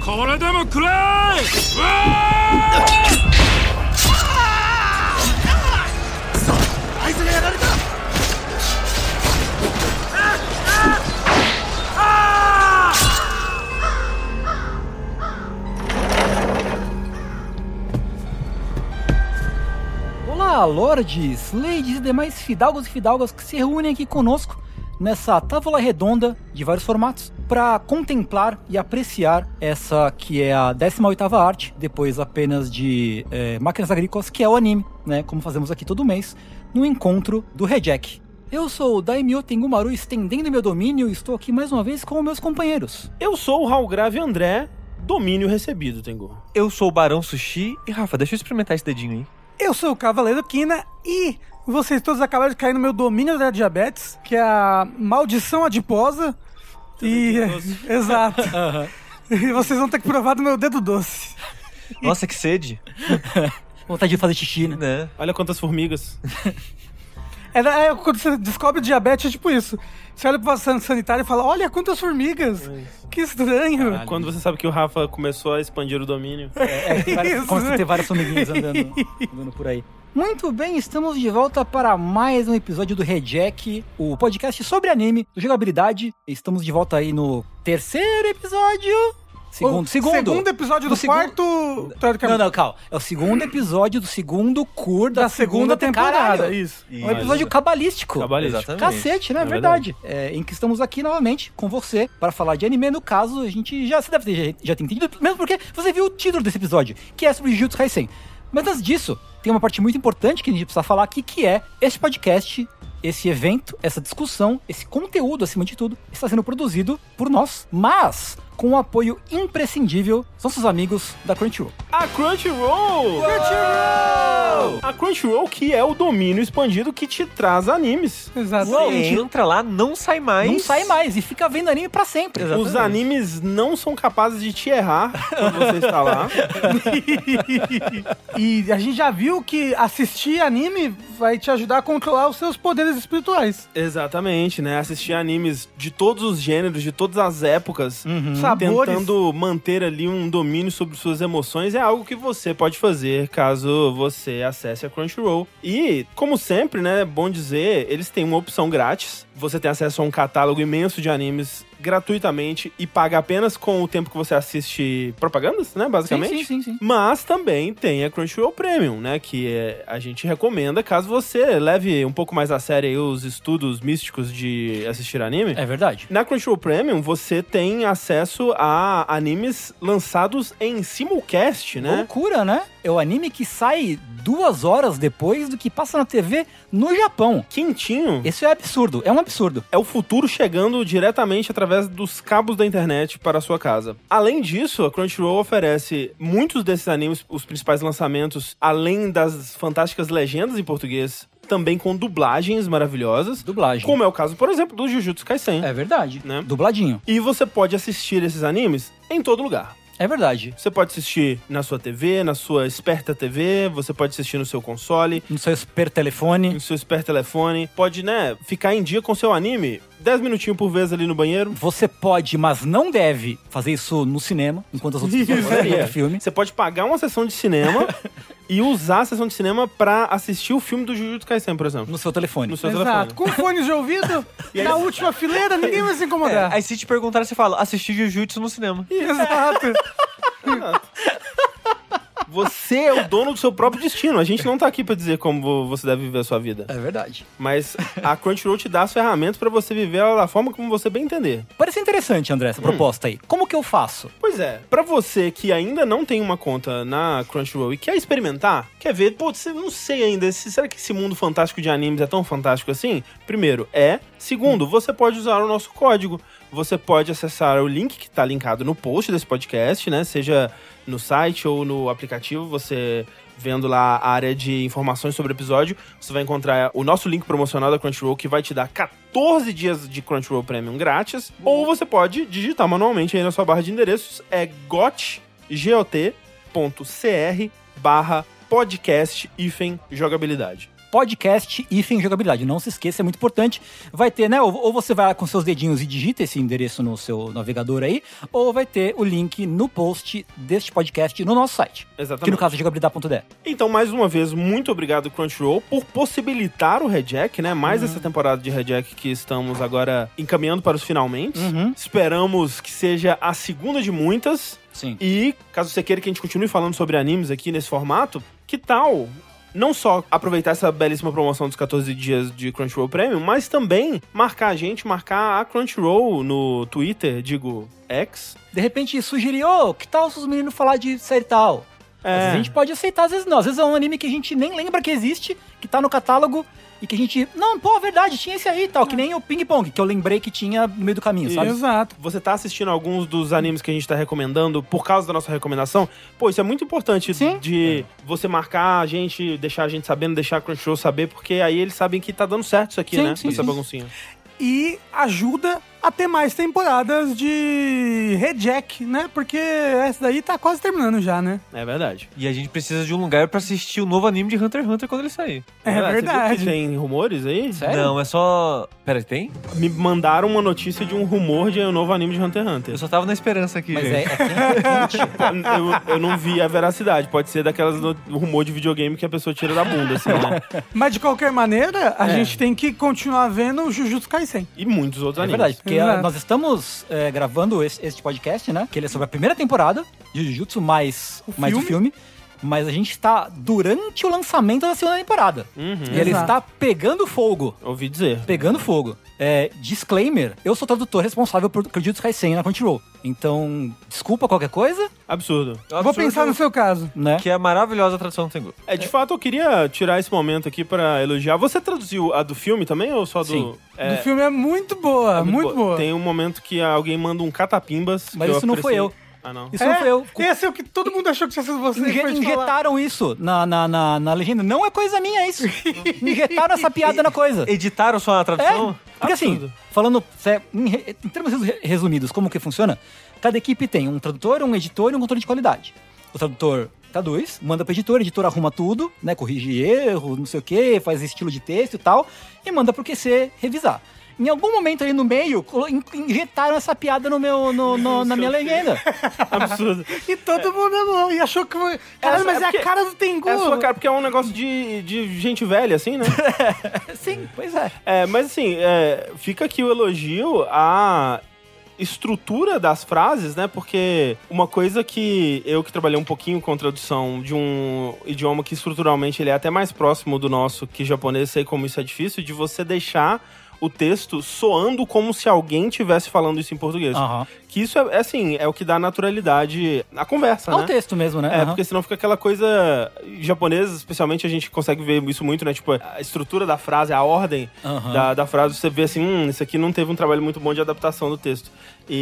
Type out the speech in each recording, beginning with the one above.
これでも食らえ！うわあいつがやられた！ Olá, lordes, ladies e demais fidalgos e fidalgas que se reúnem aqui conosco nessa távola redonda de vários formatos para contemplar e apreciar essa que é a 18ª arte, depois apenas de Máquinas Agrícolas, que é o anime, né, como fazemos aqui todo mês, no encontro do Reject. Eu sou o Daimyo Tengumaru, estendendo meu domínio, e estou aqui mais uma vez com meus companheiros. Eu sou o Ralgrave André, domínio recebido, Tengu. Eu sou o Barão Sushi e, Rafa, deixa eu experimentar esse dedinho aí. Eu sou o Cavaleiro Kina e vocês todos acabaram de cair no meu domínio da diabetes, que é a maldição adiposa. Exato. E vocês vão ter que provar do meu dedo doce. Nossa, que sede. Vontade de fazer xixi, né? Olha quantas formigas. Quando você descobre diabetes, é tipo isso. Você olha pro vaso sanitário e fala, olha quantas formigas. Que estranho. Caralho. Quando você sabe que o Rafa começou a expandir o domínio. Começa a ter várias formiguinhas andando por aí. Muito bem, estamos de volta para mais um episódio do Reject, o podcast sobre anime, jogabilidade. Estamos de volta aí no terceiro episódio. Segundo episódio do quarto... Não, calma. É o segundo episódio do segundo cur da segunda temporada. Caralho. Isso. Um episódio cabalístico. Cabalístico. Cacete, né? É verdade. Em que estamos aqui novamente com você para falar de anime. No caso, a gente você deve ter já ter entendido, mesmo porque você viu o título desse episódio, que é sobre Jujutsu Kaisen. Mas antes disso, tem uma parte muito importante que a gente precisa falar aqui, que é este podcast, esse evento, essa discussão, esse conteúdo, acima de tudo, está sendo produzido por nós, mas com o apoio imprescindível dos nossos amigos da Crunchyroll. A Crunchyroll! A Crunchyroll, que é o domínio expandido que te traz animes. Exatamente. Você entra lá, não sai mais. Não sai mais e fica vendo anime pra sempre. Exatamente. Os animes não são capazes de te errar quando você está lá. E a gente já viu que assistir anime vai te ajudar a controlar os seus poderes espirituais. Exatamente, né? Assistir animes de todos os gêneros, de todas as épocas, Sabores. tentando manter ali um domínio sobre suas emoções, é algo que você pode fazer caso você acesse a Crunchyroll. E, como sempre, né, bom dizer, eles têm uma opção grátis. Você tem acesso a um catálogo imenso de animes gratuitamente e paga apenas com o tempo que você assiste propagandas, né, basicamente. Sim. Mas também tem a Crunchyroll Premium, né, que a gente recomenda caso você leve um pouco mais a sério aí os estudos místicos de assistir anime. É verdade. Na Crunchyroll Premium, você tem acesso a animes lançados em simulcast, né? Loucura, né? É o anime que sai 2 horas depois do que passa na TV no Japão. Quentinho. Isso é absurdo, é um absurdo. É o futuro chegando diretamente através dos cabos da internet para a sua casa. Além disso, a Crunchyroll oferece muitos desses animes, os principais lançamentos, além das fantásticas legendas em português, também com dublagens maravilhosas. Como é o caso, por exemplo, do Jujutsu Kaisen. É verdade, né? Dubladinho. E você pode assistir esses animes em todo lugar. É verdade. Você pode assistir na sua TV, na sua esperta TV, você pode assistir no seu console, No seu super telefone. no seu esperto telefone. Pode, né, ficar em dia com seu anime 10 minutinhos por vez ali no banheiro. Você pode, mas não deve fazer isso no cinema, enquanto as outras pessoas vão ver o filme. Você pode pagar uma sessão de cinema e usar a sessão de cinema pra assistir o filme do Jujutsu Kaisen, por exemplo. No seu telefone. No seu Exato. telefone. Com fones de ouvido, na última fileira, ninguém vai se incomodar. Aí se te perguntarem, você fala, assistir Jujutsu no cinema. Exato. Você é o dono do seu próprio destino. A gente não tá aqui pra dizer como você deve viver a sua vida. É verdade. Mas a Crunchyroll te dá as ferramentas pra você viver ela da forma como você bem entender. Parece interessante, André, essa proposta aí. Como que eu faço? Pois é, pra você que ainda não tem uma conta na Crunchyroll e quer experimentar, quer ver, pô, eu não sei ainda, será que esse mundo fantástico de animes é tão fantástico assim? Primeiro, Segundo, você pode usar o nosso código. Você pode acessar o link que tá linkado no post desse podcast, né? Seja no site ou no aplicativo, você vendo lá a área de informações sobre o episódio, você vai encontrar o nosso link promocional da Crunchyroll, que vai te dar 14 dias de Crunchyroll Premium grátis, ou você pode digitar manualmente aí na sua barra de endereços, got.cr/podcast-jogabilidade. podcast-jogabilidade. Não se esqueça, é muito importante. Vai ter, né? Ou você vai lá com seus dedinhos e digita esse endereço no seu navegador aí, ou vai ter o link no post deste podcast no nosso site. Exatamente. Que no caso é jogabilidade.de. Então, mais uma vez, muito obrigado, Crunchyroll, por possibilitar o Rejack, né? Mais essa temporada de Rejack que estamos agora encaminhando para os finalmente. Esperamos que seja a segunda de muitas. Sim. E, caso você queira que a gente continue falando sobre animes aqui nesse formato, que tal não só aproveitar essa belíssima promoção dos 14 dias de Crunchyroll Premium, mas também marcar a Crunchyroll no Twitter, digo, X. De repente sugerir, que tal se os meninos falar de série tal? Às vezes a gente pode aceitar, às vezes não. Às vezes é um anime que a gente nem lembra que existe, que tá no catálogo, e que a gente... Não, pô, verdade, tinha esse aí e tal. Que nem o Ping Pong, que eu lembrei que tinha no meio do caminho, sabe? Exato. Você tá assistindo alguns dos animes que a gente tá recomendando por causa da nossa recomendação? Pô, isso é muito importante. Sim. De você marcar a gente, deixar a gente sabendo, deixar a Crunchyroll saber, porque aí eles sabem que tá dando certo isso aqui, Sim, né? sim, Essa sim. baguncinha. E ajuda a ter mais temporadas de Rejack, né? Porque essa daí tá quase terminando já, né? É verdade. E a gente precisa de um lugar pra assistir o novo anime de Hunter x Hunter quando ele sair. É Você viu verdade. que tem rumores aí? Sério? Não, é só... Pera, tem? Me mandaram uma notícia de um rumor de um novo anime de Hunter x Hunter. Eu só tava na esperança aqui. Mas Eu não vi a veracidade. Pode ser daquelas rumor de videogame que a pessoa tira da bunda, assim, né? Mas de qualquer maneira, a gente tem que continuar vendo o Jujutsu Kaisen. E muitos outros É animes. verdade, porque Exato. nós estamos gravando este podcast, né? Que ele é sobre a primeira temporada de Jujutsu, mais o filme. Mas a gente está durante o lançamento da segunda temporada. E ele Exato. está pegando fogo. Ouvi dizer. Pegando fogo. Disclaimer, eu sou tradutor responsável por Jujutsu Kaisen na Crunchyroll. Então, desculpa qualquer coisa, Absurdo. Vou pensar no seu caso. né? Que é a maravilhosa tradução do Tengu. De fato, eu queria tirar esse momento aqui pra elogiar. Você traduziu a do filme também ou só do... Sim. Do filme é muito boa, muito boa. Tem um momento que alguém manda um catapimbas. Mas que isso não foi apreciei. eu. Ah, não. Isso não foi eu. Esse é o que todo mundo achou que tinha sido você. que foi te falar. Injetaram isso na legenda. Não é coisa minha isso. Injetaram essa piada na coisa. Editaram só a tradução? Porque assim, Absurdo. falando em termos resumidos, como que funciona? Cada equipe tem um tradutor, um editor e um controle de qualidade. O tradutor traduz, manda pro editor, o editor arruma tudo, né? Corrige erros, não sei o que, faz estilo de texto e tal, e manda pro QC revisar. Em algum momento aí no meio, injetaram essa piada na minha legenda. Absurdo. E todo mundo amou. E achou que foi... Caralho, mas é a porque- cara do Tengu. É a sua cara, porque é um negócio de gente velha, assim, né? Sim, pois é. Mas assim, fica aqui o elogio à estrutura das frases, né? Porque uma coisa que eu que trabalhei um pouquinho com tradução de um idioma que estruturalmente ele é até mais próximo do nosso que japonês, sei como isso é difícil, de você deixar o texto soando como se alguém estivesse falando isso em português. Aham. Que isso é o que dá naturalidade à conversa, né? Ao texto mesmo, né? Aham. Porque senão fica aquela coisa... Japonesa, especialmente, a gente consegue ver isso muito, né? Tipo, a estrutura da frase, a ordem Aham. da frase, você vê assim, isso aqui não teve um trabalho muito bom de adaptação do texto.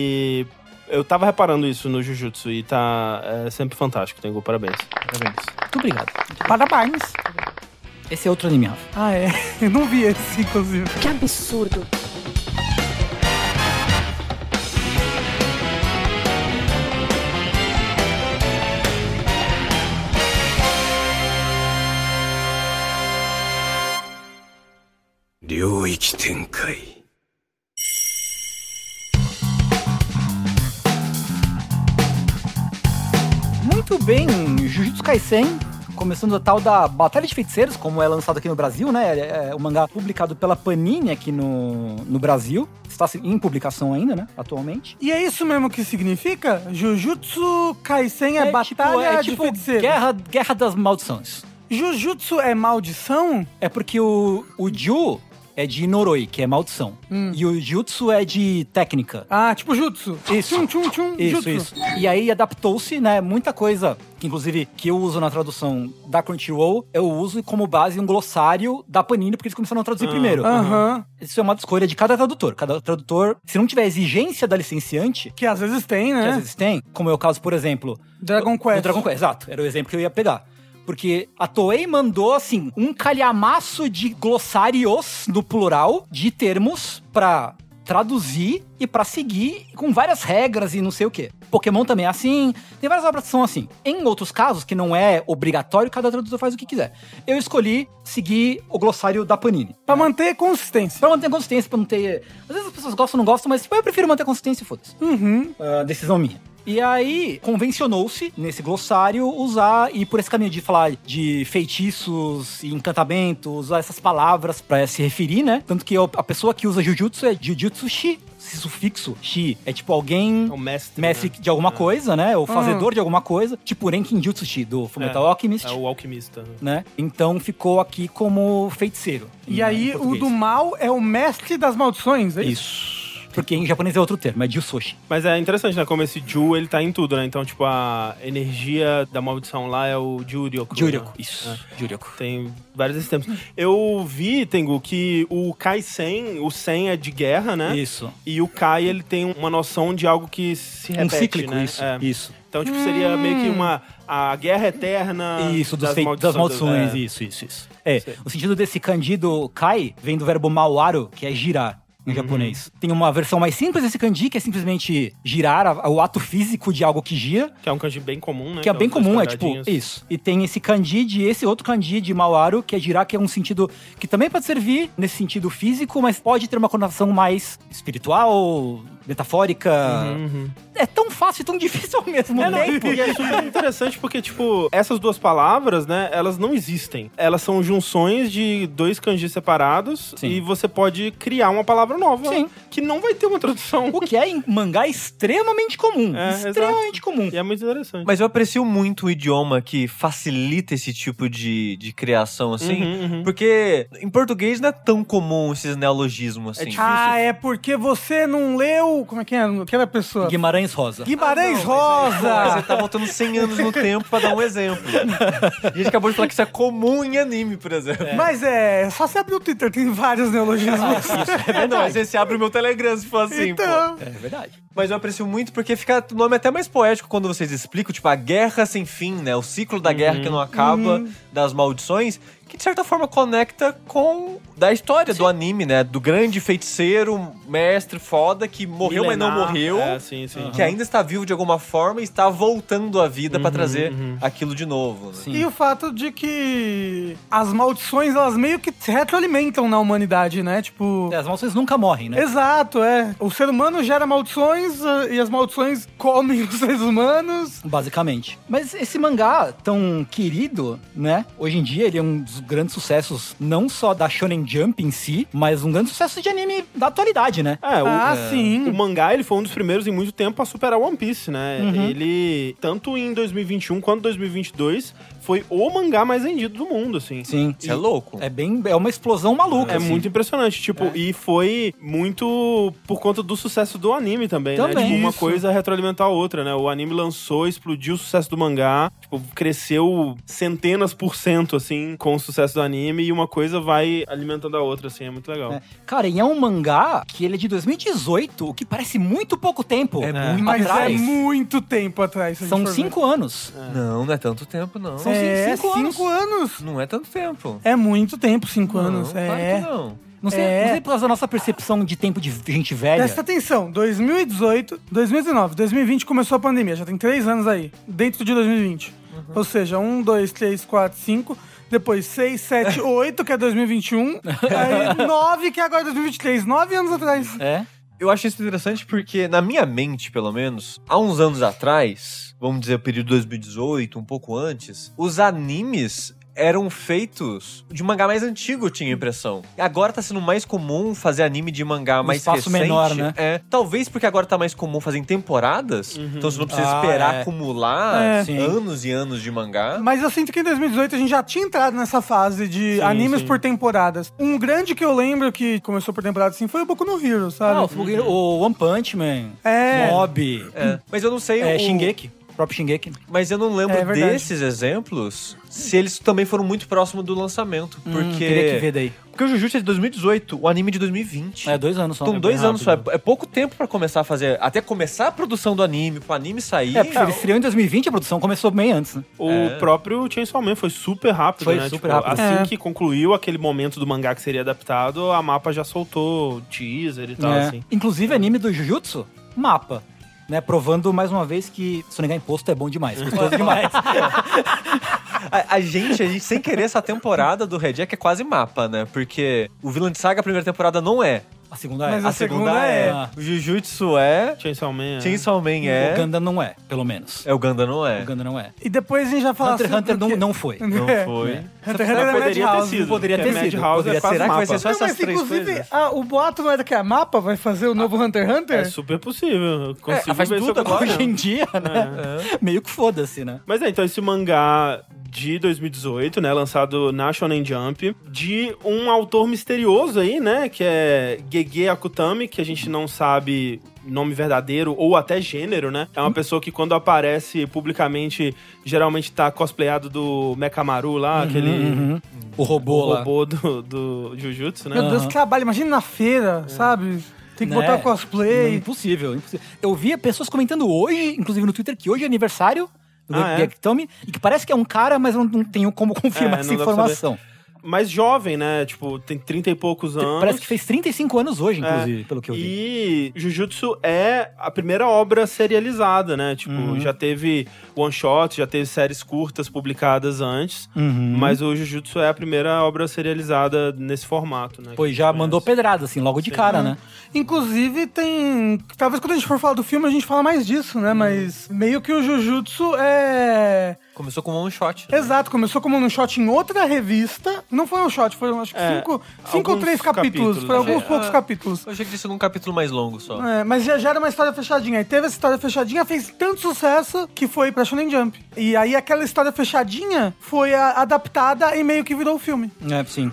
E eu tava reparando isso no Jujutsu e tá sempre fantástico, Tengu, parabéns. Parabéns. Muito obrigado. Parabéns. Esse é outro anime, Rafa. Ah, é. Eu não vi esse, inclusive. Que absurdo. Muito bem, Jujutsu Kaisen, começando a tal da Batalha de Feiticeiros, como é lançado aqui no Brasil, né? É o mangá publicado pela Panini aqui no Brasil. Está em publicação ainda, né? Atualmente. E é isso mesmo que significa? Jujutsu Kaisen é batalha de feiticeiros. Guerra das Maldições. Jujutsu é maldição? É porque o Ju é de Noroi, que é maldição. E o Jutsu é de técnica. Ah, tipo jutsu. Isso. Tchum, Isso, jutsu. isso. E aí adaptou-se, né, muita coisa, que inclusive que eu uso na tradução da Crunchyroll, eu uso como base um glossário da Panini, porque eles começaram a traduzir primeiro. Aham. Isso é uma escolha de cada tradutor. Cada tradutor, se não tiver exigência da licenciante, Que às vezes tem, que né? às vezes tem, como é o caso, por exemplo... Dragon Quest. do Dragon Quest, exato. Era o exemplo que eu ia pegar. Porque a Toei mandou, assim, um calhamaço de glossários, no plural, de termos pra traduzir e pra seguir com várias regras e não sei o quê. Pokémon também é assim, tem várias obras que são assim. Em outros casos, que não é obrigatório, cada tradutor faz o que quiser. Eu escolhi seguir o glossário da Panini. Pra manter consistência. Pra manter consistência, pra não ter... Às vezes as pessoas gostam ou não gostam, mas eu prefiro manter consistência e foda-se. Decisão minha. E aí, convencionou-se, nesse glossário, usar, e por esse caminho de falar de feitiços e encantamentos, usar essas palavras pra se referir, né? Tanto que a pessoa que usa Jujutsu é Jujutsu-shi. Esse sufixo, shi, é tipo alguém... É o mestre, mestre né? de alguma coisa, né? O fazedor de alguma coisa. Tipo o Renkinjutsu-shi, do Fullmetal Alchemist. É o alquimista. Né? Então ficou aqui como feiticeiro. E aí, o do mal é o mestre das maldições, é isso? Isso. Porque em japonês é outro termo, é Jusoshi. Mas é interessante, né? Como esse Ju, ele tá em tudo, né? Então, tipo, a energia da maldição lá é o Juryoku. Juryoku, né? isso. Juryoku. Tem vários desses tempos. Eu vi, Tengu, que o Kai-Sen, o Sen é de guerra, né? Isso. E o Kai, ele tem uma noção de algo que se repete, cíclico, né? isso. É. Isso. Então, tipo, seria meio que a guerra eterna Isso, das maldições. Isso. É, o sentido desse kanji do Kai vem do verbo mauaru, que é girar. Em japonês. Tem uma versão mais simples desse kanji, que é simplesmente girar o ato físico de algo que gira. Que é um kanji bem comum, né? Que é bem os dois comum, é tipo, quadradinhos. isso. E tem esse outro kanji de Mawaru, que é girar, que é um sentido que também pode servir nesse sentido físico, mas pode ter uma conotação mais espiritual, metafórica. É tão fácil e tão difícil ao mesmo tempo. E é super interessante porque, tipo, essas duas palavras, né, elas não existem. Elas são junções de dois kanjis separados. Sim. E você pode criar uma palavra nova. Sim. Que não vai ter uma tradução. O que é em mangá extremamente comum. Extremamente comum. E é muito interessante. Mas eu aprecio muito o idioma que facilita esse tipo de criação, assim. Porque em português não é tão comum esses neologismos, assim. difícil. É porque você não leu... Como é que é? Aquela pessoa. Guimarães Rosa. Guimarães Mas Rosa! você tá voltando 100 anos no tempo pra dar um exemplo. E a gente acabou de falar que isso é comum em anime, por exemplo. Mas só você abrir o Twitter, tem vários neologismos. Não, mas você abre o meu Telegram se for assim, Então, pô. É verdade. Mas eu aprecio muito porque fica o nome até mais poético quando vocês explicam, tipo, a guerra sem fim, né? O ciclo da guerra que não acaba, das maldições, que de certa forma conecta com da história do anime, né? Do grande feiticeiro, mestre foda, que morreu, mas não morreu. Sim. Que ainda está vivo de alguma forma e está voltando à vida pra trazer aquilo de novo. Né? e o fato de que as maldições, elas meio que se retroalimentam na humanidade, né? Tipo... As maldições nunca morrem, né? Exato, O ser humano gera maldições e as maldições comem os seres humanos. Basicamente. Mas esse mangá tão querido, né? Hoje em dia ele é um dos grandes sucessos, não só da Shonen Jump em si, mas um grande sucesso de anime da atualidade, né? Sim. O mangá, ele foi um dos primeiros em muito tempo a superar One Piece, né? Ele, tanto em 2021 quanto 2022, foi o mangá mais vendido do mundo, assim. Sim. Isso é louco. É uma explosão maluca. É assim. muito impressionante, tipo, e foi muito por conta do sucesso do anime também, né? Também, Tipo, uma isso. coisa retroalimentar a outra, né? O anime lançou, explodiu o sucesso do mangá, tipo, cresceu centenas % assim, com o sucesso do anime, e uma coisa vai alimentando a outra, assim, é muito legal. É. Cara, e é um mangá que ele é de 2018, o que parece muito pouco tempo. muito Mas atrás. é muito tempo atrás. se a gente São for 5 anos. Não é tanto tempo, não. São ver. 5 anos. Não é tanto tempo. É muito tempo, 5 anos. Claro que não. Não sei por causa da nossa percepção de tempo de gente velha. Presta atenção, 2018, 2019, 2020 começou a pandemia, já tem 3 anos aí, dentro de 2020. Ou seja, 1, 2, 3, 4, 5, depois 6, 7, 8, que é 2021, aí 9, que é agora 2023, 9 anos atrás. É? Eu acho isso interessante porque, na minha mente, pelo menos, há uns anos atrás, vamos dizer, o período 2018, um pouco antes, os animes eram feitos de mangá mais antigo, eu tinha a impressão. Agora tá sendo mais comum fazer anime de mangá mais espaço recente. menor, né? Talvez porque agora tá mais comum fazer em temporadas, então você não precisa esperar acumular anos e anos de mangá. Mas eu sinto que em 2018 a gente já tinha entrado nessa fase de animes por temporadas. Um grande que eu lembro que começou por temporada assim foi o Boku no Hero, sabe? O One Punch Man, É. Mob, Mas eu não sei... Shingeki. próprio Shingeki. Mas eu não lembro É verdade. desses exemplos se eles também foram muito próximos do lançamento. Porque... Teria que ver daí. Porque o Jujutsu é de 2018, o anime é de 2020. É 2 anos só. Então, É 2 bem anos só. rápido. É pouco tempo pra começar a fazer... Até começar a produção do anime, pro anime sair. É, porque ele estreou em 2020, a produção começou bem antes, né? O próprio Chainsaw Man foi super rápido, Foi né? super Tipo, rápido. Assim É. que concluiu aquele momento do mangá que seria adaptado, a Mapa já soltou teaser e tal, É. assim. Inclusive, anime do Jujutsu, mapa. Né, provando mais uma vez que sonegar imposto é bom demais, gostoso demais. A gente, sem querer, essa temporada do Red Jack é quase mapa, né? Porque o Vinland Saga, a primeira temporada, não é. A segunda é. Mas A a segunda segunda é. é. O Jujutsu é. Chainsaw Man. Chainsaw Man é. O Gundam não é, pelo menos. É, o Gundam não é. O Gundam não é. E depois a gente já fala Hunter x assim, Hunter porque- não foi. Não É. foi. Hunter x Hunter é Poderia ter Madhouse. sido. Poderia porque ter sido. Madhouse Poderia é quase Será que vai ser mapa. só Não, essas mas três inclusive, coisas? o boato não é que a Mapa vai fazer o novo Hunter x Hunter? É super possível. Eu consigo faz ver tudo isso agora. Hoje em dia, né? Meio que foda-se, né? Mas então esse mangá de 2018, né, lançado na Shonen Jump, de um autor misterioso aí, né, que é Gege Akutami, que a gente não sabe nome verdadeiro ou até gênero, né? É uma pessoa que quando aparece publicamente, geralmente tá cosplayado do Mekamaru lá, aquele O robô lá. robô do Jujutsu, né? Meu Deus, que trabalho. Imagina na feira, sabe? Tem que Né? botar cosplay. Impossível, impossível. Eu via pessoas comentando hoje, inclusive no Twitter, que hoje é aniversário do Ah, é? Gektomi, e que parece que é um cara, mas eu não tenho como confirmar É, essa não dá pra informação. Mais jovem, né? Tipo, tem 30 e poucos anos. Parece que fez 35 anos hoje, inclusive, pelo que eu vi. E Jujutsu é a primeira obra serializada, né? Tipo, já teve one shot, já teve séries curtas publicadas antes, mas o Jujutsu é a primeira obra serializada nesse formato, né? Pois já mandou pedrada, assim, logo de cara, né? Inclusive, tem... Talvez quando a gente for falar do filme, a gente fala mais disso, né? Mas meio que o Jujutsu é... Começou com um one shot. Né? Exato, começou como um shot em outra revista. Não foi um shot, foram acho que cinco ou alguns 3 capítulos. Foi alguns poucos capítulos. Eu achei que isso num capítulo mais longo só. É, mas já era uma história fechadinha. Aí teve essa história fechadinha, fez tanto sucesso que foi pra Shonen Jump. E aí aquela história fechadinha foi adaptada e meio que virou o filme. É, sim.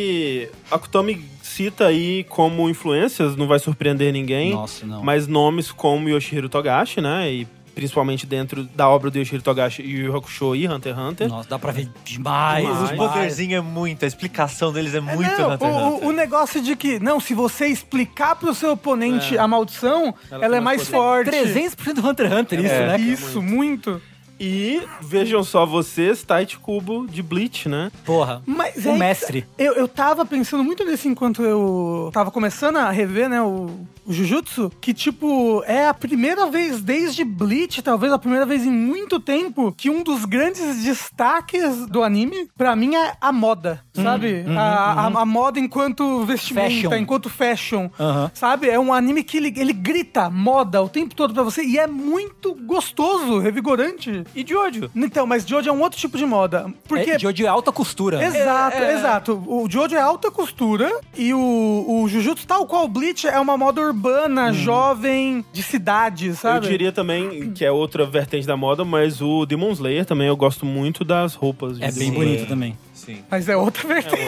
E Akutami cita aí como influências, não vai surpreender ninguém, Nossa, não. mas nomes como Yoshihiro Togashi, né? E principalmente dentro da obra do Yoshihiro Togashi, Yu Yu Hakusho e Hunter x Hunter. Nossa, dá pra ver demais. Demais. Os poderzinhos é muito, a explicação deles é muito Não, Hunter x Hunter. o negócio de que, não, se você explicar pro seu oponente a maldição, ela tem é mais mais poder. forte. 300% do Hunter x Hunter, isso, né? Isso, muito. E vejam só vocês, Taichi Kubo de Bleach, né? Porra. Mas O aí, mestre. Eu tava pensando muito nisso enquanto eu tava começando a rever, né, o Jujutsu, que, tipo, é a primeira vez desde Bleach, talvez a primeira vez em muito tempo, que um dos grandes destaques do anime, pra mim, é a moda, sabe? A moda enquanto vestimenta, Fashion. enquanto fashion, Aham. sabe? É um anime que ele grita moda o tempo todo pra você e é muito gostoso, revigorante. E de ódio. Então, mas Jojo é um outro tipo de moda. Porque É de hoje alta costura. Exato, exato. O Jojo é alta costura e o Jujutsu, tal qual o Bleach, é uma moda urbana, jovem, de cidade, sabe? Eu diria também que é outra vertente da moda, mas o Demon Slayer também eu gosto muito das roupas. de É bem Demon bonito Slayer. também. Sim. Mas é outra vertente.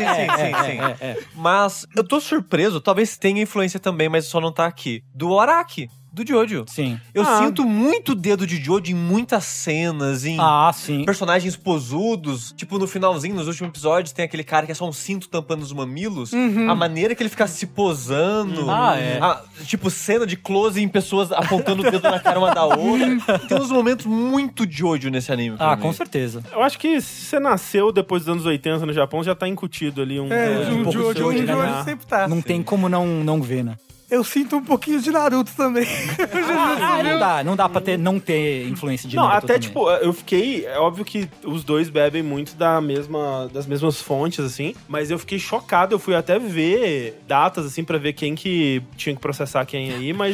Sim. Mas eu tô surpreso, talvez tenha influência também, mas só não tá aqui. Do Araki, do Jojo. Sim. Eu sinto muito dedo de Jojo em muitas cenas, em Ah, sim. personagens posudos. Tipo, no finalzinho, nos últimos episódios, tem aquele cara que é só um cinto tampando os mamilos. A maneira que ele fica se posando. Ah, é. Tipo, cena de close em pessoas apontando o dedo na cara uma da outra. Tem uns momentos muito Jojo nesse anime. pra Ah, mim. com certeza. Eu acho que se você nasceu depois dos anos 80 no Japão, já tá incutido ali um O pouco de Jojo Jojo, sempre tá. Não tem como não ver, né? Eu sinto um pouquinho de Naruto também. Não dá pra não ter influência de Não, Naruto até também. tipo, eu fiquei. É óbvio que os dois bebem muito das mesmas fontes, assim. Mas eu fiquei chocado. Eu fui até ver datas, assim, pra ver quem que tinha que processar quem aí. Mas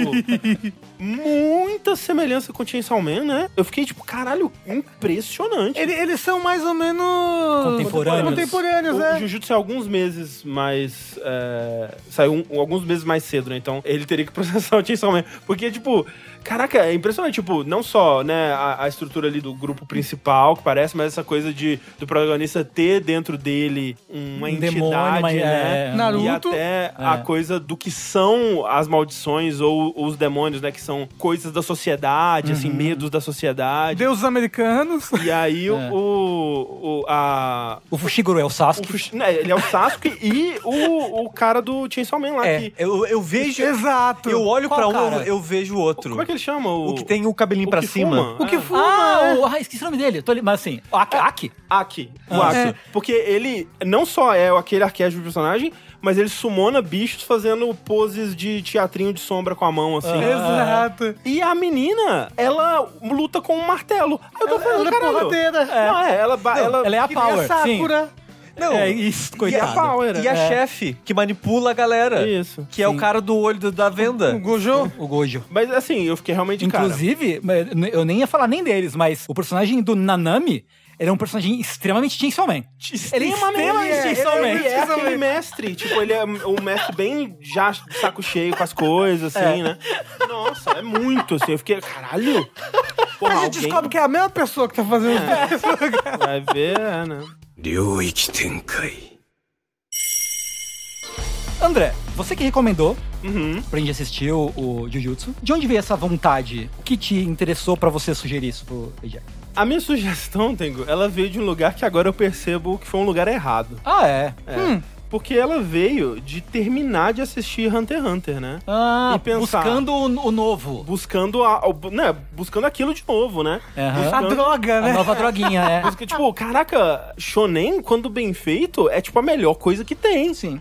muita semelhança com Chainsaw Man, né? Eu fiquei tipo, caralho, impressionante. Eles são mais ou menos... Contemporâneos. O é. Jujutsu é alguns meses mais... saiu alguns meses mais cedo, né? Então ele teria que processar o Chainsaw Man. Porque, tipo... Caraca, é impressionante, tipo, não só, né, a estrutura ali do grupo principal, que parece, mas essa coisa do protagonista ter dentro dele uma entidade, demônio, mas né? Naruto. E até a coisa do que são as maldições ou os demônios, né, que são coisas da da sociedade, assim, medos da sociedade. Deuses americanos. E aí O Fushiguro é o Sasuke. ele é o Sasuke e o cara do Chainsaw Man lá. Que, Eu vejo... Exato. Eu olho Qual pra um, cara? eu vejo o outro. como é que ele chama? O que tem o cabelinho pra que cima. fuma? O que fuma. Esqueci o nome dele. Mas assim, Aki? Aki. O Aki. Porque ele não só é aquele arquétipo de personagem, mas ele sumona bichos fazendo poses de teatrinho de sombra com a mão, assim. Exato. E a menina, ela luta com um martelo. Aí eu tô falando, Ela é caralho. porradeira. Não, Ela é a Que nem Power. a Sakura. Não, É isso, coitado. E a Power. E a chefe, que manipula a galera. Isso. Que é o cara do olho da venda. O Gojo. O Gojo. Mas assim, eu fiquei realmente Inclusive, eu nem ia falar nem deles, mas o personagem do Nanami, ele é um personagem extremamente Chainsaw Man. Ele é extremamente Chainsaw Man. Ele é aquele mestre, tipo, ele é um mestre bem já de saco cheio com as coisas, assim, né? Nossa, é muito, assim, eu fiquei, caralho. Porra, A gente descobre que é a mesma pessoa que tá fazendo isso. vai ver, né? André, você que recomendou pra gente assistir o Jujutsu, de onde veio essa vontade? O que te interessou pra você sugerir isso pro AJ? A minha sugestão, Tengu, ela veio de um lugar que agora eu percebo que foi um lugar errado. Ah, é? Porque ela veio de terminar de assistir Hunter x Hunter, né? Ah, E pensar- buscando o novo. Buscando buscando aquilo de novo, né? Aham. A droga, A né? nova droguinha, é. Porque, tipo, caraca, shonen, quando bem feito, é tipo a melhor coisa que tem. Sim.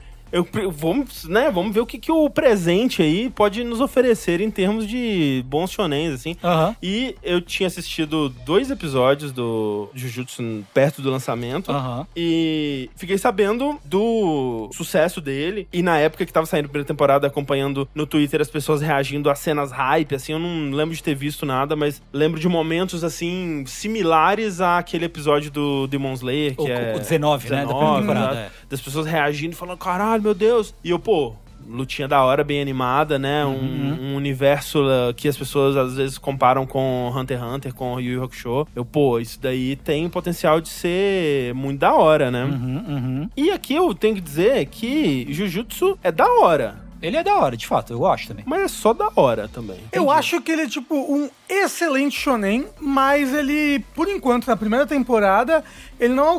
Vamos ver o que o presente aí pode nos oferecer em termos de bons shonens, assim. Aham. E eu tinha assistido 2 episódios do Jujutsu perto do lançamento. Aham. E fiquei sabendo do sucesso dele. E na época que tava saindo a primeira temporada, acompanhando no Twitter as pessoas reagindo a cenas hype, assim, eu não lembro de ter visto nada, mas lembro de momentos, assim, similares àquele episódio do Demon Slayer, que O 19, né, da primeira temporada, exato. Das pessoas reagindo e falando, caralho, meu Deus. E eu, pô, lutinha da hora, bem animada, né? Um universo que as pessoas às vezes comparam com Hunter x Hunter, com Yu Yu Hakusho. Eu, pô, isso daí tem potencial de ser muito da hora, né? E aqui eu tenho que dizer que Jujutsu é da hora. Ele é da hora, de fato, eu gosto também. Mas é só da hora também. Eu acho que ele é, tipo, um excelente shonen, mas ele, por enquanto, na primeira temporada, ele não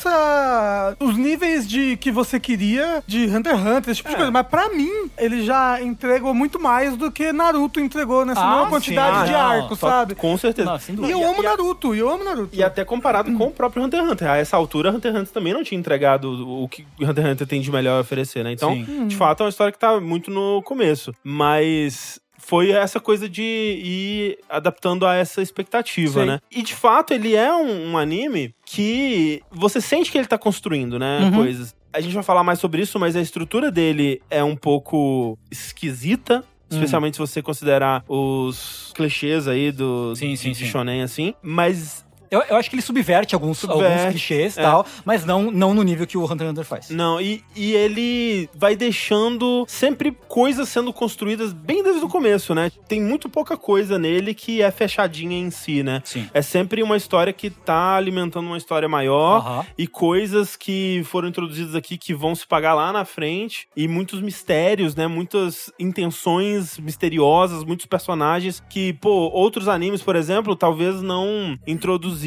alcança os níveis de que você queria de Hunter x Hunter, esse tipo de coisa. Mas pra mim, ele já entregou muito mais do que Naruto entregou nessa mesma quantidade de arcos, sabe? Com certeza. Não, sem E dúvida. eu amo Naruto, E até comparado com o próprio Hunter x Hunter. A essa altura, Hunter x Hunter também não tinha entregado o que Hunter x Hunter tem de melhor a oferecer, né? Então, de fato, é uma história que tá muito no começo. Mas foi essa coisa de ir adaptando a essa expectativa, Sim. né? E, de fato, ele é um anime que você sente que ele tá construindo, né? Coisas. A gente vai falar mais sobre isso, mas a estrutura dele é um pouco esquisita. Especialmente se você considerar os clichês aí Sim, de sim. shonen, assim. Mas Eu acho que ele subverte alguns clichês e tal, mas não no nível que o Hunter x Hunter faz. não, e ele vai deixando sempre coisas sendo construídas bem desde o começo, né? Tem muito pouca coisa nele que é fechadinha em si, né? Sim. É sempre uma história que tá alimentando uma história maior Aham. e coisas que foram introduzidas aqui que vão se pagar lá na frente e muitos mistérios, né? Muitas intenções misteriosas, muitos personagens que, pô, outros animes, por exemplo, talvez não introduzissem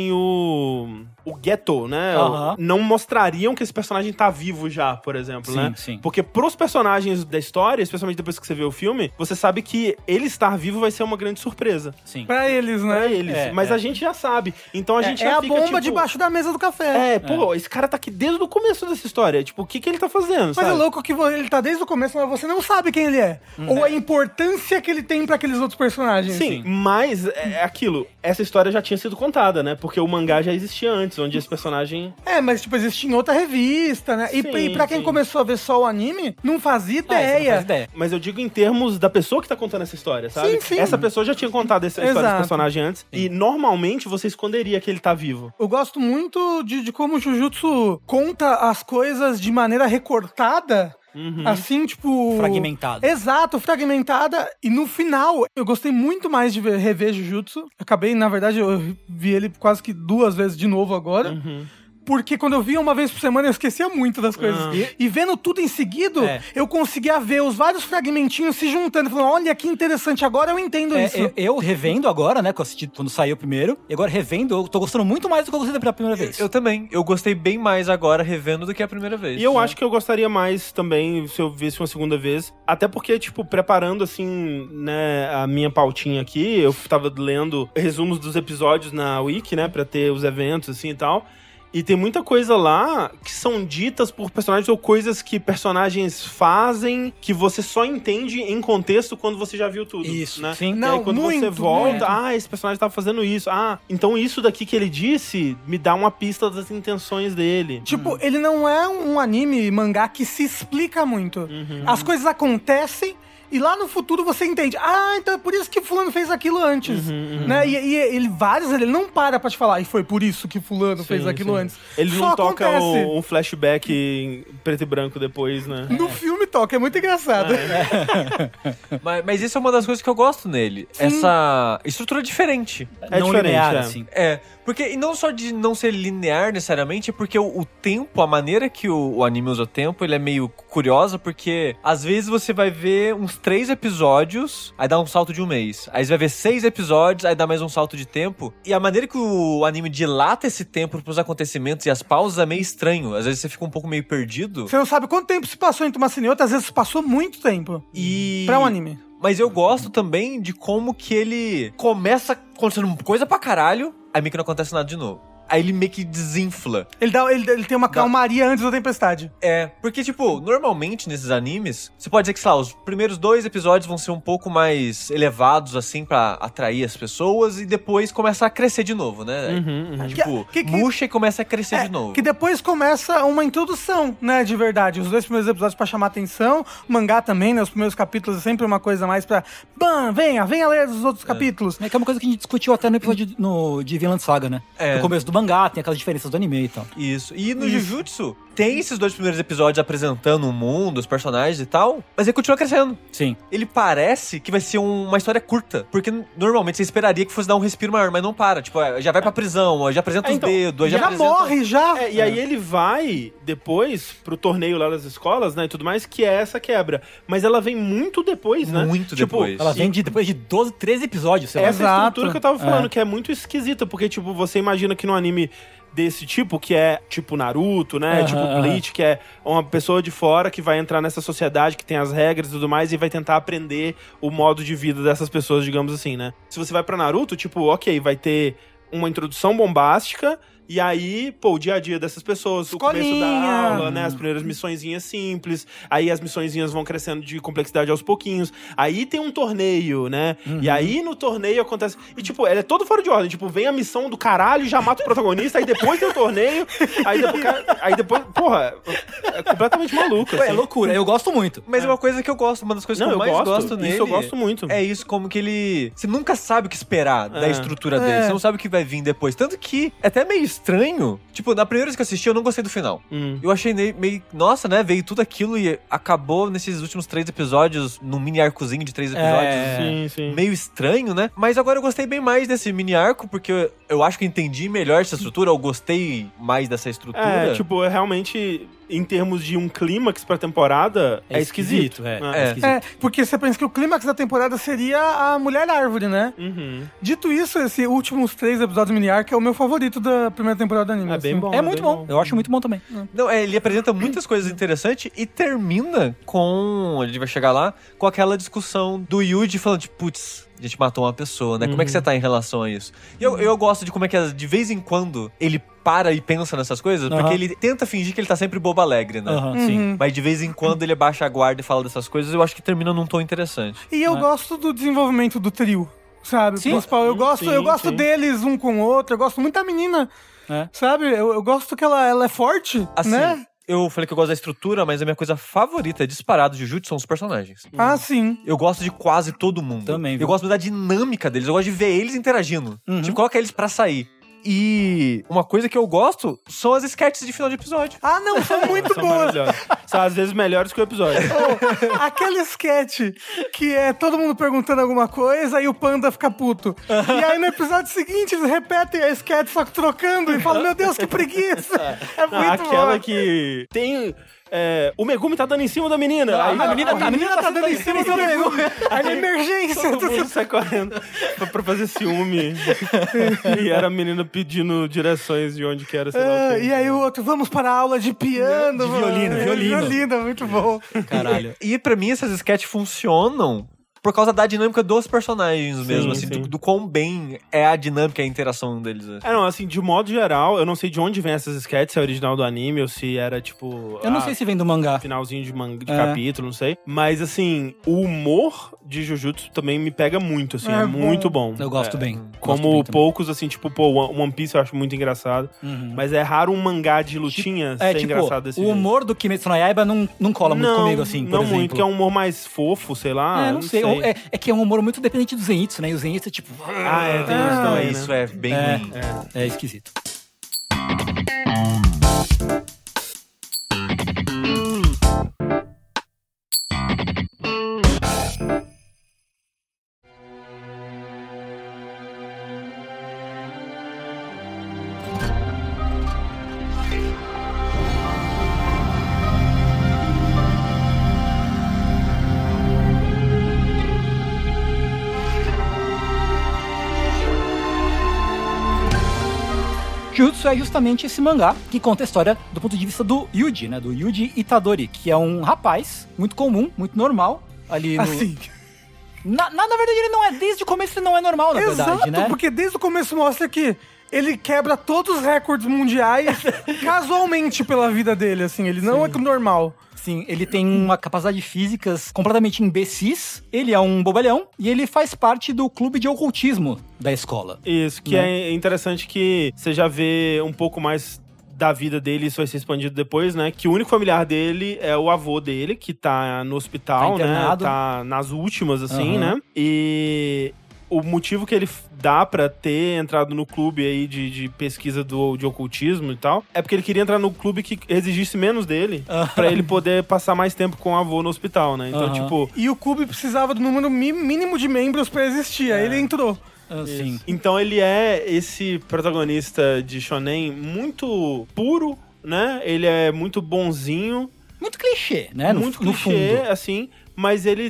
o Geto, né? Aham. Não mostrariam que esse personagem tá vivo já, por exemplo, Sim, né? sim. Porque pros personagens da história, especialmente depois que você vê o filme, você sabe que ele estar vivo vai ser uma grande surpresa Sim. Pra eles, né? pra eles. Mas a gente já sabe. Então a gente É já a fica, bomba tipo, debaixo da mesa do café. pô, esse cara tá aqui desde o começo dessa história. Tipo, o que ele tá fazendo, Mas sabe? é louco que ele tá desde o começo, mas você não sabe quem ele é. Ou a importância que ele tem pra aqueles outros personagens. Sim, mas é aquilo. Essa história já tinha sido contada, né? Porque o mangá já existia antes, onde esse personagem... É, mas tipo, existia em outra revista, né? Sim, E pra quem sim. começou a ver só o anime, não fazia Você não ideia. faz ideia. Mas eu digo em termos da pessoa que tá contando essa história, sabe? Sim, sim. Essa pessoa já tinha contado essa história desse Exato. personagem antes. E normalmente você esconderia que ele tá vivo. Eu gosto muito de como o Jujutsu conta as coisas de maneira recortada. Assim, tipo... Fragmentada. Exato, fragmentada. E no final, eu gostei muito mais de rever Jujutsu. Acabei, na verdade, eu vi ele quase que 2 vezes de novo agora. porque quando eu via uma vez por semana, eu esquecia muito das coisas. E vendo tudo em seguida, eu conseguia ver os vários fragmentinhos se juntando, falando, olha que interessante, agora eu entendo isso. Eu revendo agora, né, que eu assisti quando saiu o primeiro, e agora revendo, eu tô gostando muito mais do que eu gostei da primeira vez. Eu também. Eu gostei bem mais agora revendo do que a primeira vez. E eu acho que eu gostaria mais também se eu visse uma segunda vez. Até porque, tipo, preparando, assim, né, a minha pautinha aqui, eu tava lendo resumos dos episódios na Wiki, né, pra ter os eventos, assim, e tal. E tem muita coisa lá que são ditas por personagens ou coisas que personagens fazem que você só entende em contexto quando você já viu tudo. Isso, né? sim. E aí, quando você volta, esse personagem tava fazendo isso. Então isso daqui que ele disse me dá uma pista das intenções dele. Tipo, ele não é um anime, mangá que se explica muito. As coisas acontecem e lá no futuro você entende. Então é por isso que fulano fez aquilo antes. Né? E ele não para pra te falar. E foi por isso que fulano fez aquilo antes. Ele Só não toca acontece. um flashback em preto e branco depois, né? No filme toca, é muito engraçado. Mas isso é uma das coisas que eu gosto nele. Essa estrutura diferente. É não diferente, linear, é. assim. Porque, e não só de não ser linear necessariamente, é porque o tempo, a maneira que o anime usa o tempo, ele é meio curiosa, porque às vezes você vai ver uns 3 episódios, aí dá um salto de um mês. Aí você vai ver 6 episódios, aí dá mais um salto de tempo. E a maneira que o anime dilata esse tempo pros acontecimentos e as pausas é meio estranho. Às vezes você fica um pouco meio perdido. Você não sabe quanto tempo se passou entre uma cena e outra, às vezes passou muito tempo. Pra um anime. Mas eu gosto também de como que ele começa acontecendo coisa pra caralho, aí meio que não acontece nada de novo. Aí ele meio que desinfla. Ele tem uma calmaria antes da tempestade. Porque, tipo, normalmente nesses animes, você pode dizer que, sei lá, os primeiros 2 episódios vão ser um pouco mais elevados, assim, pra atrair as pessoas, e depois começa a crescer de novo, né? Tipo, murcha e começa a crescer de novo. Que depois começa uma introdução, né, de verdade. Os 2 primeiros episódios pra chamar atenção, o mangá também, né, os primeiros capítulos é sempre uma coisa mais pra... venha ler os outros capítulos. É que é uma coisa que a gente discutiu até no episódio de Vinland Saga, né? No começo do mangá, tem aquelas diferenças do anime e tal. Isso. E no Jujutsu, tem esses 2 primeiros episódios apresentando o mundo, os personagens e tal, mas ele continua crescendo. Sim. Ele parece que vai ser uma história curta, porque normalmente você esperaria que fosse dar um respiro maior, mas não para. Tipo, já vai pra prisão, já apresenta os dedos, já apresenta... morre, já. E aí ele vai depois pro torneio lá das escolas, né, e tudo mais, que é essa quebra. Mas ela vem muito depois, né? Muito depois. Ela vem depois de 12, 13 episódios, sei lá. Essa estrutura que eu tava falando, que é muito esquisita, porque, tipo, você imagina que no anime desse tipo, que é tipo Naruto, né? Tipo Bleach, que é uma pessoa de fora que vai entrar nessa sociedade que tem as regras e tudo mais e vai tentar aprender o modo de vida dessas pessoas, digamos assim, né? Se você vai pra Naruto, tipo, ok, vai ter uma introdução bombástica e aí, o dia a dia dessas pessoas, Escolinha. O começo da aula, né, as primeiras missõezinhas simples, aí as missõezinhas vão crescendo de complexidade aos pouquinhos, aí tem um torneio, né, e aí no torneio acontece, e tipo, ela é todo fora de ordem, tipo, vem a missão do caralho, já mata o protagonista, aí depois tem o torneio, aí depois, porra, é completamente maluco. É loucura, eu gosto muito. Mas é uma coisa que eu gosto, uma das coisas que eu mais gosto nele. Isso eu gosto muito. É isso, como que ele... Você nunca sabe o que esperar da estrutura dele, você não sabe o que vai vir depois, tanto que é até meio estranho. Tipo, na primeira vez que eu assisti, eu não gostei do final. Eu achei meio... Nossa, né? Veio tudo aquilo e acabou nesses últimos 3 episódios, num mini arcozinho de 3 episódios. Sim. Meio estranho, né? Mas agora eu gostei bem mais desse mini arco, porque eu acho que eu entendi melhor essa estrutura, eu gostei mais dessa estrutura. Tipo, realmente, em termos de um clímax pra temporada, é esquisito. Porque você pensa que o clímax da temporada seria a Mulher Árvore, né? Dito isso, esse últimos 3 episódios mini arco é o meu favorito da primeira temporada do anime. É bem bom. É muito bom. Eu acho muito bom também. Não, ele apresenta muitas coisas interessantes e termina com, a gente vai chegar lá, com aquela discussão do Yuji falando, tipo, putz, a gente matou uma pessoa, né? Como é que você tá em relação a isso? E eu gosto de como é que, de vez em quando, ele para e pensa nessas coisas, porque ele tenta fingir que ele tá sempre bobo alegre, né? Sim. Mas de vez em quando ele abaixa a guarda e fala dessas coisas, eu acho que termina num tom interessante. E eu gosto do desenvolvimento do trio, sabe? Sim. Principal. Eu gosto deles um com o outro, eu gosto muito da menina, sabe? Eu gosto que ela é forte, Assim, né? Eu falei que eu gosto da estrutura, mas a minha coisa favorita, disparado de Jujutsu, são os personagens. Sim. Eu gosto de quase todo mundo. Também, viu? Eu gosto da dinâmica deles, eu gosto de ver eles interagindo. Tipo, coloca eles pra sair. E uma coisa que eu gosto são as sketches de final de episódio. Ah, não, são muito São boas. maravilhosos. São às vezes melhores que o episódio. Aquele sketch que é todo mundo perguntando alguma coisa e o panda fica puto. E aí no episódio seguinte eles repetem a sketch só que trocando e falam, meu Deus, que preguiça. É muito Aquela bom. que tem... o Megumi tá dando em cima da menina. Aí, a menina tá dando em cima do nego. Aí na emergência. todo mundo sai correndo pra fazer ciúme. E era a menina pedindo direções de onde que era, sei lá o quê. E aí o outro, vamos para a aula de piano. De violino, violino. Violino, muito bom. Caralho. E pra mim essas sketches funcionam por causa da dinâmica dos personagens mesmo, assim, sim. do quão bem é a dinâmica e a interação deles. Não, assim, de modo geral, eu não sei de onde vem essas sketches, se é original do anime ou se era, tipo... Eu não sei se vem do mangá. Finalzinho de capítulo, não sei. Mas, assim, o humor de Jujutsu também me pega muito, assim, é muito bom. Eu gosto bem. Como Gosto bem poucos, assim, tipo, One Piece eu acho muito engraçado. Mas é raro um mangá de lutinha ser engraçado desse o jeito. humor do Kimetsu no Yaiba não cola muito comigo, assim, por não exemplo. muito, que é um humor mais fofo, sei lá. Não sei. É que é um humor muito dependente do Zenitsu, né? E o Zenitsu é tipo... Tem isso também, Isso né? é bem ruim. É esquisito. Jujutsu é justamente esse mangá que conta a história do ponto de vista do Yuji, né? Do Yuji Itadori, que é um rapaz muito comum, muito normal, ali no... Assim. Na verdade, ele não é... Desde o começo ele não é normal, na Exato, verdade, né? porque desde o começo mostra que ele quebra todos os recordes mundiais casualmente pela vida dele, assim. Ele não é normal. Sim, ele tem uma capacidade físicas completamente imbecis, ele é um bobalhão e ele faz parte do clube de ocultismo da escola. Isso, que é interessante que você já vê um pouco mais da vida dele, isso vai ser expandido depois, né? Que o único familiar dele é o avô dele, que tá no hospital, Tá internado. né? Tá nas últimas, assim, né? E o motivo que ele dá pra ter entrado no clube aí de pesquisa de ocultismo e tal, é porque ele queria entrar no clube que exigisse menos dele, pra ele poder passar mais tempo com o avô no hospital, né? Então, tipo... E o clube precisava do número mínimo de membros pra existir, aí ele entrou. Assim. Então ele é esse protagonista de shonen muito puro, né? Ele é muito bonzinho. Muito clichê, né? Muito no clichê, fundo. assim, mas ele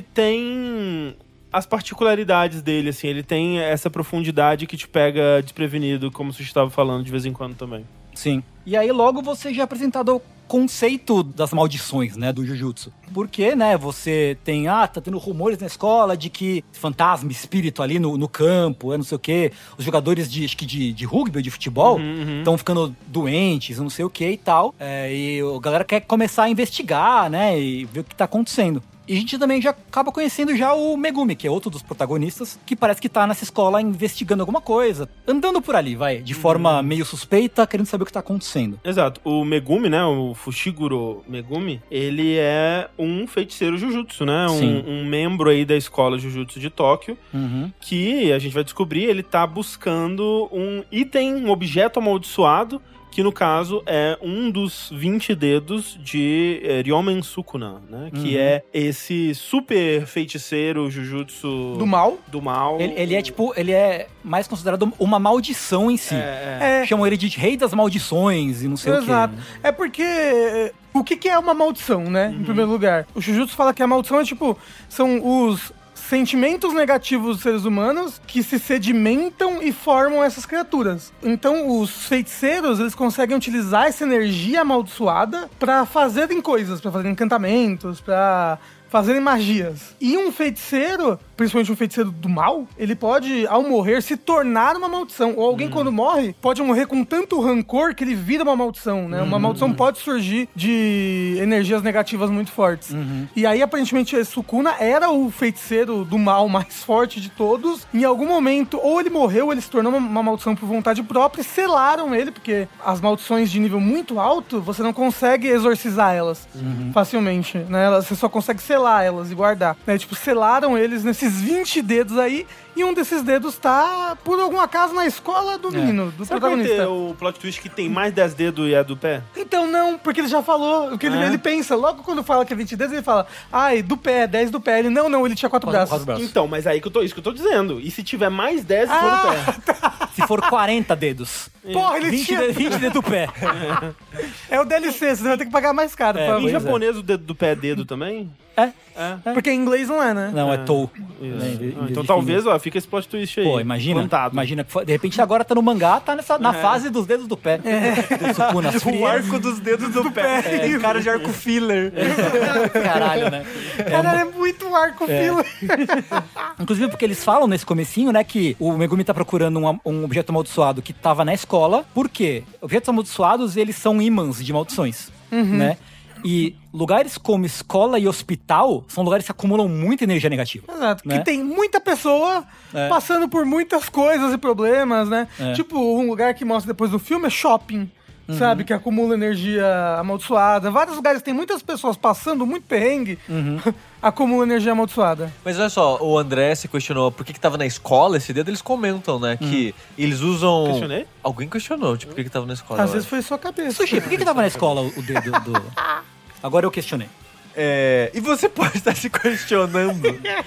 tem as particularidades dele, assim, ele tem essa profundidade que te pega desprevenido, como você estava falando de vez em quando também. Sim. E aí logo você já é apresentado o conceito das maldições, né, do Jujutsu. Porque, né, você tem, tá tendo rumores na escola de que fantasma, espírito ali no campo, não sei o quê, os jogadores acho que de rugby ou de futebol estão ficando doentes, não sei o que e tal, e a galera quer começar a investigar, né, e ver o que tá acontecendo. E a gente também já acaba conhecendo já o Megumi, que é outro dos protagonistas, que parece que tá nessa escola investigando alguma coisa, andando por ali, de forma meio suspeita, querendo saber o que tá acontecendo. Exato. O Megumi, né, o Fushiguro Megumi, ele é um feiticeiro Jujutsu, né, um membro aí da escola Jujutsu de Tóquio, que a gente vai descobrir, ele tá buscando um item, um objeto amaldiçoado, que no caso é um dos 20 dedos de Ryomen Sukuna, né? Que é esse super feiticeiro Jujutsu... Do mal. Do mal. Ele é mais considerado uma maldição em si. Chamam ele de rei das maldições e não sei o quê. Exato. É porque... O que é uma maldição, né? Em primeiro lugar. O Jujutsu fala que a maldição é tipo... São os sentimentos negativos dos seres humanos que se sedimentam e formam essas criaturas. Então, os feiticeiros, eles conseguem utilizar essa energia amaldiçoada pra fazerem coisas, pra fazerem encantamentos, pra fazerem magias. E um feiticeiro, principalmente um feiticeiro do mal, ele pode, ao morrer, se tornar uma maldição. Ou alguém, quando morre, pode morrer com tanto rancor que ele vira uma maldição, né? Uma maldição pode surgir de energias negativas muito fortes. E aí, aparentemente, Sukuna era o feiticeiro do mal mais forte de todos. Em algum momento, ou ele morreu, ou ele se tornou uma maldição por vontade própria e selaram ele, porque as maldições de nível muito alto, você não consegue exorcizar elas facilmente, né? Você só consegue selar selar elas e guardar, né? Tipo, selaram eles nesses 20 dedos aí, e um desses dedos tá, por algum acaso, na escola do menino, do Será que vai protagonista. ter o plot twist que tem mais 10 dedos e é do pé? Então não, porque ele já falou, o que ele pensa, logo quando fala que é 20 dedos, ele fala, ai, do pé, 10 do pé. Ele, não, ele tinha 4 braços. Então, mas aí isso que eu tô dizendo. E se tiver mais 10 se for do pé? Se for 40 dedos. Porra, ele 20, tinha... 20 dedos do pé. É o DLC, você vai ter que pagar mais caro. pra- Em pois japonês o dedo do pé é dedo também? Porque em inglês não é, né? Não, é tou. Isso. Né, em vez Então de talvez, finger. ó, fica esse plot twist aí. Pô, imagina. Plantado. Imagina que de repente agora tá no mangá, tá na fase dos dedos do pé. Do Sukuna. As O frieiras. arco dos dedos do pé. É, Cara de arco filler. Caralho, né? Caralho, é muito arco fila. Inclusive porque eles falam nesse comecinho, né, que o Megumi tá procurando um objeto amaldiçoado que tava na escola. Por quê? Objetos amaldiçoados, eles são ímãs de maldições, né? E lugares como escola e hospital são lugares que acumulam muita energia negativa. Exato, né? que tem muita pessoa passando por muitas coisas e problemas, né? Tipo, um lugar que mostra depois do filme é shopping. Sabe, que acumula energia amaldiçoada. Vários lugares tem muitas pessoas passando muito perrengue, acumula energia amaldiçoada. Mas olha só, o André se questionou por que tava na escola esse dedo. Eles comentam, né, que eles usam... Questionei? Alguém questionou, tipo, por que tava na escola. Às eu vezes acho. foi sua cabeça. Sushi, por que tava na escola o dedo do... Agora eu questionei. E você pode estar se questionando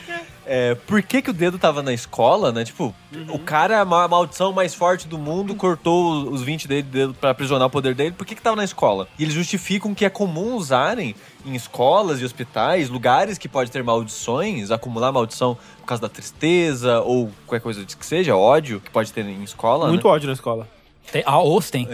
por que o dedo tava na escola, né? Tipo, o cara, a maldição mais forte do mundo, cortou os 20 dedos pra aprisionar o poder dele. Por que tava na escola? E eles justificam que é comum usarem em escolas e hospitais, lugares que pode ter maldições, acumular maldição por causa da tristeza ou qualquer coisa que seja, ódio que pode ter em escola, Muito né? ódio na escola. Os tem.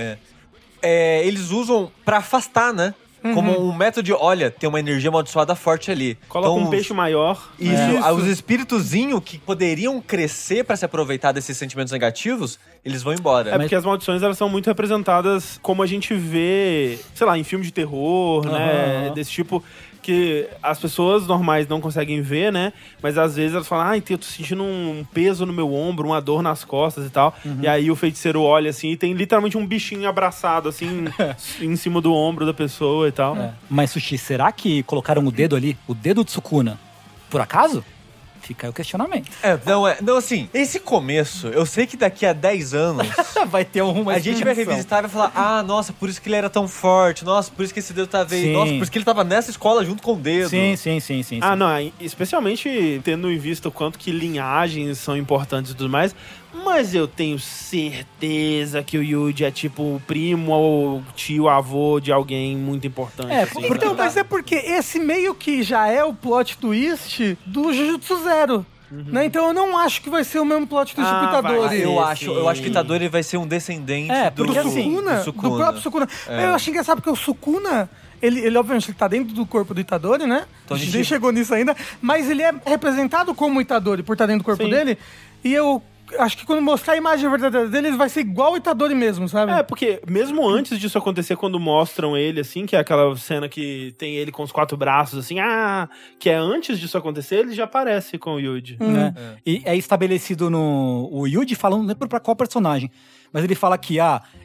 Eles usam pra afastar, né? Como um método de, olha, tem uma energia amaldiçoada forte ali. Coloca Então, um peixe maior. Isso, os espíritozinhos que poderiam crescer pra se aproveitar desses sentimentos negativos, eles vão embora. É porque as maldições, elas são muito representadas como a gente vê, sei lá, em filme de terror, né? Desse tipo, que as pessoas normais não conseguem ver, né? Mas às vezes elas falam, eu tô sentindo um peso no meu ombro, uma dor nas costas e tal. E aí o feiticeiro olha assim e tem literalmente um bichinho abraçado, assim, em cima do ombro da pessoa e tal. Mas, Sushi, será que colocaram o dedo ali, o dedo de Sukuna, por acaso? Fica aí o questionamento. Não, assim, esse começo, eu sei que daqui a 10 anos... Vai ter uma A gente vai revisitar e vai falar, nossa, por isso que ele era tão forte, nossa, por isso que esse dedo tá veio, Sim. nossa, por isso que ele tava nessa escola junto com o dedo. Sim. Ah, não, especialmente tendo em vista o quanto que linhagens são importantes e tudo mais, mas eu tenho certeza que o Yuji é tipo o primo ou tio, avô de alguém muito importante. assim, Então, né? mas é porque esse meio que já é o plot twist do Jujutsu Zero. Né? Então eu não acho que vai ser o mesmo plot twist pro Itadori. vai ser. Eu acho que o sim. Itadori vai ser um descendente do porque assim, Do próprio Sukuna. Eu achei engraçado porque o Sukuna, ele obviamente ele tá dentro do corpo do Itadori, né? Então a gente nem chegou nisso ainda, mas ele é representado como o Itadori por estar dentro do corpo Sim. dele. E eu acho que quando mostrar a imagem verdadeira dele, ele vai ser igual o Itadori mesmo, sabe? É, porque mesmo antes disso acontecer, quando mostram ele, assim, que é aquela cena que tem ele com os 4 braços, assim, que é antes disso acontecer, ele já aparece com o Yuji. né? E é estabelecido no... O Yuji falando, não lembro pra qual personagem, mas ele fala que,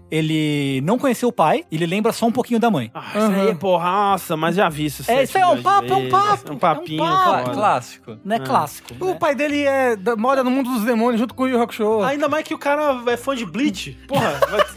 ele não conheceu o pai, ele lembra só um pouquinho da mãe. Isso aí é porraça, mas já vi isso. Isso aí é um papo, Um papinho. foda. Clássico. Não é clássico. O pai dele mora no mundo dos demônios junto com o Yu Hakusho. Ainda mais que o cara é fã de Bleach. Porra,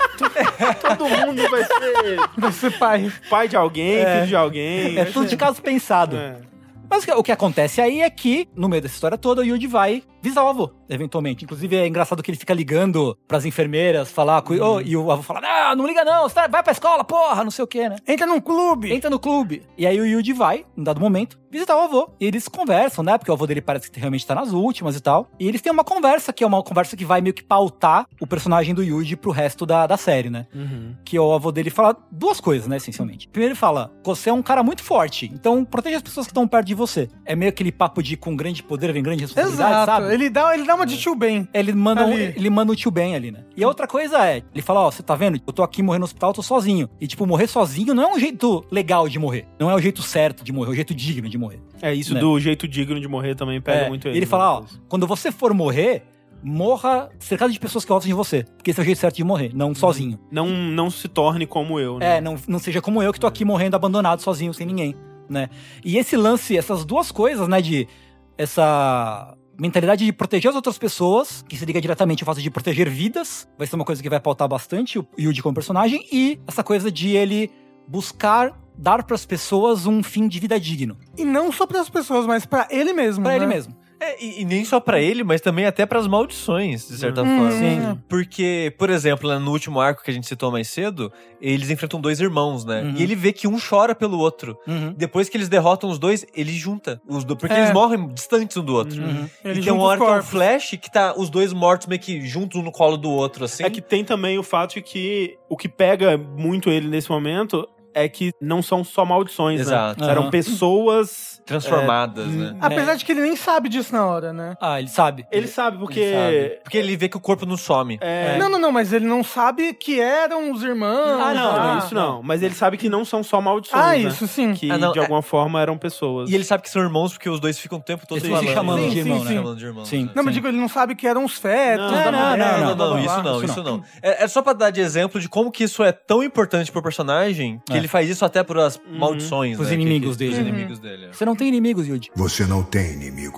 todo mundo vai ser Pai. pai de alguém, filho de alguém. É tudo de caso pensado. Mas o que acontece aí é que, no meio dessa história toda, o Yuji vai visitar o avô, eventualmente. Inclusive, é engraçado que ele fica ligando pras enfermeiras, falar e o avô fala, não liga não, vai pra escola, porra, não sei o que, né? Entra num clube. Entra no clube. E aí o Yuji vai, em dado momento, visitar o avô. E eles conversam, né? Porque o avô dele parece que realmente tá nas últimas e tal. E eles têm uma conversa, que é uma conversa que vai meio que pautar o personagem do Yuji pro resto da série, né? Que o avô dele fala 2 coisas, né, essencialmente. Primeiro ele fala, você é um cara muito forte, então proteja as pessoas que estão perto de você. É meio aquele papo de com grande poder vem grande responsabilidade, Exato. sabe? Ele dá uma de tio Ben. Ele manda Ali. o tio Ben ali, né? E a outra coisa ele fala, você tá vendo? Eu tô aqui morrendo no hospital, tô sozinho. E tipo, morrer sozinho não é um jeito legal de morrer. Não é o jeito certo de morrer, é o jeito digno de morrer. É, isso Né? do jeito digno de morrer também pega muito ele. E ele fala, quando você for morrer, morra cercado de pessoas que gostam de você. Porque esse é o jeito certo de morrer, não sozinho. Não se torne como eu, né? Não seja como eu que tô aqui morrendo abandonado, sozinho, sem ninguém. né? E esse lance, essas duas coisas, né, de essa mentalidade de proteger as outras pessoas, que se liga diretamente ao fato de proteger vidas, vai ser uma coisa que vai pautar bastante o Yuji como personagem, e essa coisa de ele buscar dar pras pessoas um fim de vida digno. E não só pras pessoas, mas pra ele mesmo, Pra né? ele mesmo. E nem só pra ele, mas também até pras maldições, de certa forma. Sim. Porque, por exemplo, no último arco que a gente citou mais cedo, eles enfrentam 2 irmãos, né? E ele vê que um chora pelo outro. Depois que eles derrotam os dois, ele junta os dois. Porque eles morrem distantes um do outro. Ele E tem junta uma os hora que é um corpos. flash que tá os dois mortos meio que juntos um no colo do outro, assim. É que tem também o fato de que o que pega muito ele nesse momento é que não são só maldições, Exato. né? Eram pessoas transformadas, né? Apesar de que ele nem sabe disso na hora, né? Ah, ele sabe. Ele sabe, porque... Ele sabe. Porque ele vê que o corpo não some. Não, mas ele não sabe que eram os irmãos. Ah, não, ah. isso não. Mas ele sabe que não são só maldições, Ah, né? isso sim. Que, não, de alguma forma, eram pessoas. E ele sabe que são irmãos porque os dois ficam o tempo todo Eles ficam se chamando Sim, de sim, irmão, sim. né? Chamando de irmãos. Sim. né? Não, mas digo, ele não sabe que eram os fetos Não, da não, mulher. não, blá, blá, Isso blá. não, isso não. É só pra dar de exemplo de como que isso é tão importante pro personagem que ele faz isso até pras maldições, Pros né? inimigos dele. Os inimigos dele. Você não tem inimigos, Yuji. Você não tem inimigos.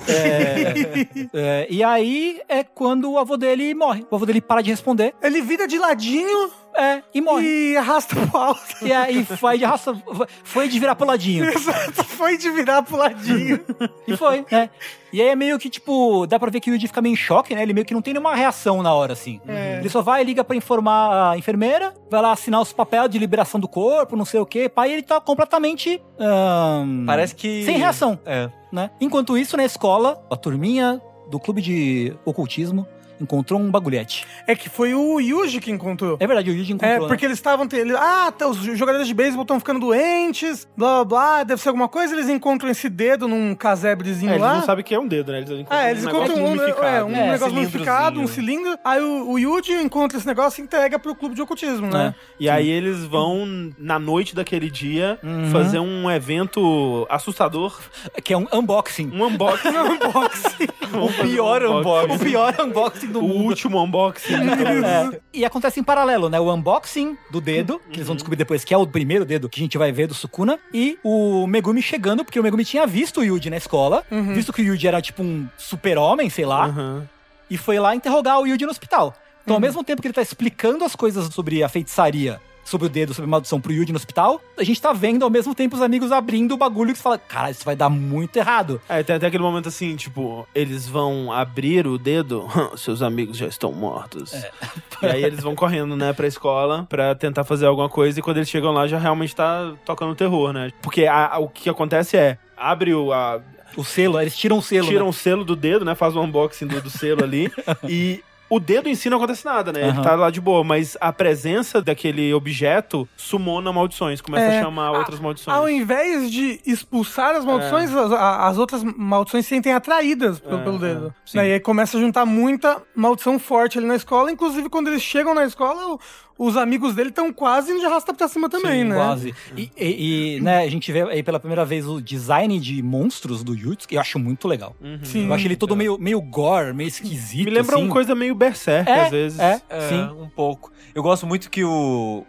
E aí é quando o avô dele morre. O avô dele para de responder. Ele vira de ladinho E morre. e arrasta pro alto. E aí foi de raça. Foi de virar pro ladinho. Exato, foi de virar pro ladinho. E foi, né? E aí é meio que, tipo, dá pra ver que o Yuji fica meio em choque, né? Ele meio que não tem nenhuma reação na hora, assim. Ele só vai, liga pra informar a enfermeira, vai lá assinar os papéis de liberação do corpo, não sei o quê. Pai, ele tá completamente... Parece que... sem reação, É. né? Enquanto isso, na escola, a turminha do clube de ocultismo encontrou um bagulhete. É que foi o Yuji que encontrou. É verdade, o Yuji encontrou, né? Porque eles estavam... os jogadores de beisebol estão ficando doentes, blá, blá, blá, deve ser alguma coisa. Eles encontram esse dedo num casebrezinho Eles lá. não sabem que é um dedo, né? Eles Eles encontram um mumificado. negócio cilindrozinho. mumificado, um cilindro. Aí o Yuji encontra esse negócio e entrega pro clube de ocultismo, né? E aí eles vão, na noite daquele dia, fazer um evento assustador. Que é um unboxing. Um unboxing. O pior unboxing. O pior unboxing do O mundo. último unboxing. de todos. E acontece em paralelo, né? O unboxing do dedo, que eles vão descobrir depois que é o primeiro dedo que a gente vai ver do Sukuna, e o Megumi chegando, porque o Megumi tinha visto o Yuji na escola, visto que o Yuji era tipo um super-homem, sei lá, e foi lá interrogar o Yuji no hospital. Então, ao mesmo tempo que ele tá explicando as coisas sobre a feitiçaria, sobre o dedo, sobre a maldição pro Yuji no hospital, a gente tá vendo ao mesmo tempo os amigos abrindo o bagulho que você fala, cara, isso vai dar muito errado. Tem até aquele momento assim, tipo, eles vão abrir o dedo, seus amigos já estão mortos. E aí eles vão correndo, né, pra escola pra tentar fazer alguma coisa, e quando eles chegam lá já realmente tá tocando terror, né? Porque o que acontece é, abre O selo, eles tiram o selo, tiram né? o selo do dedo, né, faz o unboxing do selo ali, e... O dedo em si não acontece nada, né? Ele tá lá de boa, mas a presença daquele objeto sumona maldições, começa a chamar outras maldições. Ao invés de expulsar as maldições, as outras maldições se sentem atraídas pelo dedo. sim. Aí começa a juntar muita maldição forte ali na escola, inclusive quando eles chegam na escola, os amigos dele estão quase indo de arrasta pra cima também, né? Quase. E, né, a gente vê aí pela primeira vez o design de monstros do Jutsu, que eu acho muito legal. Sim. Eu acho ele todo meio gore, meio esquisito. Me lembra assim. uma coisa meio berserk, às vezes. Sim. Um pouco. Eu gosto muito que o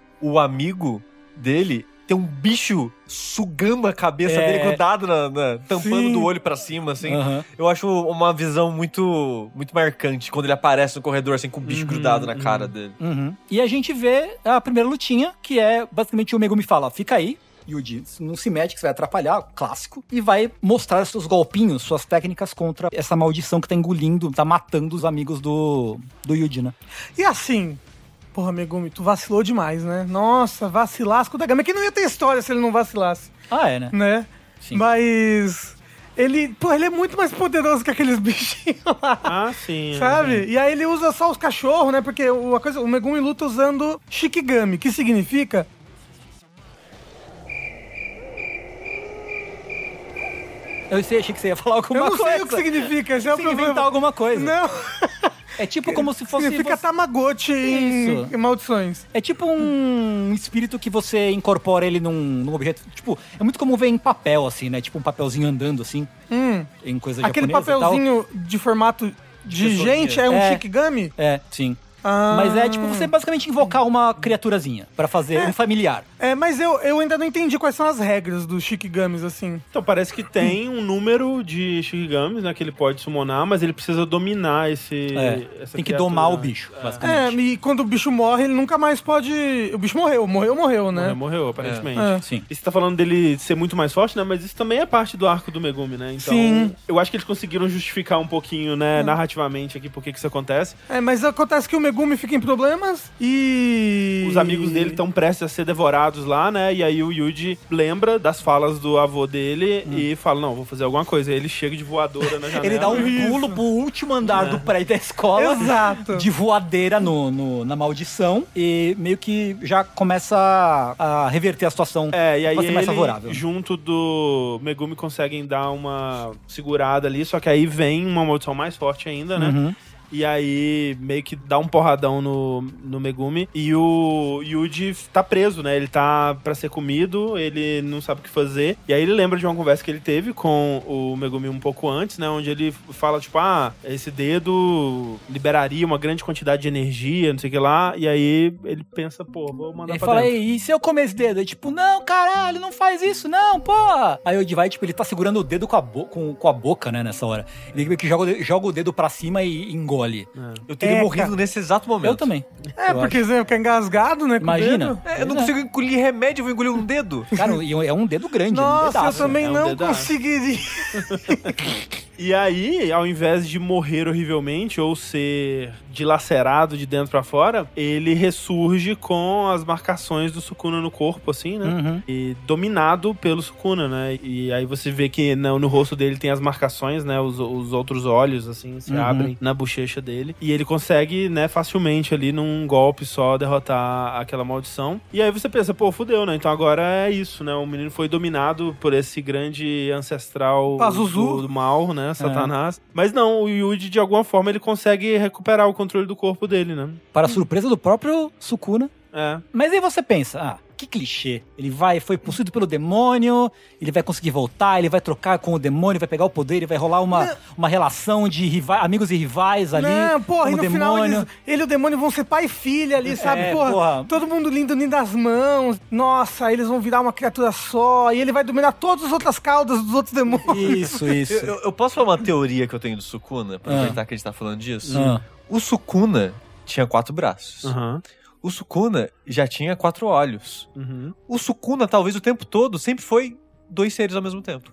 amigo dele tem um bicho sugando a cabeça dele grudado, tampando Sim. do olho pra cima, assim. Aham. Eu acho uma visão muito, muito marcante quando ele aparece no corredor, assim, com o bicho grudado na cara dele. E a gente vê a primeira lutinha, que é basicamente o Megumi fala, fica aí, Yuji, não se mete que você vai atrapalhar, clássico, e vai mostrar seus golpinhos, suas técnicas contra essa maldição que tá engolindo, tá matando os amigos do Yuji, né? E assim, porra, Megumi, tu vacilou demais, né? Nossa, vacilasco da gama. Que não ia ter história se ele não vacilasse, Ah, é, né? né? Sim. Mas ele é muito mais poderoso que aqueles bichinhos lá. Ah, sim. Sabe? E aí ele usa só os cachorros, né? Porque o Megumi luta usando Shikigami, que significa... Eu achei que você ia falar alguma Eu não coisa. sei o que significa, esse é o Você inventar problema. alguma coisa. Não, É tipo como se fosse... significa Tamagotchi Isso. em maldições. É tipo um espírito que você incorpora ele num objeto. Tipo, é muito comum ver em papel, assim, né? Tipo um papelzinho andando, assim, em coisa Aquele japonesa e tal. papelzinho de formato de pessoinha. gente é um Shikigami? É, sim. Mas é tipo você basicamente invocar uma criaturazinha pra fazer um familiar. Mas eu ainda não entendi quais são as regras dos Shikigamis, assim. Então parece que tem um número de Shikigamis, né, que ele pode summonar, mas ele precisa dominar essa Tem que criatura, domar o né? bicho, basicamente. E quando o bicho morre, ele nunca mais pode... O bicho morreu, né? Morreu, aparentemente. Sim. E você tá falando dele ser muito mais forte, né? Mas isso também é parte do arco do Megumi, né? Então, Sim. eu acho que eles conseguiram justificar um pouquinho, né, narrativamente aqui, por que isso acontece. Mas acontece que o Megumi fica em problemas e... Os amigos dele estão prestes a ser devorados lá, né? E aí o Yuji lembra das falas do avô dele e fala, não, vou fazer alguma coisa. Aí ele chega de voadora na janela. Ele dá um pulo pro último andar do prédio da escola. Exato. De voadeira na maldição. E meio que já começa a reverter a situação E aí pra ser mais ele, favorável. junto do Megumi, conseguem dar uma segurada ali, só que aí vem uma maldição mais forte ainda, né? E aí meio que dá um porradão no Megumi. E o Yuji tá preso, né? Ele tá pra ser comido, ele não sabe o que fazer. E aí ele lembra de uma conversa que ele teve com o Megumi um pouco antes, né? Onde ele fala, tipo, esse dedo liberaria uma grande quantidade de energia, não sei o que lá. E aí ele pensa, pô, vou mandar Ele pra fala, dentro. e se eu comer esse dedo? Aí, tipo, não, caralho, não faz isso, não, porra! Aí o Yuji vai, tipo, ele tá segurando o dedo com a boca, né, nessa hora. Ele meio que joga o dedo pra cima e engole. Eu teria morrido cara. nesse exato momento. Eu também. Porque você fica engasgado, né? com o Imagina. dedo. Eu não consigo engolir remédio, eu vou engolir um dedo. Cara, e é um dedo grande, um Nossa, eu pedaço. também um não dedaço. conseguiria. E aí, ao invés de morrer horrivelmente ou ser dilacerado de dentro pra fora, ele ressurge com as marcações do Sukuna no corpo, assim, né? E dominado pelo Sukuna, né? E aí você vê que no rosto dele tem as marcações, né? Os outros olhos, assim, se abrem na bochecha dele. E ele consegue, né, facilmente ali, num golpe só, derrotar aquela maldição. E aí você pensa, pô, fudeu, né? Então agora é isso, né? O menino foi dominado por esse grande ancestral Pazuzu. do mal, né? Satanás. Mas não, o Yuji, de alguma forma, ele consegue recuperar o controle do corpo dele, né? Para a surpresa do próprio Sukuna. É. Mas aí você pensa, que clichê. Ele foi possuído pelo demônio, ele vai conseguir voltar, ele vai trocar com o demônio, vai pegar o poder, ele vai rolar uma relação de amigos e rivais ali. Não, porra, com e o no final demônio. ele e o demônio vão ser pai e filha ali, sabe? porra. Todo mundo lindo das mãos. Nossa, eles vão virar uma criatura só. E ele vai dominar todas as outras caudas dos outros demônios. Isso. Eu posso falar uma teoria que eu tenho do Sukuna, pra aproveitar que a gente tá falando disso? Ah. O Sukuna tinha 4 braços. Aham. O Sukuna já tinha 4 olhos. Uhum. O Sukuna, talvez o tempo todo, sempre foi 2 seres ao mesmo tempo.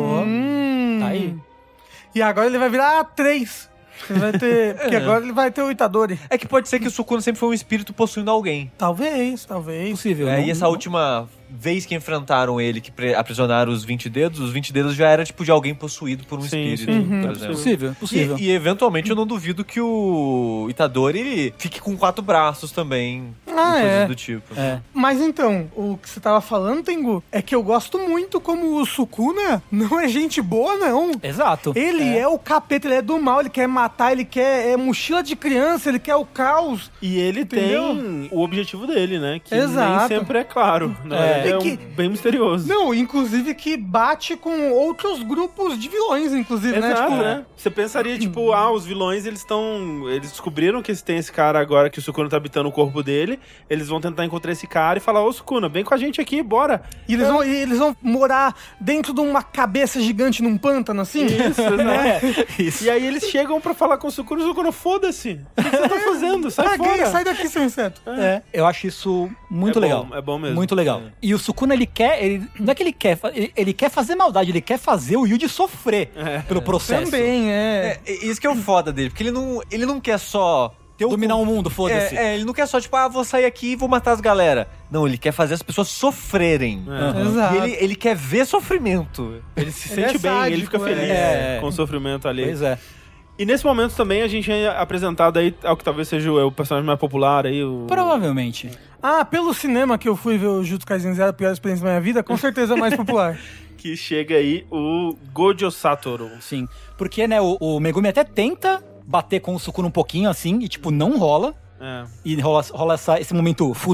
Tá aí. E agora ele vai virar 3. Ele vai ter... Porque agora ele vai ter o Itadori. É que pode ser que o Sukuna sempre foi um espírito possuindo alguém. Talvez. Possível. E essa última vez que enfrentaram ele, que aprisionaram os 20 dedos já era tipo de alguém possuído por um Sim, espírito, sim. por exemplo. Possível. E eventualmente eu não duvido que o Itadori fique com 4 braços também. Coisas do tipo. Mas então, o que você tava falando, Tengu, é que eu gosto muito como o Sukuna não é gente boa, não. Exato. Ele é o capeta, ele é do mal, ele quer matar, ele quer mochila de criança, ele quer o caos. E ele Entendeu? tem o objetivo dele, né? Que Exato. nem sempre é claro. Né? É bem misterioso. Não, inclusive que bate com outros grupos de vilões, inclusive, né? Exato, Tipo, né? Você pensaria, tipo, os vilões, eles descobriram que tem esse cara agora, que o Sukuna tá habitando o corpo dele, eles vão tentar encontrar esse cara e falar, ô Sukuna, vem com a gente aqui, bora. E eles vão morar dentro de uma cabeça gigante num pântano, assim? Isso, né? Isso. E aí eles chegam pra falar com o Sukuna, foda-se. O que você tá fazendo? Sai fora. Sai daqui, seu inseto. Eu acho isso muito É legal. bom, é bom mesmo. Muito legal. E o Sukuna, não é que ele quer, ele quer fazer maldade, ele quer fazer o Yuji sofrer pelo processo. Também, Isso que é o foda dele, porque ele não quer só ter Dominar o mundo, foda-se. ele não quer só, tipo, vou sair aqui e vou matar as galera. Não, ele quer fazer as pessoas sofrerem. Exato. E ele quer ver sofrimento. Ele se Ele sente é bem, sádico, ele fica feliz com o sofrimento ali. Pois é. E nesse momento também a gente é apresentado aí ao que talvez seja o personagem mais popular aí, Provavelmente. Pelo cinema que eu fui ver o Jujutsu Kaisen Zero, a pior experiência da minha vida, com certeza é mais popular. que chega aí o Gojo Satoru. Sim. Porque, né, o Megumi até tenta bater com o Sukuna um pouquinho, assim, e, tipo, não rola. E rola esse momento fudeu.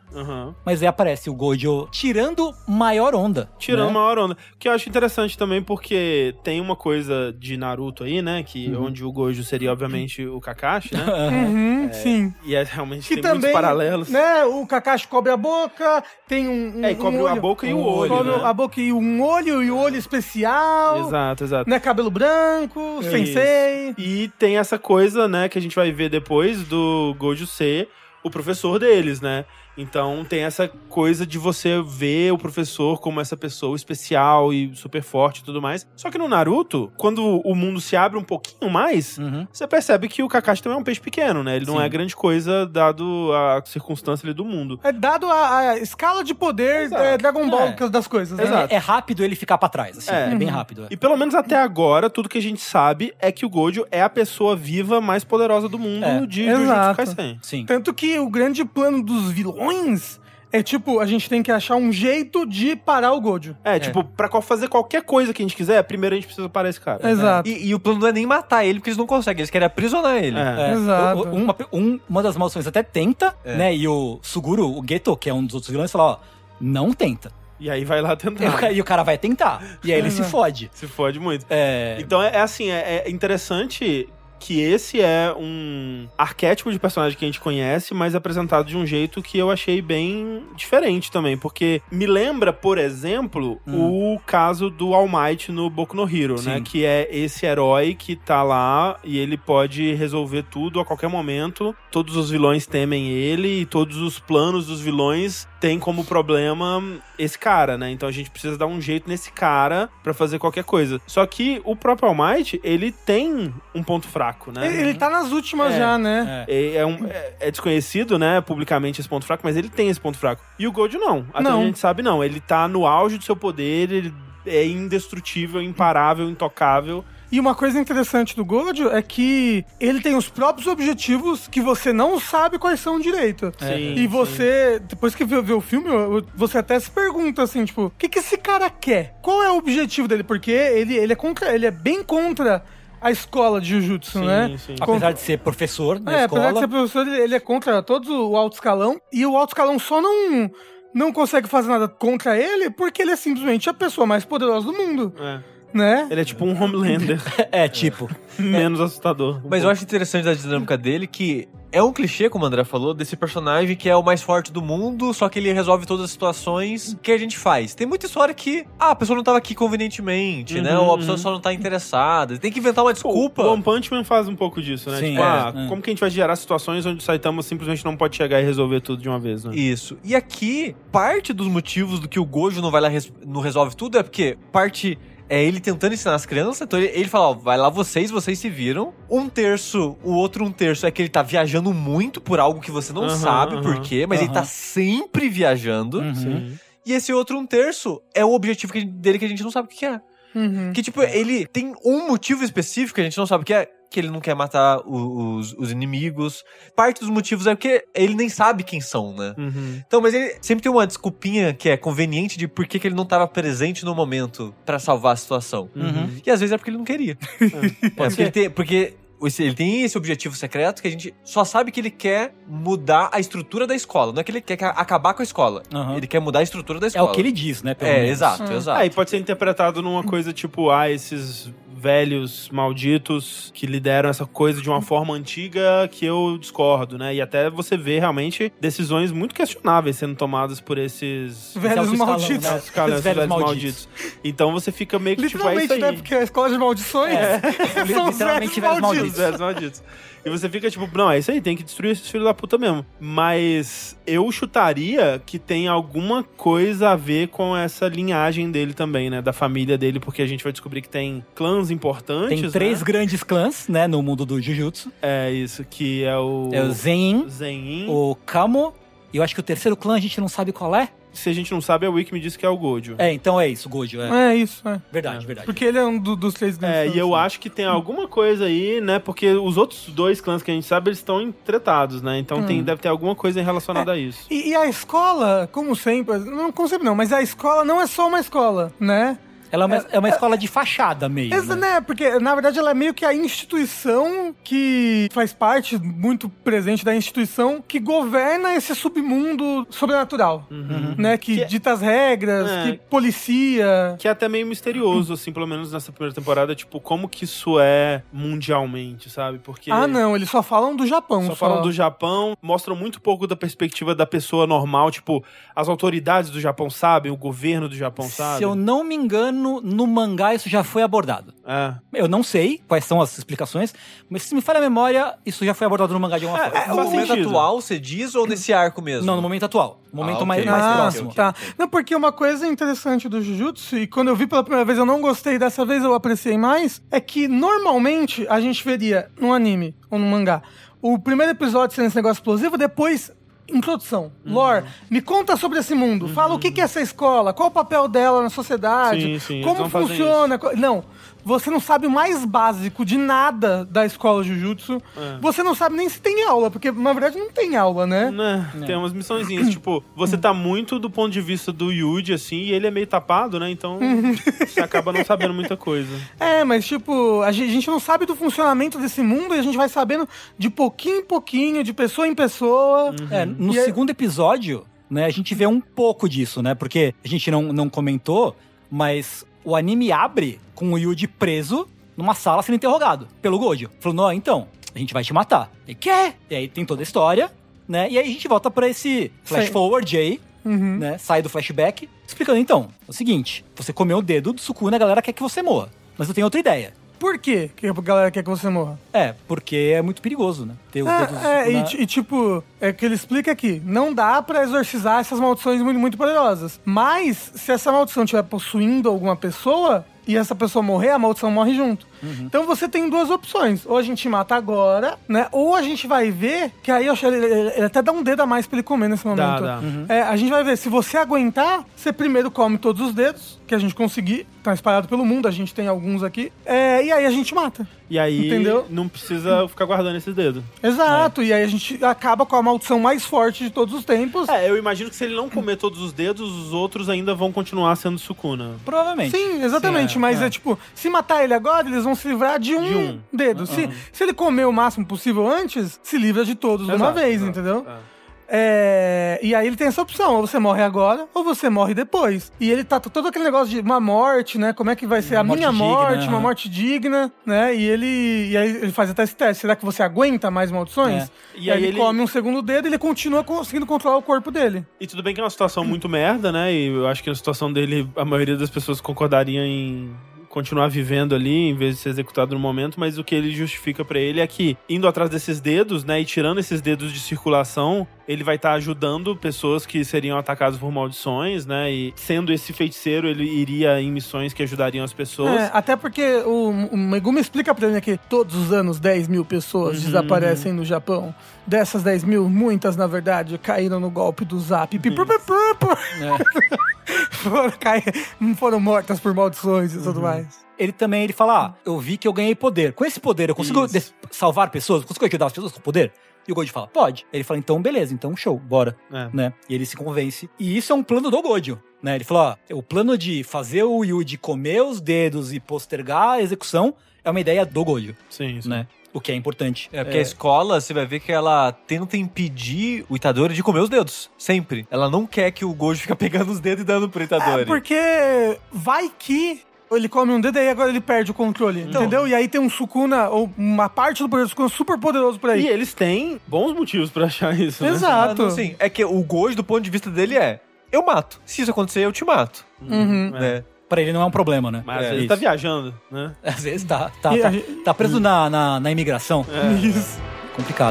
Aham. Mas aí aparece o Gojo tirando maior onda. Tirando né? maior onda. Que eu acho interessante também, porque tem uma coisa de Naruto aí, né? Que onde o Gojo seria, obviamente, o Kakashi, né? Sim. E é realmente Que tem também, muitos paralelos. né, o Kakashi cobre a boca, tem um É, e cobre um a olho, boca e o olho, cobre né? a boca e um olho especial. Exato, exato. Né, cabelo branco, sensei. E tem essa coisa, né, que a gente vai ver depois do Gojo ser o professor deles, né? Então tem essa coisa de você ver o professor como essa pessoa especial e super forte e tudo mais. Só que no Naruto, quando o mundo se abre um pouquinho mais, você percebe que o Kakashi também é um peixe pequeno, né? Ele não é grande coisa dado a circunstância ali do mundo. É dado a escala de poder Dragon Ball das coisas, né? Exato. É rápido ele ficar pra trás, assim. É bem rápido. E pelo menos até agora, tudo que a gente sabe é que o Gojo é a pessoa viva mais poderosa do mundo de Jujutsu Exato. Kaisen. Sim. Tanto que o grande plano dos vilões é tipo, a gente tem que achar um jeito de parar o Gojo. Tipo, pra fazer qualquer coisa que a gente quiser, primeiro a gente precisa parar esse cara. Exato. E o plano não é nem matar ele, porque eles não conseguem, eles querem aprisionar ele. Exato. Uma das maldições até tenta, né? E o Suguru, o Geto, que é um dos outros vilões, fala, ó, não tenta. E aí vai lá tentar. E o cara vai tentar. E aí ele se fode. Se fode muito. É... Então é assim, é interessante que esse é um arquétipo de personagem que a gente conhece, mas apresentado de um jeito que eu achei bem diferente também, porque me lembra, por exemplo, o caso do All Might no Boku no Hero, né? Que é esse herói que tá lá e ele pode resolver tudo a qualquer momento, todos os vilões temem ele e todos os planos dos vilões têm como problema esse cara, né? Então a gente precisa dar um jeito nesse cara pra fazer qualquer coisa. Só que o próprio All Might, ele tem um ponto fraco, né? Ele tá nas últimas já, né? É desconhecido, né, publicamente esse ponto fraco, mas ele tem esse ponto fraco. E o Gojo não. Até Não. a gente sabe não. Ele tá no auge do seu poder, ele é indestrutível, imparável, intocável. E uma coisa interessante do Gojo é que ele tem os próprios objetivos que você não sabe quais são direito. Sim, E você, depois que vê o filme, você até se pergunta assim, tipo, o que esse cara quer? Qual é o objetivo dele? Porque ele é bem contra a escola de Jujutsu, né? Sim. Apesar de ser professor na escola. Apesar de ser professor, ele é contra todo o alto escalão. E o alto escalão só não consegue fazer nada contra ele porque ele é simplesmente a pessoa mais poderosa do mundo. Né? Ele é tipo um Homelander. Tipo... Menos assustador. Mas eu acho interessante da dinâmica dele que é um clichê, como o André falou, desse personagem que é o mais forte do mundo, só que ele resolve todas as situações que a gente faz. Tem muita história que, a pessoa não tava aqui convenientemente, né? Ou a pessoa só não tá interessada. Tem que inventar uma desculpa. O One Punch Man faz um pouco disso, né? Sim, Tipo, como que a gente vai gerar situações onde o Saitama simplesmente não pode chegar e resolver tudo de uma vez, né? Isso. E aqui, parte dos motivos do que o Gojo não vai lá não resolve tudo é porque parte... É ele tentando ensinar as crianças, então ele fala, ó, vai lá vocês se viram. O outro um terço é que ele tá viajando muito por algo que você não sabe por quê, mas ele tá sempre viajando. E esse outro um terço é o objetivo dele que a gente não sabe o que é. Que, tipo, ele tem um motivo específico que a gente não sabe o que é, que ele não quer matar os inimigos. Parte dos motivos é porque ele nem sabe quem são, né? Então, mas ele sempre tem uma desculpinha que é conveniente de por que ele não estava presente no momento pra salvar a situação. E às vezes é porque ele não queria. Porque ele tem esse objetivo secreto que a gente só sabe que ele quer mudar a estrutura da escola. Não é que ele quer acabar com a escola. Ele quer mudar a estrutura da É escola. o que ele diz, né? Pelo menos. Exato. Aí pode ser interpretado numa coisa tipo, esses velhos malditos que lideram essa coisa de uma forma antiga que eu discordo, né? E até você vê realmente decisões muito questionáveis sendo tomadas por esses Velhos malditos. Né? esses velhos malditos. Então você fica meio que tipo, é isso Literalmente, aí. né? Porque a escola de maldições são os literalmente velhos velhos malditos. Os velhos malditos. E você fica tipo, não, é isso aí, tem que destruir esses filhos da puta mesmo. Mas eu chutaria que tem alguma coisa a ver com essa linhagem dele também, né? Da família dele, porque a gente vai descobrir que tem clãs importantes, Tem 3 né? grandes clãs, né? No mundo do Jujutsu. É isso, que é o... É o Zenin, Zenin. o Kamo, e eu acho que o terceiro clã a gente não sabe qual é. Se a gente não sabe, a Wiki me disse que é o Gojo. Então é isso, Gojo. É isso, é. Verdade. Porque ele é um dos 3 grandes. E eu acho que tem alguma coisa aí, né? Porque os outros 2 clãs que a gente sabe, eles estão entretados, né? Então deve ter alguma coisa relacionada a isso. E a escola, como sempre, não, mas a escola não é só uma escola, né? Ela é uma escola de fachada meio, Essa, né? né? Porque, na verdade, ela é meio que a instituição que faz parte, muito presente da instituição, que governa esse submundo sobrenatural, né? Que dita as regras, É. que policia... Que é até meio misterioso, assim, pelo menos nessa primeira temporada, tipo, como que isso é mundialmente, sabe? Porque Ah, não, eles só falam do Japão. só falam do Japão, mostram muito pouco da perspectiva da pessoa normal, tipo, as autoridades do Japão sabem, o governo do Japão sabe. Se eu não me engano, no mangá isso já foi abordado. É. Eu não sei quais são as explicações, mas se me falha a memória, isso já foi abordado no mangá de alguma forma. No faz momento sentido. atual, você diz, ou nesse arco mesmo? Não, no momento atual. No momento ok. mais Ah, próximo. tá. Não, porque uma coisa interessante do Jujutsu, e quando eu vi pela primeira vez eu não gostei, dessa vez eu apreciei mais, é que normalmente a gente veria num anime ou num mangá o primeiro episódio sendo esse negócio explosivo, depois introdução, lore, me conta sobre esse mundo, fala o que é essa escola, qual o papel dela na sociedade, Sim, sim, eles como não fazem funciona. Não, você não sabe o mais básico de nada da escola Jujutsu, você não sabe nem se tem aula, porque na verdade não tem aula, né? Né? Tem umas missõezinhas, tipo, você tá muito do ponto de vista do Yuji, assim, e ele é meio tapado, né? Então, você acaba não sabendo muita coisa. É, mas tipo, a gente não sabe do funcionamento desse mundo e a gente vai sabendo de pouquinho em pouquinho, de pessoa em pessoa. É, no E aí- segundo episódio, né, a gente vê um pouco disso, né? Porque a gente não comentou, mas o anime abre com o Yuji preso numa sala sendo interrogado pelo Gojo. Falando, ó, então, a gente vai te matar. E quer? E aí tem toda a história, né? E aí a gente volta pra esse flash Sim. forward aí, né? Sai do flashback, explicando, então, é o seguinte, você comeu o dedo do Sukuna, a galera quer que você morra. Mas eu tenho outra ideia. Por quê que a galera quer que você morra? É, porque é muito perigoso, né? Ter o dedo do Sukuna... E tipo, é que ele explica aqui, não dá pra exorcizar essas maldições muito, muito poderosas. Mas, se essa maldição estiver possuindo alguma pessoa e essa pessoa morrer, a maldição morre junto. Então você tem duas opções. Ou a gente mata agora, né? Ou a gente vai ver, que aí eu acho que ele até dá um dedo a mais pra ele comer nesse momento. Dá. A gente vai ver, se você aguentar, você primeiro come todos os dedos, que a gente conseguir, tá espalhado pelo mundo, a gente tem alguns aqui, e aí a gente mata. E aí, Entendeu? não precisa ficar guardando esses dedos. Exato, e aí a gente acaba com a maldição mais forte de todos os tempos. É, eu imagino que se ele não comer todos os dedos, os outros ainda vão continuar sendo Sukuna. Provavelmente. Sim, exatamente, mas é tipo, se matar ele agora, eles vão se livrar de um dedo. Se ele comer o máximo possível antes, se livra de todos de uma Exato, vez, exato, entendeu? é. E aí ele tem essa opção, ou você morre agora, ou você morre depois. E ele tá todo aquele negócio de uma morte, né? Como é que vai ser a Morte minha digna, morte, uma aham. morte digna, né? E aí ele faz até esse teste. Será que você aguenta mais maldições? É. E aí ele come um segundo dedo e ele continua conseguindo controlar o corpo dele. E tudo bem que é uma situação muito merda, né? E eu acho que na situação dele, a maioria das pessoas concordaria em continuar vivendo ali, em vez de ser executado no momento, mas o que ele justifica pra ele é que, indo atrás desses dedos, né, e tirando esses dedos de circulação, ele vai estar ajudando pessoas que seriam atacadas por maldições, né, e sendo esse feiticeiro, ele iria em missões que ajudariam as pessoas. Até porque o Megumi explica pra ele que todos os anos 10 mil pessoas desaparecem no Japão. Dessas 10 mil, muitas, na verdade, caíram no golpe do Zap. Foram mortas por maldições e tudo mais. Ele fala, eu vi que eu ganhei poder. Com esse poder, eu consigo salvar pessoas? Eu consigo ajudar as pessoas com poder? E o Gojo fala, pode. Ele fala, então beleza, então show, bora. Né? E ele se convence. E isso é um plano do Gojo, né? Ele falou, o plano de fazer o Yuji comer os dedos e postergar a execução é uma ideia do Gojo. Sim. Né? O que é importante. Porque a escola, você vai ver que ela tenta impedir o Itadori de comer os dedos. Sempre. Ela não quer que o Gojo fique pegando os dedos e dando pro Itadori. Porque vai que ele come um dedo e aí agora ele perde o controle, entendeu? E aí tem um Sukuna, ou uma parte do poder do Sukuna super poderoso por aí. E eles têm bons motivos pra achar isso, né? Exato. Assim, é que o Gojo, do ponto de vista dele, eu mato. Se isso acontecer, eu te mato. Né? Pra ele não é um problema, né? Mas ele isso. tá viajando, né? Às vezes tá E tá preso na imigração. Isso. Complicado.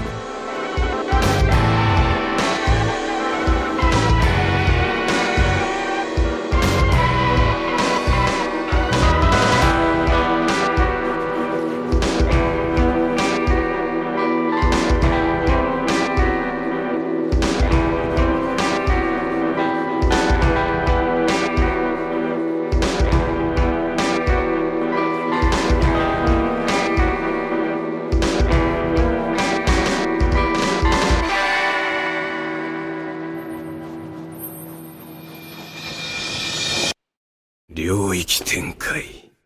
領域展開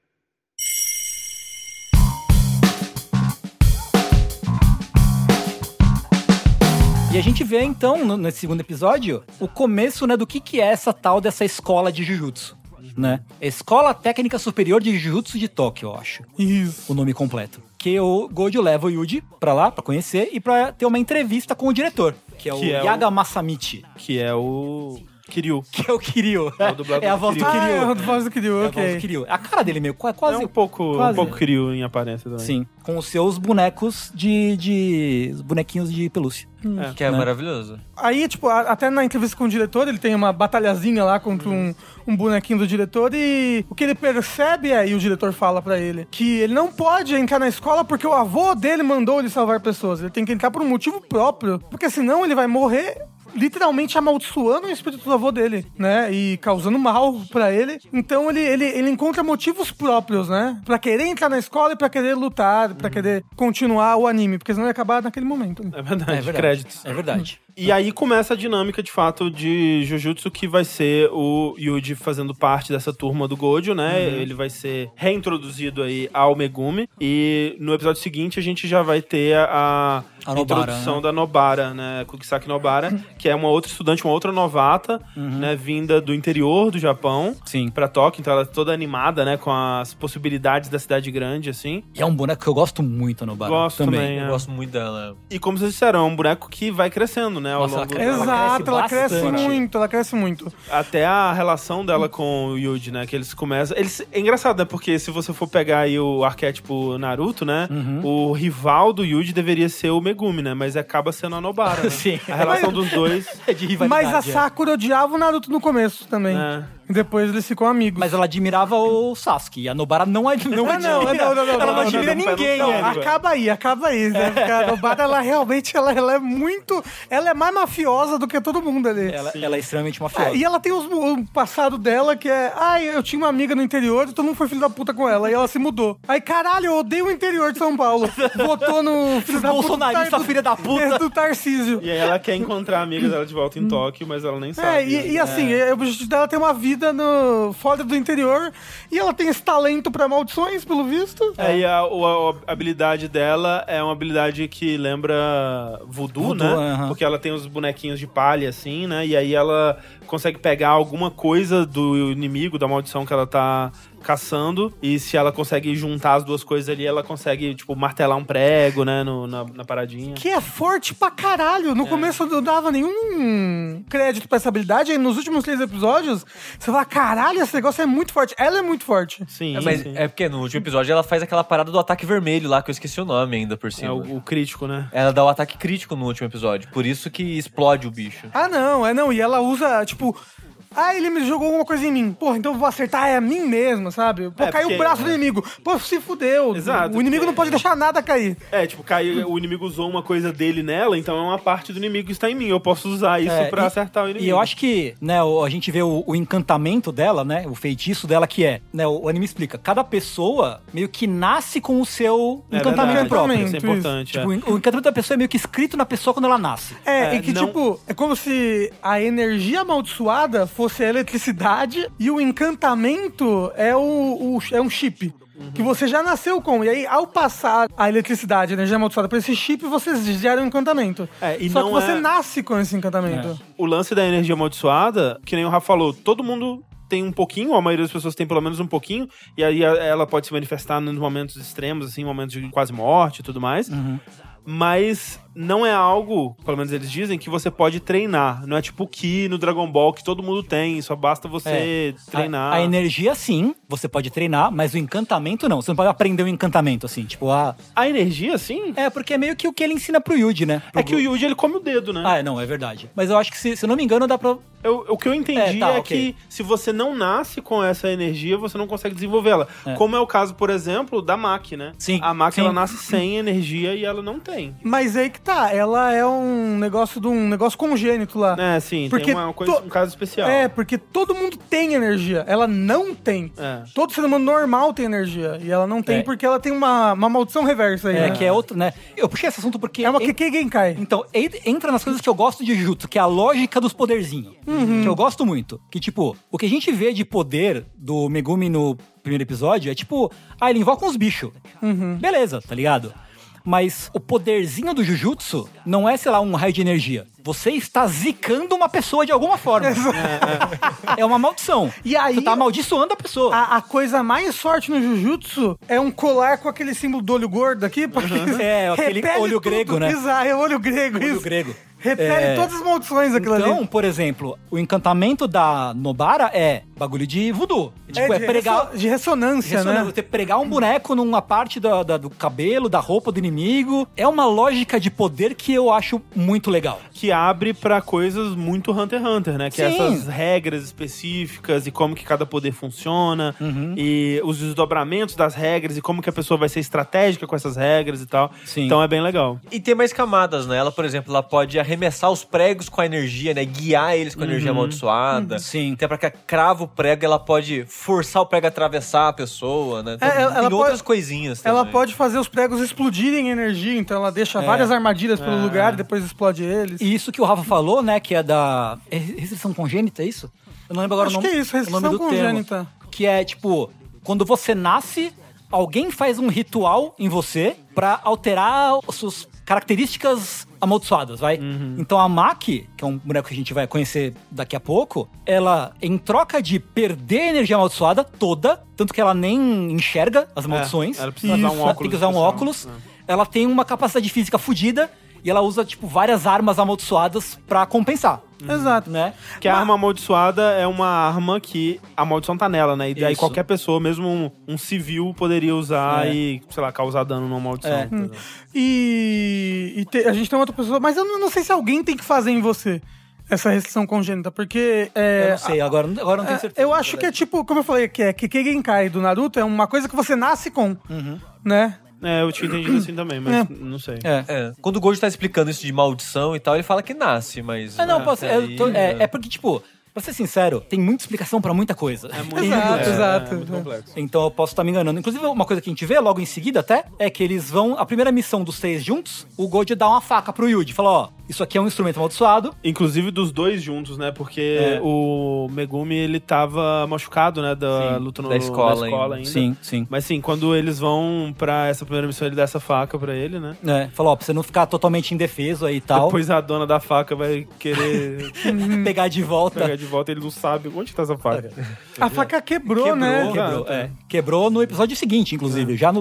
E a gente vê, então, nesse segundo episódio, o começo, né, do que é essa tal dessa escola de Jujutsu, né? Escola Técnica Superior de Jujutsu de Tóquio, eu acho. Isso. O nome completo. Que o Gojo leva o Yuji pra lá, pra conhecer, e pra ter uma entrevista com o diretor, que é o Yaga Masamichi. Que é o Kiryu. Que é o Kiryu. É o dublador É a voz do Kiryu. Kiryu. É a voz do Kiryu, É a ok. voz do Kiryu. A cara dele meio quase... É um pouco Kiryu em aparência também. Sim, com os seus bonecos os bonequinhos de pelúcia. Que é né? maravilhoso. Aí, tipo, até na entrevista com o diretor, ele tem uma batalhazinha lá contra um bonequinho do diretor e o que ele percebe e o diretor fala pra ele, que ele não pode entrar na escola porque o avô dele mandou ele salvar pessoas. Ele tem que entrar por um motivo próprio, porque senão ele vai morrer literalmente amaldiçoando o espírito do avô dele, né? E causando mal pra ele. Então ele encontra motivos próprios, né? Pra querer entrar na escola e pra querer lutar, pra querer continuar o anime, porque senão ia acabar naquele momento. É verdade, créditos. É verdade. E aí começa a dinâmica, de fato, de Jujutsu, que vai ser o Yuji fazendo parte dessa turma do Gojo, né? Ele vai ser reintroduzido aí ao Megumi. E no episódio seguinte a gente já vai ter a Nobara, introdução né? da Nobara, né? Kugisaki Nobara, que é uma outra estudante, uma outra novata, né? Vinda do interior do Japão. Sim. Pra Tóquio. Então ela é toda animada, né? Com as possibilidades da cidade grande, assim. E é um boneco que eu gosto muito, Nobara. Gosto também, Eu gosto muito dela. E como vocês disseram, é um boneco que vai crescendo, né? Ao Nossa, longo Exato, ela cresce bastante. muito, ela cresce muito. Até a relação dela com o Yuji, né? Que eles começam... É engraçado, né? Porque se você for pegar aí o arquétipo Naruto, né? O rival do Yuji deveria ser o Megumi, né? Mas acaba sendo a Nobara, né? Sim. A relação dos dois... É de rivalidade. Mas a Sakura odiava o Naruto no começo também. É. E depois eles ficam amigos. Mas ela admirava o Sasuke. E a Nobara não admira. Não, Ela não admira não, ninguém, não, né? Acaba aí, né? Porque a Nobara, ela realmente, ela é muito... Ela é mais mafiosa do que todo mundo ali. Ela é extremamente mafiosa. E ela tem o passado dela que é... eu tinha uma amiga no interior e todo mundo foi filho da puta com ela. E ela se mudou. Aí, caralho, eu odeio o interior de São Paulo. Votou no filho da puta... Bolsonarista, filha da puta. Do Tarcísio. E aí ela quer encontrar a amiga dela de volta em Tóquio, mas ela nem sabe. E assim, o objetivo dela é ter uma vida fora do interior. E ela tem esse talento pra maldições, pelo visto. E a habilidade dela é uma habilidade que lembra voodoo, né? Porque ela tem os bonequinhos de palha, assim, né? E aí ela consegue pegar alguma coisa do inimigo, da maldição que ela tá caçando, e se ela consegue juntar as duas coisas ali, ela consegue, tipo, martelar um prego, né, na paradinha. Que é forte pra caralho. No começo eu não dava nenhum crédito pra essa habilidade, aí nos últimos 3 episódios, você fala, caralho, esse negócio é muito forte. Ela é muito forte. Sim, Mas sim. é porque no último episódio ela faz aquela parada do ataque vermelho lá, que eu esqueci o nome ainda por É cima. o crítico, né? Ela dá o ataque crítico no último episódio, por isso que explode o bicho. Não. E ela usa, tipo... ele me jogou alguma coisa em mim. Porra, então eu vou acertar a mim mesma, sabe? Pô, caiu o braço do inimigo. Pô, se fudeu. Exato. O inimigo não pode deixar nada cair. Tipo, o inimigo usou uma coisa dele nela, então é uma parte do inimigo que está em mim. Eu posso usar isso pra acertar o inimigo. E eu acho que, né, a gente vê o encantamento dela, né, o feitiço dela que é, né, o anime explica, cada pessoa meio que nasce com o seu encantamento verdade, próprio. Isso é importante. Tipo, o encantamento da pessoa é meio que escrito na pessoa quando ela nasce. Tipo, é como se a energia amaldiçoada fosse a eletricidade e o encantamento é um chip. Que você já nasceu com. E aí, ao passar a eletricidade, a energia amaldiçoada pra esse chip, você gera um encantamento. Só que você nasce com esse encantamento. O lance da energia amaldiçoada, que nem o Rafa falou, todo mundo tem um pouquinho, a maioria das pessoas tem pelo menos um pouquinho, e aí ela pode se manifestar nos momentos extremos, assim, momentos de quase morte e tudo mais. Mas não é algo, pelo menos eles dizem, que você pode treinar. Não é tipo o Ki no Dragon Ball, que todo mundo tem, só basta você treinar. A energia, sim, você pode treinar, mas o encantamento, não. Você não pode aprender o encantamento, assim, tipo, A energia, sim? porque é meio que o que ele ensina pro Yuji, né? É que o Yuji, ele come o dedo, né? Não, é verdade. Mas eu acho que, se eu não me engano, dá pra... O que eu entendi que se você não nasce com essa energia, você não consegue desenvolvê-la. Como é o caso, por exemplo, da Maki, né? Sim. A Maki, sim. ela nasce sem energia e ela não tem. Mas aí que que tá, ela é um negócio congênito lá. É, sim, Porque tem uma coisa, um caso especial. É, porque todo mundo tem energia. Ela não tem. É. Todo ser humano normal tem energia. E ela não tem É. porque ela tem uma maldição reversa aí, né? Que é outra, né? Eu puxei esse assunto porque... É uma Kekkei Genkai. Então, entra nas coisas que eu gosto de Jujutsu, que é a lógica dos poderzinhos. Que eu gosto muito. Que, tipo, o que a gente vê de poder do Megumi no primeiro episódio é, tipo... ele invoca uns bichos. Beleza, tá ligado? Mas o poderzinho do Jujutsu não é, sei lá, um raio de energia. Você está zicando uma pessoa de alguma forma. É uma maldição. E aí- Você tá amaldiçoando a pessoa. A coisa mais forte no Jujutsu é um colar com aquele símbolo do olho gordo aqui. Porque É, aquele repele olho tudo. grego, né? Exato, é o olho grego. Olho isso. grego. Repele todas as maldições aquilo Então, ali. por exemplo, o encantamento da Nobara é bagulho de voodoo. Tipo, é pregar... de ressonância, né? Você pregar um boneco numa parte do cabelo, da roupa do inimigo. É uma lógica de poder que eu acho muito legal. Que abre pra coisas muito Hunter x Hunter, né? Que é Sim. essas regras específicas e como que cada poder funciona. E os desdobramentos das regras e como que a pessoa vai ser estratégica com essas regras e tal. Sim. Então é bem legal. E tem mais camadas, né? Ela, por exemplo, ela pode arremessar os pregos com a energia, né? Guiar eles com a energia amaldiçoada. Sim. Até pra que crava o prego, ela pode forçar o prego a atravessar a pessoa, né? Então, ela tem pode- outras coisinhas também. Ela pode fazer os pregos explodirem em energia, então ela deixa várias armadilhas pelo lugar e depois explode eles. E isso que o Rafa falou, né, que é da restrição congênita, é isso? Eu não lembro agora Acho o nome. que é isso, o nome restrição do congênita. termo. Que é, tipo, quando você nasce, alguém faz um ritual em você pra alterar as suas características amaldiçoadas, vai? Então a Maki, que é um boneco que a gente vai conhecer daqui a pouco, ela, em troca de perder a energia amaldiçoada toda, tanto que ela nem enxerga as maldições, ela precisa usar um ela óculos tem que usar um especial. óculos, ela tem uma capacidade física fodida e ela usa, tipo, várias armas amaldiçoadas pra compensar, Exato. né? Que a arma amaldiçoada é uma arma que a maldição tá nela, né? E daí Isso. qualquer pessoa, mesmo um civil, poderia usar É. e, sei lá, causar dano numa maldição. É. entendeu? A gente tem outra pessoa, mas eu não sei se alguém tem que fazer em você essa restrição congênita, porque... Eu não sei, agora não tenho certeza. Eu acho que é tipo, como eu falei, que é Kekkei Genkai do Naruto, é uma coisa que você nasce com, né? É, eu tinha entendido assim também, mas não sei. É. Quando o Gojo tá explicando isso de maldição e tal, ele fala que nasce, mas... Não, posso, até aí, é porque, tipo, pra ser sincero, tem muita explicação pra muita coisa. Exato. É muito complexo. Então eu posso estar me enganando. Inclusive, uma coisa que a gente vê logo em seguida até, é que eles vão... A primeira missão dos 3 juntos, o Gojo dá uma faca pro Yuji. Fala, ó, isso aqui é um instrumento amaldiçoado. Inclusive dos dois juntos, né? Porque o Megumi, ele tava machucado, né? Da luta da escola ainda. Sim. Mas sim, quando eles vão pra essa primeira missão, ele dá essa faca pra ele, né? Falou, ó, pra você não ficar totalmente indefeso aí e tal. Depois a dona da faca vai querer Pegar de volta. pegar de volta, ele não sabe onde tá essa faca. A faca quebrou, né? Quebrou no episódio seguinte, inclusive. Já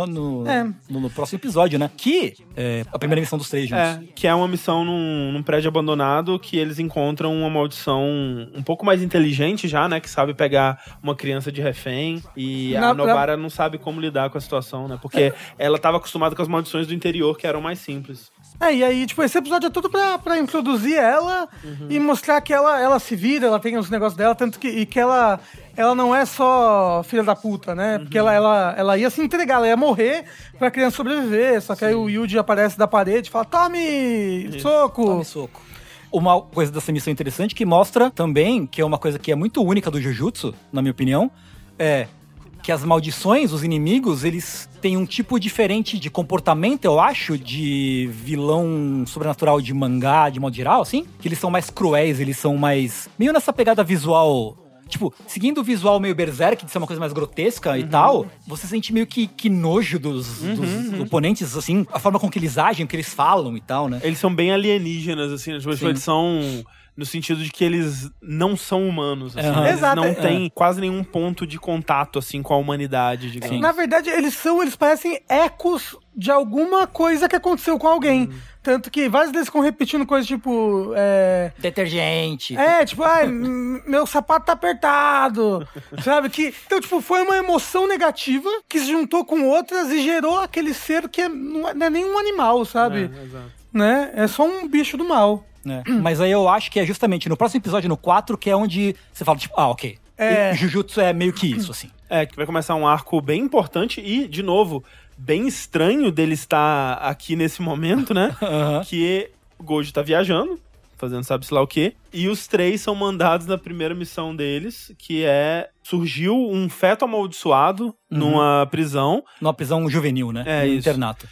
no próximo episódio, né? Que é a primeira missão dos 3 juntos. Que é uma missão num prédio abandonado que eles encontram uma maldição um pouco mais inteligente já, né? Que sabe pegar uma criança de refém e a Nobara não sabe como lidar com a situação, né? Porque ela tava acostumada com as maldições do interior, que eram mais simples. E aí, tipo, esse episódio é tudo pra introduzir ela e mostrar que ela se vira, ela tem os negócios dela, tanto que ela não é só filha da puta, né? Porque ela ia se entregar, ela ia morrer pra criança sobreviver, só que aí o Yuji aparece da parede e fala, tome soco! Tome soco. Uma coisa dessa missão interessante que mostra também, que é uma coisa que é muito única do Jujutsu, na minha opinião, é que as maldições, os inimigos, eles têm um tipo diferente de comportamento, eu acho, de vilão sobrenatural de mangá, de modo geral, assim. Que eles são mais cruéis, eles são mais... meio nessa pegada visual... Tipo, seguindo o visual meio berserk, de ser uma coisa mais grotesca e tal, você sente meio que nojo dos oponentes, assim, a forma com que eles agem, o que eles falam e tal, né? Eles são bem alienígenas, assim, né? Tipo, eles são... no sentido de que eles não são humanos, assim. Eles Exato, não têm quase nenhum ponto de contato, assim, com a humanidade, digamos. Na verdade, eles parecem ecos de alguma coisa que aconteceu com alguém. Tanto que vários deles ficam repetindo coisas tipo... Detergente. Tipo, meu sapato tá apertado, sabe? Então, tipo, foi uma emoção negativa que se juntou com outras e gerou aquele ser que não é nenhum animal, sabe? Exato. Né? É só um bicho do mal. Mas aí eu acho que é justamente no próximo episódio, no 4, que é onde você fala, tipo, ok. E Jujutsu é meio que isso, assim. Que vai começar um arco bem importante e, de novo, bem estranho dele estar aqui nesse momento, né? Que o Gojo tá viajando, fazendo sabe-se lá o quê. E os 3 são mandados na primeira missão deles, que surgiu um feto amaldiçoado numa prisão. Numa prisão juvenil, né? É, no isso. internato.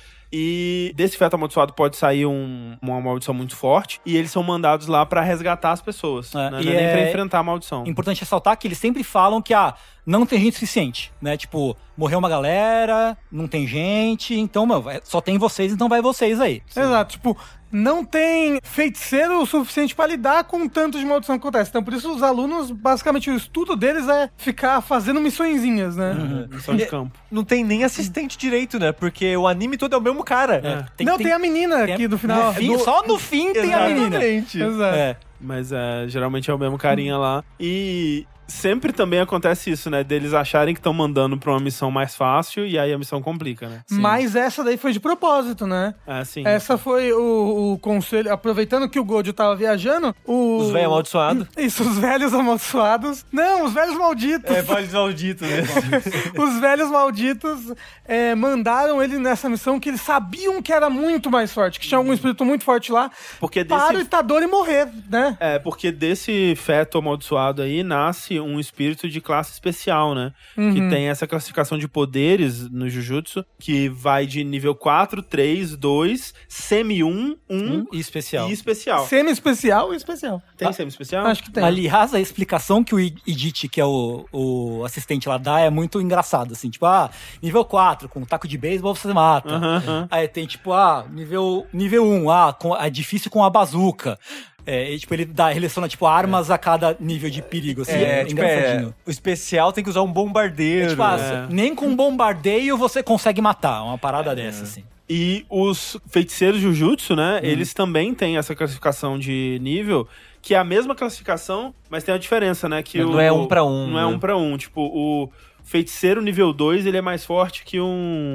E desse feto amaldiçoado pode sair uma maldição muito forte. E eles são mandados lá pra resgatar as pessoas. Né? Não é nem pra enfrentar a maldição. Importante ressaltar que eles sempre falam que não tem gente suficiente, né? Tipo, morreu uma galera, não tem gente, então, só tem vocês, então vai vocês aí. Exato, tipo, não tem feiticeiro o suficiente pra lidar com o tanto de maldição que acontece. Então, por isso, os alunos, basicamente, o estudo deles é ficar fazendo missõezinhas, né? Missão de campo. Não tem nem assistente direito, né? Porque o anime todo é o mesmo cara. Tem a menina aqui do final. Só no fim tem a menina. Exatamente. Exato. Mas geralmente é o mesmo carinha lá. E sempre também acontece isso, né? Deles acharem que estão mandando pra uma missão mais fácil e aí a missão complica, né? Mas essa daí foi de propósito, né? Sim. Essa foi o conselho, aproveitando que o Gojo tava viajando, Os velhos amaldiçoados. Isso, os velhos amaldiçoados. Não, os velhos malditos. Velhos malditos, né? Os velhos malditos mandaram ele nessa missão que eles sabiam que era muito mais forte, que tinha algum espírito muito forte lá, Porque para o Itadori morrer, né? porque desse feto amaldiçoado aí nasce um espírito de classe especial, né? Que tem essa classificação de poderes no Jujutsu, que vai de nível 4, 3, 2, semi-1, 1 E especial. e especial. Semi-especial e especial. Tem semi-especial? Acho que tem. Aliás, a explicação que o Idichi, que é o assistente lá, dá é muito engraçado, assim. Tipo, nível 4, com taco de beisebol você mata. Aí tem, tipo, nível 1, é difícil com a bazuca. E, tipo, ele releciona, tipo, armas a cada nível de perigo, assim. Engraçadinho. O especial tem que usar um bombardeiro. Tipo, nem com bombardeio você consegue matar. Uma parada dessa, assim. E os feiticeiros Jujutsu, né? Eles também têm essa classificação de nível, que é a mesma classificação, mas tem a diferença, né? Que não é 1 pra 1. Não é 1 pra 1. Tipo, o feiticeiro nível 2, ele é mais forte que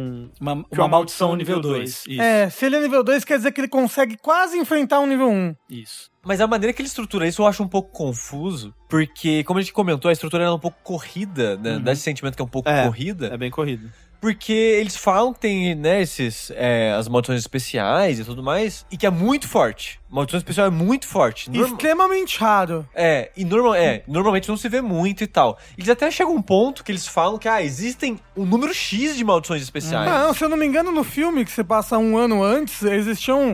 uma maldição nível 2. Isso. Se ele é nível 2, quer dizer que ele consegue quase enfrentar um nível 1. Isso. Mas a maneira que ele estrutura isso eu acho um pouco confuso, porque, como a gente comentou, a estrutura era um pouco corrida, né? Dá esse sentimento que é um pouco corrida. É bem corrido. Porque eles falam que tem, né, as maldições especiais e tudo mais, e que é muito forte. Maldição especial é muito forte. Extremamente raro. Normalmente não se vê muito e tal. Eles até chegam a um ponto que eles falam que, existem um número X de maldições especiais. Não, se eu não me engano, no filme que você passa um ano antes, existiam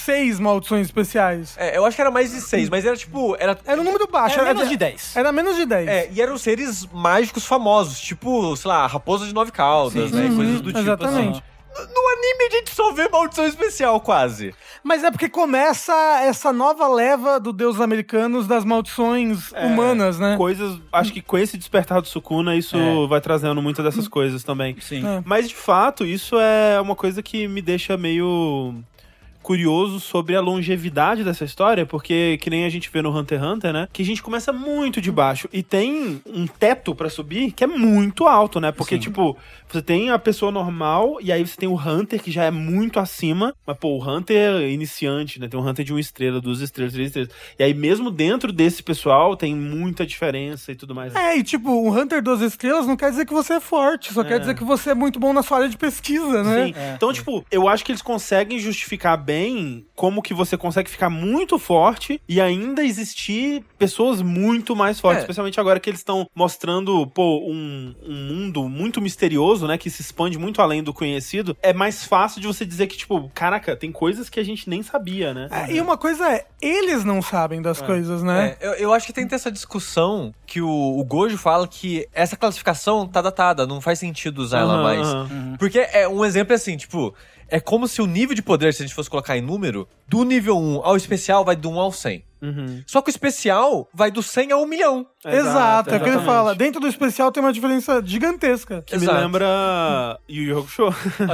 6 maldições especiais. Eu acho que era mais de 6, mas era tipo... Era um número baixo. Era menos de 10. Era menos de 10. E eram seres mágicos famosos, tipo, sei lá, Raposa de 9 Caudas, né? Coisas do tipo. Exatamente. Assim. No anime a gente só vê maldição especial, quase. Mas é porque começa essa nova leva do Deus Americanos das maldições humanas, né? Acho que com esse despertar do Sukuna, isso vai trazendo muitas dessas coisas também. Sim. Mas, de fato, isso é uma coisa que me deixa meio curioso sobre a longevidade dessa história, porque que nem a gente vê no Hunter x Hunter, né? Que a gente começa muito de baixo e tem um teto pra subir que é muito alto, né? Porque, tipo, você tem a pessoa normal e aí você tem o Hunter que já é muito acima, mas, o Hunter iniciante, né? Tem um Hunter de 1 estrela, 2 estrelas, 3 estrelas. E aí, mesmo dentro desse pessoal, tem muita diferença e tudo mais. E tipo, o Hunter 2 estrelas não quer dizer que você é forte, só quer dizer que você é muito bom na sua área de pesquisa, né? Sim. Então, tipo, eu acho que eles conseguem justificar bem como que você consegue ficar muito forte e ainda existir pessoas muito mais fortes, especialmente agora que eles estão mostrando, um mundo muito misterioso, né, que se expande muito além do conhecido. É mais fácil de você dizer que, tipo, caraca, tem coisas que a gente nem sabia, né? E uma coisa eles não sabem das coisas, né? Eu acho que tem que ter essa discussão que o Gojo fala que essa classificação tá datada, não faz sentido usar ela mais. Porque um exemplo assim, tipo... É como se o nível de poder, se a gente fosse colocar em número, do nível 1 ao especial vai do 1 ao 100. Só que o especial vai do 100 ao 1 milhão. Exato, é o que ele fala. Dentro do especial tem uma diferença gigantesca. Que me lembra Yu Yu Hakusho.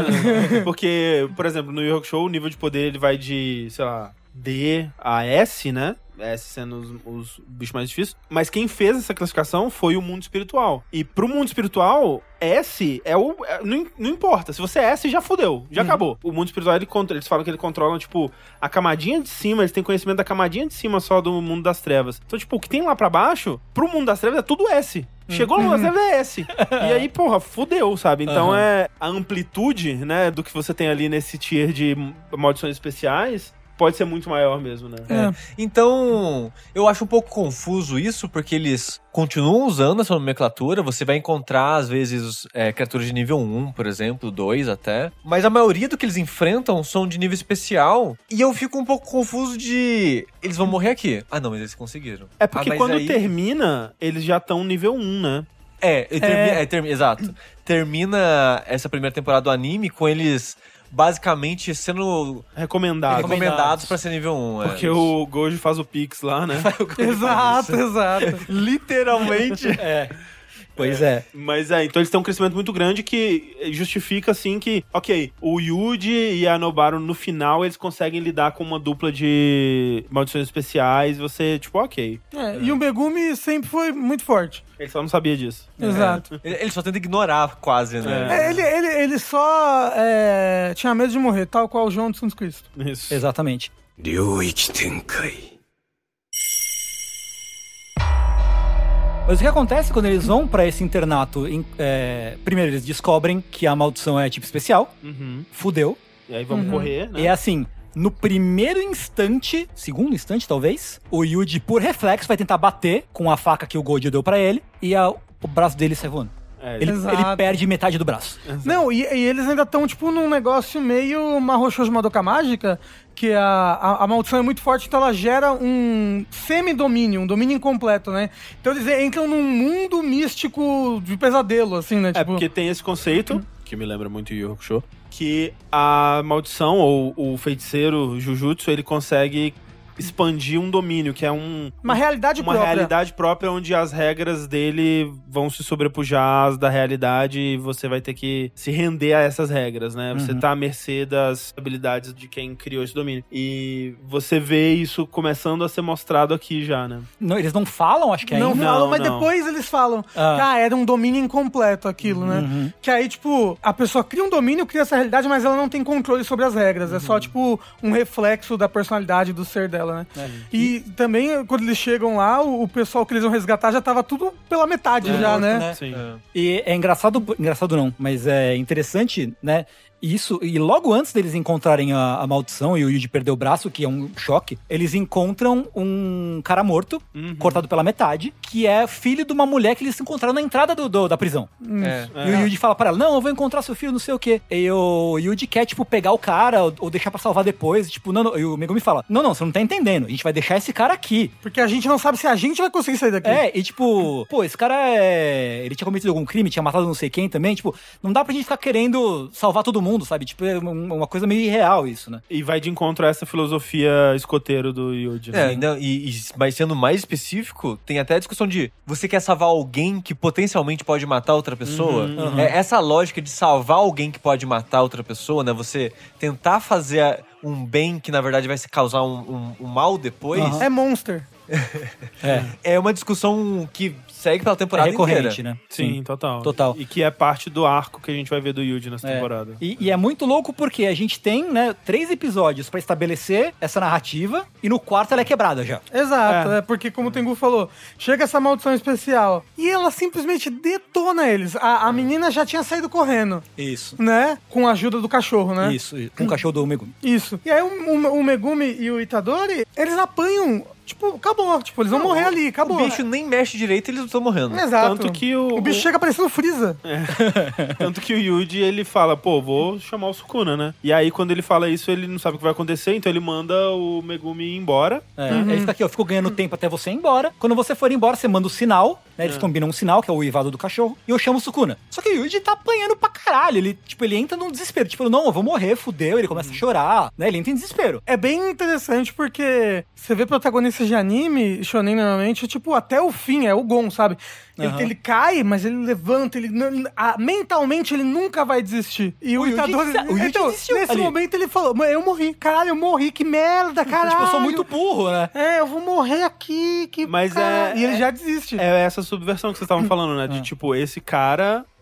Porque, por exemplo, no Yu Yu Hakusho, o nível de poder ele vai de, sei lá, D a S, né? S sendo os bichos mais difíceis. Mas quem fez essa classificação foi o mundo espiritual. E pro mundo espiritual, S é o... não importa. Se você é S, já fodeu. Já acabou. O mundo espiritual, eles falam que ele controla, tipo, a camadinha de cima. Eles têm conhecimento da camadinha de cima só do mundo das trevas. Então, tipo, o que tem lá pra baixo, pro mundo das trevas é tudo S. Chegou no DVS. E aí, porra, fudeu, sabe? Então é a amplitude, né, do que você tem ali nesse tier de maldições especiais pode ser muito maior mesmo, né? Então, eu acho um pouco confuso isso, porque eles continuam usando essa nomenclatura. Você vai encontrar, às vezes, criaturas de nível 1, por exemplo, 2 até. Mas a maioria do que eles enfrentam são de nível especial. E eu fico um pouco confuso de... Eles vão morrer aqui. Ah, não, mas eles conseguiram. É porque mas quando aí... termina, eles já estão nível 1, né? Exato. Termina essa primeira temporada do anime com eles... basicamente sendo recomendados pra ser nível 1. Porque o Gojo faz o Pix lá, né? Exato. Literalmente. Pois é. Mas então eles têm um crescimento muito grande que justifica, assim, que, ok, o Yuji e a Nobaro, no final, eles conseguem lidar com uma dupla de maldições especiais, você, tipo, ok. E o Megumi sempre foi muito forte. Ele só não sabia disso. Exato. Ele só tenta ignorar, quase, né? Ele só tinha medo de morrer, tal qual o João de Santos Cristo. Isso. Exatamente. Mas o que acontece quando eles vão pra esse internato? Primeiro, eles descobrem que a maldição é tipo especial. Fudeu. E aí vamos correr, né? E é assim, no primeiro instante, segundo instante talvez, o Yuji, por reflexo, vai tentar bater com a faca que o Gojo deu pra ele e o braço dele sai voando. Ele perde metade do braço. Não, e eles ainda estão, tipo, num negócio meio Mahou Madoka Mágica, que a maldição é muito forte, então ela gera um semi-domínio, um domínio incompleto, né? Então eles entram num mundo místico de pesadelo, assim, né? Tipo... porque tem esse conceito, que me lembra muito Yu Yu Hakusho, que a maldição, ou o feiticeiro Jujutsu, ele consegue expandir um domínio, que é uma realidade própria. Uma realidade própria onde as regras dele vão se sobrepujar às da realidade e você vai ter que se render a essas regras, né? Você tá à mercê das habilidades de quem criou esse domínio. E você vê isso começando a ser mostrado aqui já, né? Não, eles não falam, acho que ainda. Não falam, mas depois eles falam. Era um domínio incompleto aquilo, né? Que aí, tipo, a pessoa cria um domínio, cria essa realidade, mas ela não tem controle sobre as regras. É só, tipo, um reflexo da personalidade do ser dela. Né? E também, quando eles chegam lá, o pessoal que eles vão resgatar já tava tudo pela metade já, né? Sim. E é engraçado não, mas é interessante, né? Isso, e logo antes deles encontrarem a maldição e o Yuji perder o braço, que é um choque, eles encontram um cara morto, cortado pela metade, que é filho de uma mulher que eles encontraram na entrada da prisão. E o Yuji fala pra ela, não, eu vou encontrar seu filho, não sei o quê. E o Yuji quer, tipo, pegar o cara ou deixar pra salvar depois, tipo, não. E o Megumi fala, não, você não tá entendendo, a gente vai deixar esse cara aqui. Porque a gente não sabe se a gente vai conseguir sair daqui. E tipo, pô, esse cara ele tinha cometido algum crime, tinha matado não sei quem também, tipo, não dá pra gente ficar querendo salvar todo mundo, sabe? Tipo, é uma coisa meio irreal isso, né? E vai de encontro a essa filosofia escoteiro do Yuji. Né? Mas sendo mais específico, tem até a discussão de você quer salvar alguém que potencialmente pode matar outra pessoa? Essa lógica de salvar alguém que pode matar outra pessoa, né? Você tentar fazer um bem que na verdade vai se causar um mal depois. É Monster. É uma discussão que segue pela temporada recorrente, inteira. né? Sim, total. E que é parte do arco que a gente vai ver do Yuji nessa temporada. E é muito louco porque a gente tem, né, 3 episódios pra estabelecer essa narrativa e no quarto ela é quebrada já. Exato, porque como o Tengu falou, chega essa maldição especial e ela simplesmente detona eles. A menina já tinha saído correndo. Isso. Né? Com a ajuda do cachorro, né? Isso. Com o cachorro do Megumi. Isso. E aí o Megumi e o Itadori, eles apanham. Tipo, acabou. Tipo, eles vão morrer ali, acabou. O bicho nem mexe direito, eles estão morrendo. Exato. Tanto que o bicho chega parecendo Freeza. Tanto que o Yuji, ele fala, pô, vou chamar o Sukuna, né? E aí, quando ele fala isso, ele não sabe o que vai acontecer, então ele manda o Megumi ir embora. Ele fica aqui, ó, fico ganhando tempo até você ir embora. Quando você for embora, você manda o sinal, né? Eles combinam um sinal, que é o uivado do cachorro, e eu chamo o Sukuna. Só que o Yuji tá apanhando pra caralho. Ele entra num desespero. Tipo, não, eu vou morrer, fudeu. Ele começa a chorar, né? Ele entra em desespero. É bem interessante porque você vê protagonistas de anime, shonen normalmente, tipo, até o fim, é o Gon, sabe? Ele cai, mas ele levanta, mentalmente ele nunca vai desistir. E o Itadori... Então, nesse momento ele falou, eu morri, caralho, eu morri, que merda, caralho. Tipo, eu sou muito burro, né? Eu vou morrer aqui, Mas e ele já desiste. É essa subversão que vocês estavam falando, né? De tipo, esse cara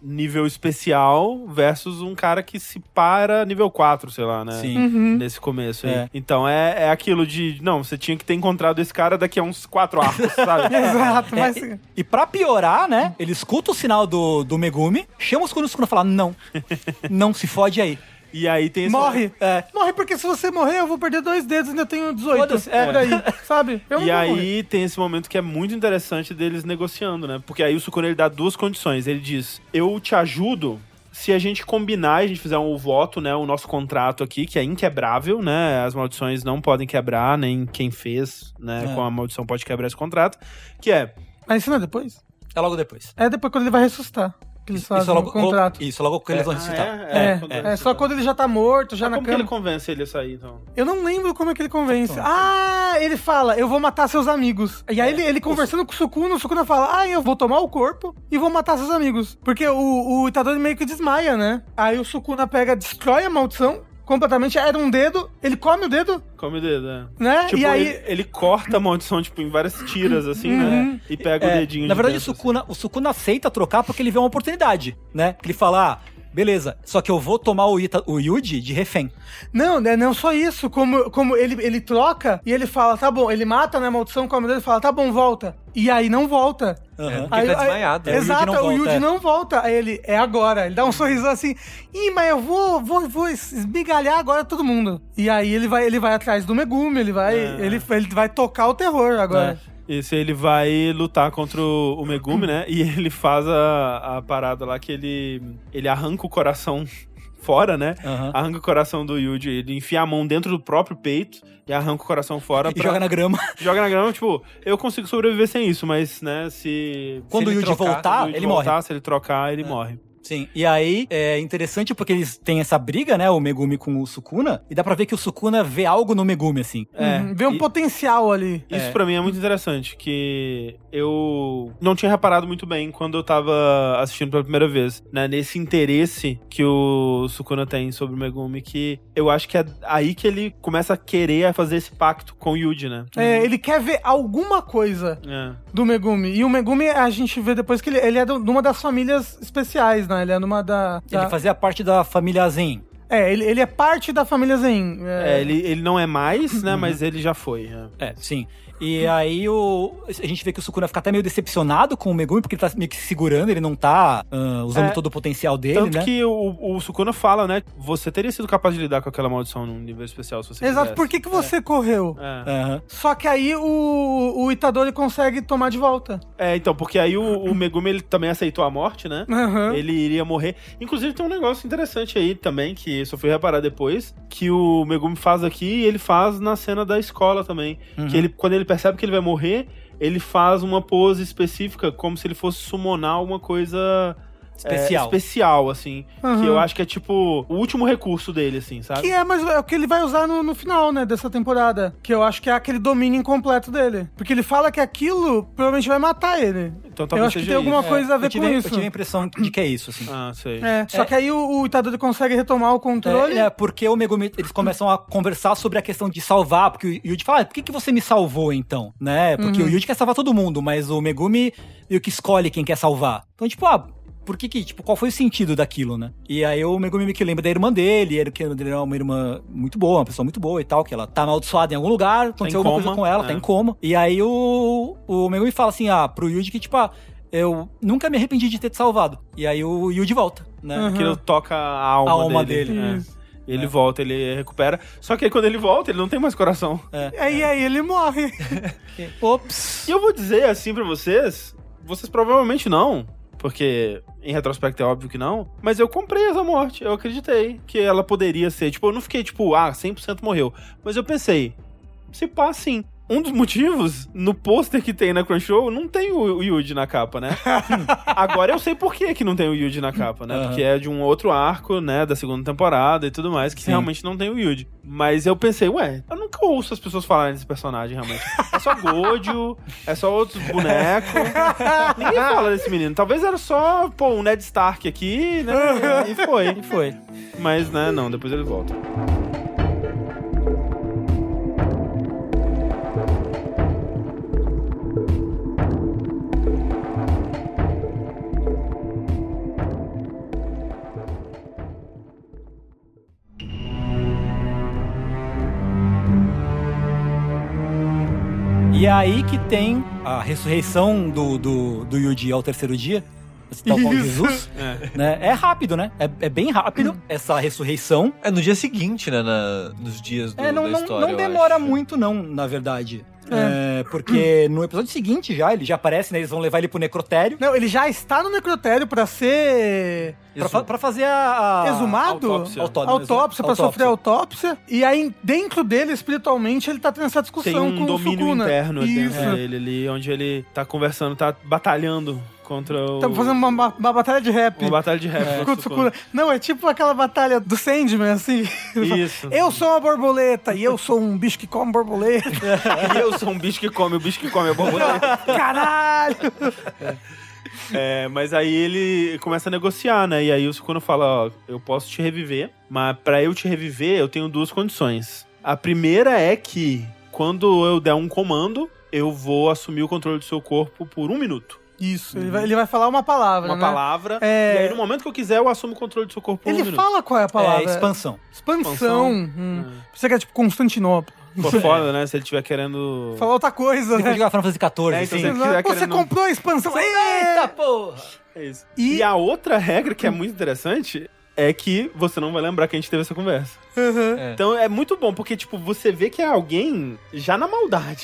nível especial versus um cara que se para nível 4, sei lá, né? Sim. Nesse começo aí. É. Então é aquilo de, não, você tinha que ter encontrado esse cara daqui a uns 4 arcos, sabe? Exato, mas... E pra piorar, né, ele escuta o sinal do Megumi, chama o Sukuna e fala, não, não, se fode aí. E aí tem esse... Morre. É. Morre porque se você morrer, eu vou perder 2 dedos e ainda tenho 18. Foda-se, é. Por aí, sabe? Eu não E vou aí morrer. tem esse momento que é muito interessante deles negociando, né? Porque aí o Sukuna, ele dá 2 condições. Ele diz, eu te ajudo se a gente combinar, a gente fizer um voto, né? O nosso contrato aqui, que é inquebrável, né? As maldições não podem quebrar, nem quem fez, né? Com a maldição pode quebrar esse contrato. Que é... Mas isso não é depois? É logo depois. É depois quando ele vai ressuscitar. Que eles fazem o contrato. Isso, logo que eles vão ressuscitar. É só quando ele já tá morto, já Mas na como que cama. ele convence ele a sair, então? Eu não lembro como é que ele convence. Ele fala, eu vou matar seus amigos. E aí ele conversando com o Sukuna fala, eu vou tomar o corpo e vou matar seus amigos. Porque o Itadori meio que desmaia, né? Aí o Sukuna pega, destrói a maldição completamente, era um dedo, ele come o dedo, Come o dedo, né? né? Tipo, E aí... ele corta a maldição, tipo, em várias tiras, assim, né? E pega o dedinho Na de verdade, dentro, o Sukuna aceita trocar porque ele vê uma oportunidade, né? Ele fala, beleza, só que eu vou tomar o Yuji de refém. Não, né, não só isso, como ele troca e ele fala, tá bom, ele mata, né, a maldição, come o dedo e fala, tá bom, volta. E aí não volta. Uhum. Porque ele tá desmaiado. Exato, o Yuji não não volta. Aí ele, é agora. Ele dá um sorrisão assim, mas eu vou esmigalhar agora todo mundo. E aí ele vai atrás do Megumi, ele vai tocar o terror agora. Isso, ele vai lutar contra o Megumi, né? E ele faz a parada lá que ele arranca o coração fora, né? Arranca o coração do Yuji, ele enfia a mão dentro do próprio peito e arranca o coração fora. E joga na grama. Joga na grama, tipo, eu consigo sobreviver sem isso, mas, né, se... Quando o Yuji voltar, ele morre. Se ele trocar, ele morre. Sim, e aí é interessante porque eles têm essa briga, né, o Megumi com o Sukuna, e dá pra ver que o Sukuna vê algo no Megumi, assim. Vê um potencial ali. Isso pra mim é muito interessante, que eu não tinha reparado muito bem quando eu tava assistindo pela primeira vez, né, nesse interesse que o Sukuna tem sobre o Megumi, que eu acho que é aí que ele começa a querer fazer esse pacto com o Yuji, né? Ele quer ver alguma coisa do Megumi. E o Megumi, a gente vê depois que ele é de uma das famílias especiais, né? Ele é numa da... Ele fazia parte da família Zen. Ele é parte da família Zen. Ele não é mais, né? Mas ele já foi. Sim. E aí a gente vê que o Sukuna fica até meio decepcionado com o Megumi, porque ele tá meio que se segurando, ele não tá usando todo o potencial dele, tanto né? que o Sukuna fala, né? Você teria sido capaz de lidar com aquela maldição num nível especial se você Exato, quisesse. por que você correu? Só que aí o Itadori consegue tomar de volta. Então, porque aí o Megumi, ele também aceitou a morte, né? Ele iria morrer. Inclusive, tem um negócio interessante aí também, que só fui reparar depois, que o Megumi faz aqui e ele faz na cena da escola também. Que ele, quando ele percebe que ele vai morrer, ele faz uma pose específica, como se ele fosse summonar alguma coisa... especial, assim. Que eu acho que é tipo o último recurso dele, assim, sabe? Mas é o que ele vai usar no final, né, dessa temporada. Que eu acho que é aquele domínio incompleto dele. Porque ele fala que aquilo provavelmente vai matar ele. Então, eu acho que tem alguma coisa a ver com isso. Eu tive a impressão de que é isso, assim. Sei. Só que aí o Itadori consegue retomar o controle. Porque o Megumi, eles começam a conversar sobre a questão de salvar, porque o Yuji fala, por que você me salvou, então? Né? Porque o Yuji quer salvar todo mundo, mas o Megumi meio que escolhe quem quer salvar. Então, tipo, por que tipo, qual foi o sentido daquilo, né? E aí o Megumi meio que lembra da irmã dele, que ele era uma irmã muito boa, uma pessoa muito boa e tal, que ela tá amaldiçoada em algum lugar, aconteceu alguma coisa com ela, tá em coma. E aí o Megumi fala assim, pro Yuji que, tipo, eu nunca me arrependi de ter te salvado. E aí o Yuji volta, né? Aquilo toca a alma dele. Ele volta, ele recupera. Só que aí quando ele volta, ele não tem mais coração. E aí ele morre. Ops. E eu vou dizer assim pra vocês provavelmente não, porque em retrospecto é óbvio que não, mas eu comprei essa morte, eu acreditei que ela poderia ser, tipo, eu não fiquei tipo, 100% morreu, mas eu pensei, se pá, sim. Um dos motivos, no pôster que tem na Crunchyroll, não tem o Yuji na capa, né? Agora eu sei por que não tem o Yuji na capa, né? Porque é de um outro arco, né? Da segunda temporada e tudo mais, que realmente não tem o Yuji. Mas eu pensei, eu nunca ouço as pessoas falarem desse personagem, realmente. É só Gojo, é só outros bonecos. Ninguém fala desse menino. Talvez era só, um Ned Stark aqui, né? E foi. Mas, né, não, depois ele volta. E é aí que tem a ressurreição do Yuji ao terceiro dia. Tal qual Jesus. Né? É rápido, né? É bem rápido essa ressurreição. É no dia seguinte, né? Nos dias da história. Não demora muito, não, na verdade. Porque no episódio seguinte ele já aparece, né? Eles vão levar ele pro necrotério. Não, ele já está no necrotério pra ser... Pra fazer a... Exumado? Autópsia. Pra sofrer autópsia. E aí, dentro dele, espiritualmente, ele tá tendo essa discussão Tem um com o domínio Sukuna. interno Isso. dentro dele ali, onde ele tá conversando, tá batalhando contra o... Tá fazendo uma batalha de rap. Uma batalha de rap. Contra o Sukuna. Não, é tipo aquela batalha do Sandman, assim. Isso. Eu sou uma borboleta e eu sou um bicho que come borboleta. E eu sou um bicho que come, o bicho que come a borboleta. Caralho! Mas aí ele começa a negociar, né? E aí o Sukuna fala, ó, eu posso te reviver, mas pra eu te reviver, eu tenho duas condições. A primeira é que, quando eu der um comando, eu vou assumir o controle do seu corpo por 1 minuto. Isso, ele vai falar uma palavra, Uma né? palavra. E aí, no momento que eu quiser, eu assumo o controle do seu corpo por 1 Ele minuto. fala qual é a palavra? Expansão. Expansão. Você que é tipo Constantinopla. Pô, foda, né? Se ele estiver querendo... Falar outra coisa, Você né? jogar Final Fantasy XIV, então assim. você quiser Você querendo... comprou a expansão. Eita, porra! É isso. E a outra regra, que é muito interessante, é que você não vai lembrar que a gente teve essa conversa. Então é muito bom, porque, tipo, você vê que é alguém já na maldade.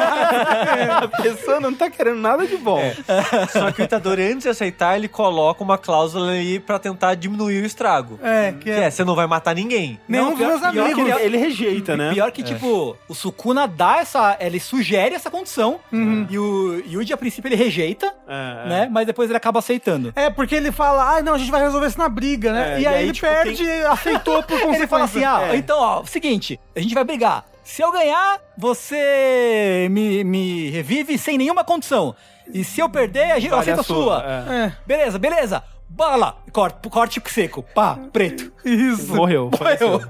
A pessoa não tá querendo nada de bom. Só que o Itadori, antes de aceitar, ele coloca uma cláusula aí pra tentar diminuir o estrago. Que é... Você não vai matar ninguém. Nenhum dos meus Pior que amigos. ele rejeita, né? Pior que, tipo, o Sukuna ele sugere essa condição, e o Yuji, a princípio, ele rejeita, né? Mas depois ele acaba aceitando. Porque ele fala, não, a gente vai resolver isso na briga, né? E E aí aí, ele tipo, perde, aceitou por consequência. Ele fala assim, então, ó, seguinte, a gente vai brigar. Se eu ganhar, você me revive sem nenhuma condição. E se eu perder, eu aceito a sua. Beleza. Bora lá. Corte seco. Pá, preto. Isso. Morreu. Faleceu.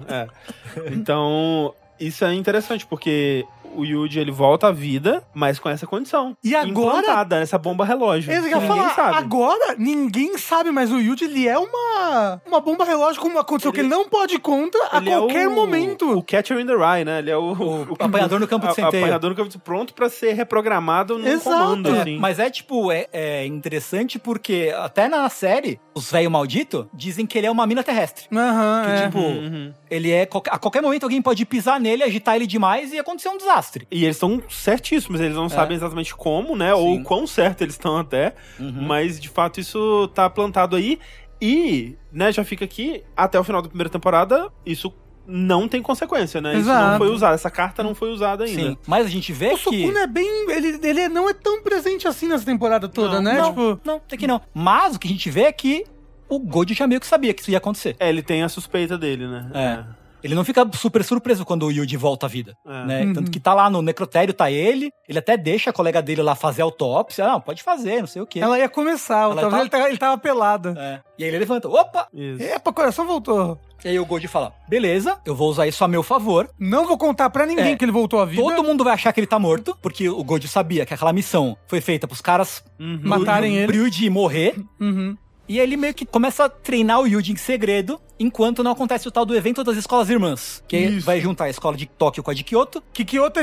Então, isso é interessante, porque o Yuji, ele volta à vida, mas com essa condição. E agora... implantada, essa bomba relógio. Eu ia Ninguém falar, sabe. agora ninguém sabe, mas o Yuji, ele é uma bomba relógio com uma condição que ele não pode ir contra a Ele qualquer é momento. O catcher in the rye, né? Ele é o apanhador no campo de centeio. Apanhador no campo de pronto pra ser reprogramado num Exato. comando, assim. Mas é interessante porque até na série, os velho maldito dizem que ele é uma mina terrestre. Que, tipo, ele é... A qualquer momento alguém pode pisar nele, agitar ele demais e acontecer um desastre. E eles estão certíssimos, eles não sabem exatamente como, né? Sim. Ou quão certo eles estão até. Mas, de fato, isso tá plantado aí. E, né, já fica aqui, até o final da primeira temporada, isso não tem consequência, né? Isso Exato. não foi usado, essa carta não foi usada ainda. Sim, mas a gente vê O que... Sukuna é bem... Ele não é tão presente assim nessa temporada toda, né? Não, até que não. Mas o que a gente vê é que o Gojo já meio que sabia que isso ia acontecer. Ele tem a suspeita dele, né? Ele não fica super surpreso quando o Yuji volta à vida, né? Tanto que tá lá no necrotério, tá ele até deixa a colega dele lá fazer a autópsia. Não, pode fazer, não sei o quê. Ela ia começar, talvez ele tava pelada. E aí ele levanta, opa! Isso. Epa, coração voltou. E aí o Gojo fala, beleza, eu vou usar isso a meu favor. Não vou contar pra ninguém que ele voltou à vida. Todo mundo vai achar que ele tá morto, porque o Gojo sabia que aquela missão foi feita pros caras Matarem ele. Pro Yuji morrer. E aí ele meio que começa a treinar o Yuji em segredo, enquanto não acontece o tal do evento das escolas irmãs. Que vai juntar a escola de Tóquio com a de Kyoto. Que Kyoto é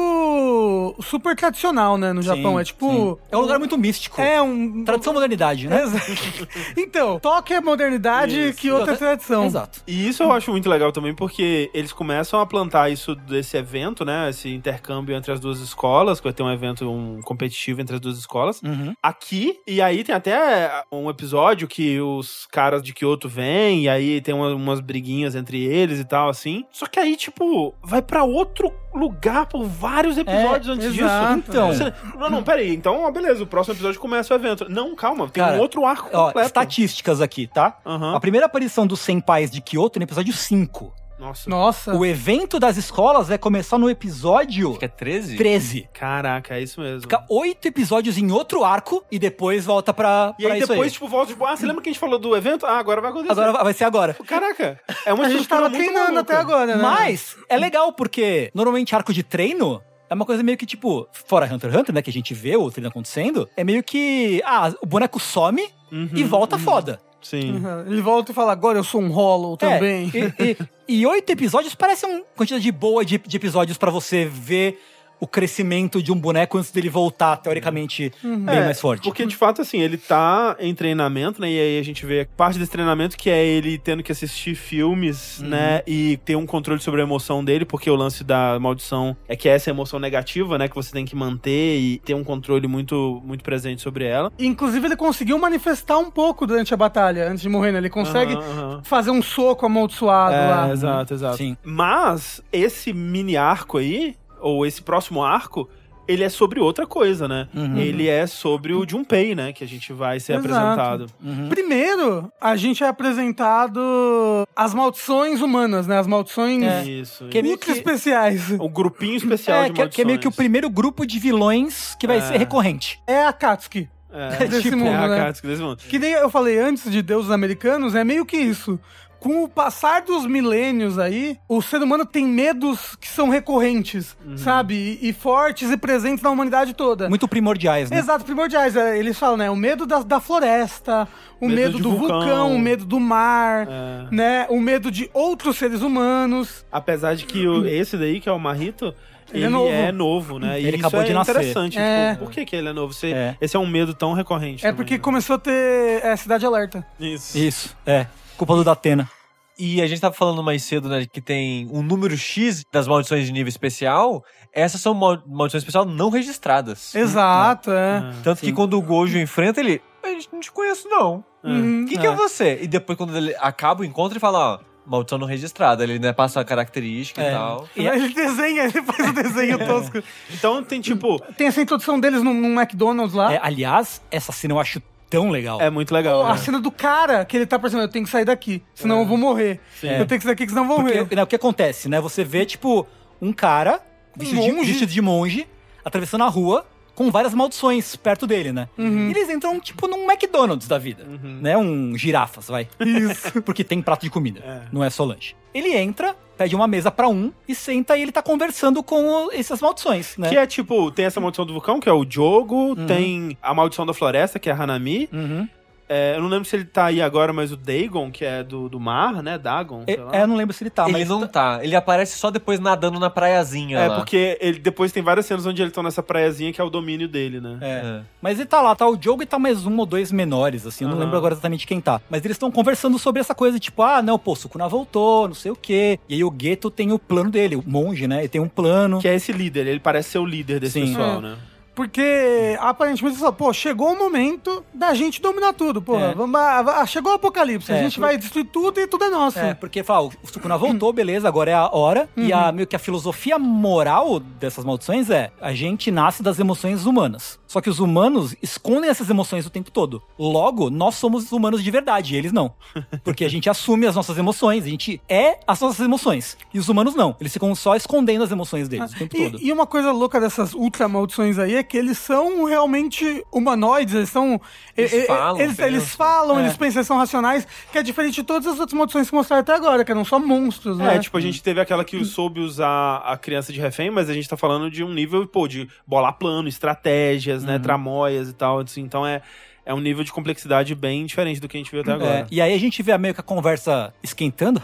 tipo super tradicional, né, no Japão. É tipo... Sim. É um lugar muito místico. Tradição modernidade, né? Então, Tóquio é modernidade, Kyoto é tradição. Exato. E isso eu acho muito legal também, porque eles começam a plantar isso desse evento, né? Esse intercâmbio entre as duas escolas, que vai ter um evento competitivo entre as duas escolas. Aqui, e aí tem até um episódio que os caras de Kyoto vêm, e aí tem umas briguinhas entre eles e tal, assim. Só que aí, tipo, vai pra outro lugar por vários episódios antes disso. Então. Não, peraí. Então, ó, beleza, o próximo episódio começa o evento. Não, calma, tem um outro arco ó, completo. estatísticas aqui, tá? A primeira aparição dos senpais de Kyoto é no episódio 5. Nossa. O evento das escolas vai começar no episódio... Acho que é 13? 13. Caraca, é isso mesmo. Fica 8 episódios em outro arco e depois volta pra E aí isso depois, tipo, volta, tipo, você lembra que a gente falou do evento? Agora vai acontecer. Agora vai ser agora. Caraca, é uma A gente estrutura tava muito treinando maluca. até agora, né? Mas é legal porque normalmente arco de treino é uma coisa meio que tipo, fora Hunter x Hunter, né, que a gente vê o treino acontecendo, é meio que, o boneco some e volta foda. Sim. Ele volta e fala, agora eu sou um Hollow também. E 8 episódios parece uma quantidade boa de episódios pra você ver o crescimento de um boneco antes dele voltar, teoricamente, bem mais forte. Porque, de fato, assim, ele tá em treinamento, né? E aí a gente vê parte desse treinamento que é ele tendo que assistir filmes, né? E ter um controle sobre a emoção dele, porque o lance da maldição é que essa emoção negativa, né? Que você tem que manter e ter um controle muito, muito presente sobre ela. Inclusive, ele conseguiu manifestar um pouco durante a batalha, antes de morrer, né? Ele consegue fazer um soco amaldiçoado lá. Exato. Sim. Mas esse mini arco aí, ou esse próximo arco, ele é sobre outra coisa, né? Ele é sobre o Junpei, né? Que a gente vai ser apresentado. Primeiro, a gente é apresentado as maldições humanas, né? As maldições Isso. Que é meio ultra que- especiais. Um grupinho especial de maldições. que é meio que o primeiro grupo de vilões que vai ser recorrente. É a Akatsuki. Desse mundo, a né? Akatsuki desse mundo. Que nem eu falei antes de deuses americanos, é meio que isso. Com o passar dos milênios aí, o ser humano tem medos que são recorrentes, sabe? E fortes e presentes na humanidade toda. Muito primordiais, né? Exato, primordiais. Eles falam, né? O medo da floresta, o medo de do vulcão, o medo do mar, né? O medo de outros seres humanos. Apesar de que esse daí, que é o Marrito, Ele ele é novo, né? E Ele isso acabou de nascer. interessante. É. Tipo, por que ele é novo? É. Esse é um medo tão recorrente. É também, porque né? começou a ter Cidade Alerta. Isso. Isso, culpa do Datena. E a gente tava falando mais cedo, né, que tem um número X das maldições de nível especial. Essas são maldições especiais não registradas. Exato, Tanto que quando o Gojo enfrenta, ele... A gente não te conheço, não. Quem que é você? E depois, quando ele acaba o encontro, ele fala, ó... Maldição não registrada. Ele, né, passa a característica e tal. Ele desenha, ele faz o desenho tosco. Então tem tipo... Tem essa introdução deles num McDonald's lá. Aliás, essa cena eu acho tão legal. É muito legal. A né? cena do cara, que ele tá pensando, eu tenho que sair daqui, senão eu vou morrer. Eu tenho que sair daqui, senão eu vou morrer. Porque, né, o que acontece, né? Você vê, tipo, um cara vestido de monge atravessando a rua com várias maldições perto dele, né? E eles entram, tipo, num McDonald's da vida, né? Um girafas, vai. Isso. Porque tem prato de comida, não é só lanche. Ele entra, pede uma mesa pra e senta e ele tá conversando com essas maldições, né? Que é tipo, tem essa maldição do vulcão, que é o Jogo, tem a maldição da floresta, que é a Hanami. Eu não lembro se ele tá aí agora, mas o Dagon, que é do mar, né? Dagon, sei lá. Eu não lembro se ele tá, Ele mas... não tá. Ele aparece só depois nadando na praiazinha lá. Porque ele depois tem várias cenas onde ele tá nessa praiazinha, que é o domínio dele, né? Mas ele tá lá, tá o Diogo e tá mais um ou dois menores, assim, eu não lembro agora exatamente quem tá. Mas eles estão conversando sobre essa coisa, tipo, não, pô, o Sukuna voltou, não sei o quê. E aí o Geto tem o plano dele, o monge, né? Ele tem um plano. Que é esse líder, ele parece ser o líder desse Sim. pessoal, né? Porque, aparentemente, você fala, pô, chegou o momento da gente dominar tudo, porra. Chegou o apocalipse, a gente vai destruir tudo e tudo é nosso. Porque fala, o Sukuna voltou, beleza, agora é a hora. E meio que a filosofia moral dessas maldições a gente nasce das emoções humanas. Só que os humanos escondem essas emoções o tempo todo. Logo, nós somos humanos de verdade, e eles não. Porque a gente assume as nossas emoções, a gente é as nossas emoções. E os humanos não, eles ficam só escondendo as emoções deles o tempo todo. E uma coisa louca dessas ultra maldições aí é que eles são realmente humanoides, eles são... Eles falam, eles pensam, eles são racionais, que é diferente de todas as outras maldições que mostraram até agora, que eram só monstros, né? Tipo, a gente teve aquela que soube usar a criança de refém, mas a gente tá falando de um nível, pô, de bolar plano, estratégias, né, tramóias e tal, assim, então é um nível de complexidade bem diferente do que a gente viu até agora. E aí a gente vê meio que a conversa esquentando,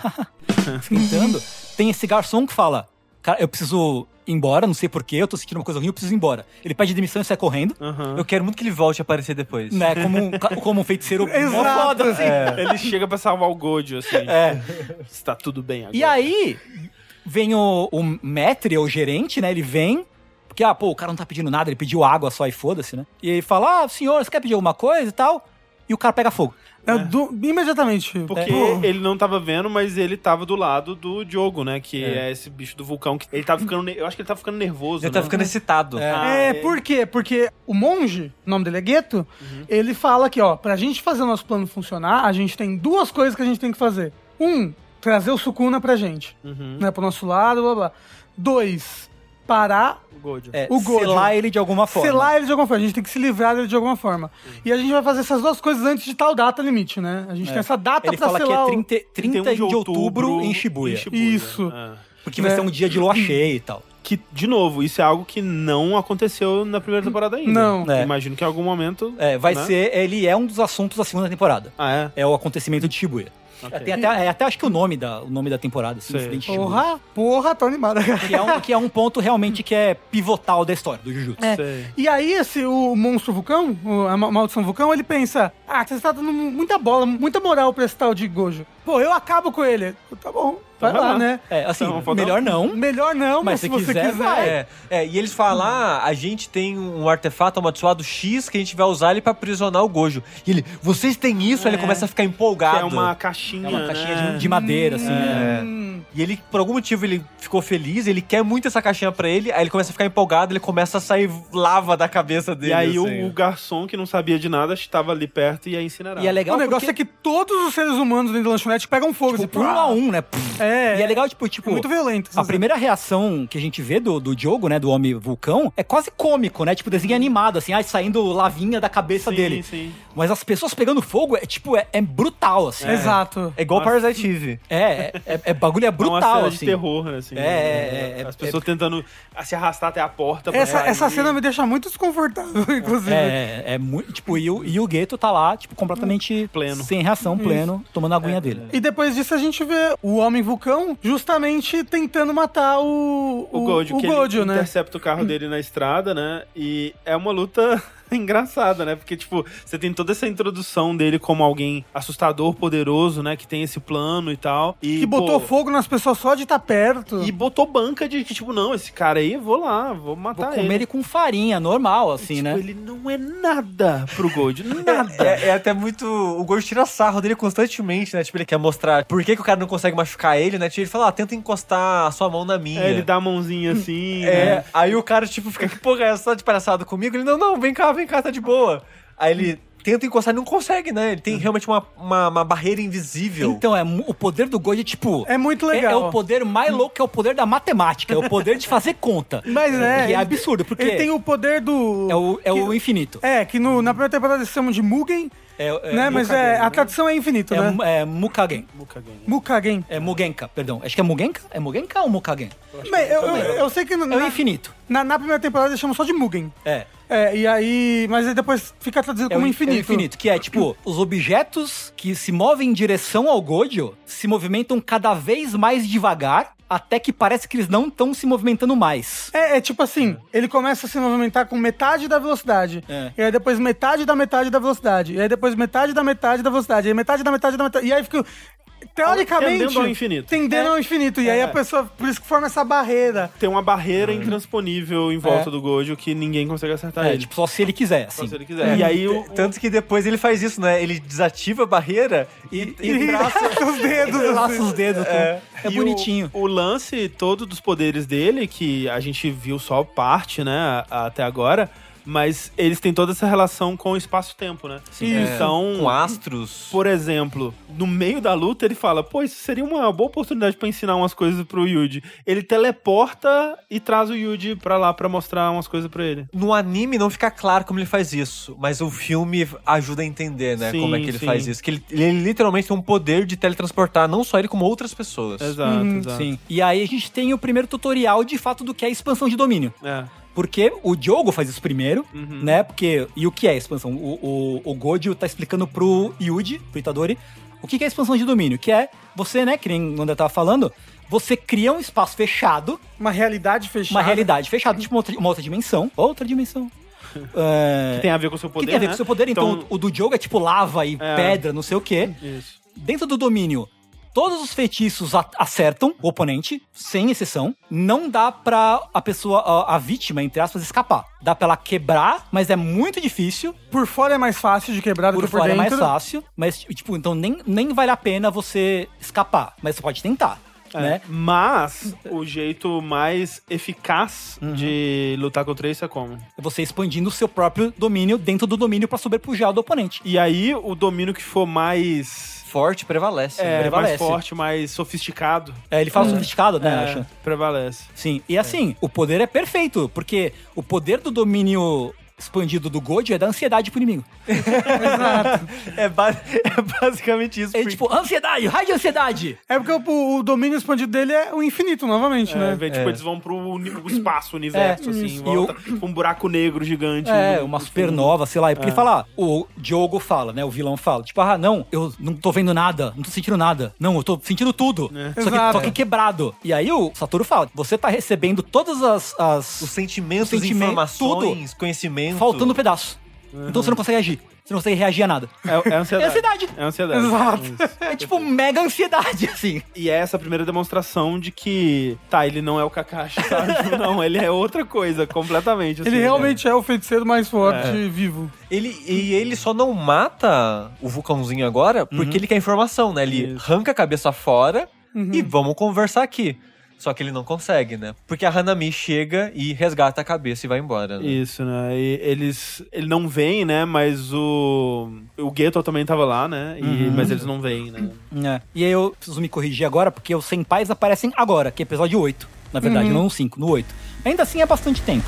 tem esse garçom que fala, cara, eu preciso ir embora, não sei porquê, eu tô sentindo uma coisa ruim, eu preciso ir embora. Ele pede demissão e sai correndo, Eu quero muito que ele volte a aparecer depois. né, como um feiticeiro mó foda, assim. Ele chega pra salvar o Gojo, assim. Está tudo bem agora. E aí, vem o maître, o gerente, né, ele vem, porque, o cara não tá pedindo nada, ele pediu água só e foda-se, né? E ele fala, senhor, você quer pedir alguma coisa e tal? E o cara pega fogo. Imediatamente. Porque ele não tava vendo, mas ele tava do lado do Diogo, né? Que é esse bicho do vulcão. Que ele tava ficando... Eu acho que ele tava ficando nervoso, Ele tá ficando excitado. Por quê? Porque o monge, o nome dele é Geto, ele fala que, pra gente fazer o nosso plano funcionar, a gente tem duas coisas que a gente tem que fazer. Trazer o Sukuna pra gente, né? Pro nosso lado, blá, blá. 2, parar O Gojo. o Gojo. Selar ele de alguma forma. Selar ele de alguma forma. A gente tem que se livrar dele de alguma forma. E a gente vai fazer essas duas coisas antes de tal data limite, né? A gente tem essa data Ele pra fala que selar é 30 de outubro em Shibuya. Isso. Porque vai ser um dia de lua cheia e tal. Que, de novo, isso é algo que não aconteceu na primeira temporada ainda. Não. Imagino que em algum momento... Vai né? ser... Ele é um dos assuntos da segunda temporada. Ah, é? É o acontecimento de Shibuya. Tem até acho que o nome da temporada, assim, Incidente Shibuya. Porra, tô animado. Que é um ponto realmente que é pivotal da história do Jujutsu. Sei. E aí, o monstro vulcão, a maldição vulcão, ele pensa, você está dando muita bola, muita moral pra esse tal de Gojo. Pô, eu acabo com ele. Tá bom, vai lá, né? Assim, Então, melhor não. Melhor não, mas se você quiser, vai. E eles falam, a gente tem um artefato amaldiçoado X que a gente vai usar ele pra aprisionar o Gojo. E ele, vocês têm isso? Aí ele começa a ficar empolgado. Que é uma caixinha, de madeira, assim, E ele, por algum motivo, ele ficou feliz, ele quer muito essa caixinha pra ele, aí ele começa a ficar empolgado, ele começa a sair lava da cabeça dele. E aí assim. o garçom, que não sabia de nada, estava ali perto e ia incinerar. E é legal O negócio é que todos os seres humanos dentro da lanchonete pegam fogo. tipo, um a um, né? É. E é legal, tipo... Muito violento. A primeira reação que a gente vê do Diogo, né, do Homem Vulcão, é quase cômico, né? Tipo, desenho animado, assim, saindo lavinha da cabeça dele. Sim. Mas as pessoas pegando fogo, é brutal, assim. Exato. É igual Parasite Eve. Bagulho é brutal, uma cena assim. de terror, né? Assim, as pessoas tentando se arrastar até a porta. pra sair. Essa cena me deixa muito desconfortável, inclusive. É muito... Tipo, e o Geto tá lá, tipo, completamente... Pleno. Sem reação, pleno, tomando a aguinha dele. E depois disso a gente vê o Homem Vulcão justamente tentando matar o Gojo, que Gojo, ele né? intercepta o carro dele na estrada, né? E é uma luta engraçada, né? Porque, tipo, você tem toda essa introdução dele como alguém assustador, poderoso, né? Que tem esse plano e tal. E, Que botou fogo nas pessoas só de estar perto. E botou banca de que, tipo, não, esse cara aí, vou lá, vou matar Vou comer ele com farinha, normal, assim, tipo, né? ele não é nada pro Gojo, nada. É até muito... O Gojo tira sarro dele constantemente, né? Tipo, ele quer mostrar por que o cara não consegue machucar ele, né? Tipo, ele fala, tenta encostar a sua mão na minha. Ele dá a mãozinha assim, né? Aí o cara, tipo, fica, que porra é essa? Tá de palhaçada comigo? Ele, não, vem cá, tá de boa. Aí ele tenta encostar e não consegue, né? Ele tem realmente uma barreira invisível. Então, o poder do Gojo é tipo... É muito legal. É o poder mais louco, que é o poder da matemática. É o poder de fazer conta. Mas Que é absurdo, porque... Ele tem o poder do... É o infinito. Que na primeira temporada eles chamam de Mugen, né? Mas a tradução é infinito, né? É Mukagen. Mukagen. É Mugenka, perdão. Acho que é Mugenka? É Mugenka ou Mukagen? Bem, eu sei que... É o infinito. Na primeira temporada eles chamam só de Mugen. E aí... Mas aí depois fica traduzido como infinito. É o infinito, que é tipo... Os objetos que se movem em direção ao Gojo se movimentam cada vez mais devagar, até que parece que eles não estão se movimentando mais. Tipo assim, ele começa a se movimentar com metade da velocidade. E aí depois metade da velocidade. E aí depois metade da velocidade. E aí metade da metade. E aí fica... Teoricamente... Tendendo ao infinito. Tendendo ao infinito. E aí a pessoa... Por isso que forma essa barreira. Tem uma barreira intransponível em volta do Gojo que ninguém consegue acertar ele. Tipo, só se ele quiser, assim. Só se ele quiser. E aí Tanto que depois ele faz isso, né? Ele desativa a barreira e traça os dedos. Laça os dedos. É bonitinho. O lance todo dos poderes dele, que a gente viu só parte, né, até agora, mas eles têm toda essa relação com o espaço-tempo, né? Sim. Então, com astros. Por exemplo, no meio da luta ele fala, pô, isso seria uma boa oportunidade pra ensinar umas coisas pro Yuji. Ele teleporta e traz o Yuji pra lá pra mostrar umas coisas pra ele. No anime não fica claro como ele faz isso, mas o filme ajuda a entender, né, como é que ele faz isso. Que ele literalmente tem um poder de teletransportar não só ele, como outras pessoas. Exato. Sim. E aí a gente tem o primeiro tutorial, de fato, do que é a expansão de domínio. Porque o Diogo faz isso primeiro, né? E o que é a expansão? O Gojo tá explicando pro Yuji, pro Itadori, o que é a expansão de domínio. Que é você, né, que nem o André tava falando, você cria um espaço fechado. Uma realidade fechada. Uma realidade fechada, tipo uma outra dimensão. Outra dimensão. Que tem a ver com o seu poder, que tem a ver com o seu poder. Então o do Diogo é tipo lava e pedra, não sei o quê. Isso. Dentro do domínio, todos os feitiços acertam o oponente, sem exceção. Não dá pra a pessoa, a vítima, entre aspas, escapar. Dá pra ela quebrar, mas é muito difícil. Por fora é mais fácil de quebrar do que por fora dentro. é mais fácil, mas, tipo, então nem vale a pena você escapar. Mas você pode tentar, né? Mas o jeito mais eficaz de lutar contra isso é como? É você expandindo o seu próprio domínio dentro do domínio pra sobrepujar do oponente. E aí, o domínio que for mais... forte prevalece. Mais forte, mais sofisticado. Ele fala sofisticado, né, acho? Prevalece. Sim, e assim, o poder é perfeito, porque o poder do domínio expandido do Gojo é da ansiedade pro inimigo. É basicamente isso. É tipo, ansiedade, raio de ansiedade. É porque o domínio expandido dele é o infinito, novamente, né? Tipo, eles vão pro espaço, universo, assim, volta pra um buraco negro gigante. Uma supernova, sei lá. E porque ele fala, o Diogo fala, né? O vilão fala, tipo, não, eu não tô vendo nada, não tô sentindo nada. Não, eu tô sentindo tudo. Só que tô aqui quebrado. E aí o Satoru fala, você tá recebendo todas Os sentimentos, informações, conhecimento. faltando um pedaço. Então você não consegue agir. Você não consegue reagir a nada. É ansiedade. É ansiedade. É ansiedade. Exato. É tipo mega ansiedade, assim. E é essa a primeira demonstração de que, ele não é o Kakashi, sabe? Não, ele é outra coisa, completamente. Assim, Ele realmente é o feiticeiro mais forte vivo. Ele só não mata o vulcãozinho agora porque ele quer informação, né? Ele arranca a cabeça fora e vamos conversar aqui. Só que ele não consegue, né? Porque a Hanami chega e resgata a cabeça e vai embora, né? Isso, né? E ele não vem, né? Mas o Geto também tava lá, né? Mas eles não vêm, né? E aí eu preciso me corrigir agora, porque os senpais aparecem agora, que é episódio 8. Na verdade, não no 5, no 8. Ainda assim é bastante tempo.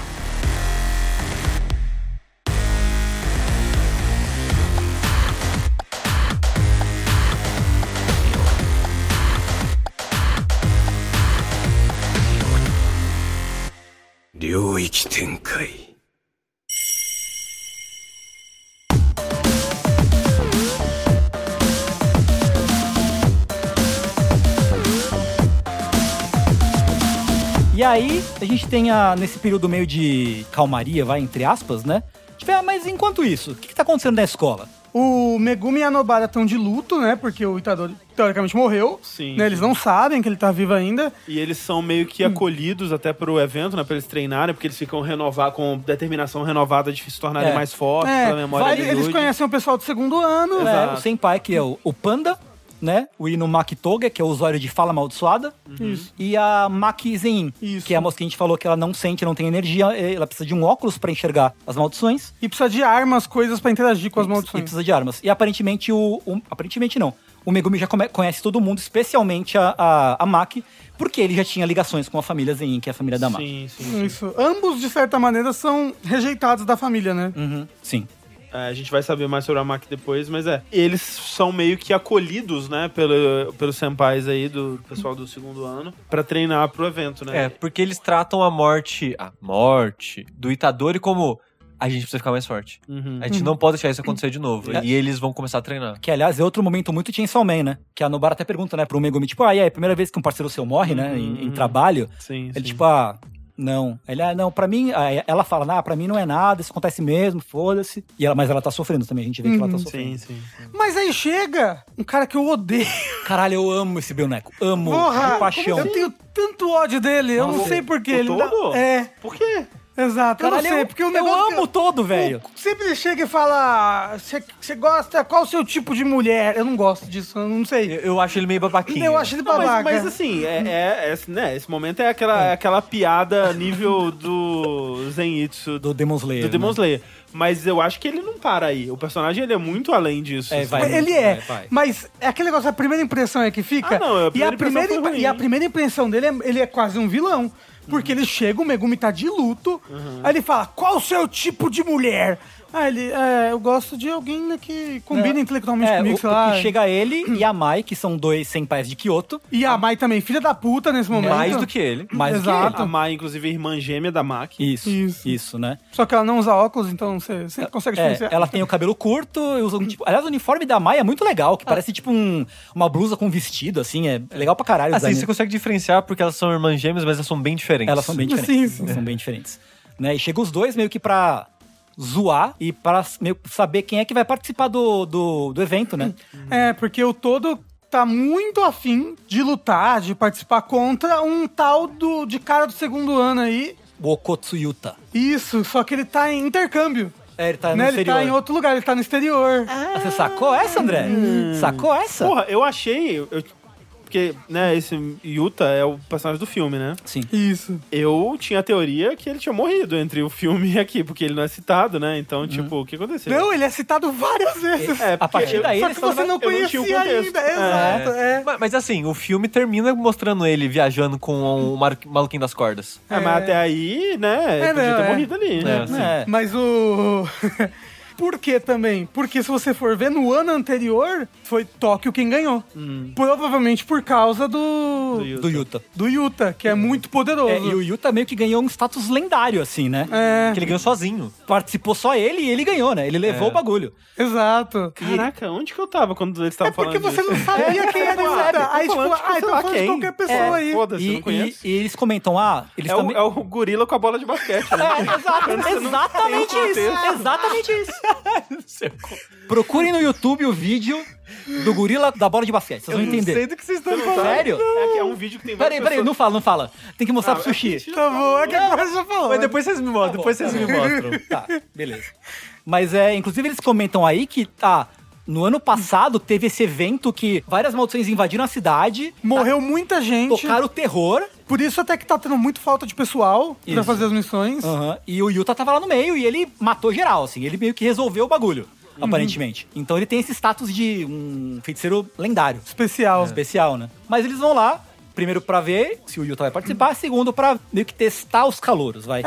E aí, a gente tem nesse período meio de calmaria, entre aspas, né? Mas enquanto isso, o que tá acontecendo na escola? O Megumi e a Nobara estão de luto, né? Porque o Itadori, teoricamente, morreu. Sim. Né? Eles não sabem que ele tá vivo ainda. E eles são meio que acolhidos até pro evento, né? Pra eles treinarem, porque eles ficam com determinação renovada de se tornarem mais fortes, pela memória de eles conhecem o pessoal do segundo ano. O senpai, que é o Panda, né? O Inumaki Toga, que é o usuário de fala amaldiçoada. Isso. E a Maki Zenin, que é a moça que a gente falou que ela não sente, não tem energia, ela precisa de um óculos pra enxergar as maldições. E precisa de armas, coisas pra interagir com as maldições. E precisa de armas. E aparentemente aparentemente não. O Megumi já conhece todo mundo, especialmente a Maki, porque ele já tinha ligações com a família Zenin, que é a família da Maki. Sim. Isso. Ambos, de certa maneira, são rejeitados da família, né? Sim. A gente vai saber mais sobre a Maki depois, mas eles são meio que acolhidos, né, pelos senpais aí do pessoal do segundo ano pra treinar pro evento, né? Porque eles tratam a morte do Itadori como a gente precisa ficar mais forte. A gente não pode deixar isso acontecer de novo. E eles vão começar a treinar. Que, aliás, é outro momento muito Chainsaw Man, né? Que a Nobara até pergunta, né, pro Megumi, tipo, é a primeira vez que um parceiro seu morre, né, em trabalho. Sim. Ele, tipo, não. Ele, não, pra mim... Ela fala, pra mim não é nada, isso acontece mesmo, foda-se. Mas ela tá sofrendo também, a gente vê que ela tá sofrendo. Sim. Mas aí chega um cara que eu odeio. Caralho, eu amo esse boneco. Amo. Porra, De paixão. eu tenho tanto ódio dele, eu não sei porquê. Ele todo? Por quê? Exato, Caralho, eu não sei, porque o negócio... Eu amo todo, velho. Sempre ele chega e fala, você gosta, qual o seu tipo de mulher? Eu não gosto disso, eu não sei. Eu acho ele meio babaquinho. Eu acho ele babaca. Mas assim, né, esse momento é aquela piada nível do Zenitsu, Do Demon Slayer. do Demon Slayer. Mas eu acho que ele não para aí. O personagem, ele é muito além disso. Vai. Ele vai. Mas é aquele negócio, a primeira impressão é que fica. E a primeira impressão dele ele é quase um vilão. Porque ele chega, o Megumi tá de luto, aí ele fala, qual o seu tipo de mulher? Ah, ele, eu gosto de alguém, né, que combina intelectualmente comigo, sei lá. Que chega ele e a Mai, que são dois senpais de Kyoto. E a Mai também, filha da puta nesse momento. Mais do que ele. Mais do que Exato. ele. A Mai, inclusive, é irmã gêmea da Maki. Isso, né? Só que ela não usa óculos, então você consegue diferenciar. Ela tem o cabelo curto, usa tipo... Aliás, o uniforme da Mai é muito legal, que parece tipo uma blusa com vestido, assim, é legal pra caralho. Assim, você consegue diferenciar porque elas são irmãs gêmeas, mas elas são bem diferentes. Elas são bem diferentes. Sim. São bem diferentes. Né? E chega os dois meio que pra zoar e para meio saber quem é que vai participar do evento, né? Porque o Todo tá muito afim de lutar, de participar contra um tal de cara do segundo ano aí. O Okotsuyuta. Isso, só que ele tá em intercâmbio. Ele tá no Né? Ele exterior. tá em outro lugar, ele tá no exterior. Você sacou essa, André? Sacou essa? Porra, eu achei... porque, né, esse Yuta é o personagem do filme, né? Sim. Isso. Eu tinha a teoria que ele tinha morrido entre o filme e aqui, porque ele não é citado, né? Então, tipo, o que aconteceu? Não, ele é citado várias vezes. É, A partir daí, Só eles que você não eu não tinha o conhecia contexto. ainda. Exato, é. Mas assim, o filme termina mostrando ele viajando com o maluquinho das cordas. mas até aí, né, ele podia não, ter é. morrido ali. É, sim. É. Mas o... Por que também? Porque se você for ver, no ano anterior, foi Tóquio quem ganhou. Provavelmente por causa do Do Yuta. Yuta, que é muito poderoso. E o Yuta meio que ganhou um status lendário, assim, né? É, Que ele ganhou sozinho. Participou só ele e ele ganhou, né? Ele levou o bagulho. exato. Caraca, onde que eu tava quando eles estavam É porque falando você disso? não sabia quem era o Yuta. Aí, tô tipo, falando, sei então lá fala de quem. qualquer pessoa aí. Foda-se, eu não E, conheço. e eles comentam, eles É também... o gorila com a bola de basquete, né? Exatamente tem isso. contexto. Exatamente isso. Procurem no YouTube o vídeo do gorila da bola de basquete. Vocês vão entender. do que vocês estão falando. Sério? É um vídeo que tem Peraí, não fala. Tem que mostrar pro Sushi. Tá bom, é que agora já falou. Mas depois vocês me mostram, depois vocês me mostram. Tá, beleza. Mas inclusive eles comentam aí que, no ano passado teve esse evento que várias maldições invadiram a cidade, Morreu muita gente. tocaram o terror, Por isso até que tá tendo muito falta de pessoal pra Isso. fazer as missões. e o Yuta tava lá no meio e ele matou geral, assim, ele meio que resolveu o bagulho, aparentemente. Então ele tem esse status de um feiticeiro lendário, Especial. especial, né? Mas eles vão lá, primeiro pra ver se o Yuta vai participar, segundo pra meio que testar os calouros, vai.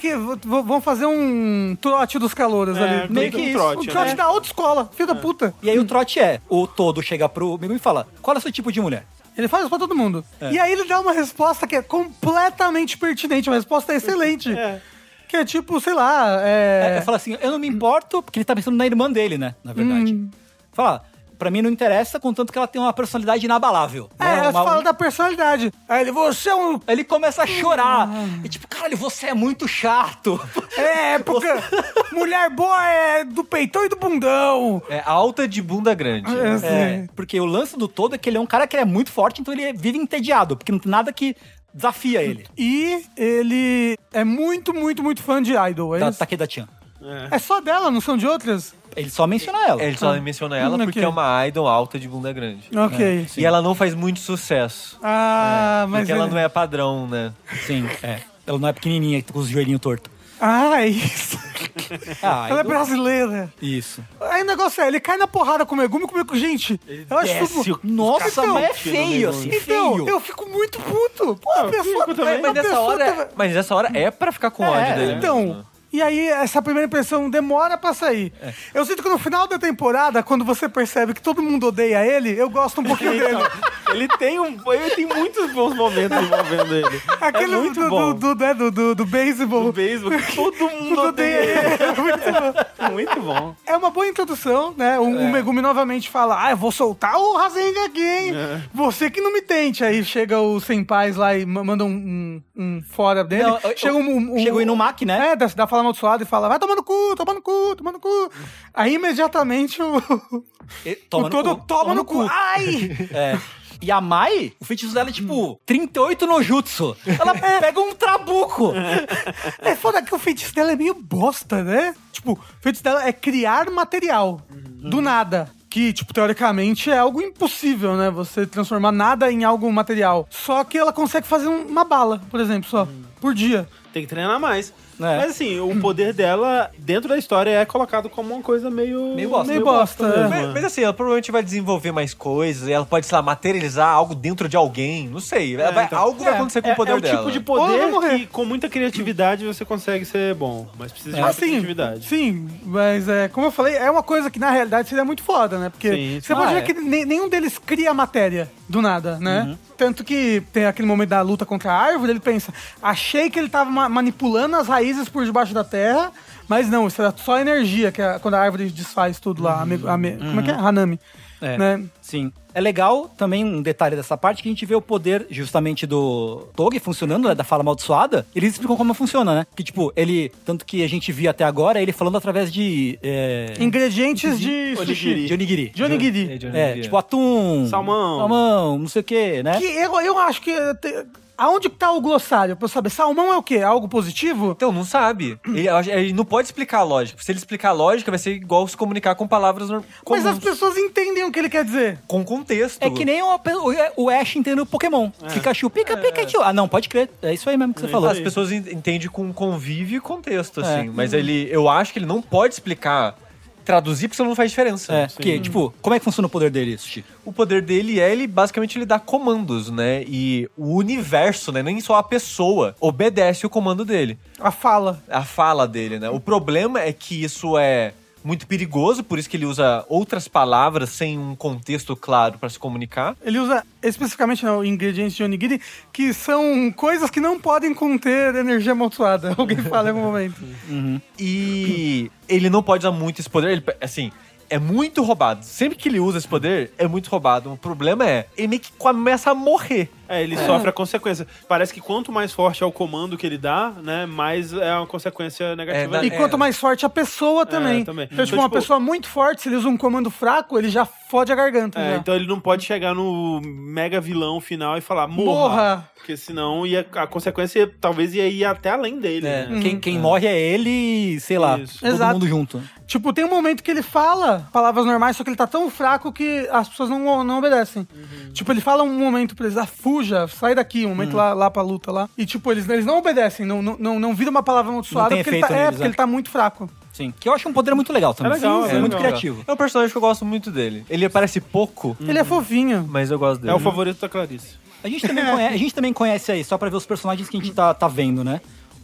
Vão fazer um trote dos calouros ali. meio que um isso. trote, Um trote né? da autoescola, filho da puta. E aí o trote o Todo chega pro Megumi e fala, qual é o seu tipo de mulher? Ele faz isso pra todo mundo. E aí ele dá uma resposta que é completamente pertinente, uma resposta excelente. Que é tipo, sei lá, Fala assim, eu não me importo, porque ele tá pensando na irmã dele, né? Na verdade. Fala, pra mim não interessa, contanto que ela tem uma personalidade inabalável. ela fala da personalidade. Aí ele, você é um... Aí ele começa a chorar. E tipo, caralho, você é muito chato. Porque mulher boa é do peitão e do bundão. É alta de bunda grande. Porque o lance do Todo é que ele é um cara que é muito forte, então ele vive entediado, porque não tem nada que desafia ele. E ele é muito, muito, muito fã de Idol. Da Takeda-chan. É só dela, não são de outras? Ele só menciona ela. Ele só menciona ela porque ok. é uma idol alta de bunda grande. Ok. E ela não faz muito sucesso. Mas Porque ela não é padrão, né? Sim, Ela não é pequenininha, com os joelhinhos tortos. É isso. Ela é então- brasileira. Isso. Aí o negócio é, ele cai na porrada com o Megumi, gente, eu acho desce tudo... Nossa, Então, mas é feio, assim, Então, feio. eu fico muito puto. Pô, a pessoa... Mas nessa hora é pra ficar com ódio dele. Então... mesmo. E aí, essa primeira impressão demora pra sair. Eu sinto que no final da temporada, quando você percebe que todo mundo odeia ele, eu gosto um pouquinho dele. Ele tem muitos bons momentos envolvendo ele. Aquele muito bom. do beisebol. O beisebol, que todo mundo odeia ele. Muito bom. É uma boa introdução, né? O Megumi novamente fala, eu vou soltar o Rasengan aqui, hein? Você que não me tente. Aí chega os senpais lá e mandam um fora dele. Não, chega chega o Inumaki, né? Da fala amaldiçoada e fala, vai tomando cu, tomando cu, tomando cu. Aí imediatamente o Todo toma no cu. Ai! E a Mai, o feitiço dela é tipo 38 no jutsu. Ela pega um trabuco. É foda que o feitiço dela é meio bosta, né? Tipo, o feitiço dela é criar material. Do nada. Que, tipo, teoricamente é algo impossível, né? Você transformar nada em algo material. Só que ela consegue fazer uma bala, por exemplo, só. Por dia. Tem que treinar mais. Mas assim, o poder dela dentro da história é colocado como uma coisa meio bosta. Meio bosta, mesmo, Mas assim, ela provavelmente vai desenvolver mais coisas, e ela pode, sei lá, materializar algo dentro de alguém, não sei. Algo vai acontecer com o poder é o dela. tipo de Ou ela vai poder morrer. que com muita criatividade você consegue ser bom, mas precisa de muita criatividade. Sim, mas como eu falei, é uma coisa que na realidade seria muito foda, né? Porque Sim, você pode ver que nenhum deles cria matéria do nada, né? Tanto que tem aquele momento da luta contra a árvore, ele pensa, achei que ele tava manipulando as raízes por debaixo da terra, mas não, isso era só energia, que é quando a árvore desfaz tudo lá. Como é que é? Hanami. Né? Sim. É legal também um detalhe dessa parte que a gente vê o poder justamente do Toge funcionando, né, da fala amaldiçoada. Eles explicam como funciona, né? Que tipo, ele, tanto que a gente via até agora, ele falando através de... Ingredientes de sushi. De onigiri. De onigiri. Tipo atum, Salmão, não sei o que, né? Que eu acho que Aonde que tá o glossário? Pra eu saber, salmão é o quê? Algo positivo? Então, não sabe. Ele não pode explicar a lógica. Se ele explicar a lógica, vai ser igual se comunicar com palavras comuns. Mas as pessoas entendem o que ele quer dizer. Com contexto. É que nem o Ash entendendo o Pokémon. Pikachu, Pikachu. Ah, não, pode crer. É isso aí mesmo que você falou. As pessoas entendem com convívio e contexto, assim. Mas eu acho que ele não pode explicar, traduzir, porque senão não faz diferença. Porque, tipo, como é que funciona o poder dele, Sushi? O poder dele ele basicamente ele dá comandos, né? E o universo, né? Nem só a pessoa obedece o comando dele. A fala Dele, né? O problema é que isso é muito perigoso, por isso que ele usa outras palavras sem um contexto claro pra se comunicar. Ele usa especificamente o ingrediente de onigiri, que são coisas que não podem conter energia amaldiçoada. Alguém fala em algum momento. E ele não pode usar muito esse poder. Ele, assim, é muito roubado. Sempre que ele usa esse poder, é muito roubado. O problema é, ele meio que começa a morrer. Ele sofre a consequência. Parece que quanto mais forte é o comando que ele dá, né, mais é uma consequência negativa. E quanto mais forte a pessoa também. Também. Então, tipo, uma pessoa muito forte, se ele usa um comando fraco, ele já fode a garganta. Então ele não pode chegar no mega vilão final e falar, morra! Porque senão a consequência talvez ia ir até além dele. Né? Quem morre é ele, sei lá, todo Exato. mundo junto. Tipo, tem um momento que ele fala palavras normais, só que ele tá tão fraco que as pessoas não obedecem. Tipo, ele fala um momento pra eles, fuja, sai daqui, um momento lá pra luta lá. E tipo, eles não obedecem, não vira uma palavra amaldiçoada porque ele tá muito fraco. Sim, que eu acho um poder muito legal também. É muito legal. criativo. É um personagem que eu gosto muito dele. Ele aparece pouco, Ele é fofinho. mas eu gosto dele. É o favorito da Clarice. A gente também conhece aí, só pra ver os personagens que a gente tá vendo, né?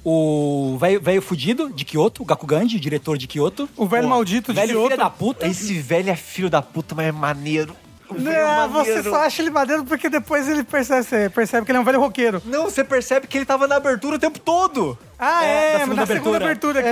O velho fudido de Kyoto, o Gakugandi, diretor de Kyoto. O velho maldito de Velho Kyoto. filho da puta. Esse velho é filho da puta, mas é maneiro. Você só acha ele maneiro porque depois ele percebe que ele é um velho roqueiro. Não, você percebe que ele tava na abertura o tempo todo. Mas na segunda abertura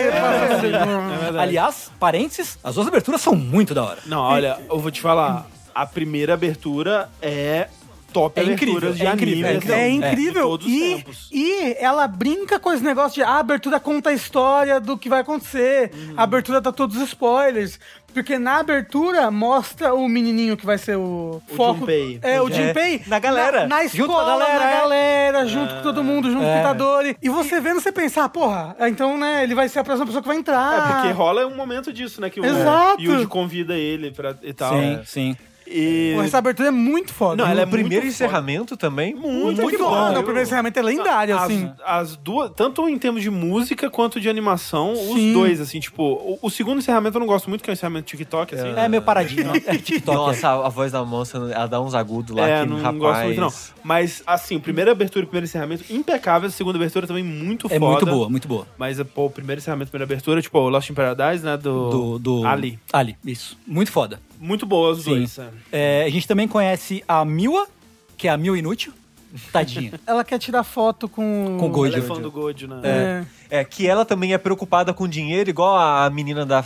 aqui. Aliás, parênteses, as duas aberturas são muito da hora. Não, olha, eu vou te falar. A primeira abertura é top aberturas de anime. É incrível. De todos os tempos. E ela brinca com esse negócio de a abertura conta a história do que vai acontecer. A abertura dá todos os spoilers. Porque na abertura mostra o menininho que vai ser o foco. Junpei. O Junpei. Na galera. Na escola, Junto com a galera, na galera, junto com todo mundo, junto com o Itadori. E você vendo, você pensar, porra, então, né, ele vai ser a próxima pessoa que vai entrar. Porque rola um momento disso, né? Que Exato. o Yuji convida ele e tal. Sim. E... Pô, essa abertura é muito foda. Não, ela é O primeiro muito encerramento também, muito muito bom. bom. Não, o primeiro encerramento é lendário, assim. As duas, tanto em termos de música quanto de animação, Sim. os dois, assim, tipo, o segundo encerramento eu não gosto muito, que é o encerramento TikTok, assim. É meio paradinho, né? É TikTok. Nossa, a voz da moça, ela dá uns agudos lá que, não rapaz... gosto muito, não. Mas, assim, primeira abertura e primeiro encerramento, impecáveis. A segunda abertura também muito foda. muito boa, muito boa. Mas, pô, o primeiro encerramento e primeira abertura, tipo, o Lost in Paradise, né, do Ali. Ali, isso. Muito foda. Muito boa os dois. A gente também conhece a Miwa, que é a Miwa Inútil. Tadinha. Ela quer tirar foto com Com o Gojo. Ela é fã do Gojo, né? que ela também é preocupada com dinheiro, igual a menina da...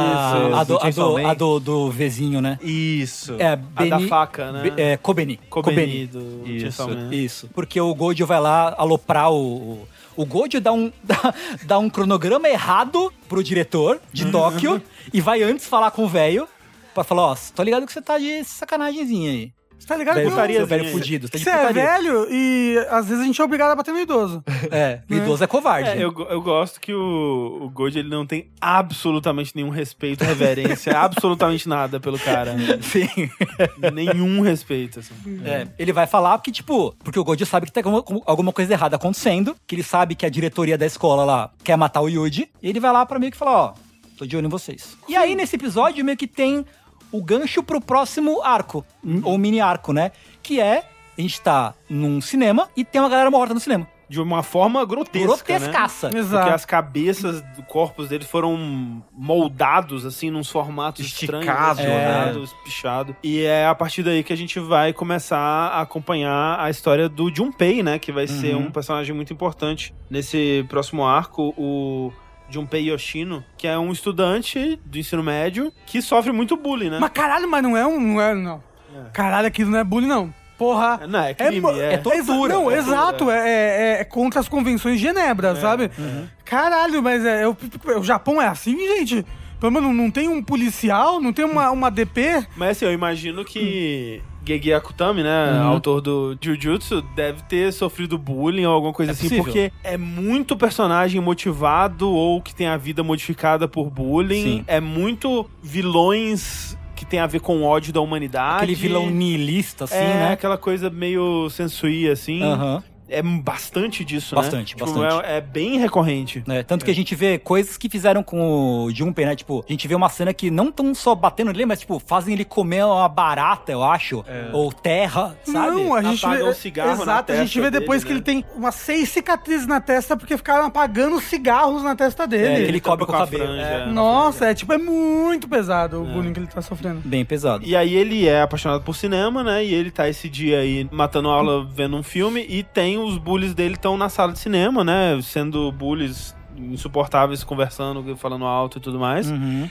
Do Vzinho, né? Isso. É, A da faca, né? Kobeni. Kobeni do Isso. Chainsaw Man. Isso. Porque o Gojo vai lá aloprar o Gojo dá um cronograma errado pro diretor de Tóquio e vai antes falar com o velho pra falar, ó, tô ligado que você tá de sacanagemzinha aí. Você tá ligado? Velho, velho fudido. Tá de Você é putaria. velho e às vezes a gente é obrigado a bater no idoso. O idoso é covarde. Eu gosto que o Gojo, ele não tem absolutamente nenhum respeito, reverência, absolutamente nada pelo cara. Né? Sim. Nenhum respeito, assim. Ele vai falar porque o Gojo sabe que tem alguma coisa errada acontecendo, que ele sabe que a diretoria da escola lá quer matar o Yuji, e ele vai lá pra meio que falar, ó, tô de olho em vocês. E aí, nesse episódio, meio que tem o gancho pro próximo arco, ou mini arco, né? Que é, a gente tá num cinema e tem uma galera morta no cinema. De uma forma grotesca, Grotescaça. Né? Exato. Porque as cabeças do corpos deles foram moldados, assim, nos formatos Esticado, estranhos, pichado. E é a partir daí que a gente vai começar a acompanhar a história do Junpei, né? Que vai ser um personagem muito importante nesse próximo arco, o Junpei Yoshino, que é um estudante do ensino médio que sofre muito bullying, né? Mas caralho, mas não. Caralho, aquilo não é bullying, não. Porra. Não, é crime, é tortura. Não, é exato. tortura. É contra as convenções de Genebra, sabe? Caralho, mas o Japão é assim, gente? Pelo menos não tem um policial, não tem uma DP. Mas assim, eu imagino que Gege Akutami, né, autor do Jujutsu, deve ter sofrido bullying ou alguma coisa assim, possível. porque é muito personagem motivado ou que tem a vida modificada por bullying, Sim. é muito vilões que tem a ver com ódio da humanidade. Aquele vilão nihilista, assim, é, né? aquela coisa meio sensui, assim. Aham. É bastante disso, Bastante, né? Tipo, bastante. é bem recorrente. Né? Tanto que a gente vê coisas que fizeram com o Junpei, né? Tipo, a gente vê uma cena que não tão só batendo nele, mas, tipo, fazem ele comer uma barata, eu acho. Ou terra, sabe? Não, a gente Apaga vê. um cigarro na Exato, a gente testa vê depois dele, que ele tem umas 6 cicatrizes na testa porque ficaram apagando cigarros na testa dele. É, ele tampa cobre com o a cabelo. franja, É. Nossa, é muito pesado o bullying que ele tá sofrendo. Bem pesado. E aí ele é apaixonado por cinema, né? E ele tá esse dia aí matando aula, vendo um filme, e tem os bullies dele estão na sala de cinema, né? Sendo bullies insuportáveis, conversando, falando alto e tudo mais. Uhum.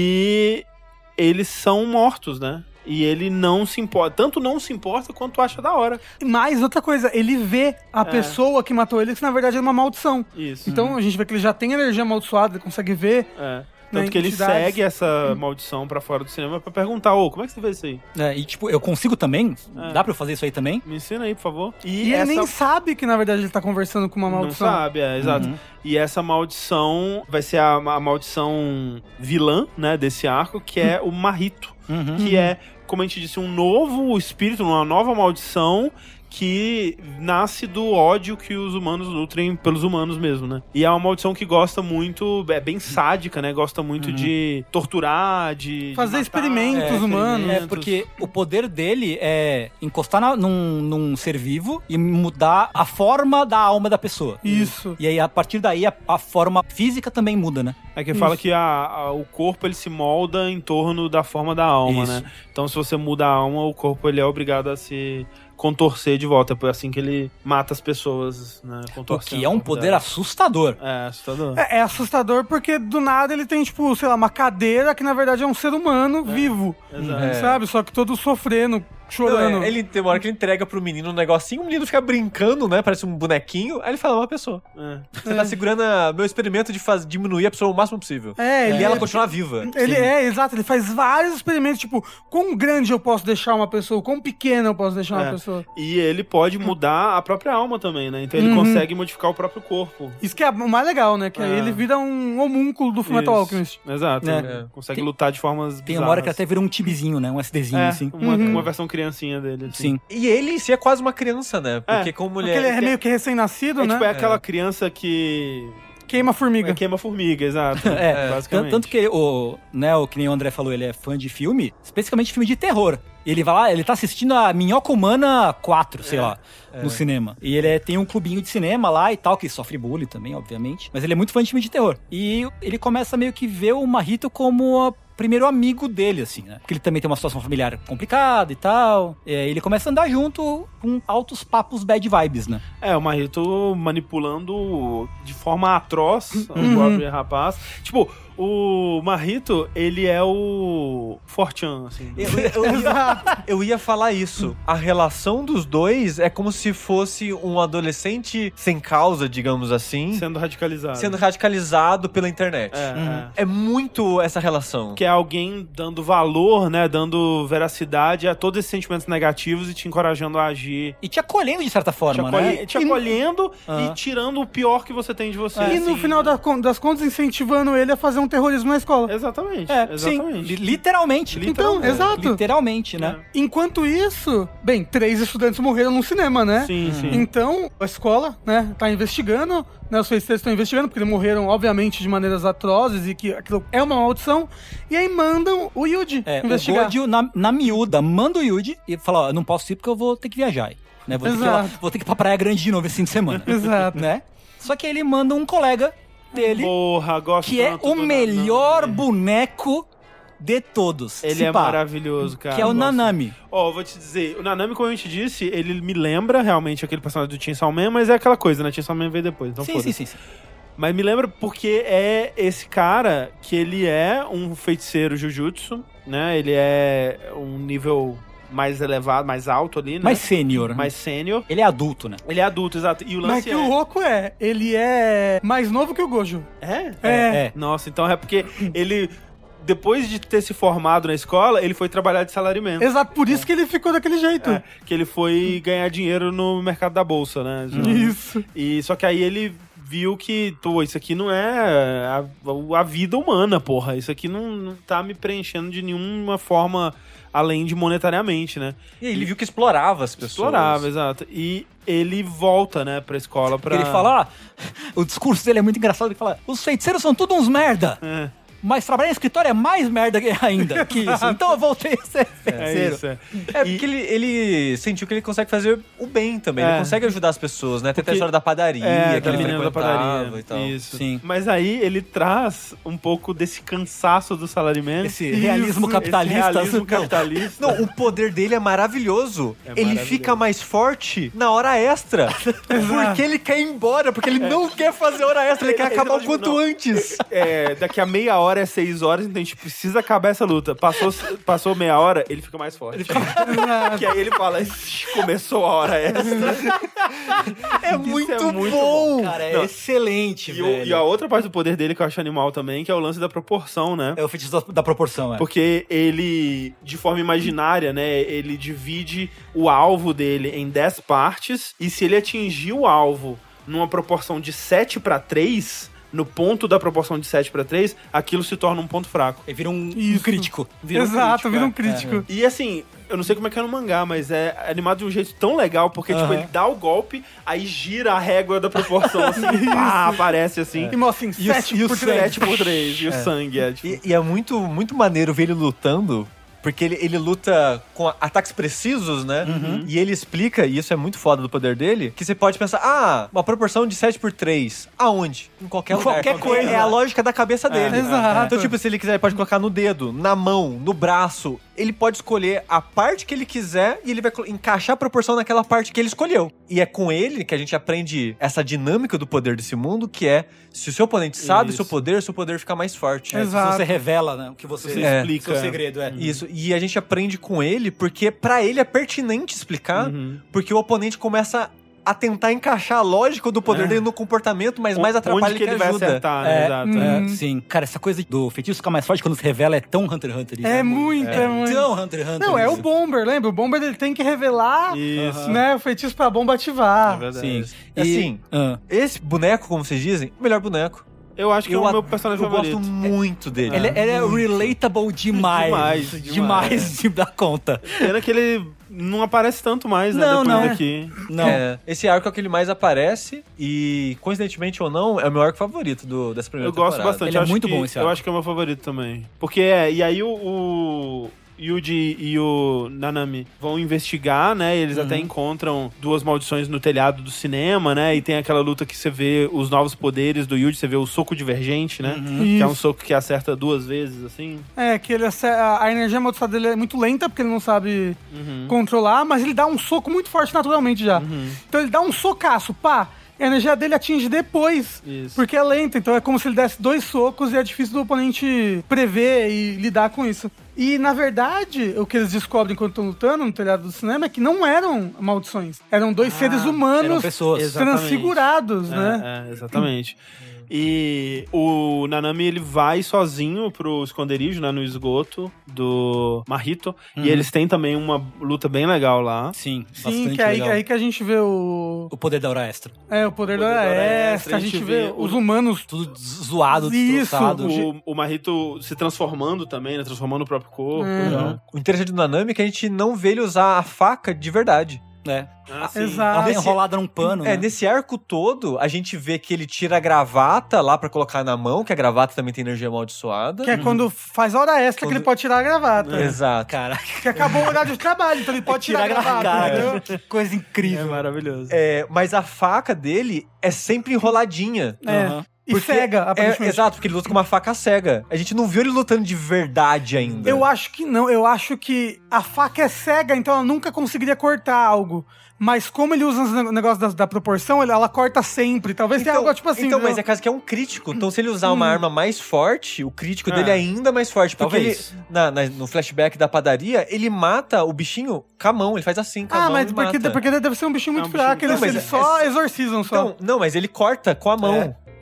E eles são mortos, né? E ele não se importa, tanto não se importa quanto acha da hora. Mas outra coisa, ele vê a pessoa que matou ele, que na verdade é uma maldição. Isso. Então a gente vê que ele já tem energia amaldiçoada, ele consegue ver. É. Na Tanto que ele entidades. segue essa maldição pra fora do cinema pra perguntar, como é que você fez isso aí? É, e, tipo, eu consigo também? Dá pra eu fazer isso aí também? Me ensina aí, por favor. E ele nem sabe que na verdade ele tá conversando com uma Não maldição. sabe, exato. E essa maldição vai ser a maldição vilã, né, desse arco, que é o Marrito. Que é, como a gente disse, um novo espírito, uma nova maldição que nasce do ódio que os humanos nutrem pelos humanos mesmo, né? E é uma maldição que gosta muito, é bem sádica, né? Gosta muito de torturar, de Fazer matar, experimentos humanos. É, porque o poder dele é encostar num ser vivo e mudar a forma da alma da pessoa. Isso. E aí, a partir daí, a forma física também muda, né? É que fala que o corpo ele se molda em torno da forma da alma, Isso. né? Então se você muda a alma, o corpo ele é obrigado a se contorcer de volta. É assim que ele mata as pessoas, né? O Contorcendo que é um o corpo poder dela. assustador. É, assustador. É assustador porque do nada ele tem, tipo, sei lá, uma cadeira que na verdade é um ser humano vivo. Exato. Sabe? Só que todo sofrendo, chorando. Não, ele tem uma hora que ele entrega pro menino um negocinho, o menino fica brincando, né? Parece um bonequinho. Aí ele fala, uma pessoa. É. Você tá segurando meu experimento de diminuir a pessoa o máximo possível. É, E ela continuar viva. Ele exato, ele faz vários experimentos, tipo, quão grande eu posso deixar uma pessoa, quão pequena eu posso deixar uma pessoa. E ele pode mudar a própria alma também, né? Então ele consegue modificar o próprio corpo. Isso que é o mais legal, né? Que aí ele vira um homúnculo do Fullmetal Isso. Alchemist. Exato. É. Ele consegue Tem- lutar de formas Tem uma hora que bizarras. até vira um tibizinho, né? Um SDzinho, assim. Uma versão criancinha dele. Assim. Sim. E ele em si é quase uma criança, né? Porque como Porque mulher... ele é meio que recém-nascido, É né? tipo, é aquela criança que Queima formiga. queima formiga, exato. É, basicamente. tanto que o que nem o André falou, ele é fã de filme, especificamente filme de terror. Ele vai lá, ele tá assistindo a Minhoca Humana 4, sei lá, no cinema. E ele tem um clubinho de cinema lá e tal, que sofre bullying também, obviamente. Mas ele é muito fã de filme de terror. E ele começa meio que ver o Marrito como o primeiro amigo dele, assim, né? Porque ele também tem uma situação familiar complicada e tal. E aí ele começa a andar junto com altos papos bad vibes, né? É, o Marrito manipulando de forma atroz o próprio rapaz. Tipo, o Marrito, ele é o Fortran, assim. Eu ia falar isso. A relação dos dois é como se fosse um adolescente sem causa, digamos assim, Sendo radicalizado. sendo radicalizado pela internet. É muito essa relação. Que é alguém dando valor, né? Dando veracidade a todos esses sentimentos negativos e te encorajando a agir. E te acolhendo de certa forma, né? Te acolhendo e tirando o pior que você tem de você. E no assim, final né? das contas, incentivando ele a fazer um terrorismo na escola. Exatamente. É, exatamente. sim, literalmente. Então, exato. Literalmente, né? Enquanto isso, bem, 3 estudantes morreram no cinema, né? Sim, sim. Então, a escola, né, tá investigando, né, os feiticeiros estão investigando, porque eles morreram, obviamente, de maneiras atrozes e que aquilo é uma maldição, e aí mandam o Yuji É, investigar. o Gojo, na miúda, manda o Yuji e fala, ó, eu não posso ir porque eu vou ter que viajar. Né? Vou ter que ir pra Praia Grande de novo esse fim de semana. Exato. Né? Só que aí ele manda um colega dele, Porra, gosto que é tanto o do melhor Nanami. boneco de todos. Ele se é pá, maravilhoso, cara. que é o Eu gosto. Nanami. Ó, vou te dizer, o Nanami, como a gente disse, ele me lembra realmente aquele personagem do Chainsaw Man, mas é aquela coisa, né? Chainsaw Man veio depois, então Sim, foda-se. sim, sim, sim. Mas me lembra porque é esse cara que ele é um feiticeiro Jujutsu, né? Ele é um nível mais elevado, mais alto ali, né? Mais sênior. Mais sênior. Ele é adulto, né? Ele é adulto, exato. E o Mas lance que o louco ele é mais novo que o Gojo. É? É. Nossa, então é porque ele depois de ter se formado na escola, ele foi trabalhar de salarimento. Exato, por isso que ele ficou daquele jeito. Que ele foi ganhar dinheiro no mercado da bolsa, né? Isso. E só que aí ele viu que, isso aqui não é a vida humana, porra. Isso aqui não tá me preenchendo de nenhuma forma além de monetariamente, né? E aí ele viu que explorava as pessoas. Explorava, exato. E ele volta, né, pra escola pra... Ele fala, o discurso dele é muito engraçado, ele fala, os feiticeiros são tudo uns merda. Mas trabalhar em escritório é mais merda ainda que isso. Então eu voltei a ser feiticeiro. Porque ele sentiu que ele consegue fazer o bem também. Ele consegue ajudar as pessoas, né? Tem até a história da padaria, que da ele menina da padaria e tal. Isso. Sim. Mas aí ele traz um pouco desse cansaço do salarimento. Esse realismo capitalista. Esse realismo capitalista. Não, o poder dele é maravilhoso. Ele fica mais forte na hora extra. Porque ele quer ir embora, porque ele não quer fazer hora extra, ele quer acabar o quanto antes. Daqui a meia hora é 6 horas, então a gente precisa acabar essa luta. Passou meia hora, ele fica mais forte. Que aí ele fala, começou a hora extra. É muito bom. Cara, é excelente, velho. E a outra parte do poder dele que eu acho animal também, que é o lance da proporção, né? É o feitiço da proporção, Porque ele, de forma imaginária, né, ele divide o alvo dele em 10 partes, e se ele atingir o alvo numa proporção de 7:3... no ponto da proporção de 7:3, aquilo se torna um ponto fraco. Ele vira um crítico. Vira um crítico. E assim, eu não sei como é que é no mangá, mas é animado de um jeito tão legal, porque tipo, ele dá o golpe, aí gira a régua da proporção, assim, pá, aparece assim. E mostra assim, 7:3. E o sangue é tipo... E é muito, muito maneiro ver ele lutando, porque ele luta com ataques precisos, né? E ele explica, e isso é muito foda do poder dele, que você pode pensar, uma proporção de 7:3. Aonde? Em qualquer lugar. Qualquer coisa. É a lógica da cabeça dele. Exato. Então, tipo, se ele quiser, ele pode colocar no dedo, na mão, no braço. Ele pode escolher a parte que ele quiser e ele vai encaixar a proporção naquela parte que ele escolheu. E é com ele que a gente aprende essa dinâmica do poder desse mundo, que é, se o seu oponente sabe seu poder fica mais forte. Exato. Se você revela, né, o que você explica. Seu segredo, Isso. E a gente aprende com ele, porque pra ele é pertinente explicar, porque o oponente começa a tentar encaixar a lógica do poder dele no comportamento, mas mais atrapalha onde que ele vai ajuda. acertar, né? Exato. Sim. Cara, essa coisa do feitiço ficar mais forte quando se revela é tão Hunter x Hunter. Isso É muito. tão Hunter x Hunter. Não, é o isso. Bomber, lembra? O Bomber ele tem que revelar, né, o feitiço pra bomba ativar. É verdade. Sim. Assim, esse boneco, como vocês dizem, o melhor boneco. Eu acho que é o meu personagem favorito. Eu gosto muito dele. Ele é relatable demais. Demais de dar conta. Pena que ele não aparece tanto mais, né? Não, depois não. daqui. Não. Esse arco é o que ele mais aparece e, coincidentemente ou não, é o meu arco favorito dessa primeira Eu gosto temporada. bastante. Ele é Eu acho muito que- bom esse Eu arco. acho que é o meu favorito também. Porque e aí o Yuji e o Nanami vão investigar, né? Eles até encontram 2 maldições no telhado do cinema, né? E tem aquela luta que você vê os novos poderes do Yuji, você vê o soco divergente, né? Que é um Isso. soco que acerta 2 vezes, assim. Que a energia amaldiçoada dele é muito lenta, porque ele não sabe controlar, mas ele dá um soco muito forte naturalmente já. Então ele dá um socaço, pá, e a energia dele atinge depois, Isso. porque é lenta, então é como se ele desse 2 socos e é difícil do oponente prever e lidar com isso. E, na verdade, o que eles descobrem enquanto estão lutando no telhado do cinema é que não eram maldições. Eram 2 seres humanos eram pessoas. Exatamente. transfigurados, né? Exatamente. E o Nanami, ele vai sozinho pro esconderijo, né, no esgoto do Mahito. E eles têm também uma luta bem legal lá. Sim, Sim, bastante que é legal. aí que a gente vê o O poder da hora extra. poder da hora extra, a gente vê os humanos. Tudo zoado, Isso, destroçado. O Mahito se transformando também, né, transformando o próprio corpo. Uhum. O interessante do Nanami é que a gente não vê ele usar a faca de verdade. É. Sim. Exato. Ela vem Nesse- enrolada num pano, né? Nesse arco todo, a gente vê que ele tira a gravata lá pra colocar na mão, que a gravata também tem energia amaldiçoada. Que é quando faz hora extra que ele pode tirar a gravata. Exato. Caraca. Que acabou o horário de trabalho, então ele pode tirar a gravata. Cara, entendeu? que coisa incrível. maravilhoso. Mas a faca dele é sempre enroladinha. Aham. E Porque cega, aparentemente. Exato, porque ele luta com uma faca cega. A gente não viu ele lutando de verdade ainda. Eu acho que não, eu acho que a faca é cega, então ela nunca conseguiria cortar algo. Mas como ele usa os negócios da proporção, ela corta sempre. Talvez tenha algo tipo assim. Então, mas entendeu? é caso que é um crítico. Então, se ele usar uma arma mais forte, o crítico dele é ainda mais forte. Porque Talvez. ele, no flashback da padaria, ele mata o bichinho com a mão. Ele faz assim com a mão mas e porque mata. deve ser um bichinho muito um bichinho fraco. muito Eles, fraco. eles Mas só exorcizam só. Então, não, mas ele corta com a mão.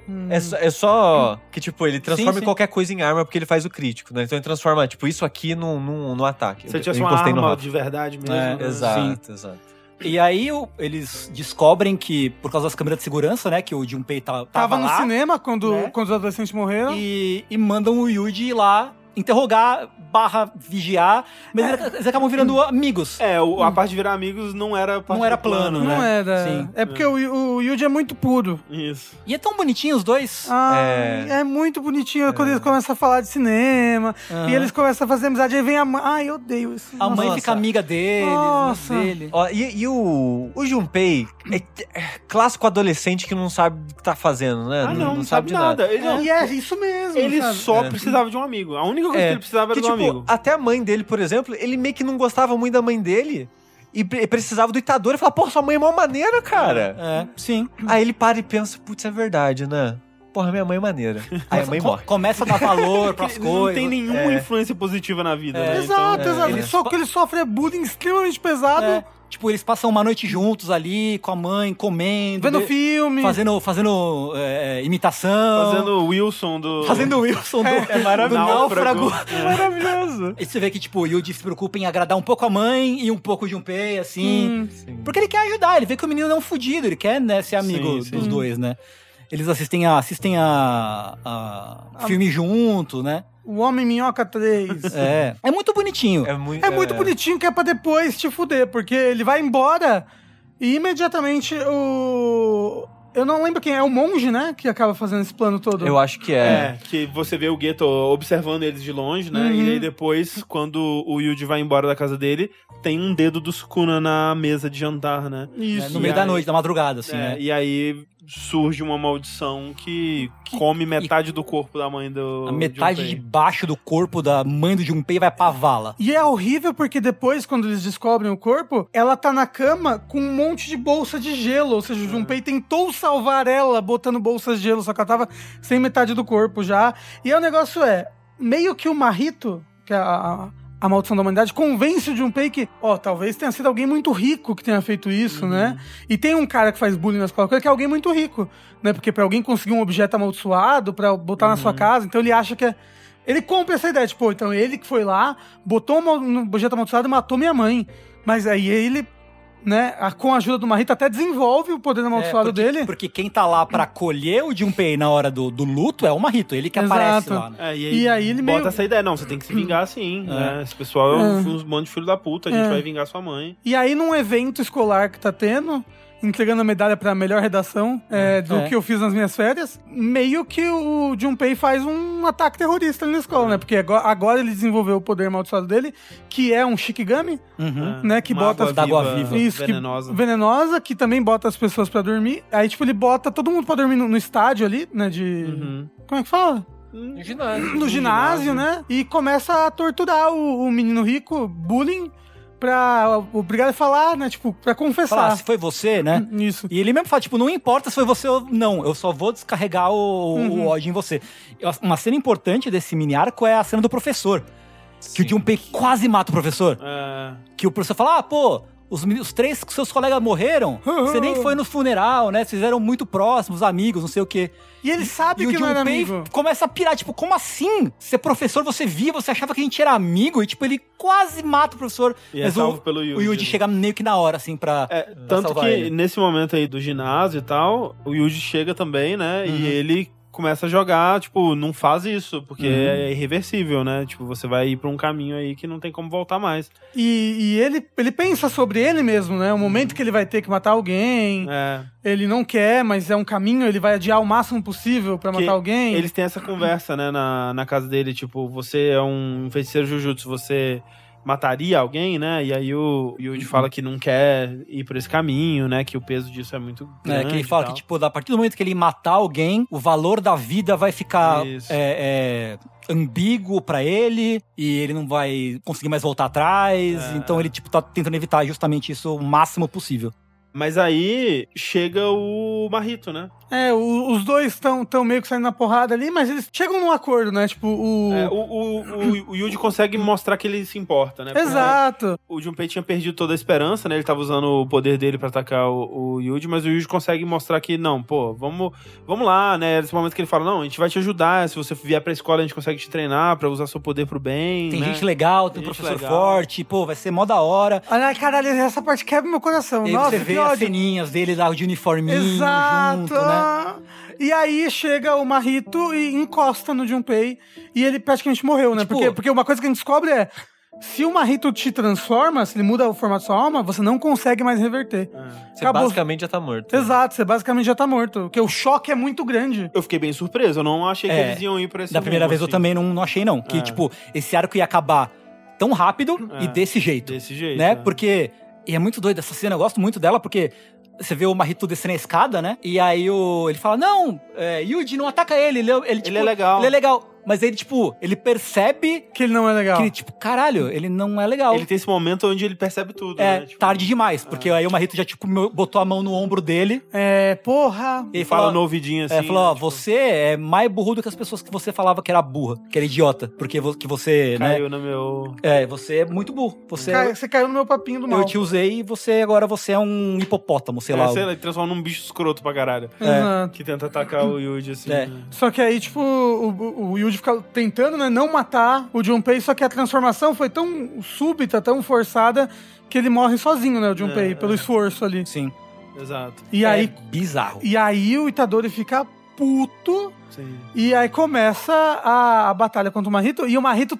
É só que, tipo, ele transforma sim. qualquer coisa em arma porque ele faz o crítico, né? Então ele transforma, tipo, isso aqui no ataque. Se Eu tivesse uma encostei no arma Rafa. de verdade mesmo. É, né? Exato. E aí eles descobrem que, por causa das câmeras de segurança, né, que o Junpei Tava no lá, cinema quando, né? quando os adolescentes morreram. e mandam o Yuji ir lá interrogar, vigiar, mas eles acabam virando amigos. A parte de virar amigos não era parte Não era do plano, plano, Não né? era. Sim. É porque o Yuji é muito puro. Isso. E é tão bonitinho os dois. É muito bonitinho quando eles começam a falar de cinema. Aham. E eles começam a fazer amizade. Aí vem a mãe. Ai, eu odeio isso. A mãe Nossa. fica amiga deles, Nossa. dele. Ó, e o Junpei é clássico adolescente que não sabe o que tá fazendo, né? Não sabe de nada. Ele, E é isso mesmo. ele sabe? só precisava de um amigo. A única coisa que ele precisava era que, de um tipo, amigo. até a mãe dele, por exemplo, ele meio que não gostava muito da mãe dele e precisava do Itadori e falava, porra, sua mãe é mó maneira, cara. É, sim. Aí ele para e pensa, putz, é verdade, né? Porra, minha mãe é maneira. Aí a mãe morre. Começa a dar valor pras Não coisas. tem nenhuma influência positiva na vida, né? Exato, exato. eles Só que ele sofre bullying extremamente pesado. É, tipo, eles passam uma noite juntos ali, com a mãe, comendo. Vendo filme. Fazendo imitação. Fazendo o Wilson do... Fazendo o Wilson do maravilhoso. náufrago. Maravilhoso. E você vê que, tipo, o Yuji se preocupa em agradar um pouco a mãe e um pouco o Junpei, assim. Porque ele quer ajudar, ele vê que o menino é um fudido, ele quer, né, ser amigo Sim, dos dois, né? Eles assistem a filme junto, né? O Homem Minhoca 3. É muito bonitinho. É muito bonitinho que é pra depois te fuder, porque ele vai embora e imediatamente o... Eu não lembro quem é, o monge, né? Que acaba fazendo esse plano todo. Eu acho que é. Que você vê o Geto observando eles de longe, né? E aí depois, quando o Yuji vai embora da casa dele, tem um dedo do Sukuna na mesa de jantar, né? Isso. No meio da noite, da madrugada, assim, né? E aí surge uma maldição que come metade do corpo da mãe do A metade Junpei. de baixo do corpo da mãe do Junpei vai pra vala. E é horrível porque depois, quando eles descobrem o corpo, ela tá na cama com um monte de bolsa de gelo. Ou seja, o Junpei tentou salvar ela botando bolsas de gelo, só que ela tava sem metade do corpo já. E aí o negócio meio que o Mahito, que é a maldição da humanidade, convence o Junpei que, talvez tenha sido alguém muito rico que tenha feito isso, né? E tem um cara que faz bullying na escola que é alguém muito rico, né? Porque pra alguém conseguir um objeto amaldiçoado pra botar na sua casa, então ele acha que é... Ele compra essa ideia, tipo, então ele que foi lá, botou um objeto amaldiçoado e matou minha mãe. Mas aí ele, né, com a ajuda do Mahito, até desenvolve o poder amaldiçoado dele. Porque quem tá lá pra colher o Junpei na hora do luto é o Mahito, ele que aparece lá, né? E aí ele bota meio... essa ideia, não, você tem que se vingar sim, né? Esse pessoal é um monte de filho da puta, a gente vai vingar sua mãe. E aí, num evento escolar que tá tendo, entregando a medalha pra melhor redação do que eu fiz nas minhas férias, meio que o Junpei faz um ataque terrorista ali na escola, né? Porque agora ele desenvolveu o poder amaldiçoado dele, que é um Shikigami, né? Que Uma bota água viva, isso, venenosa. Venenosa, que também bota as pessoas pra dormir. Aí, tipo, ele bota todo mundo pra dormir no estádio ali, né? Como é que fala? No ginásio. No ginásio, né? E começa a torturar o menino rico, bullying, pra obrigar ele a falar, né? Tipo, pra confessar. Falar, se foi você, né? Isso. E ele mesmo fala, tipo, não importa se foi você ou não, eu só vou descarregar o ódio em você. Uma cena importante desse mini arco é a cena do professor. Que o Junpei quase mata o professor. Que o professor fala, os três seus colegas morreram, você nem foi no funeral, né? Vocês eram muito próximos, amigos, não sei o quê. E ele sabe E que o não era Junpei amigo. começa a pirar, tipo, como assim? Ser professor, você via, você achava que a gente era amigo, e tipo, ele quase mata o professor. E é Mas salvo pelo Yuji, o Yuji né? chega meio que na hora, assim, pra Tanto salvar que ele. nesse momento aí do ginásio e tal, o Yuji chega também, né? E ele começa a jogar, tipo, não faz isso, porque é irreversível, né? Tipo, você vai ir pra um caminho aí que não tem como voltar mais. E ele pensa sobre ele mesmo, né? O momento que ele vai ter que matar alguém. Ele não quer, mas é um caminho, ele vai adiar o máximo possível pra matar alguém. Eles têm essa conversa, né, na casa dele, tipo, você é um feiticeiro Jujutsu, você mataria alguém, né? E aí o Yuji fala que não quer ir por esse caminho, né? Que o peso disso é muito grande. Que ele fala que, tipo, a partir do momento que ele matar alguém, o valor da vida vai ficar ambíguo pra ele, e ele não vai conseguir mais voltar atrás. Então ele, tipo, tá tentando evitar justamente isso o máximo possível. Mas aí chega o Mahito, né? Os dois estão meio que saindo na porrada ali, mas eles chegam num acordo, né? Tipo, o Yuji consegue mostrar que ele se importa, né? Porque Exato. o Junpei tinha perdido toda a esperança, né? Ele tava usando o poder dele pra atacar o Yuji, mas o Yuji consegue mostrar que, não, pô, vamos lá, né? Nesse momento que ele fala, não, a gente vai te ajudar, se você vier pra escola, a gente consegue te treinar pra usar seu poder pro bem, Tem né? gente legal, tem um Gente professor legal. forte, pô, vai ser mó da hora. Ai, caralho, essa parte quebra meu coração. E aí Nossa, você que vê as ódio. ceninhas dele lá de uniforminho Exato. junto, né? E aí chega o Mahito e encosta no Junpei e ele praticamente morreu, né? Tipo- Porque uma coisa que a gente descobre é: se o Mahito te transforma, se ele muda o formato da sua alma, você não consegue mais reverter. Você basicamente já tá morto. Exato, você basicamente já tá morto. Porque o choque é muito grande. Eu fiquei bem surpreso, eu não achei que eles iam ir pra esse Da primeira rumo, vez eu assim. também não achei, não. Que, tipo, esse arco ia acabar tão rápido e desse jeito. Desse jeito, né? é. Porque... E é muito doido essa cena, eu gosto muito dela, porque... Você vê o Mahito descendo a escada, né? E aí ele fala, não, Yuji, não ataca ele. Ele é legal. Ele é legal. Mas ele, tipo, ele percebe Que ele não é legal. que ele, tipo, caralho, ele não é legal. Ele tem esse momento onde ele percebe tudo, né? Tipo, Tarde demais. Porque aí o Mahito já, tipo, botou a mão no ombro dele. Porra. E ele fala falou, no ouvidinho assim. falou, ó, né? Tipo, você é mais burro do que as pessoas que você falava que era burra, que era idiota. Porque que você, né? Caiu no meu... Você é muito burro. Você Você caiu no meu papinho do mal. Eu te usei e agora você é um hipopótamo, sei lá. sei lá, ele transforma num bicho escroto pra caralho. Exato. Que tenta atacar o Yuji, assim. É. né? Só que aí, tipo, o Yuji fica tentando, né, não matar o Junpei, só que a transformação foi tão súbita, tão forçada, que ele morre sozinho, né, o Junpei, pelo esforço ali. Sim. Exato. E aí, bizarro. e aí o Itadori fica puto, Sim. e aí começa a batalha contra o Mahito, e o Mahito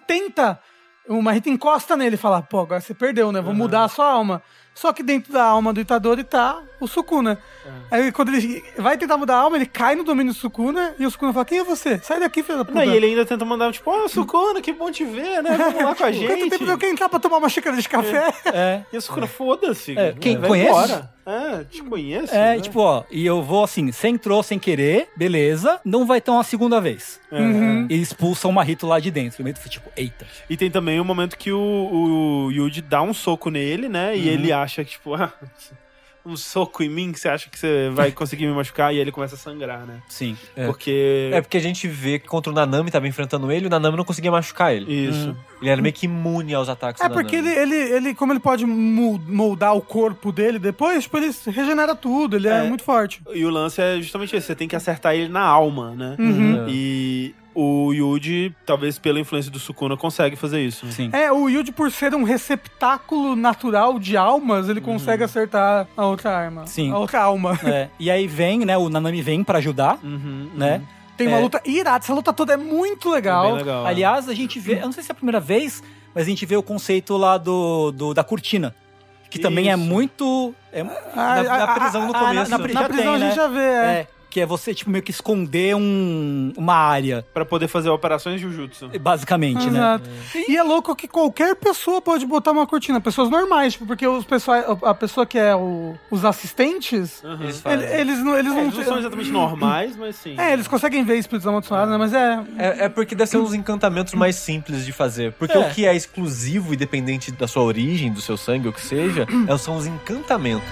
encosta nele e fala, pô, agora você perdeu, né, vou mudar a sua alma. Só que dentro da alma do Itadori tá o Sukuna. Aí quando ele vai tentar mudar a alma, ele cai no domínio do Sukuna e o Sukuna fala, quem é você? Sai daqui, filho da puta. Não, e ele ainda tenta mandar, tipo, Sukuna, que bom te ver, né? Vamos lá com a Quanto gente. tempo eu quero entrar pra tomar uma xícara de café? E a Sukuna, foda-se. Quem vai conhece? embora. Te conheço. né? Tipo, ó, e eu vou assim, você entrou sem querer, beleza, não vai ter uma segunda vez. E expulsa o Mahito lá de dentro. O Mahito foi tipo, eita. E tem também o momento que o Yuji dá um soco nele, né? E ele acha que, tipo, um soco em mim que você acha que você vai conseguir me machucar, e aí ele começa a sangrar, né? Sim. Porque... É porque a gente vê que contra o Nanami tava enfrentando ele e o Nanami não conseguia machucar ele. Isso. Ele era meio que imune aos ataques do Porque Nanami. ele, como ele pode moldar o corpo dele depois, tipo, ele regenera tudo, ele é muito forte. E o lance é justamente esse, você tem que acertar ele na alma, né? E o Yuji, talvez pela influência do Sukuna, consegue fazer isso. Né? Sim. O Yuji, por ser um receptáculo natural de almas, ele consegue acertar a outra arma. Sim. A outra alma. E aí vem, né, o Nanami vem pra ajudar, né? Tem uma luta irada, essa luta toda é muito legal. Bem legal. Aliás, a gente vê, eu não sei se é a primeira vez, mas a gente vê o conceito lá da cortina. Que também é Isso. muito... Na prisão no começo. Na Na prisão a né? gente já vê, Que é você, tipo, meio que esconder uma área, Pra poder fazer operações Jujutsu. basicamente, né? Exato. E é louco que qualquer pessoa pode botar uma cortina, pessoas normais, tipo, porque a pessoa que é os assistentes, Eles fazem. eles não Eles não são exatamente normais, mas sim. eles conseguem ver espíritos amaldiçoados, né? Mas É porque deve ser uns encantamentos mais simples de fazer. Porque o que é exclusivo e dependente da sua origem, do seu sangue, ou o que seja, são os encantamentos.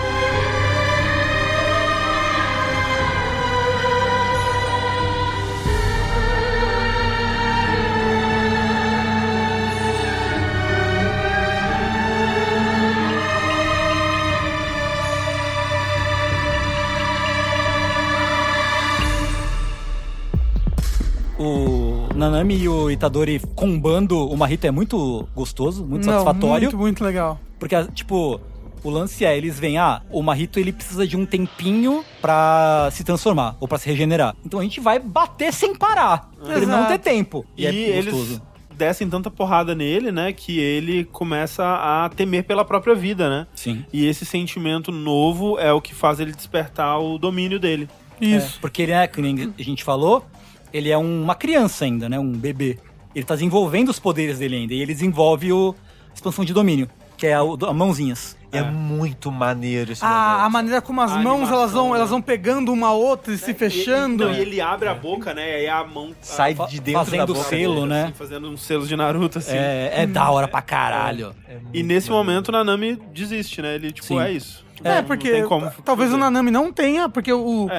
O Nanami e o Itadori combando o Mahito é muito gostoso, muito satisfatório. Muito, muito legal. Porque, tipo, o lance é, eles veem, o Mahito ele precisa de um tempinho pra se transformar, ou pra se regenerar. Então a gente vai bater sem parar, pra ele não ter tempo. E é gostoso. eles descem tanta porrada nele, né, que ele começa a temer pela própria vida, né? Sim. E esse sentimento novo é o que faz ele despertar o domínio dele. Isso. Porque ele é, que nem a gente falou, ele é uma criança ainda, né, um bebê. Ele tá desenvolvendo os poderes dele ainda, e ele desenvolve a expansão de domínio, que é a mãozinhas. É muito maneiro esse A momento. maneira como as A mãos animação, elas vão pegando uma outra e se fechando. E ele abre a boca, né, e aí a mão... Sai de dentro fazendo da boca selo, dele. né? Assim, fazendo um selo de Naruto, assim. É da hora pra caralho. E nesse momento o Nanami desiste, né? Ele, tipo, Sim. é isso. É, porque não tem como talvez fazer. o Nanami não tenha, porque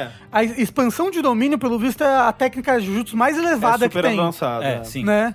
a expansão de domínio, pelo visto, é a técnica Jujutsu mais elevada que super tem. avançado. É, sim. Né?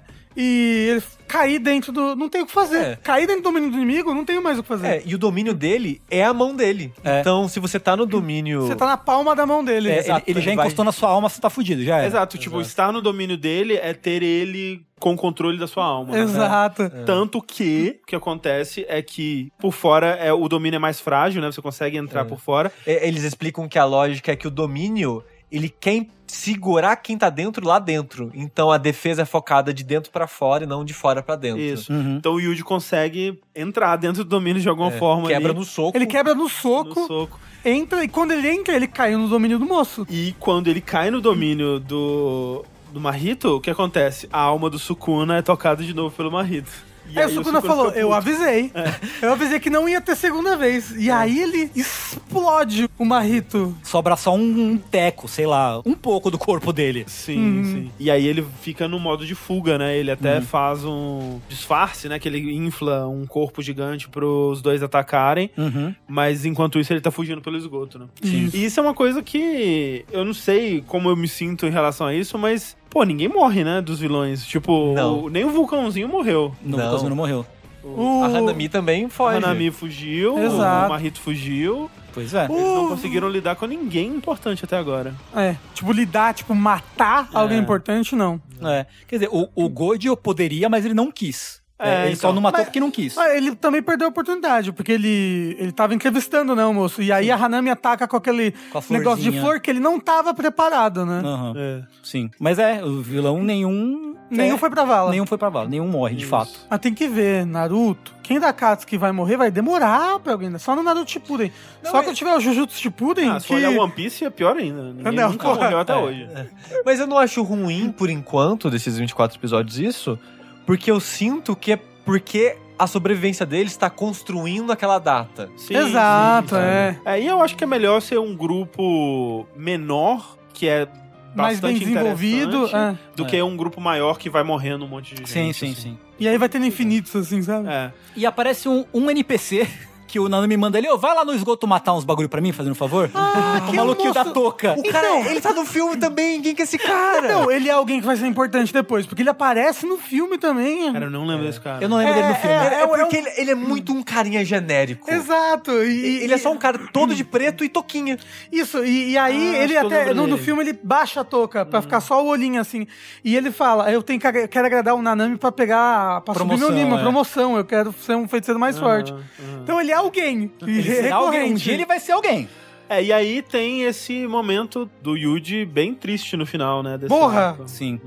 E ele cair dentro do... Não tem o que fazer. É. Cair dentro do domínio do inimigo, não tem mais o que fazer. É, e o domínio dele é a mão dele. É. Então, se você tá no domínio... Você tá na palma da mão dele. É, Exato, ele já ele vai- encostou na sua alma, você tá fudido, já é. Exato, tipo, estar no domínio dele é ter ele com o controle da sua alma. né? Exato. Tanto que o que acontece é que por fora o domínio é mais frágil, né? Você consegue entrar por fora. Eles explicam que a lógica é que o domínio, ele quer segurar quem tá dentro lá dentro. Então a defesa é focada de dentro pra fora e não de fora pra dentro. Isso. Uhum. Então o Yuji consegue entrar dentro do domínio de alguma forma. Quebra ali, no soco. Ele quebra no no soco, soco. entra, e quando ele entra, ele caiu no domínio do moço. E quando ele cai no domínio do Mahito, o que acontece? A alma do Sukuna é tocada de novo pelo Mahito. E Aí o Sukuna falou, fica eu puto. avisei. Eu avisei que não ia ter segunda vez. E aí ele explode o Mahito. Sobra só um teco, sei lá, um pouco do corpo dele. Sim, sim. E aí ele fica no modo de fuga, né? Ele até faz um disfarce, né? Que ele infla um corpo gigante pros dois atacarem. Uhum. Mas enquanto isso ele tá fugindo pelo esgoto, né? Sim. E isso é uma coisa que eu não sei como eu me sinto em relação a isso, mas, pô, ninguém morre, né? Dos vilões. Tipo, Não. nem o vulcãozinho morreu. No Não. Cosmo não morreu. A Hanami também O foge. Hanami fugiu, Exato. o Mahito fugiu. Pois é. Eles não conseguiram lidar com ninguém importante até agora. Tipo, lidar, tipo, matar alguém importante, não. É. Quer dizer, o Gojo poderia, mas ele não quis. Ele então. só não matou Mas- porque não quis. Ele também perdeu a oportunidade, porque ele tava entrevistando, né, o moço. E aí a Hanami ataca com aquele Com a negócio de florzinha. flor que ele não tava preparado, né? Aham. É. Sim. Mas o vilão nenhum Nenhum foi pra vala. Nenhum foi pra vala. Nenhum morre, de fato. Mas tem que ver, Naruto, quem da Akatsuki vai morrer vai demorar pra alguém, né? Só no Naruto Shippuden. Só quando tiver o Jujutsu Shippuden, Ah, se for olhar One Piece é pior ainda. Ninguém Não, nunca porra. morreu até hoje. Mas eu não acho ruim, por enquanto, desses 24 episódios isso, porque eu sinto que é porque a sobrevivência deles está construindo aquela data. Sim, Exato, sim, sabe? é. E eu acho que é melhor ser um grupo menor, que é Mais bem bastante desenvolvido. interessante, do que um grupo maior que vai morrendo um monte de Sim, gente. sim, assim. sim. E aí vai tendo infinitos, assim, sabe? É. E aparece um NPC que o Nanami manda ali, vai lá no esgoto matar uns bagulho pra mim, fazendo um favor. O que maluquinho moço- da touca. O cara, ele tá no filme também, quem que é esse cara? Não, ele é alguém que vai ser importante depois, porque ele aparece no filme também. Cara, eu não lembro desse cara. Eu não lembro dele no filme. É porque ele é muito um carinha genérico. Exato. Ele é só um cara todo de preto e toquinha. Isso, e aí ele acho que eu até, lembro no dele. filme, ele baixa a touca pra ficar só o olhinho assim. E ele fala, quero agradar o Nanami pra pegar, pra subir Promoção, meu nível, é. promoção, eu quero ser um feiticeiro mais forte. Então ele é alguém, Ele será alguém. Um dia ele vai ser alguém. E aí tem esse momento do Yuji bem triste no final, né? desse Porra! arco. Sim.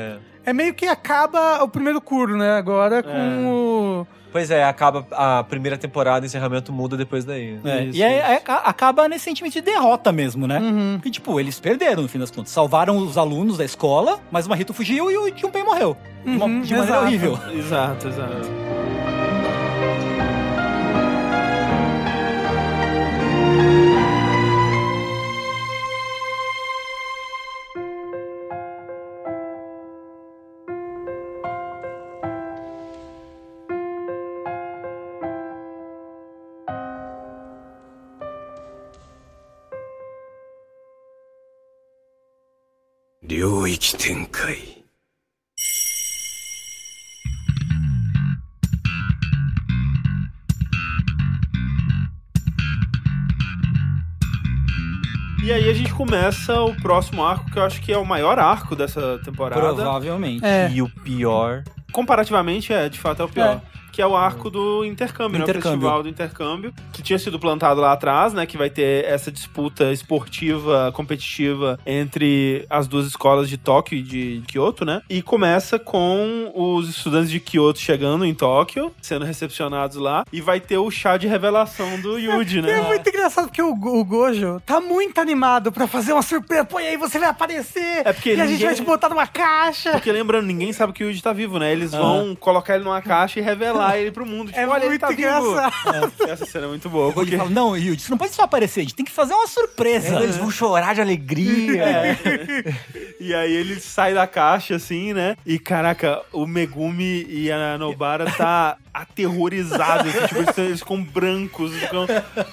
É meio que acaba o primeiro Kuro, né? Agora com o... Pois é, acaba a primeira temporada, o encerramento muda depois daí. Isso, E aí acaba nesse sentimento de derrota mesmo, né? Porque, tipo, eles perderam no fim das contas. Salvaram os alunos da escola, mas o Mahito fugiu e o Junpei morreu. De maneira exato. horrível. Exato. E aí a gente começa o próximo arco, que eu acho que é o maior arco dessa temporada. Provavelmente. É. E o pior... Comparativamente, de fato, é o pior. Que é o arco do intercâmbio, né? O festival do intercâmbio, que tinha sido plantado lá atrás, né? Que vai ter essa disputa esportiva, competitiva entre as duas escolas de Tóquio e de Kyoto, né? E começa com os estudantes de Kyoto chegando em Tóquio, sendo recepcionados lá, e vai ter o chá de revelação do Yuji, né? É muito engraçado porque o Gojo tá muito animado pra fazer uma surpresa. Pô, e aí você vai aparecer. É porque e a gente ninguém- vai te botar numa caixa. Porque lembrando, ninguém sabe que o Yuji tá vivo, né? Eles vão colocar ele numa caixa e revelar revelar ele pro mundo. Tipo, É olha, ele muito tá engraçado. vivo. Essa cena é muito boa. O Gold Porque... fala, não, Yuji, você não pode só aparecer, a gente tem que fazer uma surpresa. Eles vão chorar de alegria. E aí ele sai da caixa, assim, né? E, caraca, o Megumi e a Nobara tá aterrorizado. Assim, tipo, eles ficam brancos. Eles ficam...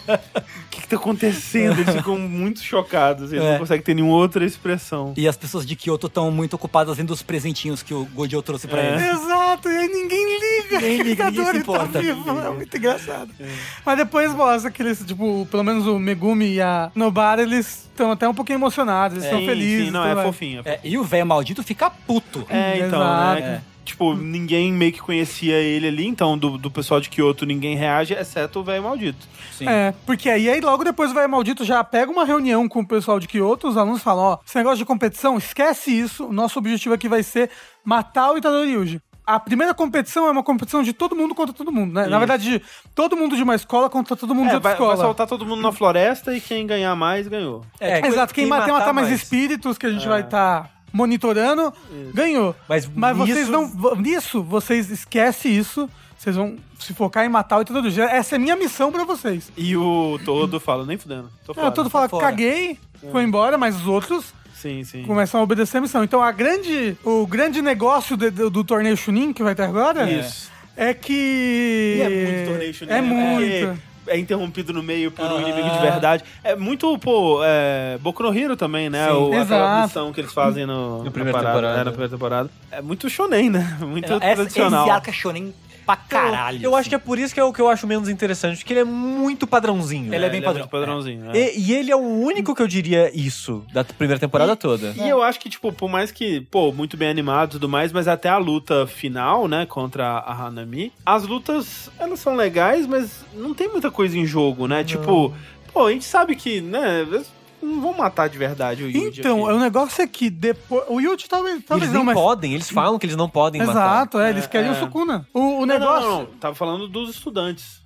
O que tá acontecendo? Eles ficam muito chocados. Eles não conseguem ter nenhuma outra expressão. E as pessoas de Kyoto estão muito ocupadas vendo os presentinhos que o Gojo trouxe pra eles. Exato, e aí ninguém liga. Ninguém liga, ninguém se Ele importa. tá vivo, é muito engraçado. Mas depois mostra que eles, tipo, pelo menos o Megumi e a Nobara, eles estão até um pouquinho emocionados, eles estão felizes. Sim, não, tudo é mais. fofinho. E o velho maldito fica puto. Então, Exato. né? Tipo, ninguém meio que conhecia ele ali, então do pessoal de Kyoto ninguém reage, exceto o velho maldito. Sim. Porque aí logo depois o velho maldito já pega uma reunião com o pessoal de Kyoto, os alunos falam, ó, esse negócio de competição, esquece isso, o nosso objetivo aqui vai ser matar o Itadori Yuji. A primeira competição é uma competição de todo mundo contra todo mundo, né? Isso. Na verdade, todo mundo de uma escola contra todo mundo de outra Vai escola. soltar todo mundo na floresta e quem ganhar mais, ganhou. Exato, quem matar mais espíritos que a gente vai estar monitorando, ganhou. Mas vocês nisso- não... Nisso, vocês esquecem isso, vocês vão se focar em matar o Itadori. Essa é a minha missão pra vocês. E o Todo fala, nem fudendo. Tô fora. Todo fala, fora. caguei, foi embora, mas os outros Sim, sim. começam a obedecer a missão. Então o grande negócio do torneio Chunin que vai ter agora Isso. é que... E é muito torneio Chunin, É né? muito. Porque é interrompido no meio por um inimigo de verdade. É muito, Boku no Hero também, né? Sim, Aquela exato. missão que eles fazem na primeira parada, temporada. na primeira temporada. É muito shonen, né? Muito Esse tradicional. arco é shonen pra caralho. Eu acho que é por isso que é o que eu acho menos interessante, porque ele é muito padrãozinho. Ele é bem padrão. muito padrãozinho. né? E ele é o único que eu diria isso da primeira temporada toda. E eu acho que, tipo, por mais que, muito bem animado e tudo mais, mas até a luta final, né, contra a Hanami, as lutas, elas são legais, mas não tem muita coisa em jogo, né? Tipo, a gente sabe que, né, eles não vão matar de verdade o Yuji. Então, aqui. o negócio é que depois... O Yuji talvez Eles não, nem mas... podem, eles falam que eles não podem matar. Exato, eles querem o Sukuna. O negócio... Não. Tava falando dos estudantes.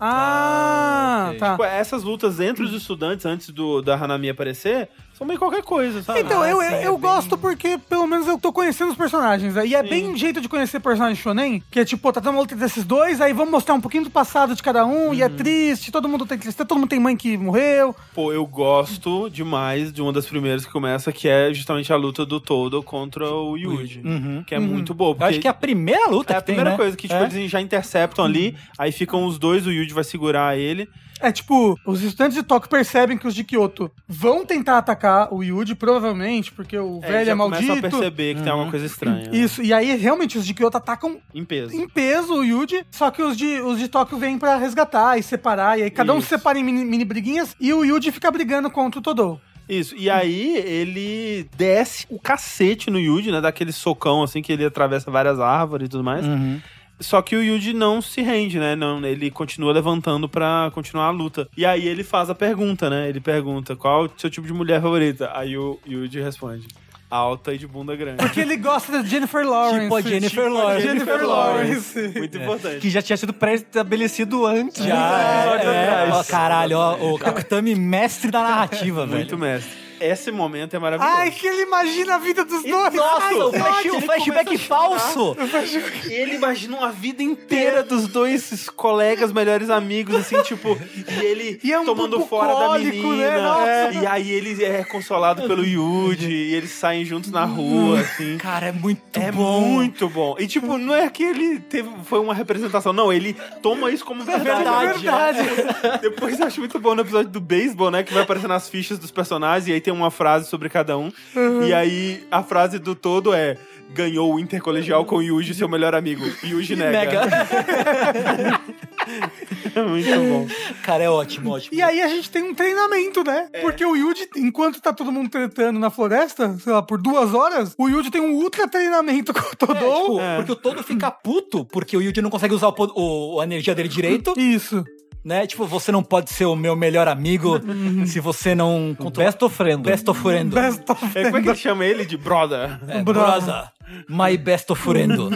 Ah, ok. tá. Tipo, essas lutas entre os estudantes, antes da Hanami aparecer, são meio qualquer coisa, sabe? Então, eu é gosto porque, pelo menos, eu tô conhecendo os personagens. E é bem um jeito de conhecer personagem shonen, que é tipo, tá tendo uma luta desses dois, aí vamos mostrar um pouquinho do passado de cada um, e é triste, todo mundo tem tristeza, todo mundo tem mãe que morreu. Eu gosto demais de uma das primeiras que começa, que é justamente a luta do Todo contra o Yuji. Que é muito boa. Eu acho que é a primeira luta é a que tem, primeira né? coisa, que tipo, eles já interceptam ali, aí ficam os dois, o Yuji vai segurar ele. É tipo, os estudantes de Tóquio percebem que os de Kyoto vão tentar atacar o Yuji, provavelmente, porque o velho já é maldito. começa a perceber que tem alguma coisa estranha. Isso, e aí realmente os de Kyoto atacam Em peso. em peso o Yuji, só que os de Tóquio vêm pra resgatar e separar, e aí cada um se Isso. separa em mini briguinhas, e o Yuji fica brigando contra o Todo. Isso, e aí ele desce o cacete no Yuji, né? Daquele socão, assim, que ele atravessa várias árvores e tudo mais. Só que o Yuji não se rende, né? Não, ele continua levantando pra continuar a luta. E aí ele faz a pergunta, né? Ele pergunta, qual é o seu tipo de mulher favorita? Aí o Yuji responde, alta e de bunda grande. Porque ele gosta da Jennifer Lawrence. Tipo a Jennifer Lawrence. Jennifer Lawrence. Muito importante. Que já tinha sido pré-estabelecido antes. Ó, caralho, ó, o Kakutami mestre da narrativa, velho. Muito mestre. Esse momento é maravilhoso. Ai, que ele imagina a vida dos dois. Nossa, Ai, o que ótimo. flashback falso. Ele imagina uma vida inteira dos dois colegas, melhores amigos, assim, tipo, e ele E é um tomando pouco fora da bucólico, menina. né? Nossa. E aí ele é consolado pelo Yuji, e eles saem juntos na rua, assim. Cara, é muito É bom. muito bom. E, tipo, não é que ele foi uma representação, não, ele toma isso como verdade. verdade. Depois eu acho muito bom no episódio do beisebol, né, que vai aparecendo as fichas dos personagens, e aí tem uma frase sobre cada um. E aí a frase do Todo é: ganhou o intercolegial com o Yuji, seu melhor amigo. Yuji nega. Muito bom. Cara, é ótimo, ótimo. E aí a gente tem um treinamento, né? Porque o Yuji, enquanto tá todo mundo tretando na floresta, sei lá, por 2 horas, o Yuji tem um ultra treinamento com o Todou. Porque o Todo fica puto porque o Yuji não consegue usar a energia dele direito, Isso. né? Tipo, você não pode ser o meu melhor amigo se você não... Best of friend. Best of friend. Best of Como é que ele chama ele? De brother. Brother. My best friend.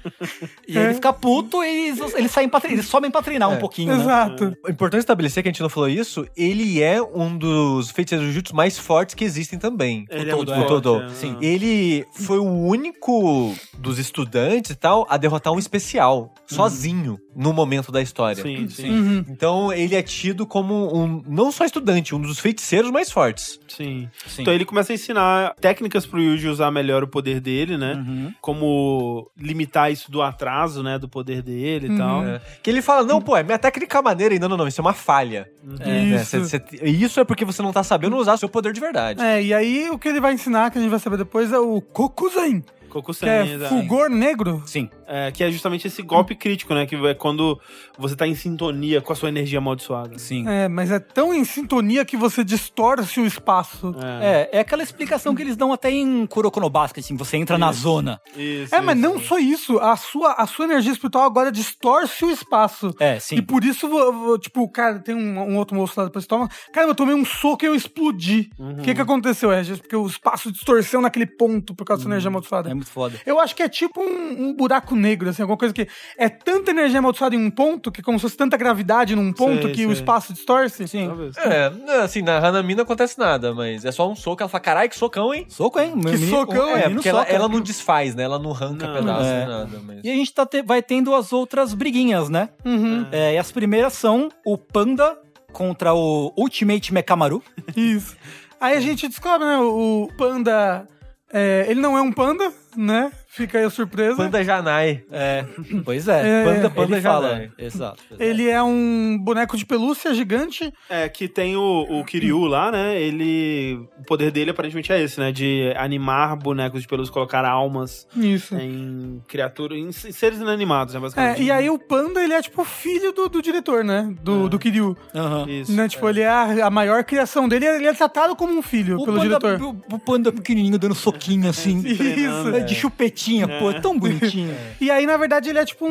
E aí ele fica puto e eles saem eles sobem pra treinar um pouquinho, né? Exato. É importante estabelecer que a gente não falou isso, ele é um dos feiticeiros do Jujutsu mais fortes que existem também. Ele O é muito Todo, forte, Todo. é. Sim. Ele foi o único dos estudantes e tal a derrotar um especial, sozinho, no momento da história. Sim, sim. Uhum. Então ele é tido como não só estudante, um dos feiticeiros mais fortes. Sim. Sim. Então ele começa a ensinar técnicas pro Yuji usar melhor o poder dele, né? Uhum. Como limitar isso do atraso, né? Do poder dele e tal. É. Que ele fala, não, pô, minha técnica é maneira. E não, isso é uma falha. Isso. Isso é porque você não tá sabendo usar seu poder de verdade. E aí o que ele vai ensinar, que a gente vai saber depois, é o Kokuzen, que Kokusen, é exato. fulgor negro. Sim. Que é justamente esse golpe crítico, né? Que é quando você tá em sintonia com a sua energia amaldiçoada. Sim. Mas é tão em sintonia que você distorce o espaço. É aquela explicação que eles dão até em Kuroko no Basket, assim, você entra na zona. Isso, Mas isso. não só isso, a sua energia espiritual agora distorce o espaço. Sim. E por isso, tipo, cara, tem um outro moço lá depois que toma. Cara, eu tomei um soco e eu explodi. O que aconteceu, Regis? Porque o espaço distorceu naquele ponto por causa da sua energia amaldiçoada. É muito foda. Eu acho que é tipo um buraco negro, assim, alguma coisa que é tanta energia amaldiçoada em um ponto, que é como se fosse tanta gravidade num ponto Sei, que o sei. espaço distorce. Sim. Talvez. Assim, na Hanami não acontece nada, mas é só um soco. Ela fala, carai, que socão, hein? Soco, hein? Que socão, o menino Porque ela, soca. ela não desfaz, né? Ela não arranca Não, pedaço é. nem nada. Mas... E a gente vai tendo as outras briguinhas, né? Uhum. E as primeiras são o Panda contra o Ultimate Mekamaru. Isso. Aí a gente descobre, né, o panda... ele não é um panda, né? Fica aí a surpresa. Panda Janai. Pois é. Panda ele fala. Janai. Exato. Ele é um boneco de pelúcia gigante. Que tem o Kiryu lá, né? O poder dele aparentemente é esse, né? De animar bonecos de pelúcia, colocar almas Isso. em criaturas, em seres inanimados, né? Basicamente. E aí o panda, ele é tipo o filho do diretor, né? Do Kiryu. Aham. Isso. Né? Tipo, ele é a maior criação dele, ele é tratado como um filho pelo diretor. O Panda pequenininho dando soquinho assim. Isso. De chupetinha, pô. É tão bonitinho. E aí, na verdade, ele é tipo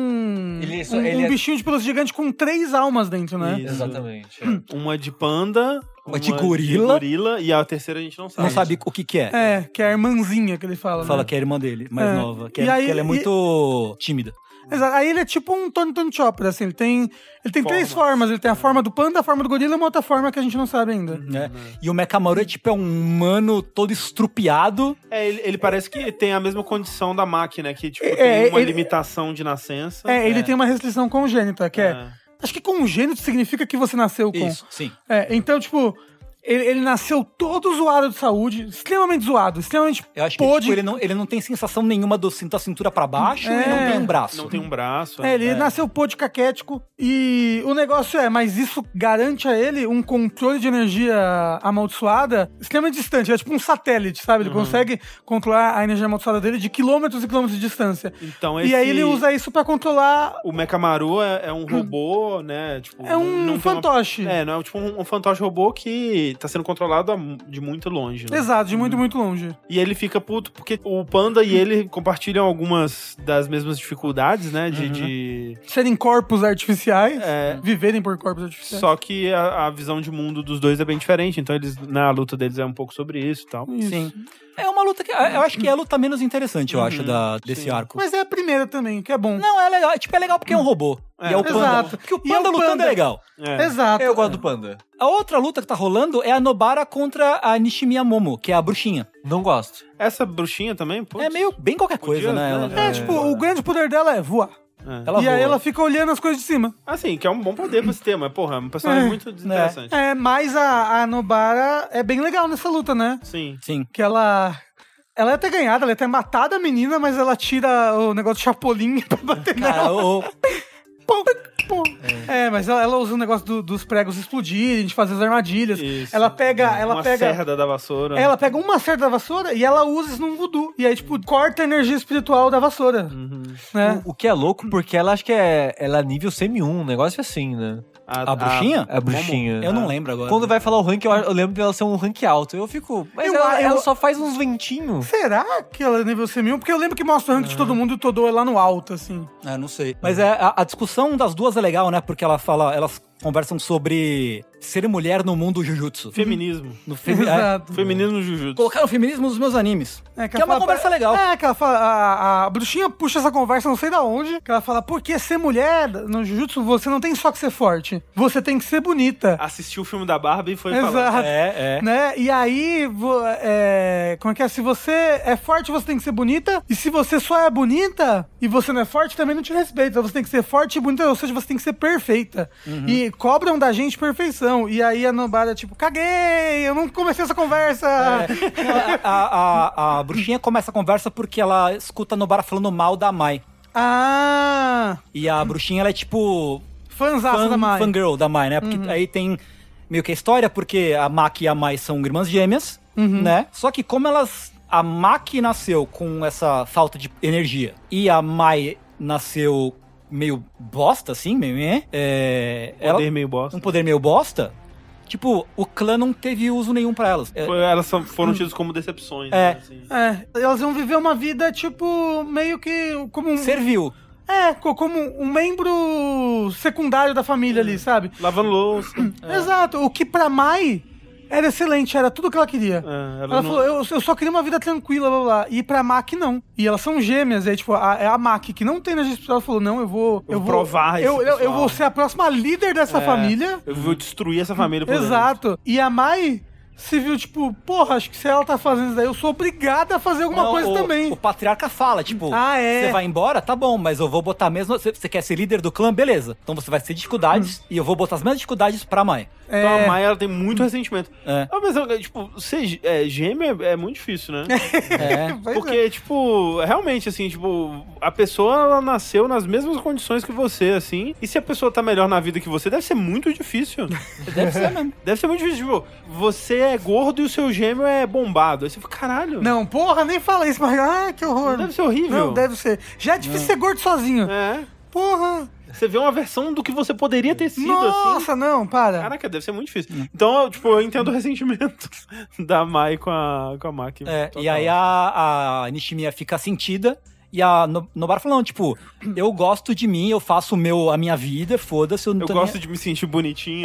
um Ele é- bichinho de pelúcia gigante com 3 almas dentro, né? Isso. Exatamente. Uma de panda, Uma de gorila. e a terceira a gente não sabe. Não sabe o que é. Que é a irmãzinha que ele fala, Fala né? que é a irmã dele, mais É. nova. Que E aí- ela é muito tímida. Exato. Aí ele é tipo um Tony Chopper, assim, ele tem 3 formas. Ele tem a forma do panda, a forma do gorila e uma outra forma que a gente não sabe ainda. Né? E o Mekamaru é um humano todo estrupiado. Ele parece que tem a mesma condição da máquina, que tipo, É, tem uma ele- limitação de nascença. Ele tem uma restrição congênita, que é... Acho que congênito significa que você nasceu com... Isso, sim. Então, tipo... Ele nasceu todo zoado de saúde, extremamente zoado, extremamente Eu acho que podre. tipo, ele não tem sensação nenhuma da cintura pra baixo e não tem um braço. Não tem um braço. Ele nasceu podre caquético e o negócio mas isso garante a ele um controle de energia amaldiçoada extremamente distante. É tipo um satélite, sabe? Ele consegue controlar a energia amaldiçoada dele de quilômetros e quilômetros de distância. Então, E aí ele usa isso pra controlar... O Mekamaru é um robô, né? Tipo, É um não tem fantoche. não é tipo um fantoche robô que tá sendo controlado de muito longe, né? Exato, de muito, muito longe. E ele fica puto porque o Panda e ele compartilham algumas das mesmas dificuldades, né? De Serem corpos artificiais, É. viverem por corpos artificiais. Só que a visão de mundo dos dois é bem diferente, então eles, a luta deles é um pouco sobre isso e tal. Isso. Sim. É uma luta que... Eu acho que é a luta menos interessante, eu acho, desse sim. arco. Mas é a primeira também, que é bom. Não, é legal. Tipo, é legal porque é um robô. E é o Panda. Exato. Porque o E é Panda o lutando Panda. é legal. Exato. Eu gosto do Panda. A outra luta que tá rolando é a Nobara contra a Nishimiya Momo, que é a bruxinha. Não gosto. Essa bruxinha também, pô. É meio bem qualquer coisa, Podia, né? né? Ela, Tipo, o grande poder dela é voar. ela E aí voa. ela fica olhando as coisas de cima. Assim, que é um bom poder pra esse tema, porra, é um personagem muito desinteressante. Mas a Nobara é bem legal nessa luta, né? Sim. Sim. Que ela ia ter ganhado, ela ia ter matado a menina, mas ela tira o negócio de chapolim pra bater Cara, nela. Pum. Mas ela usa o negócio dos pregos explodirem, de fazer as armadilhas. Isso. Ela pega Uma serra da vassoura. Ela pega uma cerda da vassoura e ela usa isso num voodoo. E aí, tipo, corta a energia espiritual da vassoura. Né? O que é louco, porque ela acho que ela é nível semi-1, um negócio assim, né? A bruxinha? A bruxinha. Eu não lembro agora. Quando vai falar o rank, eu lembro dela ser um rank alto. Eu fico... Mas ela só faz uns ventinhos. Será que ela é nível semi-1? Porque eu lembro que mostra o rank de todo mundo e o Todo é lá no alto, assim. Não sei. Mas a discussão das duas é legal, né? Porque elas conversam sobre ser mulher no mundo Jujutsu. Feminismo. No Exato. Feminismo no Jujutsu. Colocaram o feminismo nos meus animes. Que é uma ela conversa fala- legal. Que ela fala, a bruxinha puxa essa conversa, não sei da onde, que ela fala, porque ser mulher no Jujutsu, você não tem só que ser forte, você tem que ser bonita. Assistiu o filme da Barbie e foi Exato. falar. Né? E aí, como é que é? Se você é forte, você tem que ser bonita, e se você só é bonita e você não é forte, também não te respeita. Você tem que ser forte e bonita, ou seja, você tem que ser perfeita. E cobram da gente perfeição. E aí a Nobara, tipo, caguei, eu não comecei essa conversa. A bruxinha começa a conversa porque ela escuta a Nobara falando mal da Mai. E a bruxinha, ela é tipo... Fãzaça da Mai. Fangirl da Mai, né? Porque aí tem meio que a história, porque a Maki e a Mai são irmãs gêmeas, né? Só que como a Maki nasceu com essa falta de energia e a Mai nasceu meio bosta, assim, meio... Poder meio bosta. Um poder meio bosta... Tipo, o clã não teve uso nenhum pra elas. Elas foram tidas como decepções. Né, assim. Elas vão viver uma vida, tipo, meio que como um... Servil. Como um membro secundário da família ali, sabe? Lavando louça. Exato. O que pra Mai era excelente, era tudo o que ela queria. Ela falou, eu só queria uma vida tranquila, blá, blá, blá. E pra Maki, não. E elas são gêmeas, aí, tipo, a Maki, que não tem energia espiritual, ela falou, não, eu vou provar isso, eu vou ser a próxima líder dessa família. Eu vou destruir essa família por Exato. E a Mai se viu, tipo, porra, acho que se ela tá fazendo isso daí, eu sou obrigada a fazer alguma coisa também. O patriarca fala, tipo, é? Você vai embora? Tá bom, mas eu vou botar mesmo... Você quer ser líder do clã? Beleza. Então você vai ter dificuldades e eu vou botar as mesmas dificuldades pra Mai. Então a Mai, ela tem muito ressentimento. É. Tipo, ser gêmea é muito difícil, né? É. Porque, tipo, realmente, assim, tipo, a pessoa, ela nasceu nas mesmas condições que você, assim, e se a pessoa tá melhor na vida que você, deve ser muito difícil. Deve ser mesmo. Deve ser muito difícil, tipo, você é gordo e o seu gêmeo é bombado. Aí você fala, caralho. Não, porra, nem fala isso, mas que horror. Deve ser horrível. Não, deve ser. Já é difícil ser gordo sozinho. É. Porra. Você vê uma versão do que você poderia ter sido, assim. Nossa, não, para. Caraca, deve ser muito difícil. Então, tipo, eu entendo o ressentimento da Mai com a Maki. E aí a Nishimiya fica sentida e a Nobara fala, não, tipo, eu gosto de mim, eu faço a minha vida, foda-se. Eu gosto de me sentir bonitinha.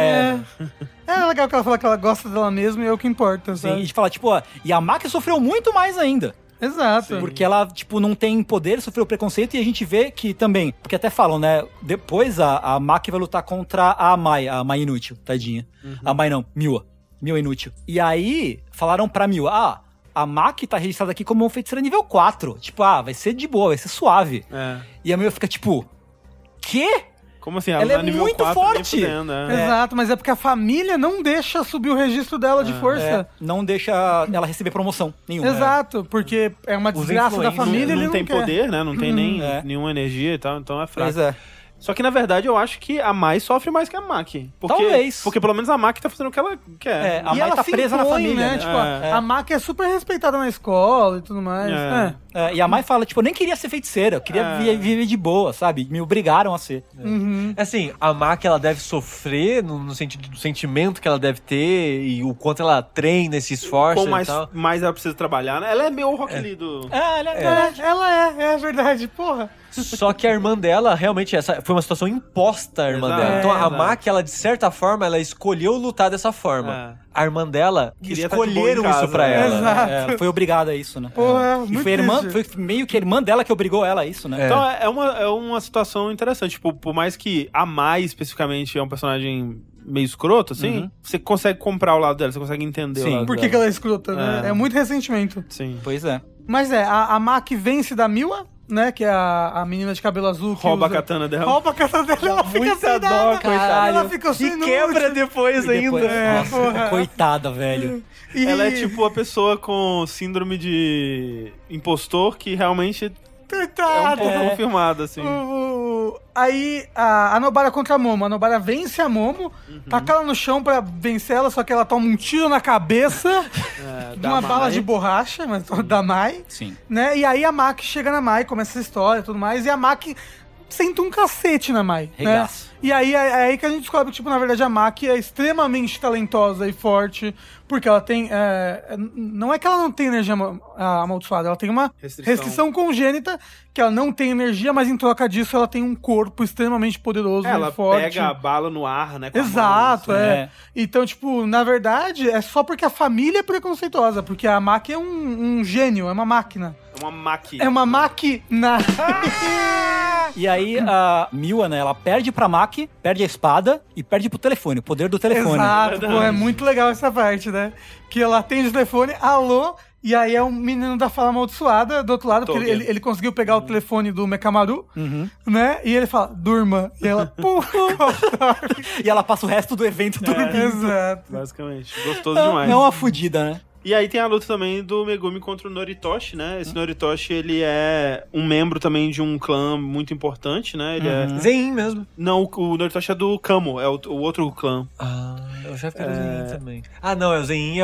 É legal que ela fala que ela gosta dela mesma e é o que importa, sabe? Sim, e fala, tipo, e a Maki sofreu muito mais ainda. Exato. Sim. Porque ela, tipo, não tem poder, sofreu preconceito, e a gente vê que também, porque até falam, né, depois a Maki vai lutar contra a Mai inútil, tadinha. A Mai não, Miwa inútil. E aí, falaram pra Miwa, a Maki tá registrada aqui como uma feiticeira nível 4. Tipo, vai ser de boa, vai ser suave. E a Miwa fica tipo, quê? Como assim? Ela é nível muito 4, forte. nem fudendo, Exato, mas é porque a família não deixa subir o registro dela de força. Não deixa ela receber promoção nenhuma. Exato, porque é uma desgraça da família, ele não tem quer. poder, né? Não tem nem nenhuma energia e tal, então é fraco. Pois é. Só que, na verdade, eu acho que a Mai sofre mais que a Maki. Talvez. Porque, pelo menos, a Maki tá fazendo o que ela quer. A E Mai ela tá se presa na impõe, família, né? né? Tipo, a Maki é super respeitada na escola e tudo mais. E a Mai fala, tipo, eu nem queria ser feiticeira, eu queria viver de boa, sabe? Me obrigaram a ser. Assim, a Maki, ela deve sofrer no sentido do sentimento que ela deve ter e o quanto ela treina e se esforça Quanto e tal. mais ela precisa trabalhar, né? Ela é meio Rock Lee do... Ela é verdade, porra. Só que a irmã dela, realmente, essa foi uma situação imposta, a irmã Exato. dela. Então a Exato. Maki, ela, de certa forma, ela escolheu lutar dessa forma. A irmã dela Queria tá de boa escolheram em casa, isso pra né? ela. Exato. Ela foi obrigada a isso, né? Porra, E muito foi, triste. foi meio que a irmã dela que obrigou ela a isso, né? Então é uma situação interessante. Tipo, por mais que a Mai, especificamente, é um personagem meio escroto, assim, você consegue comprar o lado dela, você consegue entender o lado Por que dela. que ela é escrota, né? É muito ressentimento. Sim. Pois é. Mas a Maki vence da Miwa, né? Que é a menina de cabelo azul. Que Rouba usa- a katana dela. Rouba a katana dela, ela fica Muita sem dó, nada. coitada. Ela fica sem E quebra depois E ainda. depois, nossa, porra. coitada, velho. E... Ela é tipo a pessoa com síndrome de impostor que realmente é um Coitada. pouco confirmada, assim. Aí a Nobara contra a Momo. A Nobara vence a Momo, taca ela no chão pra vencer ela, só que ela toma um tiro na cabeça de da uma Mai. bala de borracha, mas da Mai. Sim. Né? E aí a Maki chega na Mai, começa essa história e tudo mais, e a Maki senta um cacete na Mai, né? Regaça. E aí é aí que a gente descobre que, tipo, na verdade, a Maki é extremamente talentosa e forte, porque ela tem... não é que ela não tem energia amaldiçoada, ela tem uma restrição congênita, que ela não tem energia, mas em troca disso ela tem um corpo extremamente poderoso e forte. Ela pega a bala no ar, né? Exato, mão, assim. Então, tipo, na verdade, é só porque a família é preconceituosa, porque a Maki é um gênio, é uma máquina. É uma máquina. É uma máquina. E aí a Miwa, né, ela perde pra Maki, perde a espada e perde pro telefone, o poder do telefone. Exato, pô, é muito legal essa parte, né? Que ela atende o telefone, alô, e aí é um menino da fala amaldiçoada do outro lado, porque ele conseguiu pegar o telefone do Mekamaru, né? E ele fala, durma. E ela, E ela passa o resto do evento dormindo. Exato. Basicamente. Gostoso demais. É uma fudida, né? E aí tem a luta também do Megumi contra o Noritoshi, né? Esse Noritoshi, ele é um membro também de um clã muito importante, né? Ele é... Zein mesmo. Não, o Noritoshi é do Kamo, é o outro clã. Ah, eu já fiquei no Zein também. Ah, não, o Zein é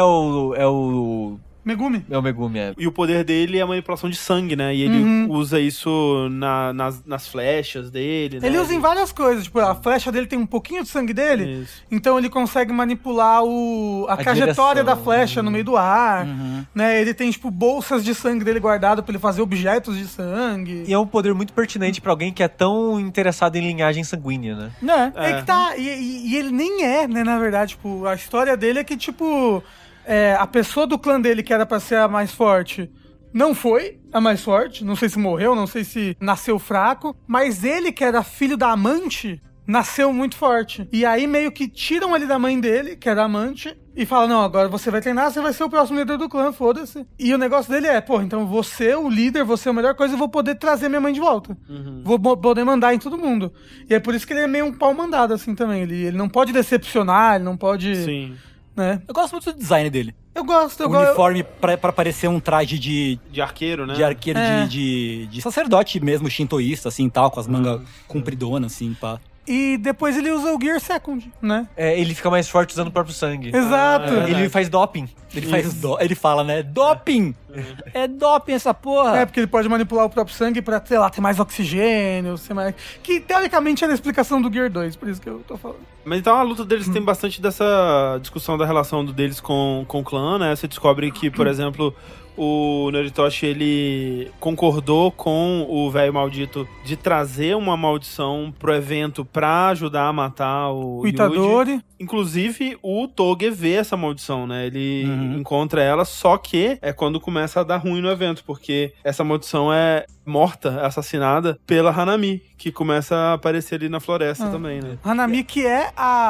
o Megumi. É o Megumi, é. E o poder dele é a manipulação de sangue, né? E ele usa isso nas flechas dele, né? Ele usa em várias coisas, tipo, a flecha dele tem um pouquinho de sangue dele, Isso. então ele consegue manipular a trajetória direção. da flecha no meio do ar, né? Ele tem, tipo, bolsas de sangue dele guardado pra ele fazer objetos de sangue. E é um poder muito pertinente pra alguém que é tão interessado em linhagem sanguínea, né? Né? É que tá, e ele nem é, né, na verdade, tipo, a história dele é que, tipo, a pessoa do clã dele que era pra ser a mais forte não foi a mais forte, não sei se morreu, não sei se nasceu fraco, mas ele que era filho da amante, nasceu muito forte. E aí meio que tiram ele da mãe dele, que era a amante, e falam, não, agora você vai treinar, você vai ser o próximo líder do clã, foda-se. E o negócio dele é, pô, então você, o líder, você é a melhor coisa, eu vou poder trazer minha mãe de volta. Vou poder mandar em todo mundo. E é por isso que ele é meio um pau mandado, assim, também. Ele não pode decepcionar, ele não pode... Sim. Né? Eu gosto muito do design dele. Eu gosto, eu O gosto. uniforme pra parecer um traje de arqueiro, né? de arqueiro, de sacerdote mesmo, shintoísta, assim, tal, com as mangas compridonas, assim, pá. E depois ele usa o Gear Second, né? É, ele fica mais forte usando o próprio sangue. Exato. Ele faz doping. Ele fala, né, doping! É doping essa porra! É, porque ele pode manipular o próprio sangue pra, sei lá, ter mais oxigênio, ser mais... Que, teoricamente, era a explicação do Gear 2, por isso que eu tô falando. Mas então a luta deles tem bastante dessa discussão da relação deles com o clã, né? Você descobre que, por exemplo, o Noritoshi, ele concordou com o velho maldito de trazer uma maldição pro evento pra ajudar a matar o Itadori. Yuji. Inclusive, o Toge vê essa maldição, né? Ele encontra ela, só que é quando começa a dar ruim no evento, porque essa maldição é morta, assassinada pela Hanami, que começa a aparecer ali na floresta também, né? Hanami, que é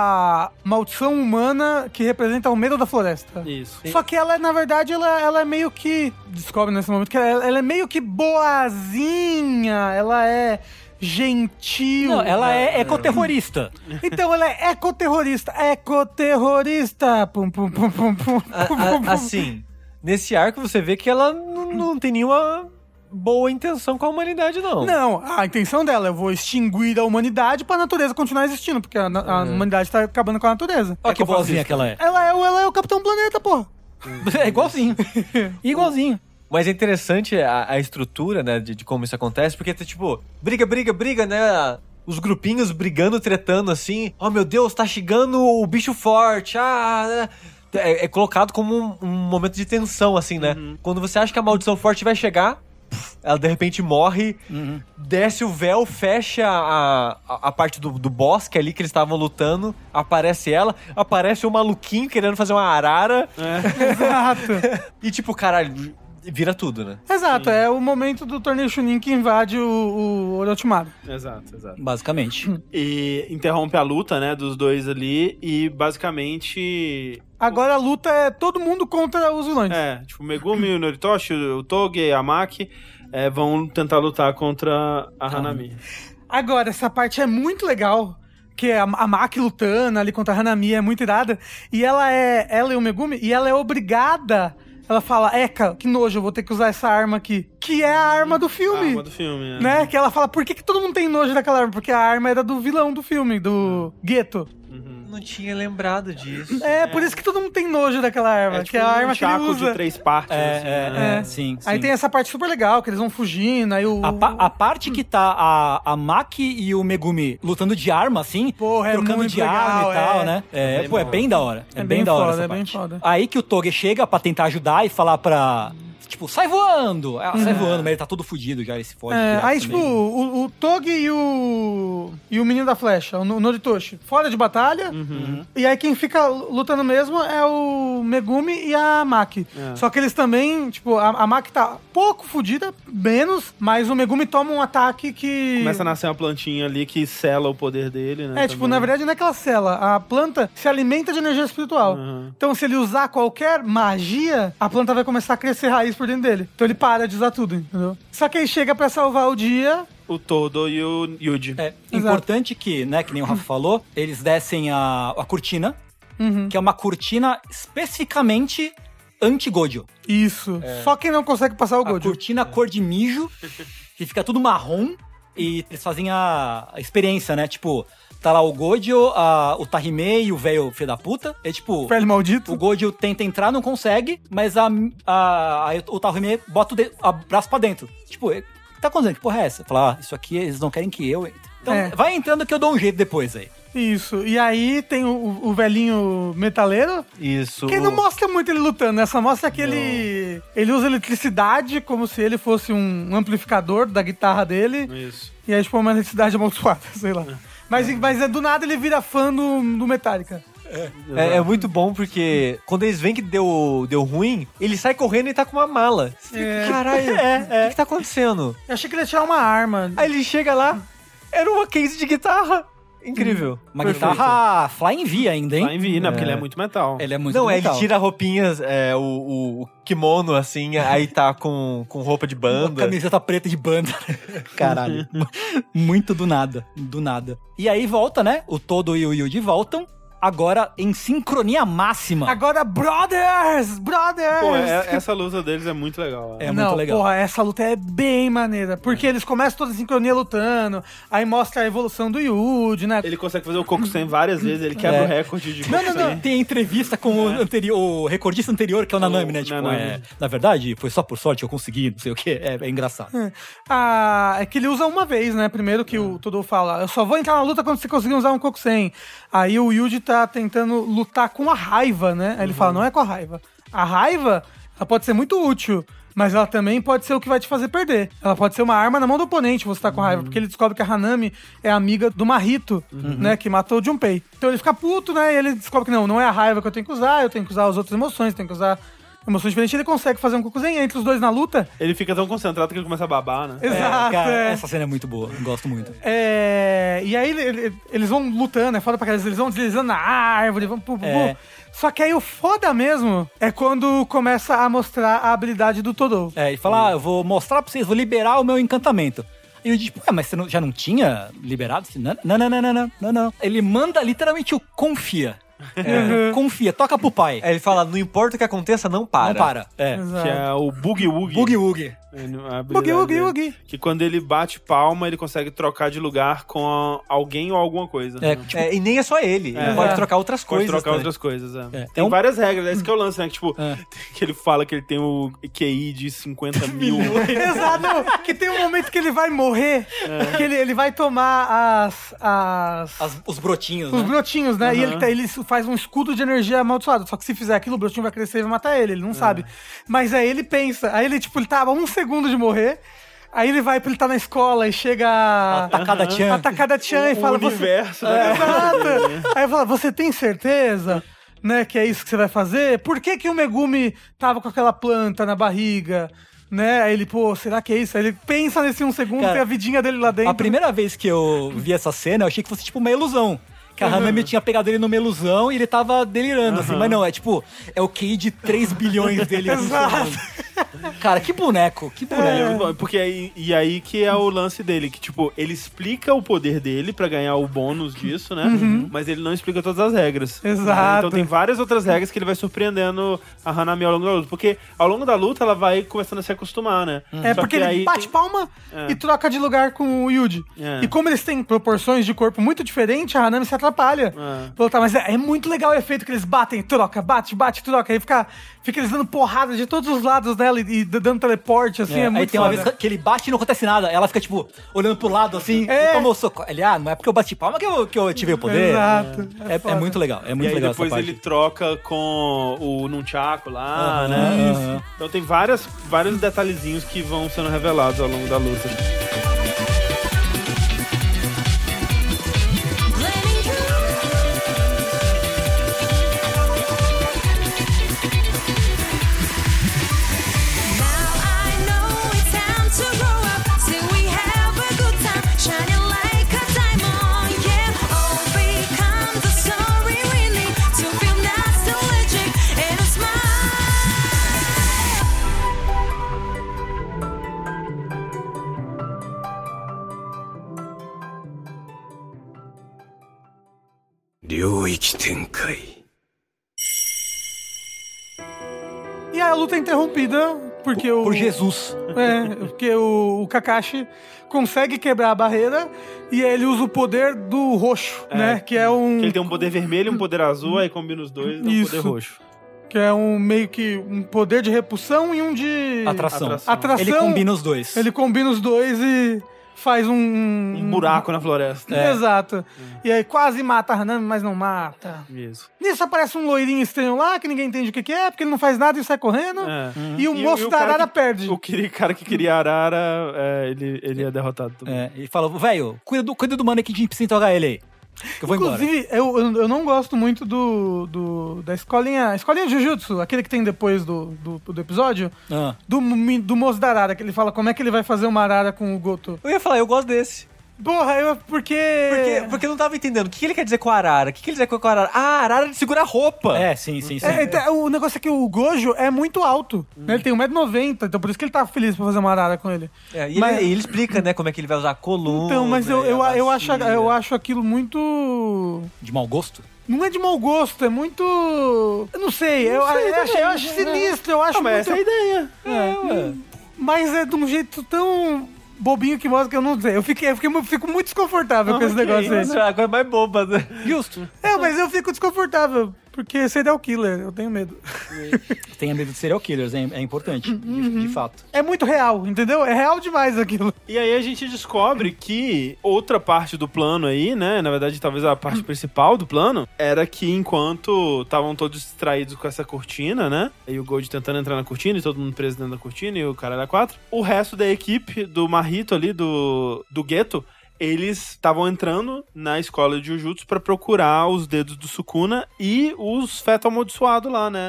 a maldição humana que representa o medo da floresta. Isso. Só que ela, na verdade, ela é meio que... Descobre nesse momento que ela é meio que boazinha, ela é gentil. Não, ela é ecoterrorista. Então ela é ecoterrorista. Ecoterrorista. Pum, pum, pum, pum, pum, pum. Assim, nesse arco você vê que ela não tem nenhuma boa intenção com a humanidade, não. Não, a intenção dela, eu vou extinguir a humanidade pra natureza continuar existindo, porque a humanidade tá acabando com a natureza. Olha que boazinha que ela é. Ela é o Capitão Planeta, porra. É igualzinho. Igualzinho. Mas é interessante a estrutura, né, de como isso acontece, porque tá tipo, briga, né? Os grupinhos brigando, tretando assim. Oh, meu Deus, tá chegando o bicho forte. É colocado como um momento de tensão, assim, né? Quando você acha que a maldição forte vai chegar, ela de repente morre, desce o véu, fecha a parte do bosque ali que eles estavam lutando, aparece ela, aparece o maluquinho querendo fazer uma arara. Exato. E tipo, caralho, vira tudo, né? Exato, é o momento do torneio Chunin que invade o Orochimaru. Exato. Basicamente. E interrompe a luta, né, dos dois ali, e basicamente... Agora a luta é todo mundo contra os vilões. Tipo, o Megumi, o Noritoshi, o Toge, a Maki, vão tentar lutar contra a Hanami. Agora, essa parte é muito legal, que é a Maki lutando ali contra a Hanami, é muito irada, e ela e o Megumi, e ela é obrigada... Ela fala, que nojo, eu vou ter que usar essa arma aqui. Que é a arma do filme. A arma do filme, Né? Que ela fala, por que todo mundo tem nojo daquela arma? Porque a arma era do vilão do filme, do Geto. Não tinha lembrado disso. Por isso que todo mundo tem nojo daquela arma, É que é a arma que ele chaco usa. de 3 partes. assim, né? Sim, Aí tem essa parte super legal, que eles vão fugindo, aí o... A parte que tá a Maki e o Megumi lutando de arma, assim, Porra, é trocando muito de arma legal, e tal, é. né? É bem bom. bem da hora. É, É bem bem da hora foda, essa é bem parte. foda. Aí que o Toge chega pra tentar ajudar e falar pra... Tipo, sai voando! Sai voando, mas ele tá todo fudido já, ele se fode. direto Aí, tipo, também. o Toge e o menino da flecha, o Noritoshi, fora de batalha. E aí quem fica lutando mesmo é o Megumi e a Maki. Só que eles também, tipo, a Maki tá pouco fodida, menos, mas o Megumi toma um ataque que... Começa a nascer uma plantinha ali que sela o poder dele, né? Tipo, na verdade não é que ela sela. A planta se alimenta de energia espiritual. Então, se ele usar qualquer magia, a planta vai começar a crescer raiz por dentro dele. Então ele para de usar tudo, entendeu? Só que aí chega pra salvar o dia... O Todo e o Yuji. É importante que, né, que nem o Rafa falou, eles descem a cortina, que é uma cortina especificamente anti-Gojo. Isso. Só quem não consegue passar o A Gojo. cortina cor de mijo, que fica tudo marrom, e eles fazem a experiência, né? Tipo, tá lá o Gojo, o Tahime e o velho filho da puta. É tipo, Velho maldito. o Gojo tenta entrar, não consegue, mas o Tahime bota o braço pra dentro. Tipo, o que tá acontecendo? Que porra é essa? Fala, isso aqui eles não querem que eu entre. Então, vai entrando que eu dou um jeito depois aí. Isso. E aí tem o velhinho metaleiro, Isso. que não mostra muito ele lutando, né? Só mostra que ele usa eletricidade como se ele fosse um amplificador da guitarra dele. Isso. E aí, tipo, uma eletricidade amaldiçoada, sei lá. Mas do nada ele vira fã do Metallica. É muito bom porque quando eles veem que deu ruim, ele sai correndo e tá com uma mala. Você fica, caralho, o que tá acontecendo? Eu achei que ele ia tirar uma arma. Aí ele chega lá, era uma case de guitarra. Incrível. Uma guitarra Flying V ainda, hein? Vai em vir, né? Porque ele é muito metal. Ele é muito Não, ele metal. tira roupinhas, o kimono, assim, aí tá com roupa de Uma banda. camiseta preta de banda. Caralho. Muito do nada. Do nada. E aí volta, né? O Todo e o Yuji voltam. Agora em sincronia máxima. Agora, brothers! Brothers! Pô, essa luta deles é muito legal. É muito legal. Porra, essa luta é bem maneira. Porque eles começam toda a sincronia lutando, aí mostra a evolução do Yuji, né? Ele consegue fazer o Kokusen várias vezes, ele quebra o recorde de Kokusen. Tem a entrevista com o recordista anterior, que é o Nanami, né? Tipo, Nanami. na verdade, foi só por sorte que eu consegui, não sei o que. É engraçado. É que ele usa uma vez, né? Primeiro que o Todo fala, eu só vou entrar na luta quando você conseguir usar um Kokusen. Aí o Yuji tá tentando lutar com a raiva, né? Aí ele fala, não é com a raiva. A raiva, ela pode ser muito útil, mas ela também pode ser o que vai te fazer perder. Ela pode ser uma arma na mão do oponente, você tá com raiva, porque ele descobre que a Hanami é amiga do Mahito, né? Que matou o Junpei. Então ele fica puto, né? E ele descobre que não é a raiva que eu tenho que usar as outras emoções, tenho que usar emoções diferentes, ele consegue fazer um Kokusen entre os dois na luta. Ele fica tão concentrado que ele começa a babar, né? Exato. Cara, é. essa cena é muito boa, gosto muito. E aí eles vão lutando, é foda pra caralho, eles vão deslizando na árvore, vão Só que aí o foda mesmo é quando começa a mostrar a habilidade do Todo. E fala, eu vou mostrar pra vocês, vou liberar o meu encantamento. E eu digo, mas você já não tinha liberado? Não. Ele manda literalmente o confia. Confia, toca pro pai. Aí ele fala, não importa o que aconteça, não para. Não para. Que é o Boogie Woogie. Boogie Woogie. Boogie. Que quando ele bate palma, ele consegue trocar de lugar com alguém ou alguma coisa. E nem é só ele. Ele pode trocar outras Pode coisas. trocar também. outras coisas, É. Tem várias regras, é esse que é o lance, né? Que, tipo, que ele fala que ele tem o QI de 50 mil. Exato, que tem um momento que ele vai morrer, que ele vai tomar Os brotinhos, os né? brotinhos, né? E ele faz um escudo de energia amaldiçoado. Só que se fizer aquilo, o brotinho vai crescer e vai matar ele. Ele não sabe. Mas aí ele pensa. Aí ele, tipo, ele tava 1 segundo de morrer. Aí ele vai pra ele tá na escola e chega a Takada Chan e fala... O universo, Exato. Aí fala, você tem certeza, né, que é isso que você vai fazer? Por que o Megumi tava com aquela planta na barriga? Né? Aí ele, será que é isso? Aí ele pensa nesse 1 segundo, Cara, tem a vidinha dele lá dentro. A primeira vez que eu vi essa cena, eu achei que fosse tipo uma ilusão. Que a Hanami tinha pegado ele numa ilusão e ele tava delirando, assim. Mas não, é o QI de 3 bilhões dele funcionando. Cara, que boneco, que boneco. Porque aí que é o lance dele, que tipo, ele explica o poder dele pra ganhar o bônus disso, né? Mas ele não explica todas as regras. Exato. Então tem várias outras regras que ele vai surpreendendo a Hanami ao longo da luta. Porque ao longo da luta ela vai começando a se acostumar, né? É Só porque que ele aí bate tem- palma e troca de lugar com o Yuji. É. E como eles têm proporções de corpo muito diferentes, a Hanami se atrapalha. Falou, tá, mas é muito legal o efeito que eles batem, troca, bate, troca. Aí fica eles dando porrada de todos os lados dela e dando teleporte, assim, é Aí muito tem uma foda. vez que ele bate e não acontece nada. Ela fica, tipo, olhando pro lado assim, e toma o soco. Ele, não é porque eu bati palma que eu tive o poder. Exato. É foda. muito legal, é E muito aí legal depois essa parte. ele troca com o Nunchaku lá, né? Isso. Então tem vários detalhezinhos que vão sendo revelados ao longo da luta. E a luta é interrompida porque o... Por Jesus. Porque o Kakashi consegue quebrar a barreira e aí ele usa o poder do roxo, né? Que é um... Que ele tem um poder vermelho e um poder azul, aí combina os dois e dá um Isso. poder roxo. Que é um meio que um poder de repulsão e um de... Atração. Atração. Ele combina os dois. Ele combina os dois e faz Um buraco na floresta. Exato. E aí quase mata a Hanami, mas não mata. Isso. Nisso aparece um loirinho estranho lá, que ninguém entende o que é, porque ele não faz nada e sai correndo. E o moço da cara Arara que- perde. O cara que queria Arara, ele é derrotado também. Ele fala, velho, cuida do mano que a gente precisa interrogar ele aí. Que eu vou embora. Inclusive, eu não gosto muito da escolinha de Jujutsu, aquele que tem depois do episódio, do moço da Arara, que ele fala como é que ele vai fazer uma Arara com o Goto. Eu ia falar, eu gosto desse. Porra, porque Porque eu não tava entendendo. O que ele quer dizer com a Arara? O que ele quer dizer com a Arara? Ah, a Arara segura a roupa. Sim. O negócio é que o Gojo é muito alto, né? Ele tem 1,90m m, então por isso que ele tá feliz pra fazer uma Arara com ele. E Mas- ele explica, né, como é que ele vai usar a coluna. Então, mas eu bacia. acho aquilo muito... De mau gosto? Não é de mau gosto, é muito... Eu não sei, eu acho sinistro, eu acho Mas muito... essa é a ideia. Mas é de um jeito tão bobinho que mostra que eu não sei. Eu fico muito desconfortável com esse negócio aí. Isso é a coisa mais boba, né? Justo. Mas eu fico desconfortável, porque serial killer, eu tenho medo. Tenha medo de serial killers, é importante, de fato. É muito real, entendeu? É real demais aquilo. E aí a gente descobre que outra parte do plano aí, né? Na verdade, talvez a parte principal do plano, era que enquanto estavam todos distraídos com essa cortina, né? E o Gold tentando entrar na cortina e todo mundo preso dentro da cortina e o cara era 4. O resto da equipe do Mahito ali, do Geto, eles estavam entrando na escola de Jujutsu pra procurar os dedos do Sukuna e os fetos amaldiçoados lá, né?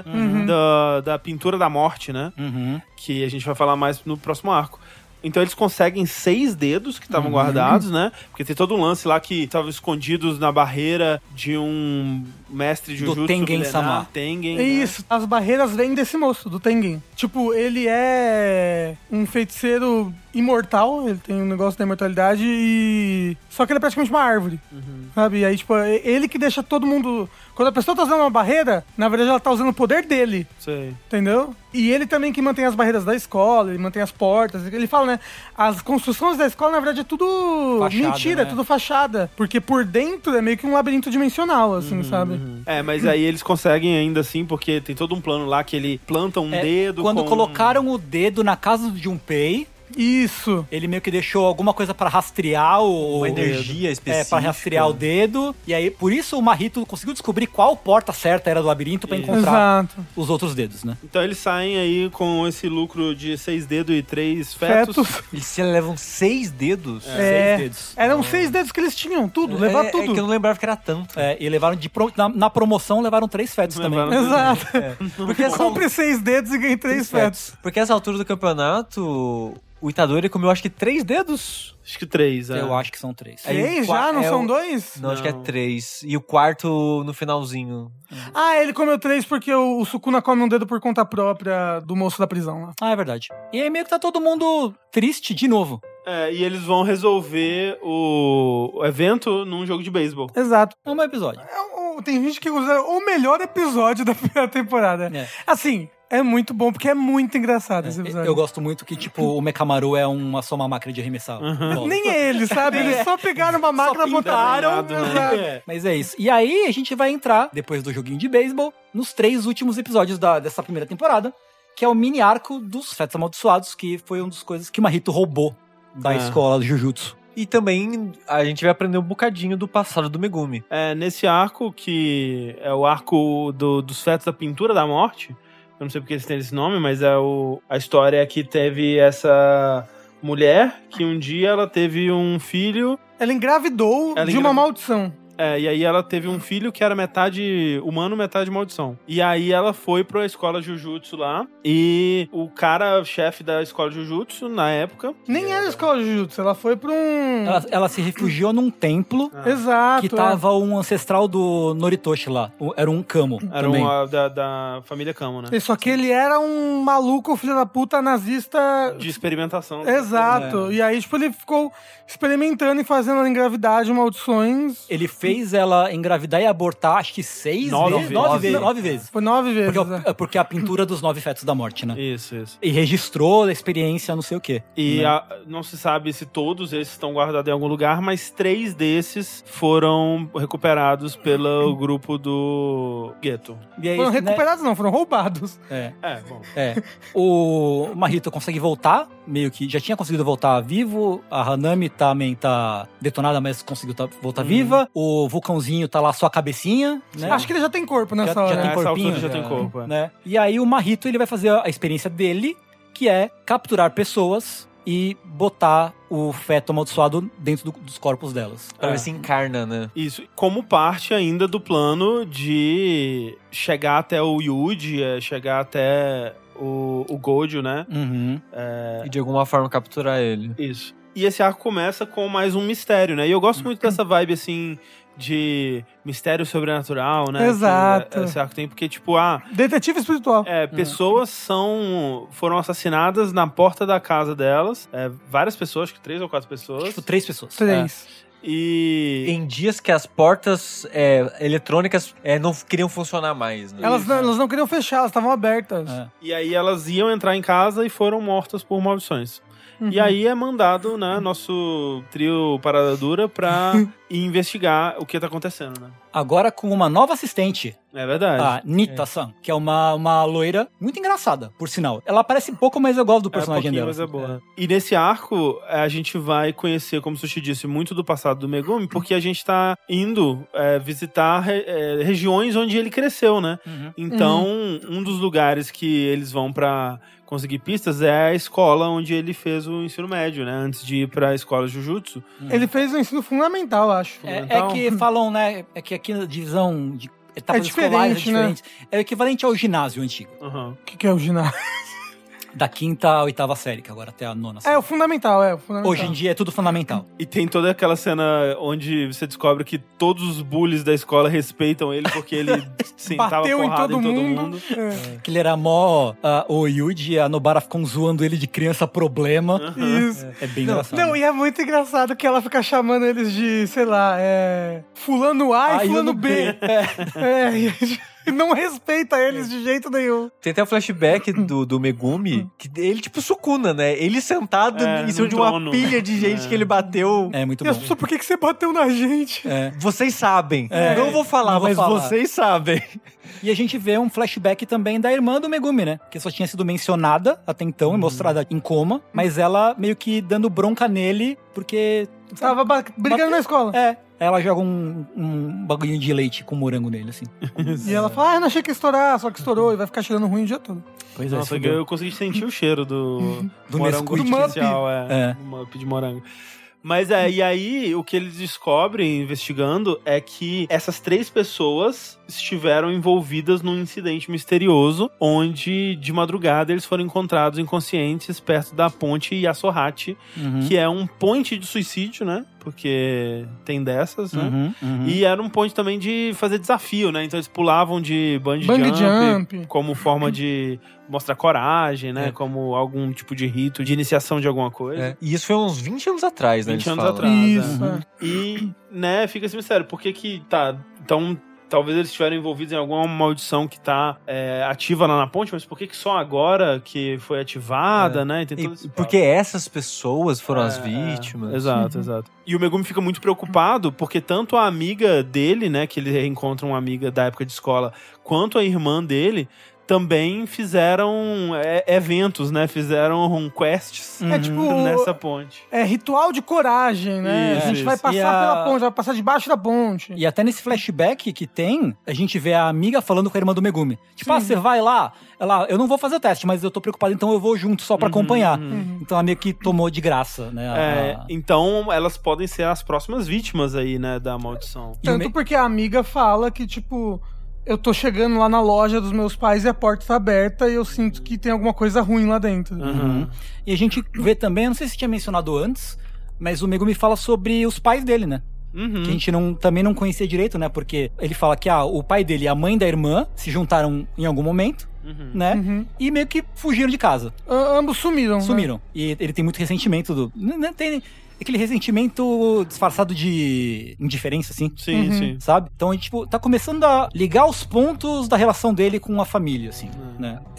Da pintura da morte, né? Que a gente vai falar mais no próximo arco. Então eles conseguem 6 dedos que estavam guardados, né? Porque tem todo um lance lá que estavam escondidos na barreira de um mestre de Jujutsu Tengen-sama. Tengen, É isso, as barreiras vêm desse moço, do Tengen. Tipo, ele é um feiticeiro imortal, ele tem um negócio da imortalidade e... Só que ele é praticamente uma árvore, sabe? E aí, tipo, é ele que deixa todo mundo... Quando a pessoa tá usando uma barreira, na verdade ela tá usando o poder dele, Sei. entendeu? E ele também que mantém as barreiras da escola, ele mantém as portas. Ele fala, né? As construções da escola, na verdade, é tudo Fachada, mentira, né? é tudo fachada. Porque por dentro é meio que um labirinto dimensional, assim, sabe? Mas aí eles conseguem ainda assim, porque tem todo um plano lá que ele planta um dedo Quando com... colocaram o dedo na casa do Junpei, Isso. ele meio que deixou alguma coisa pra rastrear Uma energia específica. pra rastrear o dedo. E aí, por isso o Mahito conseguiu descobrir qual porta certa era do labirinto pra encontrar Exato. os outros dedos, né? Então eles saem aí com esse lucro de 6 dedos e 3 fetos. Eles se levam 6 dedos? 6 dedos. Eram 6 dedos que eles tinham, tudo, levar tudo. É que eu não lembrava que era tanto. E levaram na promoção levaram 3 fetos também. Levaram- Exato. Porque essa, Compre 6 dedos e ganhe 3 fetos. porque essa altura do campeonato, O Itadori comeu acho que 3 dedos. Acho que 3, Eu acho que são 3. Aí o 3 qua- já? Não é são o- 2? Não, acho que é Não. 3. E o quarto no finalzinho. Ah, ele comeu 3 porque o Sukuna come um dedo por conta própria do moço da prisão lá. Ah, é verdade. E aí meio que tá todo mundo triste de novo. E eles vão resolver o evento num jogo de beisebol. Exato. É um bom episódio. Tem gente que usa o melhor episódio da primeira temporada. É. Assim, é muito bom porque é muito engraçado esse episódio. Eu gosto muito que, tipo, o Mekamaru é só uma máquina de arremessar. bola. Nem ele, sabe? Eles só pegaram uma máquina, botaram. desenhado, né? Exato. É, mas é isso. E aí a gente vai entrar, depois do joguinho de beisebol, nos 3 últimos episódios dessa primeira temporada, que é o mini arco dos Fetos Amaldiçoados, que foi uma das coisas que o Mahito roubou da escola do Jujutsu. E também a gente vai aprender um bocadinho do passado do Megumi. Nesse arco, que é o arco dos fetos da pintura da morte, eu não sei porque eles têm esse nome, mas a história é que teve essa mulher que um dia ela teve um filho. Ela engravidou de uma maldição. E aí ela teve um filho que era metade humano, metade maldição. E aí ela foi pra escola Jujutsu lá. E o cara, chefe da escola Jujutsu, na época... Nem era escola de Jujutsu, ela foi pra um... Ela se refugiou num templo Exato. que tava um ancestral do Noritoshi lá. Era um Kamo Era também. da família Kamo, né? Só que ele era um maluco, filho da puta, nazista. De experimentação. Exato. E aí, tipo, ele ficou experimentando e fazendo ela engravidar de maldições. Ele fez ela engravidar e abortar, acho que 6 9 vezes. vezes. 9 vezes. Foi 9 vezes. Porque a pintura dos 9 fetos da morte, né? Isso. E registrou a experiência, não sei o quê. E né? não se sabe se todos esses estão guardados em algum lugar, mas 3 desses foram recuperados pelo grupo do Gueto. E aí, Foram né? recuperados, não, foram roubados. Bom. O Mahito consegue voltar, meio que já tinha conseguido voltar vivo. A Hanami também tá detonada, mas conseguiu voltar viva. O vulcãozinho tá lá só a cabecinha, né? Acho que ele já tem corpo nessa já hora. tem Nessa corpinho, altura já tem corpo, é. né? E aí o Mahito ele vai fazer a experiência dele, que é capturar pessoas e botar o feto amaldiçoado dentro dos corpos delas. Pra ver se encarna, né? Isso, como parte ainda do plano de chegar até o Yuji, chegar até o Gojo, né? Uhum. E de alguma forma capturar ele. Isso. E esse arco começa com mais um mistério, né? E eu gosto muito dessa vibe, assim, de mistério sobrenatural, né? Exato. Que esse arco tem, porque, tipo, Detetive espiritual. pessoas foram assassinadas na porta da casa delas. Várias pessoas, acho que 3 ou 4 pessoas. Tipo, 3 pessoas. 3. E... Em dias que as portas eletrônicas não queriam funcionar mais, né? Elas não queriam fechar, elas estavam abertas. E aí elas iam entrar em casa e foram mortas por maldições. E aí é mandado, né, nosso trio Parada Dura pra ir investigar o que tá acontecendo, né? Agora com uma nova assistente, É verdade. a Nita-san, que é uma loira muito engraçada, por sinal. Ela aparece pouco, mas eu gosto do personagem dela. Mas é boa. E nesse arco, a gente vai conhecer, como o Sushi disse, muito do passado do Megumi, porque a gente tá indo visitar regiões onde ele cresceu, né? Uhum. Então, um dos lugares que eles vão pra conseguir pistas é a escola onde ele fez o ensino médio, né? Antes de ir pra escola Jujutsu. Ele fez um ensino fundamental, acho. É que falam, né, é que aqui na divisão de etapas diferente, escolares é né? diferente. É o equivalente ao ginásio antigo. Uhum. O que é o ginásio? Da 5ª à 8ª série, que agora até a 9ª série. O fundamental, o fundamental. Hoje em dia é tudo fundamental. E tem toda aquela cena onde você descobre que todos os bullies da escola respeitam ele porque ele sentava Bateu em porrada todo em todo mundo. mundo. Que ele era mó... o Yuji e a Nobara ficam zoando ele de criança problema. Isso. É bem engraçado. Não, e é muito engraçado que ela fica chamando eles de, sei lá, fulano A e fulano B. E não respeita eles de jeito nenhum. Tem até o flashback do Megumi, que ele tipo Sukuna, né? Ele sentado em cima no de uma trono. pilha de gente que ele bateu. É muito E bom. as pessoas, por que você bateu na gente? Vocês sabem. Não vou falar, não vou mas falar. vocês sabem. E a gente vê um flashback também da irmã do Megumi, né? Que só tinha sido mencionada até então e mostrada em coma, mas ela meio que dando bronca nele porque... Tava brigando na escola. Ela joga um bagulhinho de leite com morango nele, assim. E ela fala, eu não achei que ia estourar, só que estourou e vai ficar cheirando ruim o dia todo. Pois Nossa, eu consegui sentir o cheiro do morango Nesquik. artificial, Do do Mup de morango. Mas e aí o que eles descobrem investigando é que essas 3 pessoas estiveram envolvidas num incidente misterioso, onde de madrugada eles foram encontrados inconscientes perto da ponte Yasohati, que é um point de suicídio, né? Porque tem dessas, né? E era um point também de fazer desafio, né? Então eles pulavam de bungee jump como forma de mostrar coragem, né? Como algum tipo de rito de iniciação de alguma coisa. E isso foi uns 20 anos atrás, né? 20 eles anos falam. atrás. Isso, né? E, né, fica esse mistério. Por que que tá... Então, talvez eles estiveram envolvidos em alguma maldição que tá ativa lá na ponte, mas por que que só agora que foi ativada, né? E tem todo esse Porque essas pessoas foram as vítimas. Exato, exato. E o Megumi fica muito preocupado porque tanto a amiga dele, né, que ele reencontra uma amiga da época de escola, quanto a irmã dele também fizeram eventos, né? Fizeram quests nessa ponte. É ritual de coragem, né? Isso, a gente vai passar pela ponte, vai passar debaixo da ponte. E até nesse flashback que tem, a gente vê a amiga falando com a irmã do Megumi. Tipo, você vai lá, ela, eu não vou fazer o teste, mas eu tô preocupado, então eu vou junto só pra acompanhar. Então ela meio que tomou de graça, né? Então elas podem ser as próximas vítimas aí, né, da maldição. Tanto porque a amiga fala que, tipo... Eu tô chegando lá na loja dos meus pais e a porta tá aberta e eu sinto que tem alguma coisa ruim lá dentro. E a gente vê também, não sei se tinha mencionado antes, mas o Megumi fala sobre os pais dele, né? Que a gente também não conhecia direito, né? Porque ele fala que o pai dele e a mãe da irmã se juntaram em algum momento, né? E meio que fugiram de casa. Ambos sumiram. Sumiram. E ele tem muito ressentimento não tem aquele ressentimento disfarçado de indiferença, assim. Sim. Sabe? Então a gente, tipo, tá começando a ligar os pontos da relação dele com a família, assim, né? E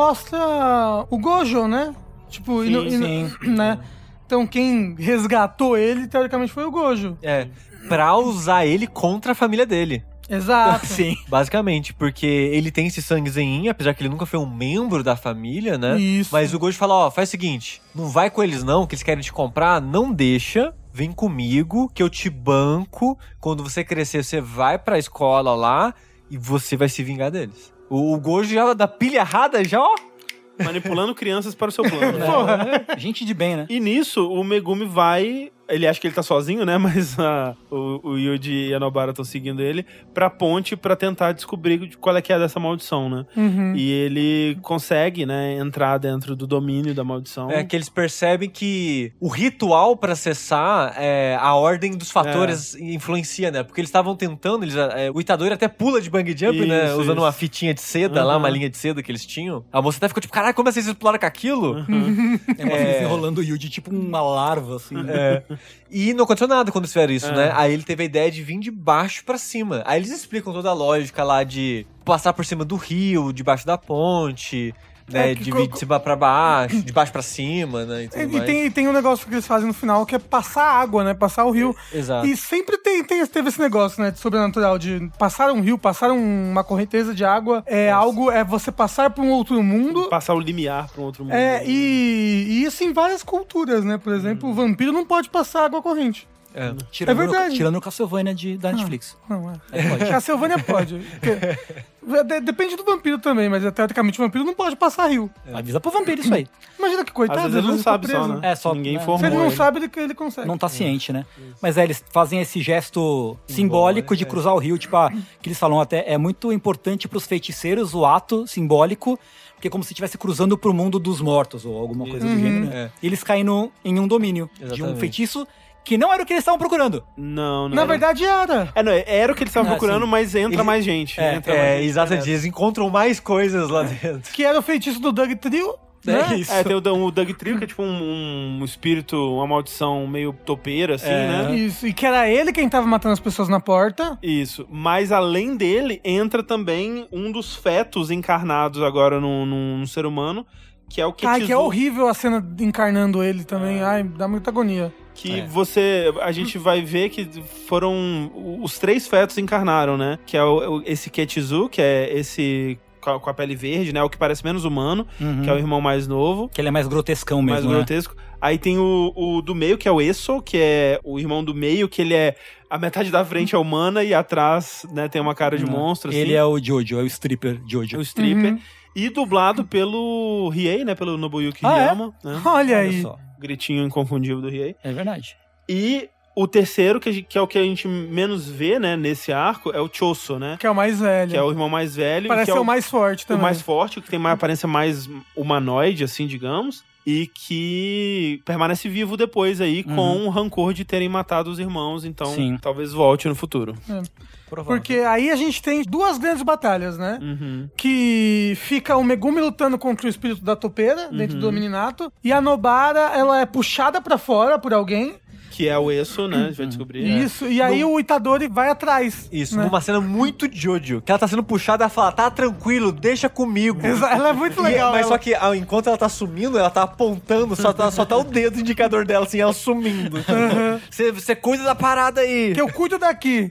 mostra o Gojo, né? Tipo, Sim. né? Então quem resgatou ele, teoricamente, foi o Gojo. Pra usar ele contra a família dele. Exato. Sim. Basicamente, porque ele tem esse sangue zenin, apesar que ele nunca foi um membro da família, né? Isso. Mas o Gojo fala, faz o seguinte, não vai com eles não, que eles querem te comprar, não deixa, vem comigo, que eu te banco, quando você crescer, você vai pra escola lá, e você vai se vingar deles. O Gojo já, da pilha errada, já, Manipulando crianças para o seu plano. Gente de bem, né? E nisso, o Megumi vai... Ele acha que ele tá sozinho, né? Mas o Yuji e a Nobara estão seguindo ele pra ponte pra tentar descobrir qual é que é dessa maldição, né? E ele consegue, né, entrar dentro do domínio da maldição. É que eles percebem que o ritual pra acessar, a ordem dos fatores influencia, né? Porque eles estavam tentando, o Itadori até pula de bungee jump, né? Usando uma fitinha de seda lá, uma linha de seda que eles tinham. A moça até ficou tipo, caralho, como vocês exploram com aquilo? Eles enrolando o Yuji tipo uma larva, assim. E não aconteceu nada quando eles fizeram isso, né? Aí ele teve a ideia de vir de baixo pra cima. Aí eles explicam toda a lógica lá de passar por cima do rio, debaixo da ponte, né? De vir de cima pra baixo, de baixo pra cima, né? E tem um negócio que eles fazem no final que é passar água, né? Passar o rio. Exato. E sempre teve esse negócio, né? De sobrenatural, de passar um rio, passar uma correnteza de água. É você passar por um outro mundo. Passar o limiar pra um outro mundo. E isso em várias culturas, né? Por exemplo, o vampiro não pode passar água corrente. Tirando o Castlevania da Netflix. Não, Castlevania pode. Depende do vampiro também, mas teoricamente o vampiro não pode passar rio. Avisa pro vampiro isso aí. Imagina que coitado. Às vezes ele não sabe preso. só, né? Ninguém informou. Se ele não sabe, ele consegue. Não tá ciente, né? Mas eles fazem esse gesto simbólico de cruzar o rio, tipo, que eles falam até, é muito importante pros feiticeiros o ato simbólico, porque é como se estivesse cruzando pro mundo dos mortos, ou alguma coisa do gênero. E eles caem em um domínio de um feitiço que não era o que eles estavam procurando. Não Na verdade, era. Era o que eles estavam procurando, mas entra mais gente. Exatamente. Eles encontram mais coisas lá dentro. Que era o feitiço do Doug Trio. Né? Isso. Tem o Doug Trio, que é tipo um espírito, uma maldição meio topeira, assim, né? Isso, e que era ele quem tava matando as pessoas na porta. Isso. Mas além dele, entra também um dos fetos encarnados agora num ser humano, que é o Ketsu. Que é horrível a cena encarnando ele também. Ai, dá muita agonia. Que a gente vai ver que foram os 3 fetos encarnaram, né? Que é esse Ketsu, que é esse com a pele verde, né? O que parece menos humano, que é o irmão mais novo. Que ele é mais grotescão mesmo, mais grotesco. Aí tem o do meio, que é o Eso, que é o irmão do meio, que ele é... A metade da frente é humana e atrás, né, tem uma cara de monstro, assim. Ele é o Jojo, é o stripper Jojo. É o stripper. E dublado pelo Riei, né? Pelo Nobuyuki Hiyama. Né? Olha aí. Só. Gritinho inconfundível do Riei. É verdade. E o terceiro, que é o que a gente menos vê, né, nesse arco, é o Choso, né? Que é o mais velho. Que é o irmão mais velho. Parece que é ser o mais forte também. O mais forte, o que tem uma aparência mais humanoide, assim, digamos. E que permanece vivo depois aí, com o rancor de terem matado os irmãos. Então, Sim. talvez volte no futuro. Porque aí a gente tem duas grandes batalhas, né? Que fica o Megumi lutando contra o espírito da topeira, dentro do Dominato. E a Nobara, ela é puxada pra fora por alguém. Que é o Eso, né? A gente vai descobrir. Isso, e aí o Itadori vai atrás. Isso, né? numa cena muito Jojo, que ela tá sendo puxada, ela fala, tá tranquilo, deixa comigo. Ela é muito legal. Mas ela... só que enquanto ela tá sumindo, ela tá apontando, só tá o dedo indicador dela, assim, ela sumindo. Você cuida da parada aí. Que eu cuido daqui.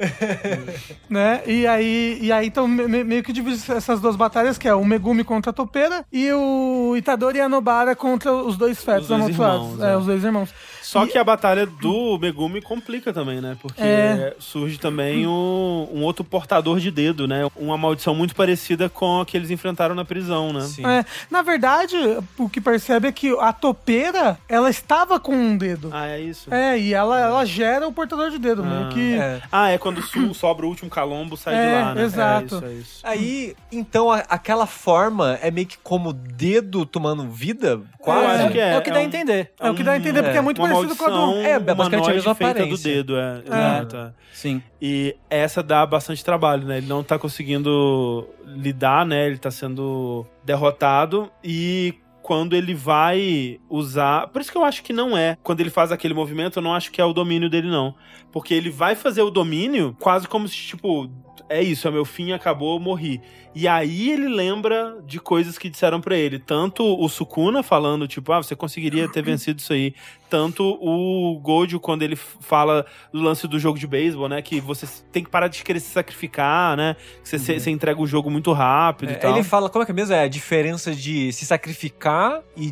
Né? E aí então, meio que divide essas duas batalhas, que é o Megumi contra a topeira e o Itadori e a Nobara contra os dois fetos amaldiçoados. Os dois irmãos. Só que a batalha do Megumi complica também, né? Porque surge também um outro portador de dedo, né? Uma maldição muito parecida com a que eles enfrentaram na prisão, né? Sim. Na verdade, o que percebe é que a topeira, ela estava com um dedo. Ah, é isso? E ela gera o portador de dedo, meio que... É quando sobra o último calombo, sai de lá, né? Exato. É isso. Aí, então, aquela forma é meio que como dedo tomando vida? Eu acho que É o que dá a entender. É o que dá a entender, porque é muito uma parecido com a do... maldição basicamente a mesma feita do aparência. dedo, exato. Sim. E essa dá bastante trabalho, né? Ele não tá conseguindo lidar, né? Ele tá sendo derrotado e quando ele vai usar... Por isso que eu acho que não é. Quando ele faz aquele movimento, eu não acho que é o domínio dele, não. Porque ele vai fazer o domínio quase como se, tipo... É isso, é meu fim, acabou, morri. E aí ele lembra de coisas que disseram pra ele. Tanto o Sukuna falando, tipo, você conseguiria ter vencido isso aí. Tanto o Gojo, quando ele fala do lance do jogo de beisebol, né? Que você tem que parar de querer se sacrificar, né? Que você entrega o jogo muito rápido e tal. Ele fala, como é que é mesmo? É a diferença de se sacrificar e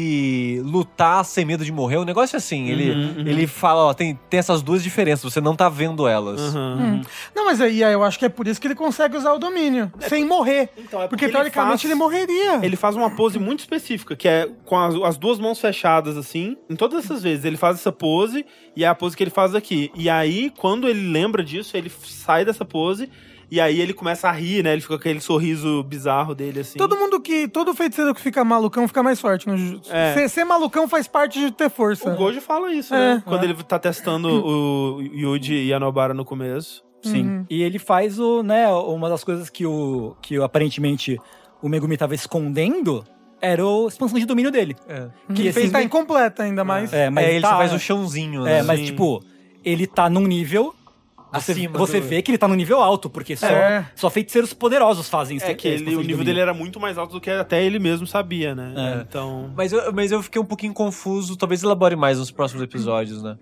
de lutar sem medo de morrer. Um negócio assim. Ele fala, ó, tem essas duas diferenças. Você não tá vendo elas. Não, mas aí eu acho que é por isso que ele consegue usar o domínio. Sem morrer. Então, porque teoricamente ele morreria. Ele faz uma pose muito específica, que é com as duas mãos fechadas, assim. Em todas essas vezes, ele faz essa pose, e é a pose que ele faz aqui. E aí, quando ele lembra disso, ele sai dessa pose, e aí ele começa a rir, né? Ele fica com aquele sorriso bizarro dele, assim. Todo feiticeiro que fica malucão fica mais forte no Jujutsu. Ser malucão faz parte de ter força. O Gojo fala isso, né? Quando ele tá testando o Yuji e a Nobara no começo. Sim. E ele faz uma das coisas que aparentemente o Megumi tava escondendo era a expansão de domínio dele. Que ele tá incompleta ainda mais. Mas ele só faz o chãozinho, né? Mas tipo, ele tá num nível... Você vê que ele tá no nível alto, porque só feiticeiros poderosos fazem isso. O nível dele era muito mais alto do que até ele mesmo sabia, né? Então... Mas eu fiquei um pouquinho confuso, talvez elabore mais nos próximos episódios, né?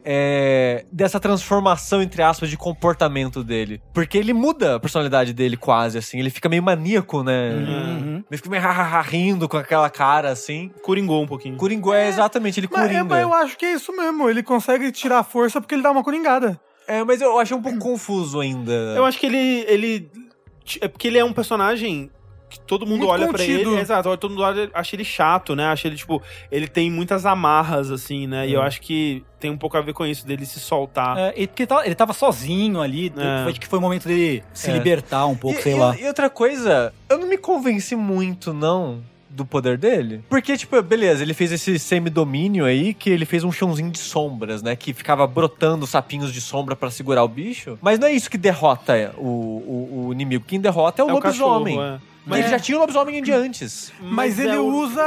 Dessa transformação, entre aspas, de comportamento dele. Porque ele muda a personalidade dele quase, assim. Ele fica meio maníaco, né? Ele fica meio rindo com aquela cara, assim. Coringou um pouquinho. Coringou, exatamente, ele coringa. Mas eu acho que é isso mesmo. Ele consegue tirar a força porque ele dá uma coringada. Mas eu achei um pouco confuso ainda. Eu acho que ele... É porque ele é um personagem que todo mundo muito olha contido. pra ele... Exato, todo mundo acha ele chato, né? Acha ele, tipo... Ele tem muitas amarras, assim, né? E eu acho que tem um pouco a ver com isso, dele se soltar. Porque ele tava sozinho ali, foi o momento dele se libertar um pouco, sei lá. E outra coisa, eu não me convenci muito, não... do poder dele. Porque, tipo, beleza, ele fez esse semidomínio aí, que ele fez um chãozinho de sombras, né? Que ficava brotando sapinhos de sombra pra segurar o bicho. Mas não é isso que derrota o inimigo. Quem derrota é o lobisomem. Cachorro, Mas ele já tinha o lobisomem de antes. Mas ele usa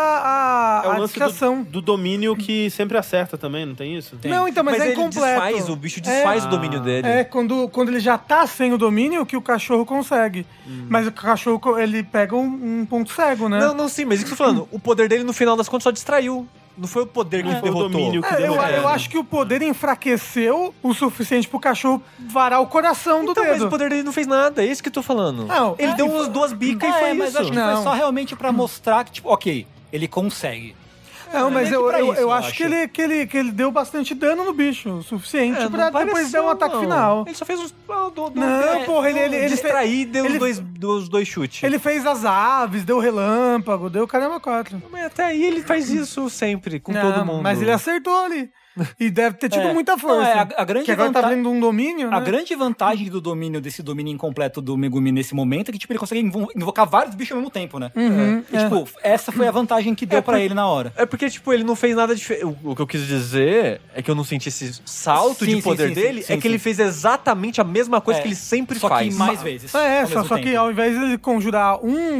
a distração. Do domínio que sempre acerta também, não tem isso? Tem. Não, então, mas é ele incompleto. o bicho desfaz o domínio dele. Quando ele já tá sem o domínio, que o cachorro consegue. Mas o cachorro, ele pega um ponto cego, né? Não, sim, mas isso que eu tô falando. O poder dele, no final das contas, só distraiu. Não foi o poder que derrotou. O domínio que derrotou. Eu acho que o poder enfraqueceu o suficiente pro cachorro varar o coração do dedo. Mas o poder dele não fez nada, é isso que eu tô falando. Não, ele deu umas duas bicas e foi mas isso. acho que foi só realmente pra mostrar que, tipo, ok, ele consegue. Não, mas eu acho acho. que ele deu bastante dano no bicho, o suficiente pra não depois dar um ataque final. Ele só fez uns... ele distrair, deu os dois chutes. Ele fez as aves, deu relâmpago, deu caramba 4. Mas até aí ele faz isso sempre, com todo mundo. Mas ele acertou ali. E deve ter tido muita força. Não, a grande que agora tá vindo um domínio, né? A grande vantagem do domínio, desse domínio incompleto do Megumi nesse momento, é que, tipo, ele consegue invocar vários bichos ao mesmo tempo, né? E, tipo, essa foi a vantagem que deu pra ele na hora. É porque, tipo, ele não fez nada diferente. O que eu quis dizer é que eu não senti esse salto de poder dele, que ele fez exatamente a mesma coisa que ele sempre só faz. Que mais vezes. Só que ao invés de ele conjurar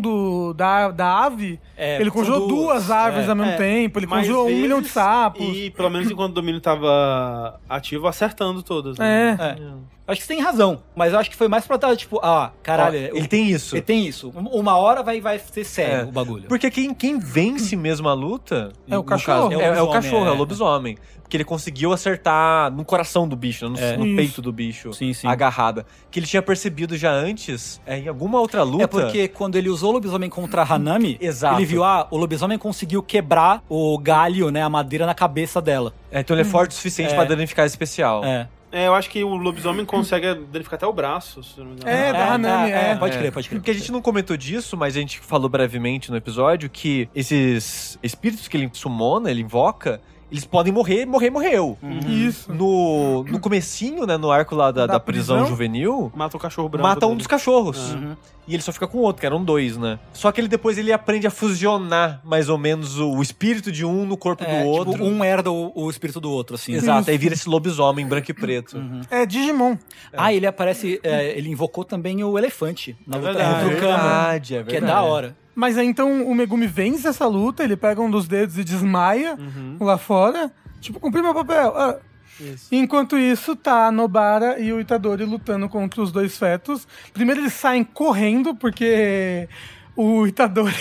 da ave, ele conjurou duas árvores ao mesmo tempo, ele conjurou 1 milhão de sapos. E pelo menos enquanto o domínio tava ativo, acertando todas. Né? Acho que você tem razão, mas eu acho que foi mais pra dar, tipo, caralho... Ele tem isso. Ele tem isso. Uma hora vai ser sério o bagulho. Porque quem vence mesmo a luta... É o cachorro. É o cachorro, é o lobisomem. Porque ele conseguiu acertar no coração do bicho, né? No peito do bicho. Sim. Agarrada. Que ele tinha percebido já antes, em alguma outra luta... É porque quando ele usou o lobisomem contra a Hanami, Exato. Ele viu, o lobisomem conseguiu quebrar o galho, né? A madeira na cabeça dela. Então ele é forte o suficiente pra danificar especial. Eu acho que o lobisomem consegue danificar até o braço, se não me engano. Da Hanami, Pode crer. Porque a gente não comentou disso, mas a gente falou brevemente no episódio que esses espíritos que ele summona, ele invoca, eles podem morreu. Isso. No comecinho, né, no arco lá da prisão juvenil, Mata o cachorro branco. mata um dele. dos cachorros. E ele só fica com o outro, que eram 2, né? Só que ele aprende a fusionar, mais ou menos, o espírito de um no corpo do outro. Tipo, um herda o espírito do outro, assim. Exato, Isso. aí vira esse lobisomem branco e preto. É Digimon. Ele aparece... ele invocou também o elefante na luta verdade. contra o Kama. Verdade. Que é da hora. Mas aí então o Megumi vence essa luta, ele pega um dos dedos e desmaia lá fora. Tipo, cumpri meu papel. Isso. Enquanto isso, tá a Nobara e o Itadori lutando contra os dois fetos. Primeiro eles saem correndo, porque o Itadori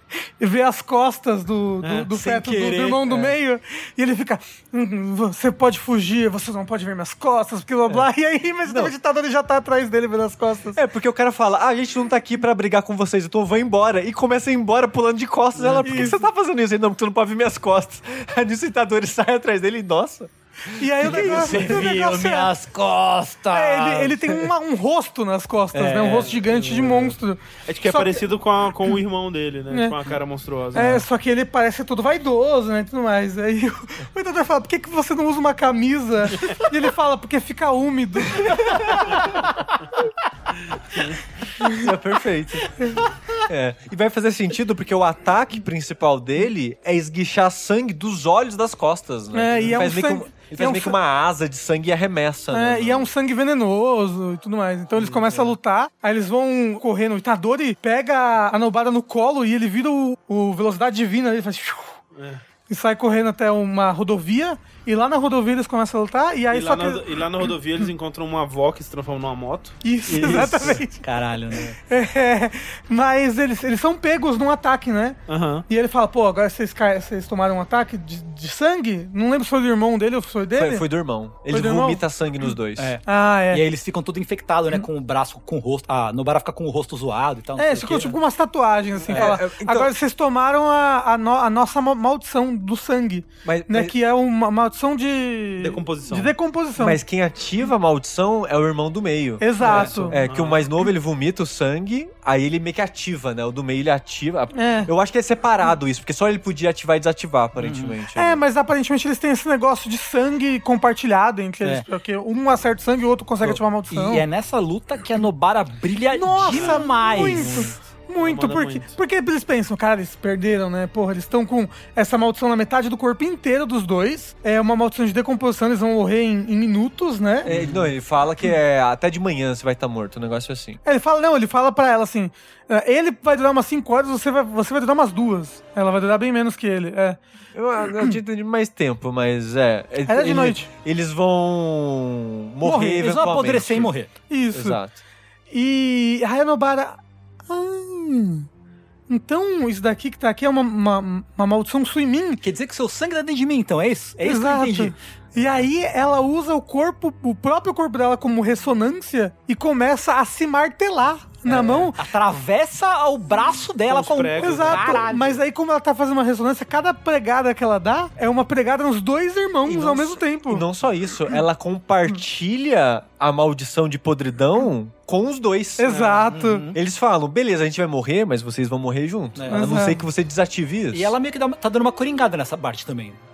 vê as costas do feto do irmão do meio, e ele fica, você pode fugir, você não pode ver minhas costas, blá blá blá. E aí, mas o Itadori já tá atrás dele vendo as costas. Porque o cara fala, a gente não tá aqui pra brigar com vocês, então eu vou embora. E começa a ir embora pulando de costas. Ela, por que você tá fazendo isso? Ele, não, porque você não pode ver minhas costas. Aí o Itadori sai atrás dele e, nossa... E aí o negócio minhas costas! Ele tem um rosto nas costas, né? Um rosto gigante de monstro. Acho que é Só parecido com o irmão dele, né? Com a cara monstruosa. Só que ele parece todo vaidoso, né? E tudo mais. Aí o Itadori fala, por que você não usa uma camisa? E ele fala, porque fica úmido. É perfeito. E vai fazer sentido porque o ataque principal dele é esguichar sangue dos olhos das costas, né? E é um sangue... Ele faz meio que uma asa de sangue e arremessa. né? E é um sangue venenoso e tudo mais. Então eles começam a lutar, aí eles vão correndo. O Itadori pega a Nobara no colo e ele vira o Velocidade Divina. Ele faz... E sai correndo até uma rodovia. E lá na rodovia eles começam a lutar. E aí E lá na rodovia eles encontram uma avó que se transforma numa moto. Isso, exatamente. Caralho, né? Mas eles são pegos num ataque, né? E ele fala, agora vocês tomaram um ataque de sangue? Não lembro se foi do irmão dele ou se foi dele. Foi do irmão. Ele do irmão? vomita sangue nos dois. E aí eles ficam tudo infectados, né? Com o braço, com o rosto. A Nobara fica com o rosto zoado e tal. Ficou tipo umas tatuagens, assim. Agora vocês tomaram a nossa maldição do sangue. Mas que é uma maldição de decomposição. Mas quem ativa a maldição é o irmão do meio. Exato. Que o mais novo ele vomita o sangue, aí ele meio que ativa, né? O do meio ele ativa. Eu acho que é separado isso, porque só ele podia ativar e desativar, aparentemente. Mas aparentemente eles têm esse negócio de sangue compartilhado entre eles, porque um acerta o sangue e o outro consegue ativar a maldição. E é nessa luta que a Nobara brilha demais. Muito, porque eles pensam, cara, eles perderam, né? Eles estão com essa maldição na metade do corpo inteiro dos dois. É uma maldição de decomposição, eles vão morrer em minutos, né? Ele fala que até de manhã você vai estar morto, um negócio assim. Ele fala pra ela assim, ele vai durar umas 5 horas, você vai durar umas 2. Ela vai durar bem menos que ele, Eu tinha entendido mais tempo, mas Era de noite. Eles vão morrer Eles vão apodrecer e morrer. Isso. Exato. E a Nobara... Então, isso daqui que tá aqui é uma maldição Suimin. Quer dizer que seu sangue tá dentro de mim, então, é isso? É isso Exato. que eu entendi. E aí ela usa o próprio corpo dela como ressonância e começa a se martelar na mão. Atravessa o braço dela com os pregos. Exato. Caralho. Mas aí, como ela tá fazendo uma ressonância, cada pregada que ela dá é uma pregada nos dois irmãos ao mesmo tempo. E não só isso, ela compartilha a maldição de podridão com os dois. Exato. Eles falam, beleza, a gente vai morrer, mas vocês vão morrer juntos. A não ser que você desative isso. E ela meio que tá dando uma coringada nessa parte também.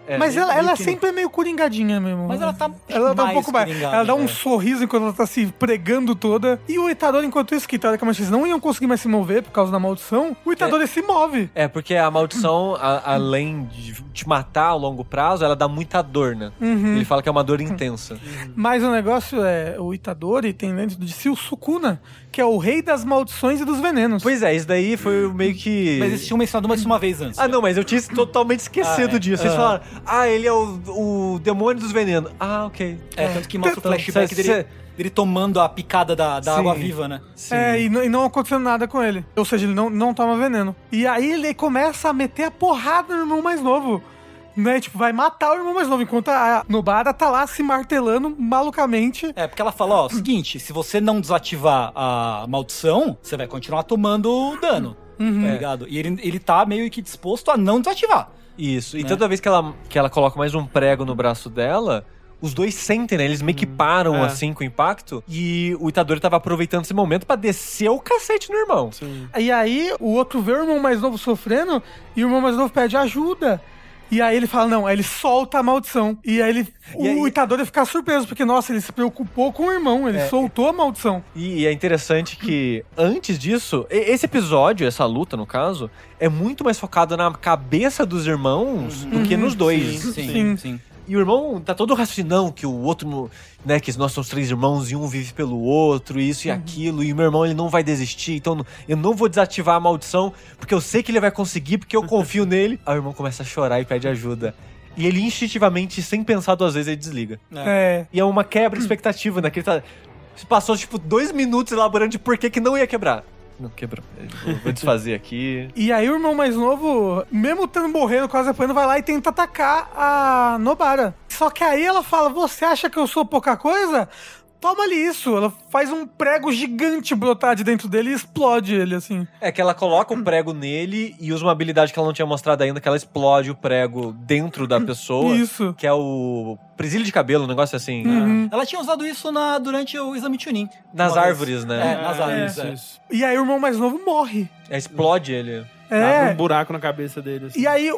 Mas ela meio que- sempre é meio coringadinha mesmo. Mas ela tá Ela tá um pouco mais. coringada, Ela dá um é. sorriso enquanto ela tá se pregando toda. E o Itadori, enquanto isso, que teoricamente eles não iam conseguir mais se mover por causa da maldição, o Itadori se move. É, porque a maldição, além de te matar a longo prazo, ela dá muita dor, né? Ele fala que é uma dor intensa. Mas o negócio é, o Itadori tem dentro de si o Sukuna, que é o rei das maldições e dos venenos. Pois é, isso daí foi meio que... Mas eles tinham mencionado uma vez antes. Ah, não, mas eu tinha totalmente esquecido disso. Vocês falaram, ele é o demônio dos venenos. Ah, ok. Tanto que mostra o Então, flashback dele tomando a picada da Sim. água viva, né? Sim. E não acontecendo nada com ele. Ou seja, ele não toma veneno. E aí ele começa a meter a porrada no irmão mais novo. Né? Tipo, vai matar o irmão mais novo, enquanto a Nobara tá lá se martelando malucamente. Porque ela fala, seguinte, se você não desativar a maldição, você vai continuar tomando dano, tá ligado? E ele tá meio que disposto a não desativar. Isso. E Né? toda vez que ela coloca mais um prego no braço dela, os dois sentem, né? Eles meio que param, assim, com o impacto. E o Itadori tava aproveitando esse momento pra descer o cacete no irmão. Sim. E aí o outro vê o irmão mais novo sofrendo e o irmão mais novo pede ajuda. E aí ele fala, não, aí ele solta a maldição. E aí o Itadori fica surpreso, porque, nossa, ele se preocupou com o irmão, ele soltou a maldição. E é interessante que, antes disso, esse episódio, essa luta, no caso, é muito mais focado na cabeça dos irmãos do que nos dois. Sim. E o irmão tá todo raciocinando que o outro, né, que nós somos 3 irmãos e um vive pelo outro, isso e aquilo, e o meu irmão ele não vai desistir, então eu não vou desativar a maldição, porque eu sei que ele vai conseguir, porque eu confio nele. Aí o irmão começa a chorar e pede ajuda. E ele instintivamente, sem pensar 2 vezes, ele desliga. E é uma quebra de expectativa, né? Que ele tá... Passou, 2 minutos elaborando de por que não ia quebrar. Não, quebrou. Eu vou desfazer aqui. E aí o irmão mais novo, mesmo tendo morrendo, quase apanhando, vai lá e tenta atacar a Nobara. Só que aí ela fala, você acha que eu sou pouca coisa? Toma ali isso. Ela faz um prego gigante brotar de dentro dele e explode ele, assim. É que ela coloca o prego nele e usa uma habilidade que ela não tinha mostrado ainda, que ela explode o prego dentro da pessoa. Isso. Que é o presilho de cabelo, um negócio assim. Ela tinha usado isso durante o exame Chunin. Nas Uma vez. árvores, né? Nas árvores, Isso. E aí o irmão mais novo morre. Explode ele. Abre um buraco na cabeça dele. Assim. E aí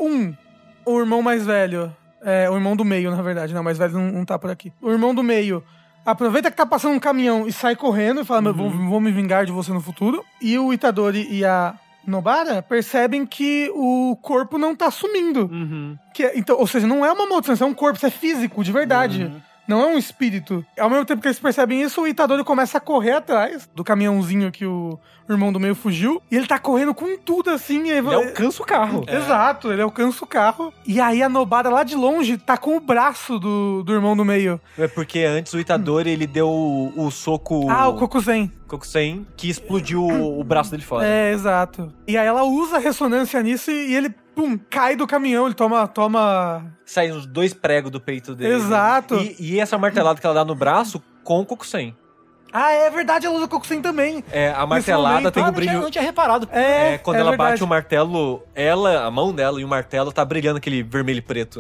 o irmão mais velho, o irmão do meio, na verdade, não, o mais velho não tá por aqui. O irmão do meio aproveita que tá passando um caminhão e sai correndo e fala, vou me vingar de você no futuro. E o Itadori e a Nobara percebem que o corpo não tá sumindo. Então, ou seja, não é uma maldição, isso é um corpo, isso é físico, de verdade. Não é um espírito. Ao mesmo tempo que eles percebem isso, o Itadori começa a correr atrás do caminhãozinho que o irmão do meio fugiu. E ele tá correndo com tudo, assim. E aí, Ele alcança o carro. Exato, ele alcança o carro. E aí a Nobara lá de longe tá com o braço do irmão do meio. É porque antes o Itadori, ele deu o soco... O Kokusen. Kokusen, que explodiu o braço dele fora. Exato. E aí ela usa a ressonância nisso e ele, cai do caminhão. Ele toma... Saem os 2 pregos do peito dele. Exato. E essa martelada que ela dá no braço com o Kokusen. É verdade, ela usa o Kokusen também. A martelada tem um brilho... Não tinha reparado. Quando ela verdade. bate o martelo, a mão dela e o martelo tá brilhando aquele vermelho e preto.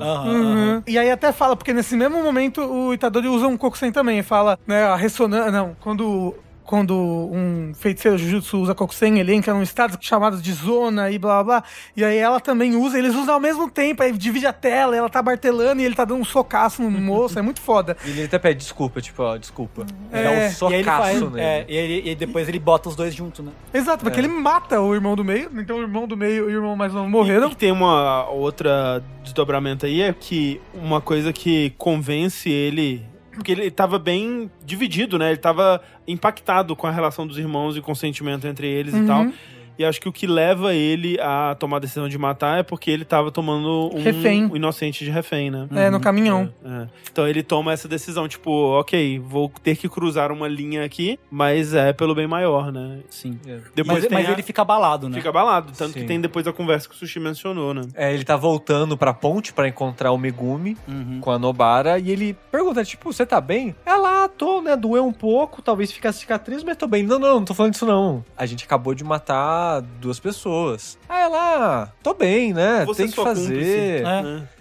E aí até fala, porque nesse mesmo momento o Itadori usa um Kokusen também. E fala, né, a ressonância... Não, quando um feiticeiro Jujutsu usa Kokusen, ele entra num estado chamado de zona e blá blá blá. E aí ela também usa, eles usam ao mesmo tempo, aí divide a tela, ela tá martelando e ele tá dando um socaço no moço, é muito foda. E ele até pede desculpa, desculpa. Dá um E aí ele socaço nele. e depois ele bota os dois juntos, né? Exato, porque ele mata o irmão do meio, então o irmão do meio e o irmão mais novo morreram. E tem uma outra desdobramento aí, é que uma coisa que convence ele... Porque ele tava bem dividido, né? Ele tava impactado com a relação dos irmãos e com o sentimento entre eles e tal. E acho que o que leva ele a tomar a decisão de matar é porque ele tava tomando um inocente de refém, né? No caminhão. Então ele toma essa decisão, tipo, ok, vou ter que cruzar uma linha aqui, mas é pelo bem maior, né? Sim. Depois Mas ele fica abalado, né? Fica abalado, tanto Sim. que tem depois a conversa que o Sushi mencionou, né? Ele tá voltando pra ponte pra encontrar o Megumi com a Nobara e ele pergunta, você tá bem? Ela, tô, né? Doeu um pouco, talvez ficasse cicatriz, mas tô bem. Não tô falando disso não. A gente acabou de matar 2 pessoas. Aí ela, tô bem, né? Você tem que só fazer. cúmplice.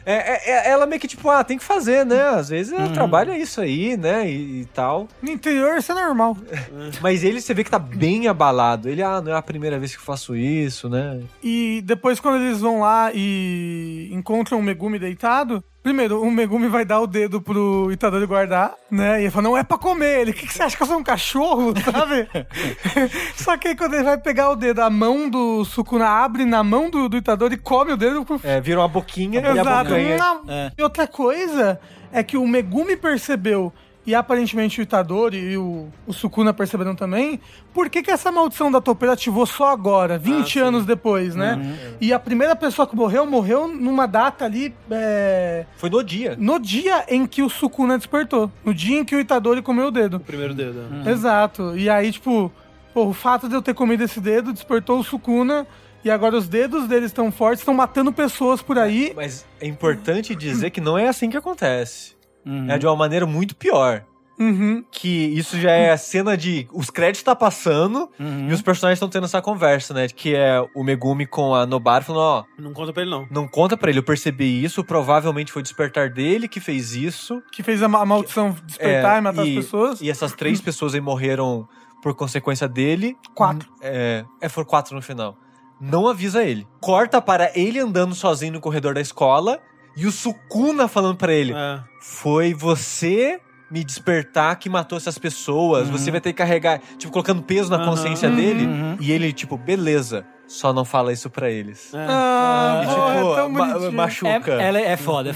Ela meio que tipo, tem que fazer, né? Às vezes o trabalho é isso aí, né? E tal. No interior isso é normal. Mas ele, você vê que tá bem abalado. Ele, não é a primeira vez que eu faço isso, né? E depois quando eles vão lá e encontram o Megumi deitado, primeiro, o Megumi vai dar o dedo pro Itadori guardar, né? E ele fala, não é pra comer. Ele, o que você acha que eu sou um cachorro, sabe? Só que aí quando ele vai pegar o dedo, a mão do Sukuna abre na mão do Itadori e come o dedo. Vira uma boquinha e a Exato. bocanha. E outra coisa é que o Megumi percebeu, e aparentemente o Itadori e o Sukuna perceberam também, por que essa maldição da topeira ativou só agora, 20 anos depois, né? E a primeira pessoa que morreu numa data ali... Foi no dia. No dia em que o Sukuna despertou. No dia em que o Itadori comeu o dedo. O primeiro dedo. Exato. E aí, tipo, o fato de eu ter comido esse dedo despertou o Sukuna... E agora os dedos deles estão fortes, estão matando pessoas por aí. Mas é importante dizer que não é assim que acontece. É de uma maneira muito pior. Que isso já é a cena de... Os créditos tá passando e os personagens estão tendo essa conversa, né? Que é o Megumi com a Nobara falando, Não conta pra ele, não. Não conta pra ele, eu percebi isso, provavelmente foi o despertar dele que fez isso. Que fez a maldição despertar e matar as pessoas. E essas 3 pessoas aí morreram por consequência dele. 4. Foram 4 no final. Não avisa ele. Corta para ele andando sozinho no corredor da escola e o Sukuna falando pra ele, foi você me despertar que matou essas pessoas, você vai ter que carregar, tipo, colocando peso na consciência dele, e ele, tipo, beleza, só não fala isso pra eles. É tão bonitinho. Machuca. Ela é foda.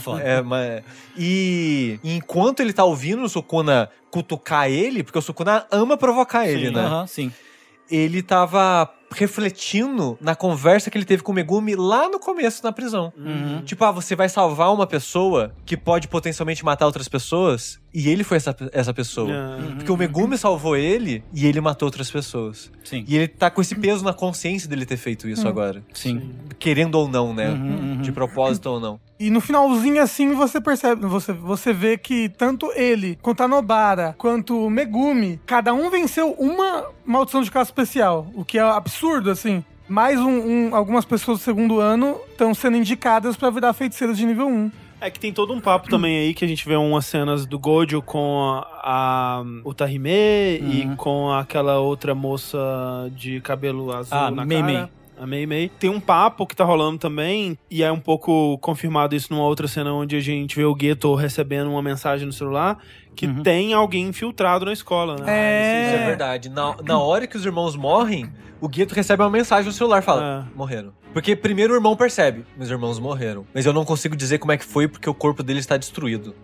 E enquanto ele tá ouvindo o Sukuna cutucar ele, porque o Sukuna ama provocar ele, né? Sim. Ele tava refletindo na conversa que ele teve com o Megumi lá no começo, na prisão. Tipo, você vai salvar uma pessoa que pode potencialmente matar outras pessoas, e ele foi essa pessoa. Porque o Megumi salvou ele e ele matou outras pessoas. Sim. E ele tá com esse peso na consciência dele ter feito isso agora. Sim. Querendo ou não, né? De propósito ou não. E no finalzinho, assim, você percebe, você vê que tanto ele, quanto a Nobara, quanto o Megumi, cada um venceu uma maldição de classe especial, o que é absurdo, assim. Mais algumas pessoas do segundo ano estão sendo indicadas pra virar feiticeiras de nível 1. É que tem todo um papo também aí, que a gente vê umas cenas do Gojo com a Utahime e com aquela outra moça de cabelo azul na Mei cara. Mei. A Mei Mei. Tem um papo que tá rolando também, e é um pouco confirmado isso numa outra cena onde a gente vê o Geto recebendo uma mensagem no celular, que tem alguém infiltrado na escola, né? Isso é verdade. Na hora que os irmãos morrem, o Geto recebe uma mensagem no celular, fala, morreram. Porque primeiro o irmão percebe, meus irmãos morreram. Mas eu não consigo dizer como é que foi, porque o corpo dele está destruído.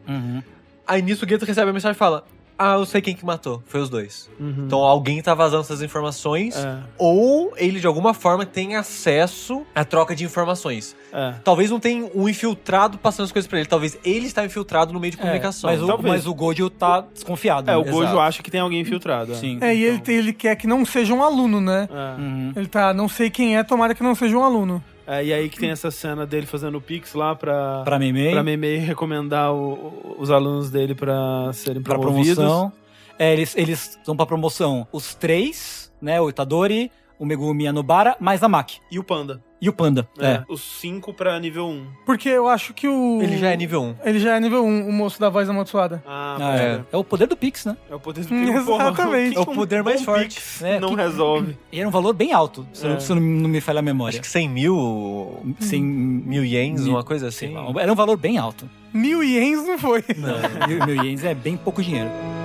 Aí nisso o Geto recebe a mensagem e fala, eu sei quem que matou, foi os 2. Então alguém tá vazando essas informações, ou ele de alguma forma tem acesso à troca de informações. Talvez não tenha um infiltrado passando as coisas pra ele, talvez ele está infiltrado no meio de comunicação. Mas o Gojo tá desconfiado. O Gojo acha que tem alguém infiltrado. Sim. E ele quer que não seja um aluno, né? Ele tá, não sei quem é, tomara que não seja um aluno. E aí que tem essa cena dele fazendo o Pix lá pra Mei Mei. Pra Mei Mei recomendar os alunos dele pra serem Pra promovidos. promoção. Eles vão pra promoção. Os 3, né? O Itadori, o Megumi e a Nobara, mais a Maki. E o Panda. E o Panda. Os 5 pra nível 1. Porque eu acho que Ele já é nível 1. Ele já é nível 1, o moço da voz amaldiçoada. É o poder do Pix, né? É o poder do Pix. Exatamente. É o poder mais forte. Pix não resolve. E era um valor bem alto, se não me falha a memória. Acho que 100 mil... 100 mil ienes, uma coisa assim. Era um valor bem alto. 1000 ienes não foi. Não, 1000 ienes é bem pouco dinheiro.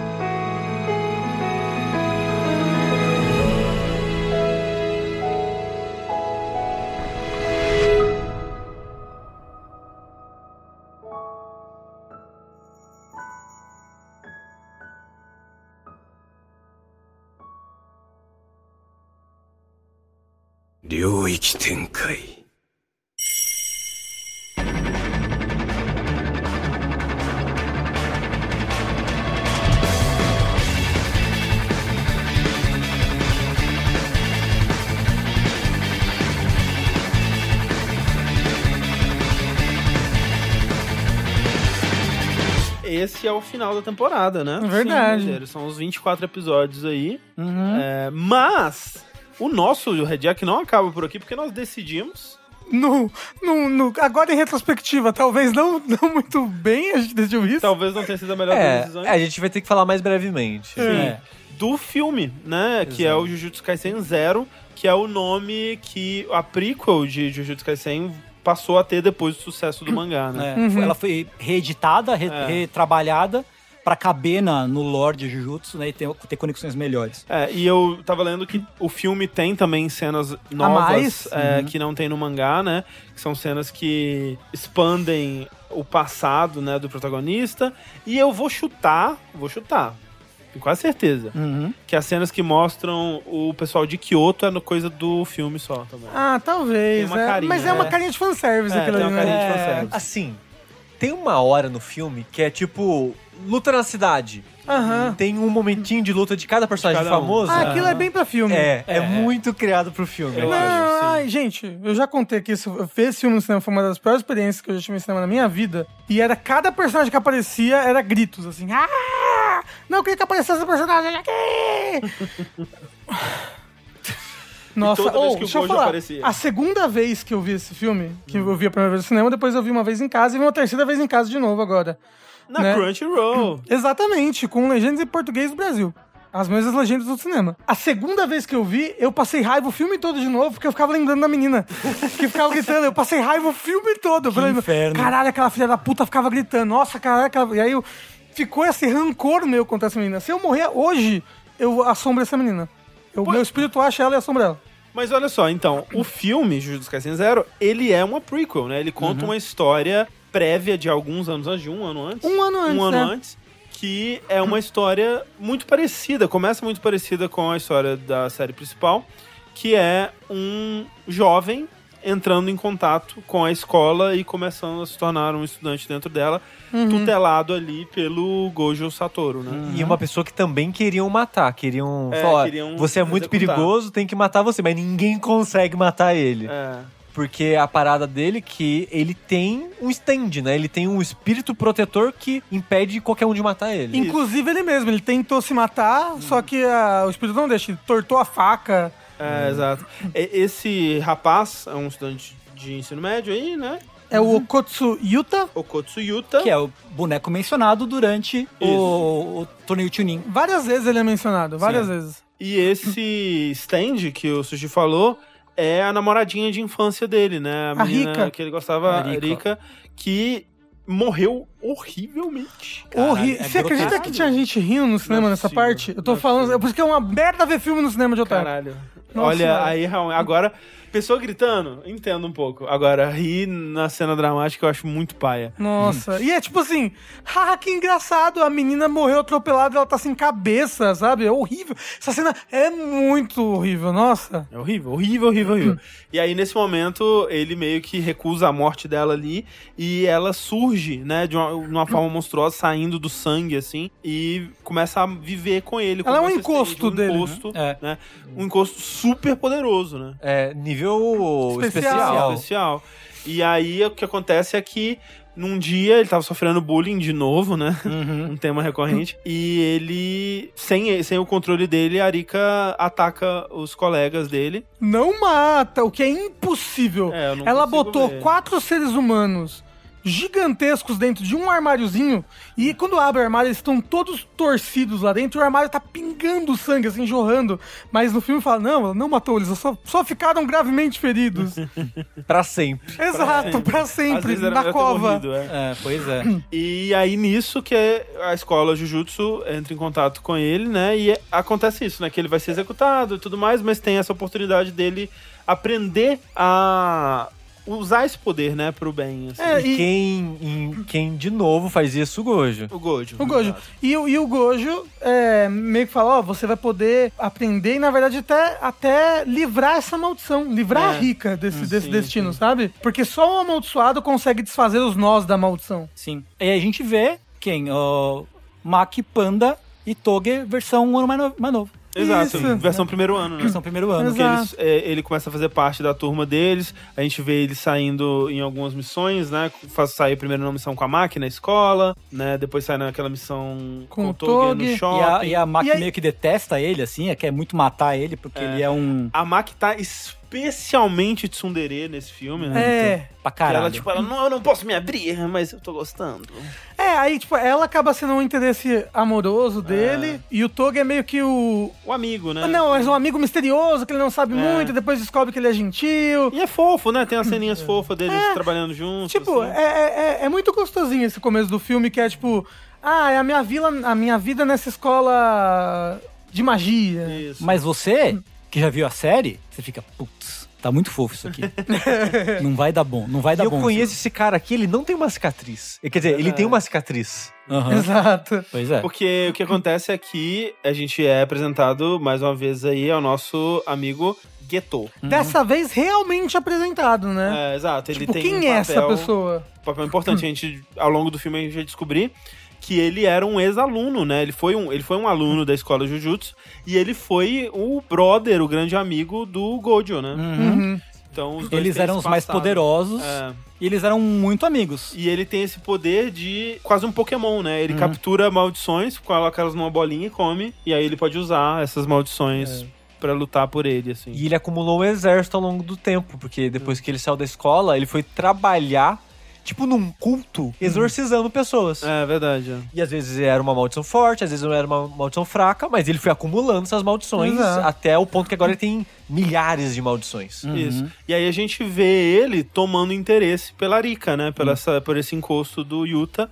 Esse é o final da temporada, né? Verdade. Sim, Rogério, são os 24 episódios aí. Mas o nosso Red Jack não acaba por aqui, porque nós decidimos agora em retrospectiva, talvez não muito bem a gente decidiu isso. Talvez não tenha sido a melhor das decisões. A gente vai ter que falar mais brevemente. Do filme, né? Que é o Jujutsu Kaisen Zero, que é o nome que a prequel de Jujutsu Kaisen passou a ter depois do sucesso do mangá, né? Ela foi reeditada, retrabalhada pra caber no lore de Jujutsu, né? E ter conexões melhores. E eu tava lendo que o filme tem também cenas novas que não tem no mangá, né? Que são cenas que expandem o passado, né, do protagonista. E eu vou chutar, tenho quase certeza, que as cenas que mostram o pessoal de Kyoto é coisa do filme só também. Ah, talvez. Tem uma carinha, mas é uma carinha de fanservice aquilo tem ali, uma carinha né? de fanservice. Assim, tem uma hora no filme que é tipo luta na cidade. Tem um momentinho de luta de cada personagem De cada um. famoso. Aquilo é bem pra filme. É muito criado pro filme. Eu Não, acho, sim. ai, gente, eu já contei que ver esse filme no cinema foi uma das piores experiências que eu já tive no cinema na minha vida. E era cada personagem que aparecia, era gritos, assim. Não queria que aparecesse esse personagem aqui! Nossa, toda vez que o deixa eu Gojo falar. aparecia. A segunda vez que eu vi esse filme, que eu vi a primeira vez no cinema, depois eu vi uma vez em casa e vi uma terceira vez em casa de novo agora. Na né? Crunchyroll. Exatamente, com legendas em português do Brasil. As mesmas legendas do cinema. A segunda vez que eu vi, eu passei raiva o filme todo de novo, porque eu ficava lembrando da menina que ficava gritando. Eu passei raiva o filme todo. Eu falei, inferno. caralho, aquela filha da puta ficava gritando. Nossa, caralho, E aí ficou esse rancor meu contra essa menina. Se eu morrer hoje, eu assombro essa menina. Meu espírito acha ela e assombra ela. Mas olha só, então, o filme Jujutsu Kaisen Zero, ele é uma prequel, né? Ele conta uma história prévia de alguns anos antes, de um ano antes. Um ano antes, que é uma história muito parecida, começa muito parecida com a história da série principal, que é um jovem entrando em contato com a escola e começando a se tornar um estudante dentro dela, tutelado ali pelo Gojo Satoru, né? E uma pessoa que também queriam matar. Queriam falar, queriam você é muito executar. perigoso, tem que matar você. Mas ninguém consegue matar ele. Porque a parada dele é que ele tem um stand, né? Ele tem um espírito protetor que impede qualquer um de matar ele. Inclusive ele mesmo, ele tentou se matar, só que o espírito não deixa, ele tortou a faca. Exato. Esse rapaz é um estudante de ensino médio aí, né? É o Okotsu Yuta. Okotsu Yuta. Que é o boneco mencionado durante o torneio Chunin. Várias vezes ele é mencionado, várias vezes. E esse stand que o Sushi falou é a namoradinha de infância dele, né? A menina Rika. que ele gostava, A a Rika. Rika, que morreu horrivelmente. Horrível. é Você acredita grotesco. que tinha gente rindo no cinema Não é nessa possível, parte? Eu tô não é falando, possível. por isso que é uma merda ver filme no cinema de otário. Caralho. Nossa Olha, Senhora. aí realmente. Agora, pessoa gritando, entendo um pouco. Agora, rir na cena dramática eu acho muito paia. Nossa. E é tipo assim, que engraçado, a menina morreu atropelada e ela tá sem cabeça, sabe? É horrível. Essa cena é muito horrível, nossa. É horrível, horrível, horrível, horrível. E aí, nesse momento, ele meio que recusa a morte dela ali e ela surge, né, de uma forma monstruosa, saindo do sangue, assim, e começa a viver com ele. Ela é um Começa a encosto estender, dele, encosto, né? né? Um encosto super poderoso, né? Nível Especial. Especial. E aí, o que acontece é que num dia ele tava sofrendo bullying de novo, né? Um tema recorrente. E ele, sem o controle dele, a Rika ataca os colegas dele. Não mata, o que é impossível. Eu não Ela consigo botou ver. 4 seres humanos gigantescos dentro de um armáriozinho e quando abre o armário eles estão todos torcidos lá dentro e o armário tá pingando sangue, assim, jorrando. Mas no filme fala, não, ela não matou eles, só ficaram gravemente feridos. Pra sempre. Exato, pra Às sempre, vezes era na melhor ter cova. morrido, Pois é. E aí, nisso, que a escola Jujutsu entra em contato com ele, né? E acontece isso, né? Que ele vai ser executado e tudo mais, mas tem essa oportunidade dele aprender a usar esse poder, né? Pro bem, assim. E Quem de novo faz isso, o Gojo. O Gojo. o Gojo. E o Gojo meio que fala, você vai poder aprender e, na verdade, até livrar essa maldição. Livrar a Rika desse destino, sabe? Porque só um amaldiçoado consegue desfazer os nós da maldição. Sim. E aí a gente vê quem? O Maki, Panda e Toge versão um ano mais novo. Exato, Isso. versão primeiro ano, né? Versão primeiro ano. Porque ele começa a fazer parte da turma deles, a gente vê ele saindo em algumas missões, né? Sair primeiro na missão com a Maki na escola, né? Depois sai naquela missão com o Toge no shopping. E a Maki E aí- meio que detesta ele, assim, quer muito matar ele, porque ele é um... A Maki tá especialmente tsundere nesse filme, né? É. Pra Que caralho. ela, tipo, não, eu não posso me abrir, mas eu tô gostando. Aí, tipo, ela acaba sendo um interesse amoroso dele, e o Toge é meio que o... O amigo, né? Não, mas um amigo misterioso, que ele não sabe muito, e depois descobre que ele é gentil. E é fofo, né? Tem as ceninhas fofas deles trabalhando juntos. Tipo, assim. é muito gostosinho esse começo do filme, que é tipo... é a minha vida nessa escola de magia. Isso. Mas você, que já viu a série, você fica, putz, tá muito fofo isso aqui. Não vai dar bom, não vai E dar eu bom. conheço esse cara aqui, ele não tem uma cicatriz. Quer dizer, ele tem uma cicatriz. Aham. Exato. Pois é. Porque o que acontece é que a gente é apresentado, mais uma vez aí, ao nosso amigo Geto. Dessa vez, realmente apresentado, né? Exato, ele Tipo, tem quem um é essa papel- pessoa? papel importante. A gente, ao longo do filme, a gente vai descobrir que ele era um ex-aluno, né? Ele foi um aluno da escola Jujutsu e ele foi o brother, o grande amigo do Gojo, né? Uhum. Então, os dois Eles têm eram esse os mais passado. poderosos É. e eles eram muito amigos. E ele tem esse poder de quase um Pokémon, né? Ele captura maldições, coloca elas numa bolinha e come. E aí ele pode usar essas maldições pra lutar por ele, assim. E ele acumulou um exército ao longo do tempo, porque depois que ele saiu da escola, ele foi trabalhar, tipo, num culto, exorcizando pessoas. É verdade. É. E às vezes era uma maldição forte, às vezes não era uma maldição fraca, mas ele foi acumulando essas maldições Exato. até o ponto que agora ele tem milhares de maldições. Isso. E aí a gente vê ele tomando interesse pela Rika, né? Por esse encosto do Yuta.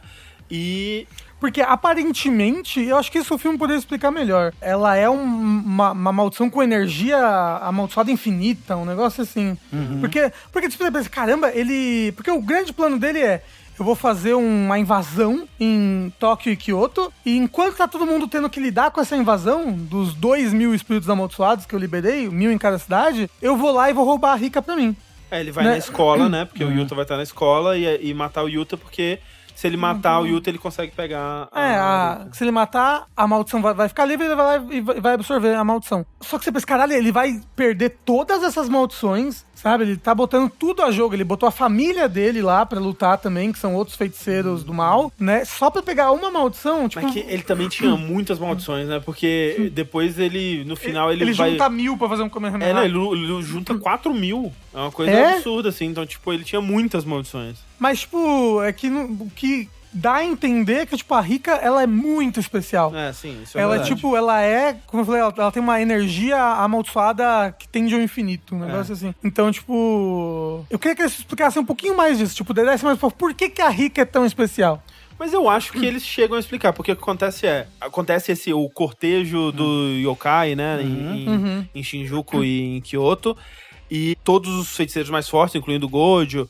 E Porque, aparentemente, eu acho que isso o filme poderia explicar melhor. Ela é uma maldição com energia amaldiçoada infinita, um negócio assim. Porque tipo, você pensa, caramba, ele... Porque o grande plano dele é... Eu vou fazer uma invasão em Tóquio e Kyoto, e enquanto tá todo mundo tendo que lidar com essa invasão, dos 2.000 espíritos amaldiçoados que eu liberei, 1.000 em cada cidade, eu vou lá e vou roubar a Rika pra mim. ele vai Né? na escola, né? Porque o Yuta vai estar na escola e matar o Yuta, porque se ele matar o Yuta, ele consegue pegar Se ele matar, a maldição vai ficar livre, ele vai lá e vai absorver a maldição. Só que você pensa, caralho, ele vai perder todas essas maldições, sabe? Ele tá botando tudo a jogo. Ele botou a família dele lá pra lutar também, que são outros feiticeiros do mal, né? Só pra pegar uma maldição, tipo... Mas que ele também tinha muitas maldições, né? Porque depois ele, no final, ele vai... junta 1.000 pra fazer um Kamehameha. Não, ele junta 4.000. É uma coisa É? absurda, assim. Então, tipo, ele tinha muitas maldições. Mas, tipo, é que o que dá a entender que, tipo, a Rika, ela é muito especial. É, sim, isso é Ela, verdade. tipo, ela é, como eu falei, ela tem uma energia amaldiçoada que tende ao infinito, um negócio assim. Então, tipo, eu queria que eles explicassem um pouquinho mais disso, tipo, desse mais por que a Rika é tão especial? Mas eu acho que eles chegam a explicar, porque o que acontece o cortejo do yokai, né, em Shinjuku e em Kyoto, e todos os feiticeiros mais fortes, incluindo o Gojo,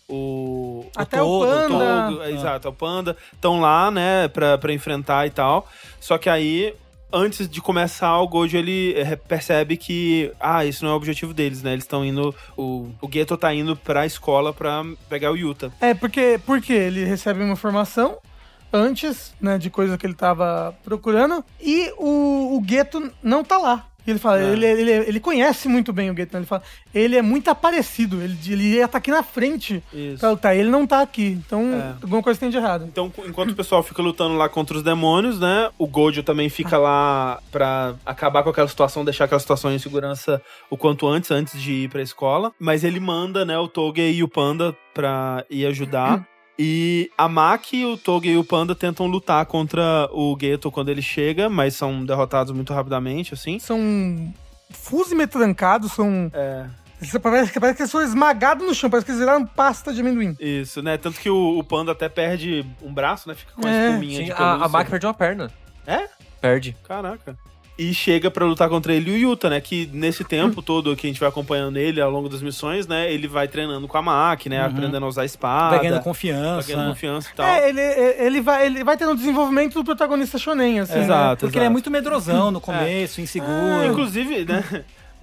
Até o Panda. Exato, o Panda, estão lá, né, pra enfrentar e tal. Só que aí, antes de começar, o Gojo, ele percebe que, isso não é o objetivo deles, né, eles estão indo, o Geto tá indo pra escola pra pegar o Yuta. Porque ele recebe uma informação antes, né, de coisa que ele tava procurando, e o Geto não tá lá. E ele fala, ele conhece muito bem o Geto, né? Ele fala, ele é muito aparecido, ele ia estar aqui na frente pra lutar, ele não tá aqui, então alguma coisa tem de errado. Então, enquanto o pessoal fica lutando lá contra os demônios, né, o Gojo também fica lá pra acabar com aquela situação, deixar aquela situação em segurança o quanto antes de ir pra escola, mas ele manda, né, o Toge e o Panda pra ir ajudar. E a Maki, o Toge e o Panda tentam lutar contra o Geto quando ele chega, mas são derrotados muito rapidamente, assim. São fuzimetrancados, são... Parece que eles foram esmagados no chão, parece que eles viraram pasta de amendoim. Isso, né? Tanto que o Panda até perde um braço, né? Fica com uma espuminha Sim, de a pelúcia. Maki perdeu uma perna. É? Perde. Caraca. E chega pra lutar contra ele e o Yuta, né? Que nesse tempo todo que a gente vai acompanhando ele ao longo das missões, né? Ele vai treinando com a Maki, né? Aprendendo a usar a espada. Vai ganhando confiança. Vai ganhando confiança e tal. Ele vai tendo o desenvolvimento do protagonista shonen, assim. Exato. Porque ele é muito medrosão no começo, inseguro. Inclusive, né?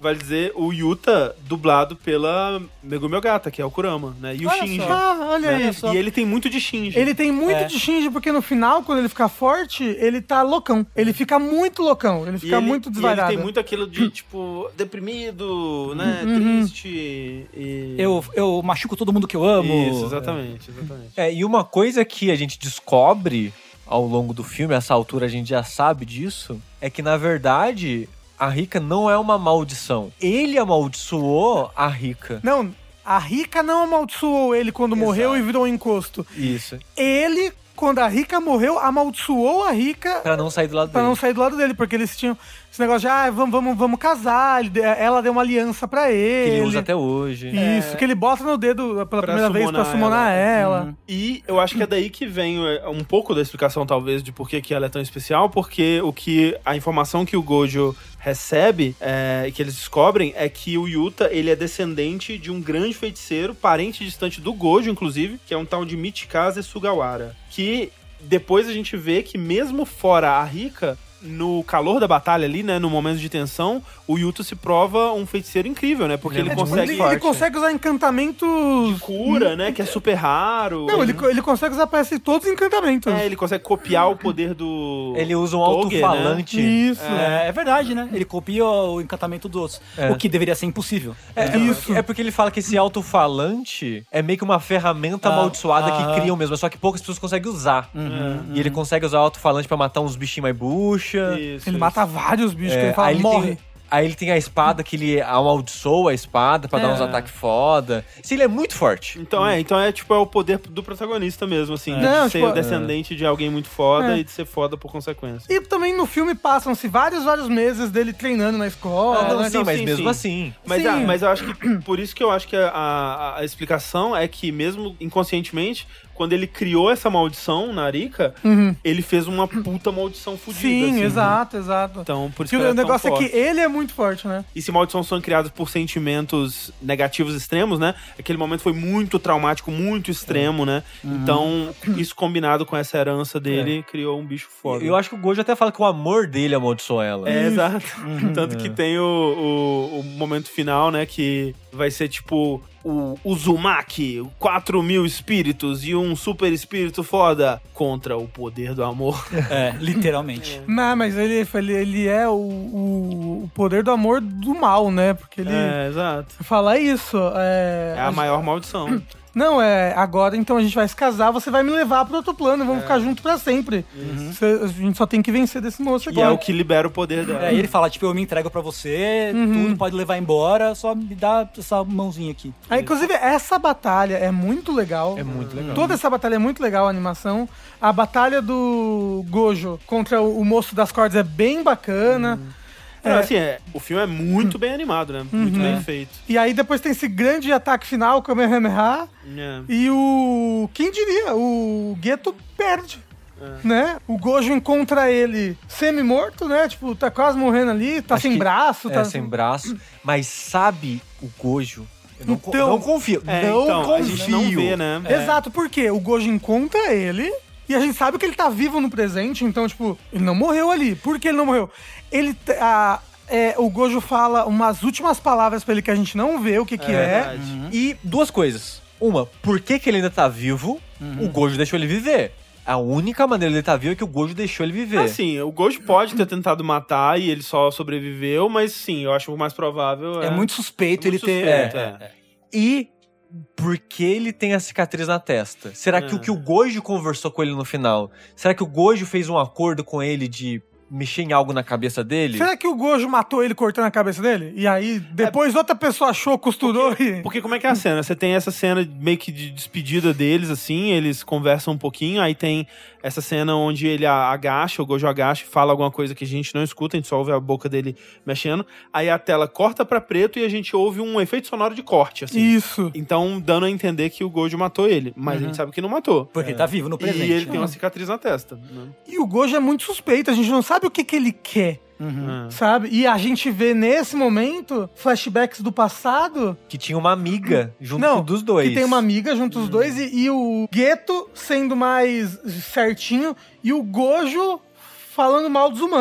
vale dizer, o Yuta dublado pela Megumi Ogata, que é o Kurama, né? E o Olha Shinji. só. Olha né? aí. E ele tem muito de Shinji. Ele tem muito de Shinji, porque no final, quando ele fica forte, ele tá loucão. Ele fica muito loucão. Ele fica muito E desvairado. ele tem muito aquilo de, tipo, deprimido, né? Triste. E... Eu machuco todo mundo que eu amo. Isso, exatamente. E uma coisa que a gente descobre ao longo do filme, a essa altura a gente já sabe disso, é que, na verdade, a Rika não é uma maldição. Ele amaldiçoou a Rika. Não, a Rika não amaldiçoou ele quando morreu e virou um encosto. Isso. Ele, quando a Rika morreu, amaldiçoou a Rika Pra não sair do lado pra dele. não sair do lado dele, porque eles tinham esse negócio de, vamos casar, ela deu uma aliança pra ele. Que ele usa até hoje. Isso, que ele bota no dedo pela primeira vez pra summonar summonar ela. E eu acho que é daí que vem um pouco da explicação, talvez, de por que ela é tão especial, porque a informação que o Gojo recebe, que eles descobrem, é que o Yuta, ele é descendente de um grande feiticeiro, parente distante do Gojo, inclusive, que é um tal de Michikaze Sugawara. Que depois a gente vê que mesmo fora a Rika, no calor da batalha ali, né, no momento de tensão, o Yuta se prova um feiticeiro incrível, né, porque ele consegue... Ele consegue usar encantamentos... de cura, né, que é super raro. Não, ele consegue usar parece todos os encantamentos. Ele consegue copiar o poder do... Ele usa um Toge, né? alto-falante. Isso. É verdade, né? Ele copia o encantamento dos outros. O que deveria ser impossível. Isso. É porque ele fala que esse alto-falante é meio que uma ferramenta amaldiçoada que criam mesmo, só que poucas pessoas conseguem usar. E ele consegue usar o alto-falante pra matar uns bichinhos mais bucha. Ele mata vários bichos, que ele fala, morre. Aí ele tem a espada que ele amaldiçoa a espada pra dar uns ataques foda. Sim, ele é muito forte. Então é tipo, é o poder do protagonista mesmo, assim, Não, de ser tipo, o descendente de alguém muito foda e de ser foda por consequência. E também no filme passam-se vários meses dele treinando na escola. né? Mas mesmo assim. Mas eu acho que, por isso que eu acho que a explicação é que mesmo inconscientemente, quando ele criou essa maldição na Rika, ele fez uma puta maldição fodida. Sim, assim, exato. Então, por isso Que que ela o negócio tão é que forte. ele é muito forte, né? E se maldições são criadas por sentimentos negativos extremos, né? Aquele momento foi muito traumático, muito extremo, né? Então, isso combinado com essa herança dele, criou um bicho foda. Eu acho que o Gojo até fala que o amor dele amaldiçoou ela. Exato. Tanto que tem o momento final, né? Que vai ser tipo o Uzumaki, 4.000 espíritos e um super espírito foda contra o poder do amor. Literalmente. Não, mas ele é o poder do amor do mal, né? Porque ele Exato. fala isso. É a maior maldição. Não, agora então a gente vai se casar, você vai me levar pro outro plano, vamos ficar juntos pra sempre. A gente só tem que vencer desse moço E agora. é o que libera o poder dela. Aí ele fala, tipo, eu me entrego pra você, tudo pode levar embora, só me dá essa mãozinha aqui. Inclusive, essa batalha é muito legal. É muito legal. Toda essa batalha é muito legal, a animação. A batalha do Gojo contra o moço das cordas é bem bacana. Assim, o filme é muito bem animado, né? Muito bem feito. E aí depois tem esse grande ataque final, o Kamehameha. E quem diria? O Geto perde. Né? O Gojo encontra ele semi-morto, né? Tipo, tá quase morrendo ali, tá sem braço. Tá sem braço. Mas sabe o Gojo? Eu Então- não confio. Não então, confio. a gente não vê, né? Exato, porque o Gojo encontra ele e a gente sabe que ele tá vivo no presente, então, tipo, ele não morreu ali. Por que ele não morreu? O Gojo fala umas últimas palavras pra ele que a gente não vê o que é. Verdade. E duas coisas. Uma, por que ele ainda tá vivo? O Gojo deixou ele viver. A única maneira dele estar vivo é que o Gojo deixou ele viver. Assim, o Gojo pode ter tentado matar e ele só sobreviveu, mas sim, eu acho o mais provável É muito suspeito muito ele ter... suspeito, E porque ele tem a cicatriz na testa? Será que o que o Gojo conversou com ele no final? Será que o Gojo fez um acordo com ele de mexer em algo na cabeça dele? Será que o Gojo matou ele cortando a cabeça dele? E aí, depois outra pessoa achou, costurou e... Porque como é que é a cena? Você tem essa cena meio que de despedida deles, assim, eles conversam um pouquinho, aí tem essa cena onde ele agacha, o Gojo agacha e fala alguma coisa que a gente não escuta, a gente só ouve a boca dele mexendo, aí a tela corta pra preto e a gente ouve um efeito sonoro de corte, assim. Isso. Então, dando a entender que o Gojo matou ele, mas a gente sabe que não matou. Porque ele tá vivo no presente. E ele tem uma cicatriz na testa. Né? E o Gojo é muito suspeito, a gente não sabe o que ele quer. Sabe? E a gente vê nesse momento flashbacks do passado. Que tinha uma amiga junto dos dois. Que tem uma amiga junto dos dois e o Geto sendo mais certinho e o Gojo falando mal dos humanos.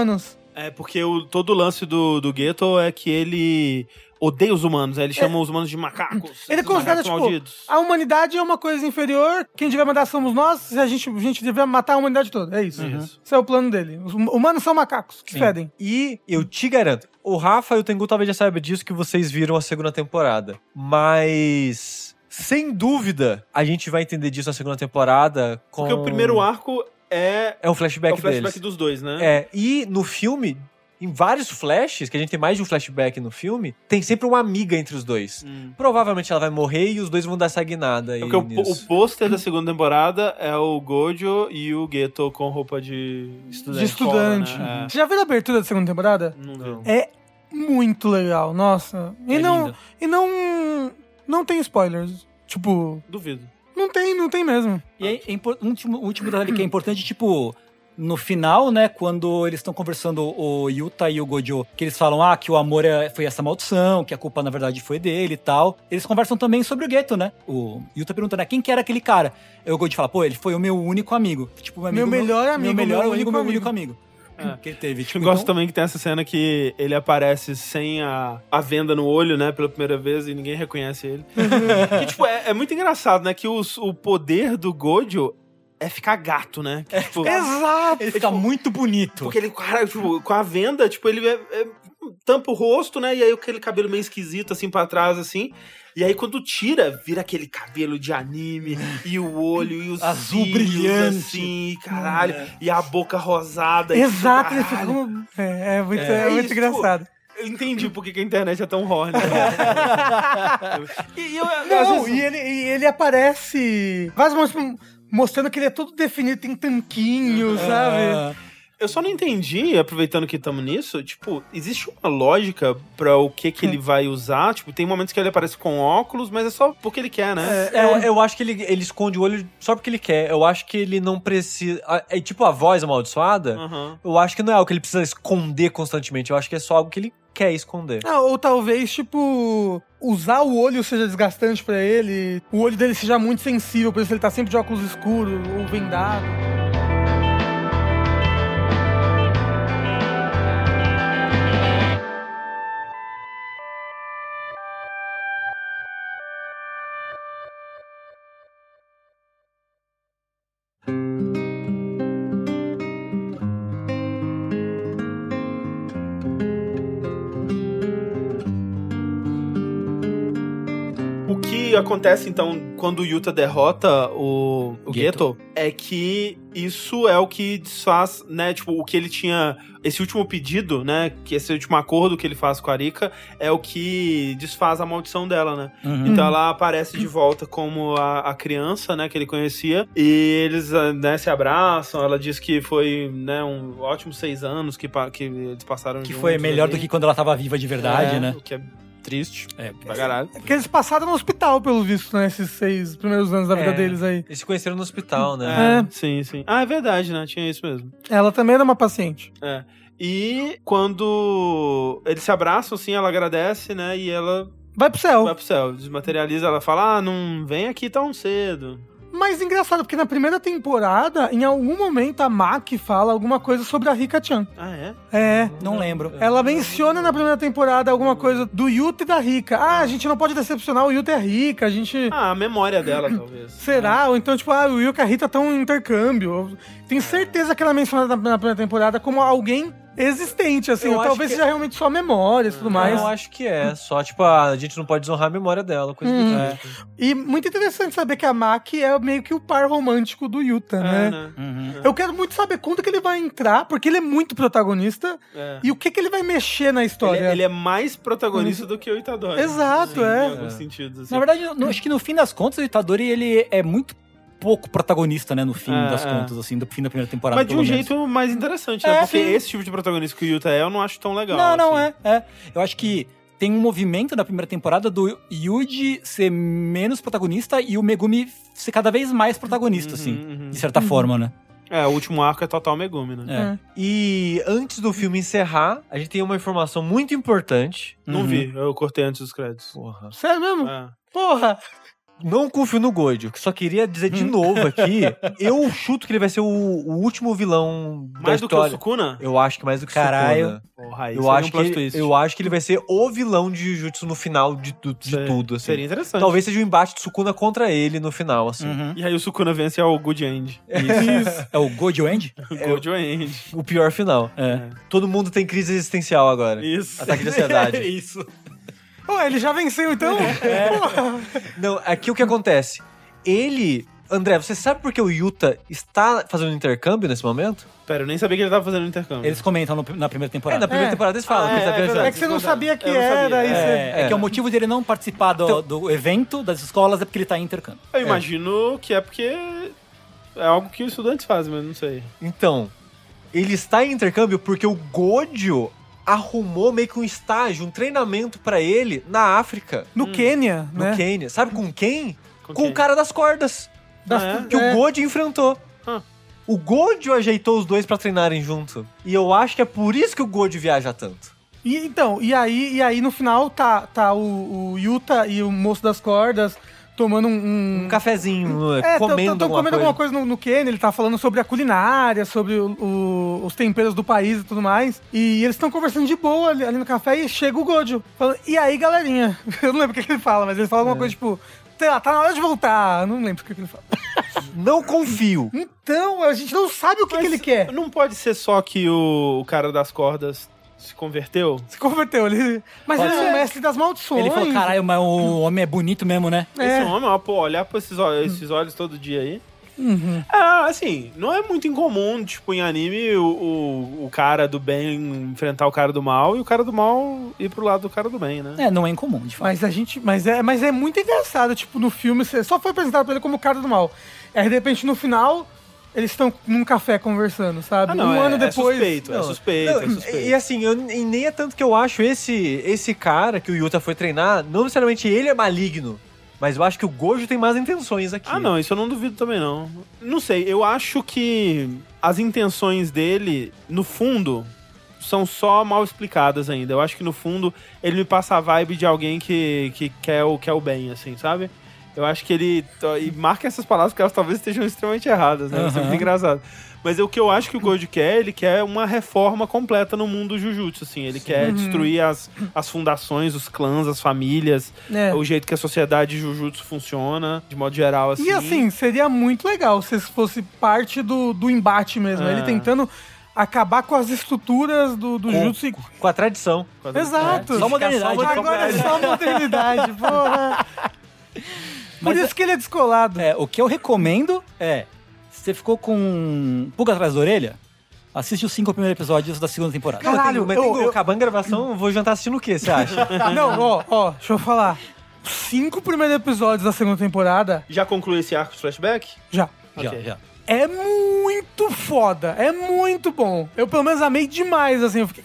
É, porque todo o lance do Geto é que ele odeia os humanos, né? Ele chama os humanos de macacos. Ele considera, macacos tipo, malditos. a humanidade é uma coisa inferior, quem devia mandar somos nós, se a gente devia matar a humanidade toda. É isso. Esse é o plano dele. Os humanos são macacos, que fedem. E eu te garanto, o Rafa e o Tengu talvez já saibam disso que vocês viram a segunda temporada. Mas, sem dúvida, a gente vai entender disso na segunda temporada com... Porque o primeiro arco é um flashback, flashback deles. dos dois, né? É, e no filme, em vários flashes, que a gente tem mais de um flashback no filme, tem sempre uma amiga entre os dois. Provavelmente ela vai morrer e os dois vão dar essa guinada aí. Porque o pôster da segunda temporada é o Gojo e o Geto com roupa de estudante. De estudante. Escola, né? Você já viu a abertura da segunda temporada? Não viu. É muito legal, nossa. linda. E não tem spoilers. Tipo, Duvido. não tem mesmo. E aí, último detalhe que é importante, tipo, no final, né, quando eles estão conversando, o Yuta e o Gojo, que eles falam, que o amor foi essa maldição, que a culpa, na verdade, foi dele e tal. Eles conversam também sobre o Geto, né? O Yuta pergunta, né, quem que era aquele cara? Aí o Gojo fala, pô, ele foi o meu único amigo. Tipo, Meu melhor amigo, Meu melhor meu amigo, único meu único amigo. Que ele teve. Eu gosto também que tem essa cena que ele aparece sem a venda no olho, né, pela primeira vez e ninguém reconhece ele. Que, tipo, é muito engraçado, né, que o poder do Gojo é ficar gato, né? Que, tipo, Exato! Ele fica muito bonito. porque ele, cara, tipo, com a venda, tipo, ele tampa o rosto, né, e aí aquele cabelo meio esquisito, assim, pra trás, assim. E aí, quando tira, vira aquele cabelo de anime, e o olho, e os azul cílios, brilhante. assim, caralho, e a boca rosada. Exato, e, ele fica caralho. como... É muito isso, engraçado. Eu entendi por que a internet é tão horny. E eu, às Não, vezes- e ele aparece... Vários momentos mostrando que ele é todo definido, tem tanquinho, sabe? eu só não entendi, aproveitando que estamos nisso, tipo, existe uma lógica pra o que ele vai usar? Tipo, tem momentos que ele aparece com óculos, mas é só porque ele quer, né? Eu acho que ele esconde o olho só porque ele quer. Eu acho que ele não precisa... É tipo a voz amaldiçoada. Aham. Eu acho que não é algo que ele precisa esconder constantemente. Eu acho que é só algo que ele quer esconder. Ou talvez, tipo, usar o olho seja desgastante pra ele, o olho dele seja muito sensível, por isso ele tá sempre de óculos escuros ou vendado. O que acontece, então, quando o Yuta derrota o Geto, é que isso é o que desfaz, né, tipo, o que ele tinha... Esse último pedido, né, que esse último acordo que ele faz com a Rika é o que desfaz a maldição dela, né? Então ela aparece de volta como a criança, né, que ele conhecia, e eles, né, se abraçam, ela diz que foi, né, um ótimo 6 anos que eles passaram Que juntos, foi melhor ali. do que quando ela tava viva de verdade, né? O que é triste, É, pra caralho. É que eles passaram no hospital, pelo visto, né? Esses 6 primeiros anos da vida deles aí. Eles se conheceram no hospital, né? Sim, sim. Ah, é verdade, né? Tinha isso mesmo. Ela também era uma paciente. É. E quando eles se abraçam, assim, ela agradece, né? E ela Vai pro céu. vai pro céu, desmaterializa, ela fala, não vem aqui tão cedo. Mas engraçado, porque na primeira temporada, em algum momento, a Maki fala alguma coisa sobre a Rika-chan. Ah, é? É. Não lembro. Ela menciona na primeira temporada alguma coisa do Yuta e da Rika. A gente não pode decepcionar, o Yuta é rica, a gente... Ah, a memória dela, talvez. Será? Ou então, tipo, o Yuka e a Rita estão em intercâmbio. Tenho certeza que ela menciona na primeira temporada como alguém existente, assim. Eu Ou acho talvez que- seja realmente só memórias e tudo mais. Eu acho que é. Só, tipo, a gente não pode desonrar a memória dela, coisa do tipo. E muito interessante saber que a Maki é meio que o par romântico do Yuta, né? Eu quero muito saber quando que ele vai entrar, porque ele é muito protagonista. É. E o que ele vai mexer na história. Ele é mais protagonista do que o Itadori. Exato, Sim, é. Em alguns sentidos, assim. Na verdade, acho que no fim das contas, o Itadori, ele é muito pouco protagonista, né, no fim das contas, assim, do fim da primeira temporada. Mas de um pelo menos. jeito mais interessante, né? Porque sim. esse tipo de protagonista que o Yuta é, eu não acho tão legal. Não, assim. é. Eu acho que tem um movimento na primeira temporada do Yuji ser menos protagonista e o Megumi ser cada vez mais protagonista, assim, de certa forma, né? É, o último arco é total Megumi, né? E antes do filme encerrar, a gente tem uma informação muito importante. Não vi, eu cortei antes dos créditos. Porra. Sério mesmo? É. Porra! não confio no Gojo. Só queria dizer de novo aqui, eu chuto que ele vai ser o último vilão da Mais do que o história. Sukuna? Eu acho que mais do que o Caralho. Sukuna. Porra, Eu acho que ele vai ser o vilão de Jujutsu no final de tudo, assim. Seria interessante. Talvez seja o embate de Sukuna contra ele no final, assim. E aí o Sukuna vence ao Good End. Isso. É o Gojo End? Good End. O pior final. Todo mundo tem crise existencial agora. Isso. Ataque de ansiedade. Isso. Ué, ele já venceu, então? Porra. Não, aqui o que acontece? Ele... André, você sabe por que o Yuta está fazendo um intercâmbio nesse momento? Pera, eu nem sabia que ele tava fazendo intercâmbio. Eles comentam na primeira temporada. Na primeira temporada eles falam que ele tá viajando. É que você não sabia que Eu não sabia. era. É que o motivo dele não participar do evento das escolas é porque ele tá em intercâmbio. Eu imagino que é porque é algo que os estudantes fazem, mas não sei. Então, ele está em intercâmbio porque o Gojo arrumou meio que um estágio, um treinamento pra ele na África, No Quênia, no né? Quênia. Sabe com quem? Com quem? o cara das cordas. Que o Gojo enfrentou. Ah. O Gojo ajeitou os dois pra treinarem junto. E eu acho que é por isso que o Gojo viaja tanto. E aí no final tá o Yuta e o moço das cordas tomando um Um cafezinho, comendo comendo alguma coisa no Quênia. Ele tá falando sobre a culinária, sobre os temperos do país e tudo mais. E eles estão conversando de boa ali no café e chega o Gojo falando, e aí, galerinha? Eu não lembro o que ele fala, mas ele fala alguma coisa tipo, tá na hora de voltar. Eu não lembro o que ele fala. Não confio. Então, a gente não sabe o que ele quer. Não pode ser só que o cara das cordas se converteu? Se converteu, mas Pode ele é ser. o mestre das maldições. Ele falou, caralho, mas o homem é bonito mesmo, né? Esse homem, ó, pô, olhar pra esses olhos todo dia aí. Uhum. Assim, não é muito incomum, tipo, em anime, o cara do bem enfrentar o cara do mal e o cara do mal ir pro lado do cara do bem, né? Não é incomum, de fato. Mas é muito engraçado, tipo, no filme, você só foi apresentado pra ele como o cara do mal. Aí, de repente, no final, eles estão num café conversando, sabe? Não, ano depois. É suspeito. E assim, e nem é tanto que eu acho esse cara que o Yuta foi treinar, não necessariamente ele é maligno, mas eu acho que o Gojo tem más intenções aqui. Não, isso eu não duvido também, não. Não sei, eu acho que as intenções dele, no fundo, são só mal explicadas ainda. Eu acho que, no fundo, ele me passa a vibe de alguém que quer o bem, assim, sabe? Eu acho que ele... E marca essas palavras porque elas talvez estejam extremamente erradas, né? Isso é muito engraçado. Mas o que eu acho que o Gojo quer, ele quer uma reforma completa no mundo do Jujutsu, assim. Ele quer destruir as fundações, os clãs, as famílias, o jeito que a sociedade Jujutsu funciona, de modo geral, assim. E assim, seria muito legal se fosse parte do embate mesmo. Ele tentando acabar com as estruturas do Jujutsu. Com a tradição. Exato. Só modernidade. Agora é só modernidade, porra. Por isso que ele é descolado. O que eu recomendo se você ficou com pulga atrás da orelha, assiste os 5 primeiros episódios da segunda temporada. Caralho, acabando a gravação, eu vou jantar assistindo o quê, você acha? Não, deixa eu falar. Os 5 primeiros episódios da segunda temporada... Já concluiu esse arco de flashback? Já. Já. É muito foda, é muito bom. Eu, pelo menos, amei demais, assim. Eu fiquei,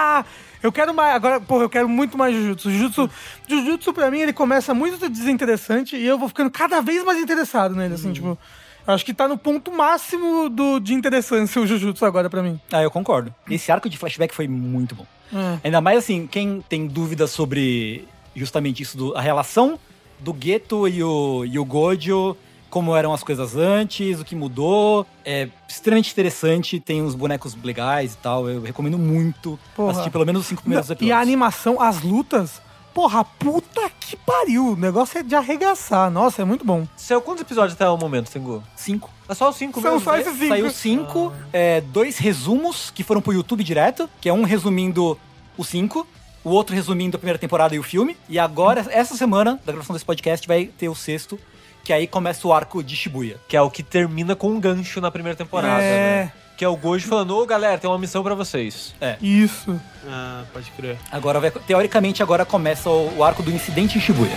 eu quero mais. Agora, eu quero muito mais Jujutsu. Jujutsu, pra mim, ele começa muito desinteressante e eu vou ficando cada vez mais interessado nele, assim, tipo... Eu acho que tá no ponto máximo de interessância o Jujutsu agora pra mim. Eu concordo. Esse arco de flashback foi muito bom. Ainda mais, assim, quem tem dúvidas sobre justamente isso, a relação do Geto e o Gojo, como eram as coisas antes, o que mudou. É extremamente interessante, tem uns bonecos legais e tal. Eu recomendo muito assistir pelo menos os 5 primeiros episódios. E a animação, as lutas... Porra, puta que pariu. O negócio é de arregaçar. Nossa, é muito bom. Saiu quantos episódios até o momento, Tengu? 5. É só os 5 São mesmo? só esses 5. Saiu 5, 2 resumos que foram pro YouTube direto, que é um resumindo os 5, o outro resumindo a primeira temporada e o filme. E agora, essa semana, da gravação desse podcast, vai ter o 6º, que aí começa o arco de Shibuya. Que é o que termina com um gancho na primeira temporada, né? Que é o Gojo falando, galera, tem uma missão pra vocês. Isso. Pode crer. Agora, teoricamente, agora começa o arco do incidente em Shibuya.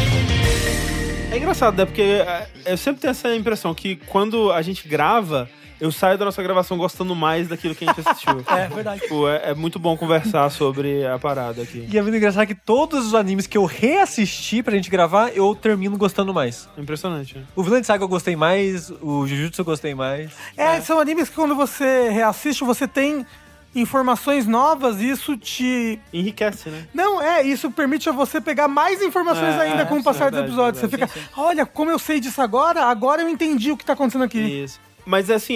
É engraçado, né? Porque eu sempre tenho essa impressão que quando a gente grava, eu saio da nossa gravação gostando mais daquilo que a gente assistiu. É verdade. Tipo, é muito bom conversar sobre a parada aqui. E é muito engraçado que todos os animes que eu reassisti pra gente gravar, eu termino gostando mais. Impressionante, né? O Vinland Saga eu gostei mais, o Jujutsu eu gostei mais. São animes que quando você reassiste, você tem informações novas e isso te... Enriquece, né? Não, isso permite a você pegar mais informações ainda com o passar dos verdade, episódios. Você fica, olha, como eu sei disso agora eu entendi o que tá acontecendo aqui. Isso. Mas assim,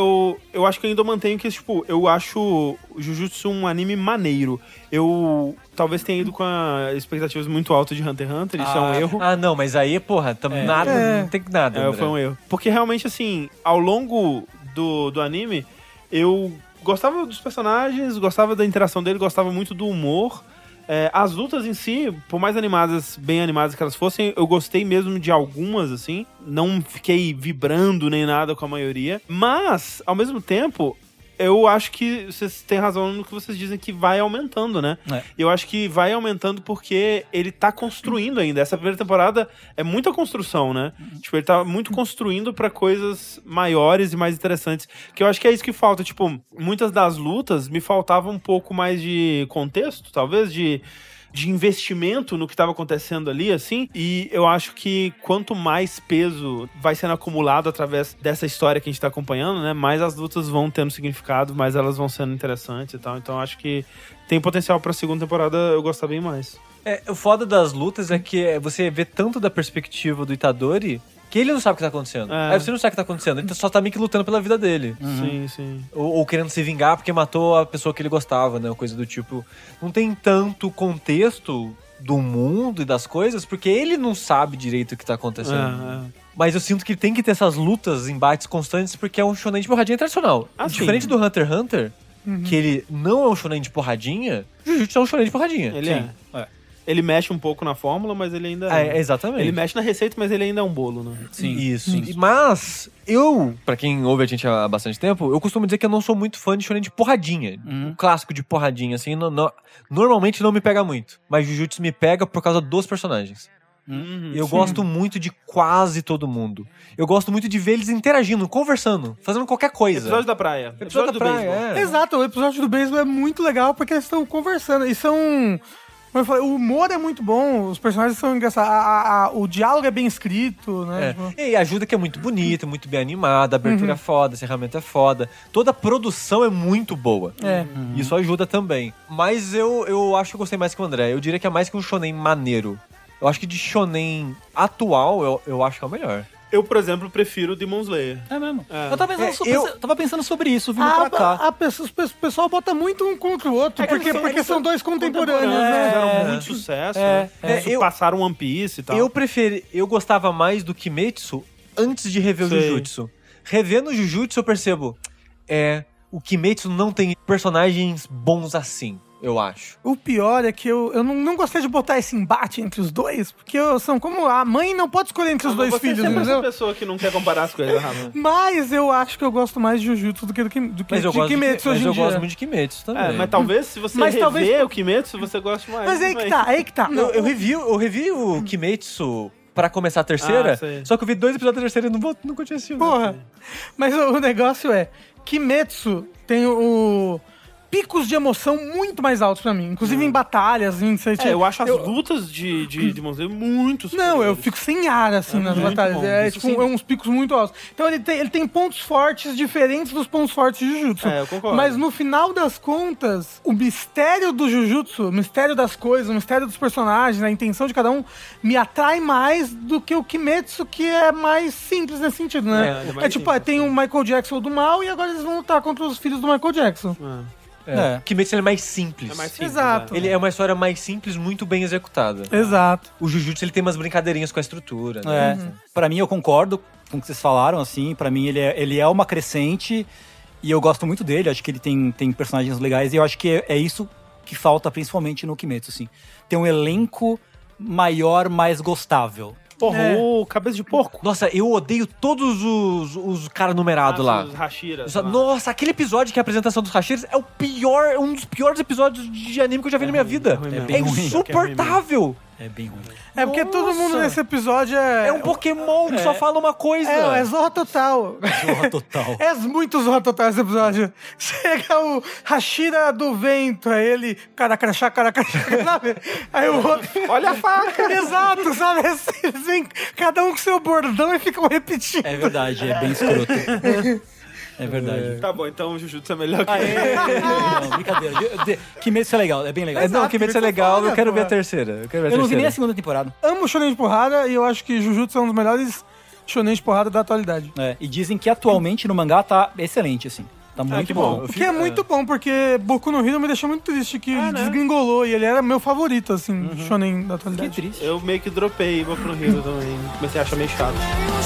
eu acho que eu ainda mantenho que, tipo, eu acho o Jujutsu um anime maneiro. Eu talvez tenha ido com expectativas muito altas de Hunter x Hunter, isso é um erro. Ah, não, mas aí, porra, nada, não tem nada. André. Foi um erro. Porque realmente, assim, ao longo do anime, eu gostava dos personagens, gostava da interação dele, gostava muito do humor. As lutas em si, por mais bem animadas que elas fossem, eu gostei mesmo de algumas, assim. Não fiquei vibrando nem nada com a maioria. Mas, ao mesmo tempo, eu acho que vocês têm razão no que vocês dizem que vai aumentando, né? Eu acho que vai aumentando porque ele tá construindo ainda. Essa primeira temporada é muita construção, né? Tipo, ele tá muito construindo pra coisas maiores e mais interessantes. Que eu acho que é isso que falta. Tipo, muitas das lutas me faltava um pouco mais de contexto, talvez, de investimento no que estava acontecendo ali, assim, e eu acho que quanto mais peso vai sendo acumulado através dessa história que a gente tá acompanhando, né, mais as lutas vão tendo significado, mais elas vão sendo interessantes e tal, então acho que tem potencial pra segunda temporada eu gostar bem mais. O foda das lutas é que você vê tanto da perspectiva do Itadori que ele não sabe o que tá acontecendo. Aí você não sabe o que tá acontecendo, ele só tá meio que lutando pela vida dele. Sim. Ou querendo se vingar porque matou a pessoa que ele gostava, né? Coisa do tipo. Não tem tanto contexto do mundo e das coisas, porque ele não sabe direito o que tá acontecendo. Mas eu sinto que tem que ter essas lutas, embates constantes, porque é um shonen de porradinha tradicional. Diferente do Hunter x Hunter, que ele não é um shonen de porradinha, Jujutsu é um shonen de porradinha. Ele Ele mexe um pouco na fórmula, mas ele ainda... exatamente. Ele mexe na receita, mas ele ainda é um bolo, né? Sim. Isso. Mas eu, pra quem ouve a gente há bastante tempo, eu costumo dizer que eu não sou muito fã de shonen de porradinha. Um clássico de porradinha, assim, normalmente não me pega muito. Mas Jujutsu me pega por causa dos personagens. Eu gosto muito de quase todo mundo. Eu gosto muito de ver eles interagindo, conversando, fazendo qualquer coisa. Episódio da praia. Episódio da praia, Exato, o episódio do beisebol é muito legal porque eles estão conversando. E são... Como eu falei, o humor é muito bom, os personagens são engraçados, o diálogo é bem escrito, né? E ajuda que é muito bonito, muito bem animado, a abertura é foda, a encerramento é foda. Toda a produção é muito boa. Isso ajuda também. Mas eu acho que eu gostei mais que o André. Eu diria que é mais que um shonen maneiro. Eu acho que de shonen atual, eu acho que é o melhor. Eu, por exemplo, prefiro Demon Slayer. É mesmo. Eu tava pensando sobre isso, vindo pra cá. O pessoal bota muito um contra o outro, porque são dois contemporâneos, né? Fizeram muito sucesso. Passaram One Piece e tal. Eu gostava mais do Kimetsu antes de rever o Jujutsu. Revendo o Jujutsu, eu percebo, o Kimetsu não tem personagens bons assim. Eu acho. O pior é que eu não gostei de botar esse embate entre os dois, porque são como a mãe não pode escolher entre os dois filhos, entendeu? entendeu? Você é essa pessoa que não quer comparar as coisas, Ramon. Mas eu acho que eu gosto mais de Jujutsu do que de Kimetsu hoje em dia. Mas eu gosto muito de Kimetsu também. Mas talvez se você rever o Kimetsu, você goste mais. Mas aí que tá. Eu revi o Kimetsu pra começar a terceira, só que eu vi 2 episódios da terceira e não continuei assistindo. Porra. Mas o negócio é, Kimetsu tem picos de emoção muito mais altos pra mim. Inclusive em batalhas, eu acho as lutas de Demon Slayer muito superiores. Não, eu fico sem ar, assim, nas batalhas. Uns picos muito altos. Então ele tem pontos fortes diferentes dos pontos fortes de Jujutsu. Eu concordo. Mas no final das contas, o mistério do Jujutsu, o mistério das coisas, o mistério dos personagens, a intenção de cada um, me atrai mais do que o Kimetsu, que é mais simples nesse sentido, né? Tem o Michael Jackson do mal e agora eles vão lutar contra os filhos do Michael Jackson. Kimetsu é mais simples. Exato. Ele é uma história mais simples, muito bem executada. Exato. O Jujutsu ele tem umas brincadeirinhas com a estrutura. Né? Pra mim, eu concordo com o que vocês falaram, assim. Pra mim, ele é uma crescente e eu gosto muito dele. Acho que ele tem personagens legais e eu acho que é isso que falta principalmente no Kimetsu, assim. Tem um elenco maior, mais gostável. Porra, o cabeça de porco. Nossa, eu odeio todos os caras numerados lá. Os Hashiras. Nossa, aquele episódio que é a apresentação dos Hashiras é um dos piores episódios de anime que eu já vi na minha vida. É insuportável. É bem ruim. É porque todo mundo Nossa. nesse episódio é... É um Pokémon que só fala uma coisa. É Zorra Total. Zorra total. É muito Zorra Total esse episódio. Chega o Hashira do vento, aí ele... Caracarachá, sabe? Aí o outro... Olha a faca! Exato, sabe? Assim, eles vêm cada um com seu bordão e ficam repetindo. É verdade, é bem escroto. É verdade. Tá bom, então o Jujutsu é melhor que Não, brincadeira. Kimetsu é legal, é bem legal. Não, que Kimetsu é legal, eu quero ver a terceira. Eu quero ver a Eu não vi nem a terceira. segunda temporada. Amo shonen de porrada e eu acho que Jujutsu é um dos melhores shonen de porrada da atualidade. É, e dizem que atualmente no mangá tá excelente, assim. Tá muito que bom. bom. O que é muito bom, porque Boku no Hero me deixou muito triste, que desgringolou, e ele era meu favorito, assim, shonen da Que atualidade. triste. Eu meio que dropei Boku no Hero também. Comecei a achar meio chato.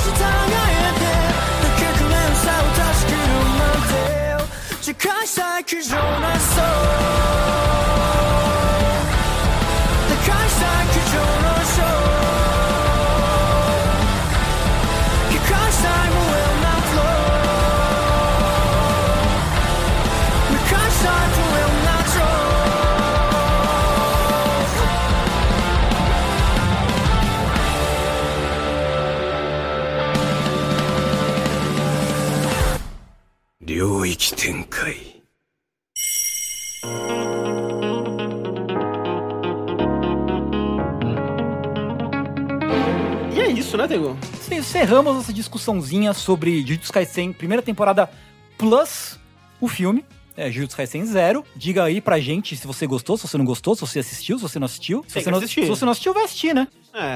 E é isso, né, Tego? Sim, encerramos nossa discussãozinha sobre Jujutsu Kaisen, primeira temporada plus o filme. Jujutsu Kaisen 0. Diga aí pra gente se você gostou, se você não gostou, se você assistiu, se você não assistiu. Tem que assistir. Se você não assistiu, vai assistir, né?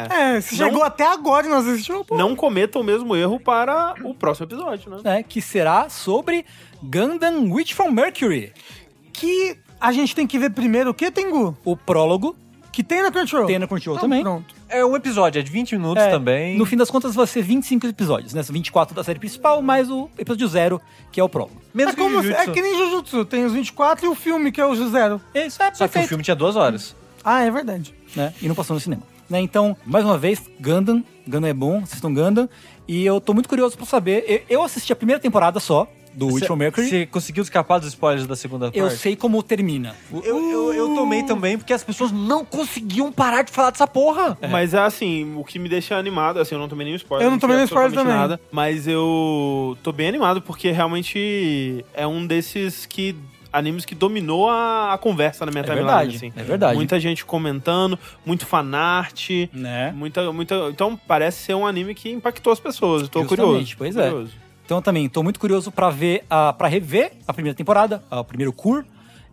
Se chegou até agora e não assistiu, pô. Não cometa o mesmo erro para o próximo episódio, né? Que será sobre Gundam Witch from Mercury. Que a gente tem que ver primeiro o que, Tengu? O prólogo Que tem na Crunchyroll. tem na Crunchyroll Então, também. Pronto. É um episódio, é de 20 minutos também. No fim das contas, vai ser 25 episódios, né? São 24 da série principal, mais o episódio 0, que é o prólogo. Menos É, que como, o Jujutsu. é que nem Jujutsu, tem os 24 e o filme, que é o Zero. Isso é Só que o perfeito. filme tinha 2 horas. Ah, é verdade. Né? E não passou no cinema. Né? Então, mais uma vez, Gundam é bom, assistam Gundam. E eu tô muito curioso pra saber. Eu assisti a primeira temporada só, do Witch from Mercury. Você conseguiu escapar dos spoilers da segunda parte? Eu sei como termina. Eu tomei também, porque as pessoas não conseguiam parar de falar dessa porra. Mas é assim, o que me deixa animado, assim, eu não tomei nenhum spoiler. Eu não tomei sei nenhum spoiler absolutamente também. nada, mas eu tô bem animado, porque realmente é um desses animes que dominou a conversa na minha timeline, verdade, assim. é verdade. Muita gente comentando, muito fanart, Né? muita... Então parece ser um anime que impactou as pessoas, eu tô Justamente, curioso. pois curioso. Então também, tô muito curioso pra ver, pra rever a primeira temporada, o primeiro cur,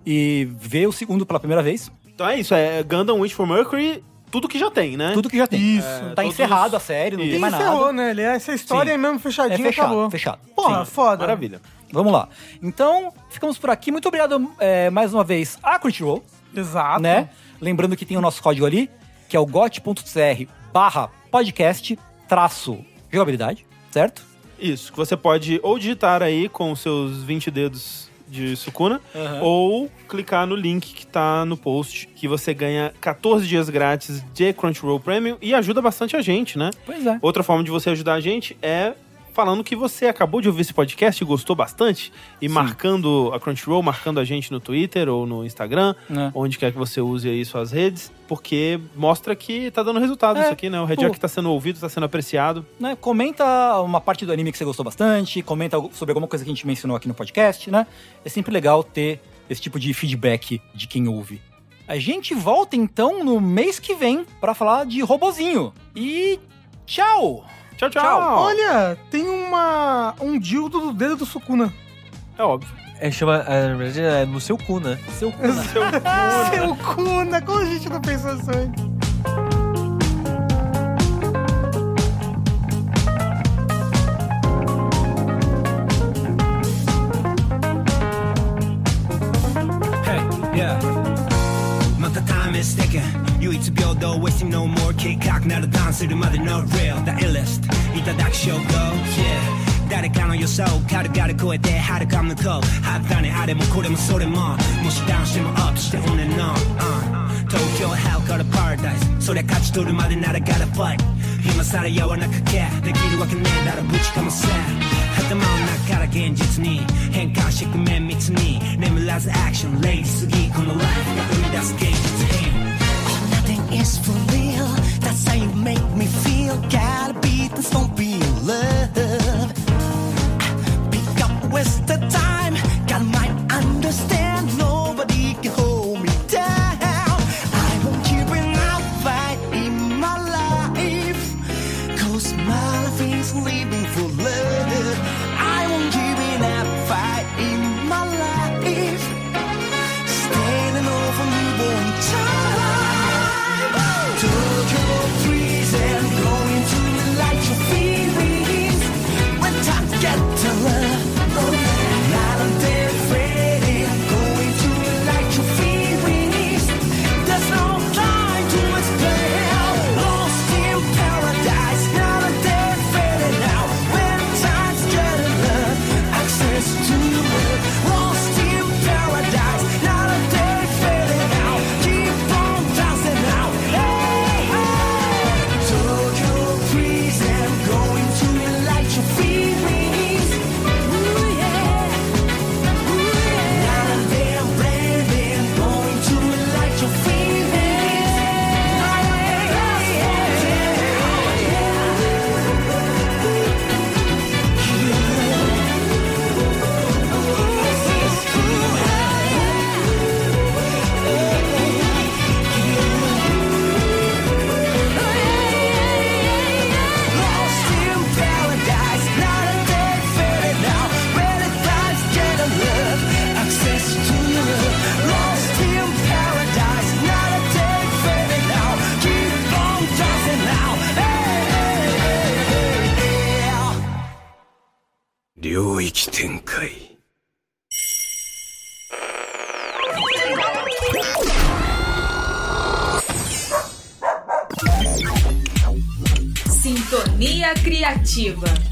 e ver o segundo pela primeira vez. Então é isso, é Gundam Witch from Mercury, tudo que já tem, né? Tudo que já tem. Isso. Tá todos encerrado os- a série, não Isso. tem mais Encerrou, nada. né? Essa história Sim. é mesmo É fechadinha, fechado, acabou. fechado. Porra, Sim. foda. Maravilha. Vamos lá. Então, ficamos por aqui. Muito obrigado mais uma vez a Crunchyroll, Exato. né? Lembrando que tem o nosso código ali, que é o got.cr/podcast-jogabilidade, certo? Isso, que você pode ou digitar aí com os seus 20 dedos de Sukuna, ou clicar no link que tá no post, que você ganha 14 dias grátis de Crunchyroll Premium e ajuda bastante a gente, né? Pois é. Outra forma de você ajudar a gente é falando que você acabou de ouvir esse podcast e gostou bastante, e marcando a Crunchyroll, marcando a gente no Twitter ou no Instagram, É. onde quer que você use aí suas redes, porque mostra que tá dando resultado isso aqui, né? O Red Jack tá sendo ouvido, tá sendo apreciado. Né? Comenta uma parte do anime que você gostou bastante, comenta sobre alguma coisa que a gente mencionou aqui no podcast, né? É sempre legal ter esse tipo de feedback de quem ouve. A gente volta então no mês que vem pra falar de robozinho. E tchau! Tchau, tchau! Olha, tem um dildo do dedo do Sukuna. É óbvio. Chama, na verdade, é no seu cu, né? Seu cu, né? Seu Kuna, como a gente não pensou isso antes? また試す的唯一平等 wasting no more 計画ならダンするまで no real the illest いただく証拠 yeah 誰かの予想軽々超えて遥か向こうはったねあれもこれもそれももしダウンしてもアップして on and on、東京 hell から paradise そりゃ勝ち取るまでなら gotta fight 今さら柔らかけできるわけねえだろぶちかませ頭の中から現実に変換してく綿密に眠らずアクションレイジすぎこのライフが生み出す現実品 Nothing is for real 撃展開 Sintonia Criativa.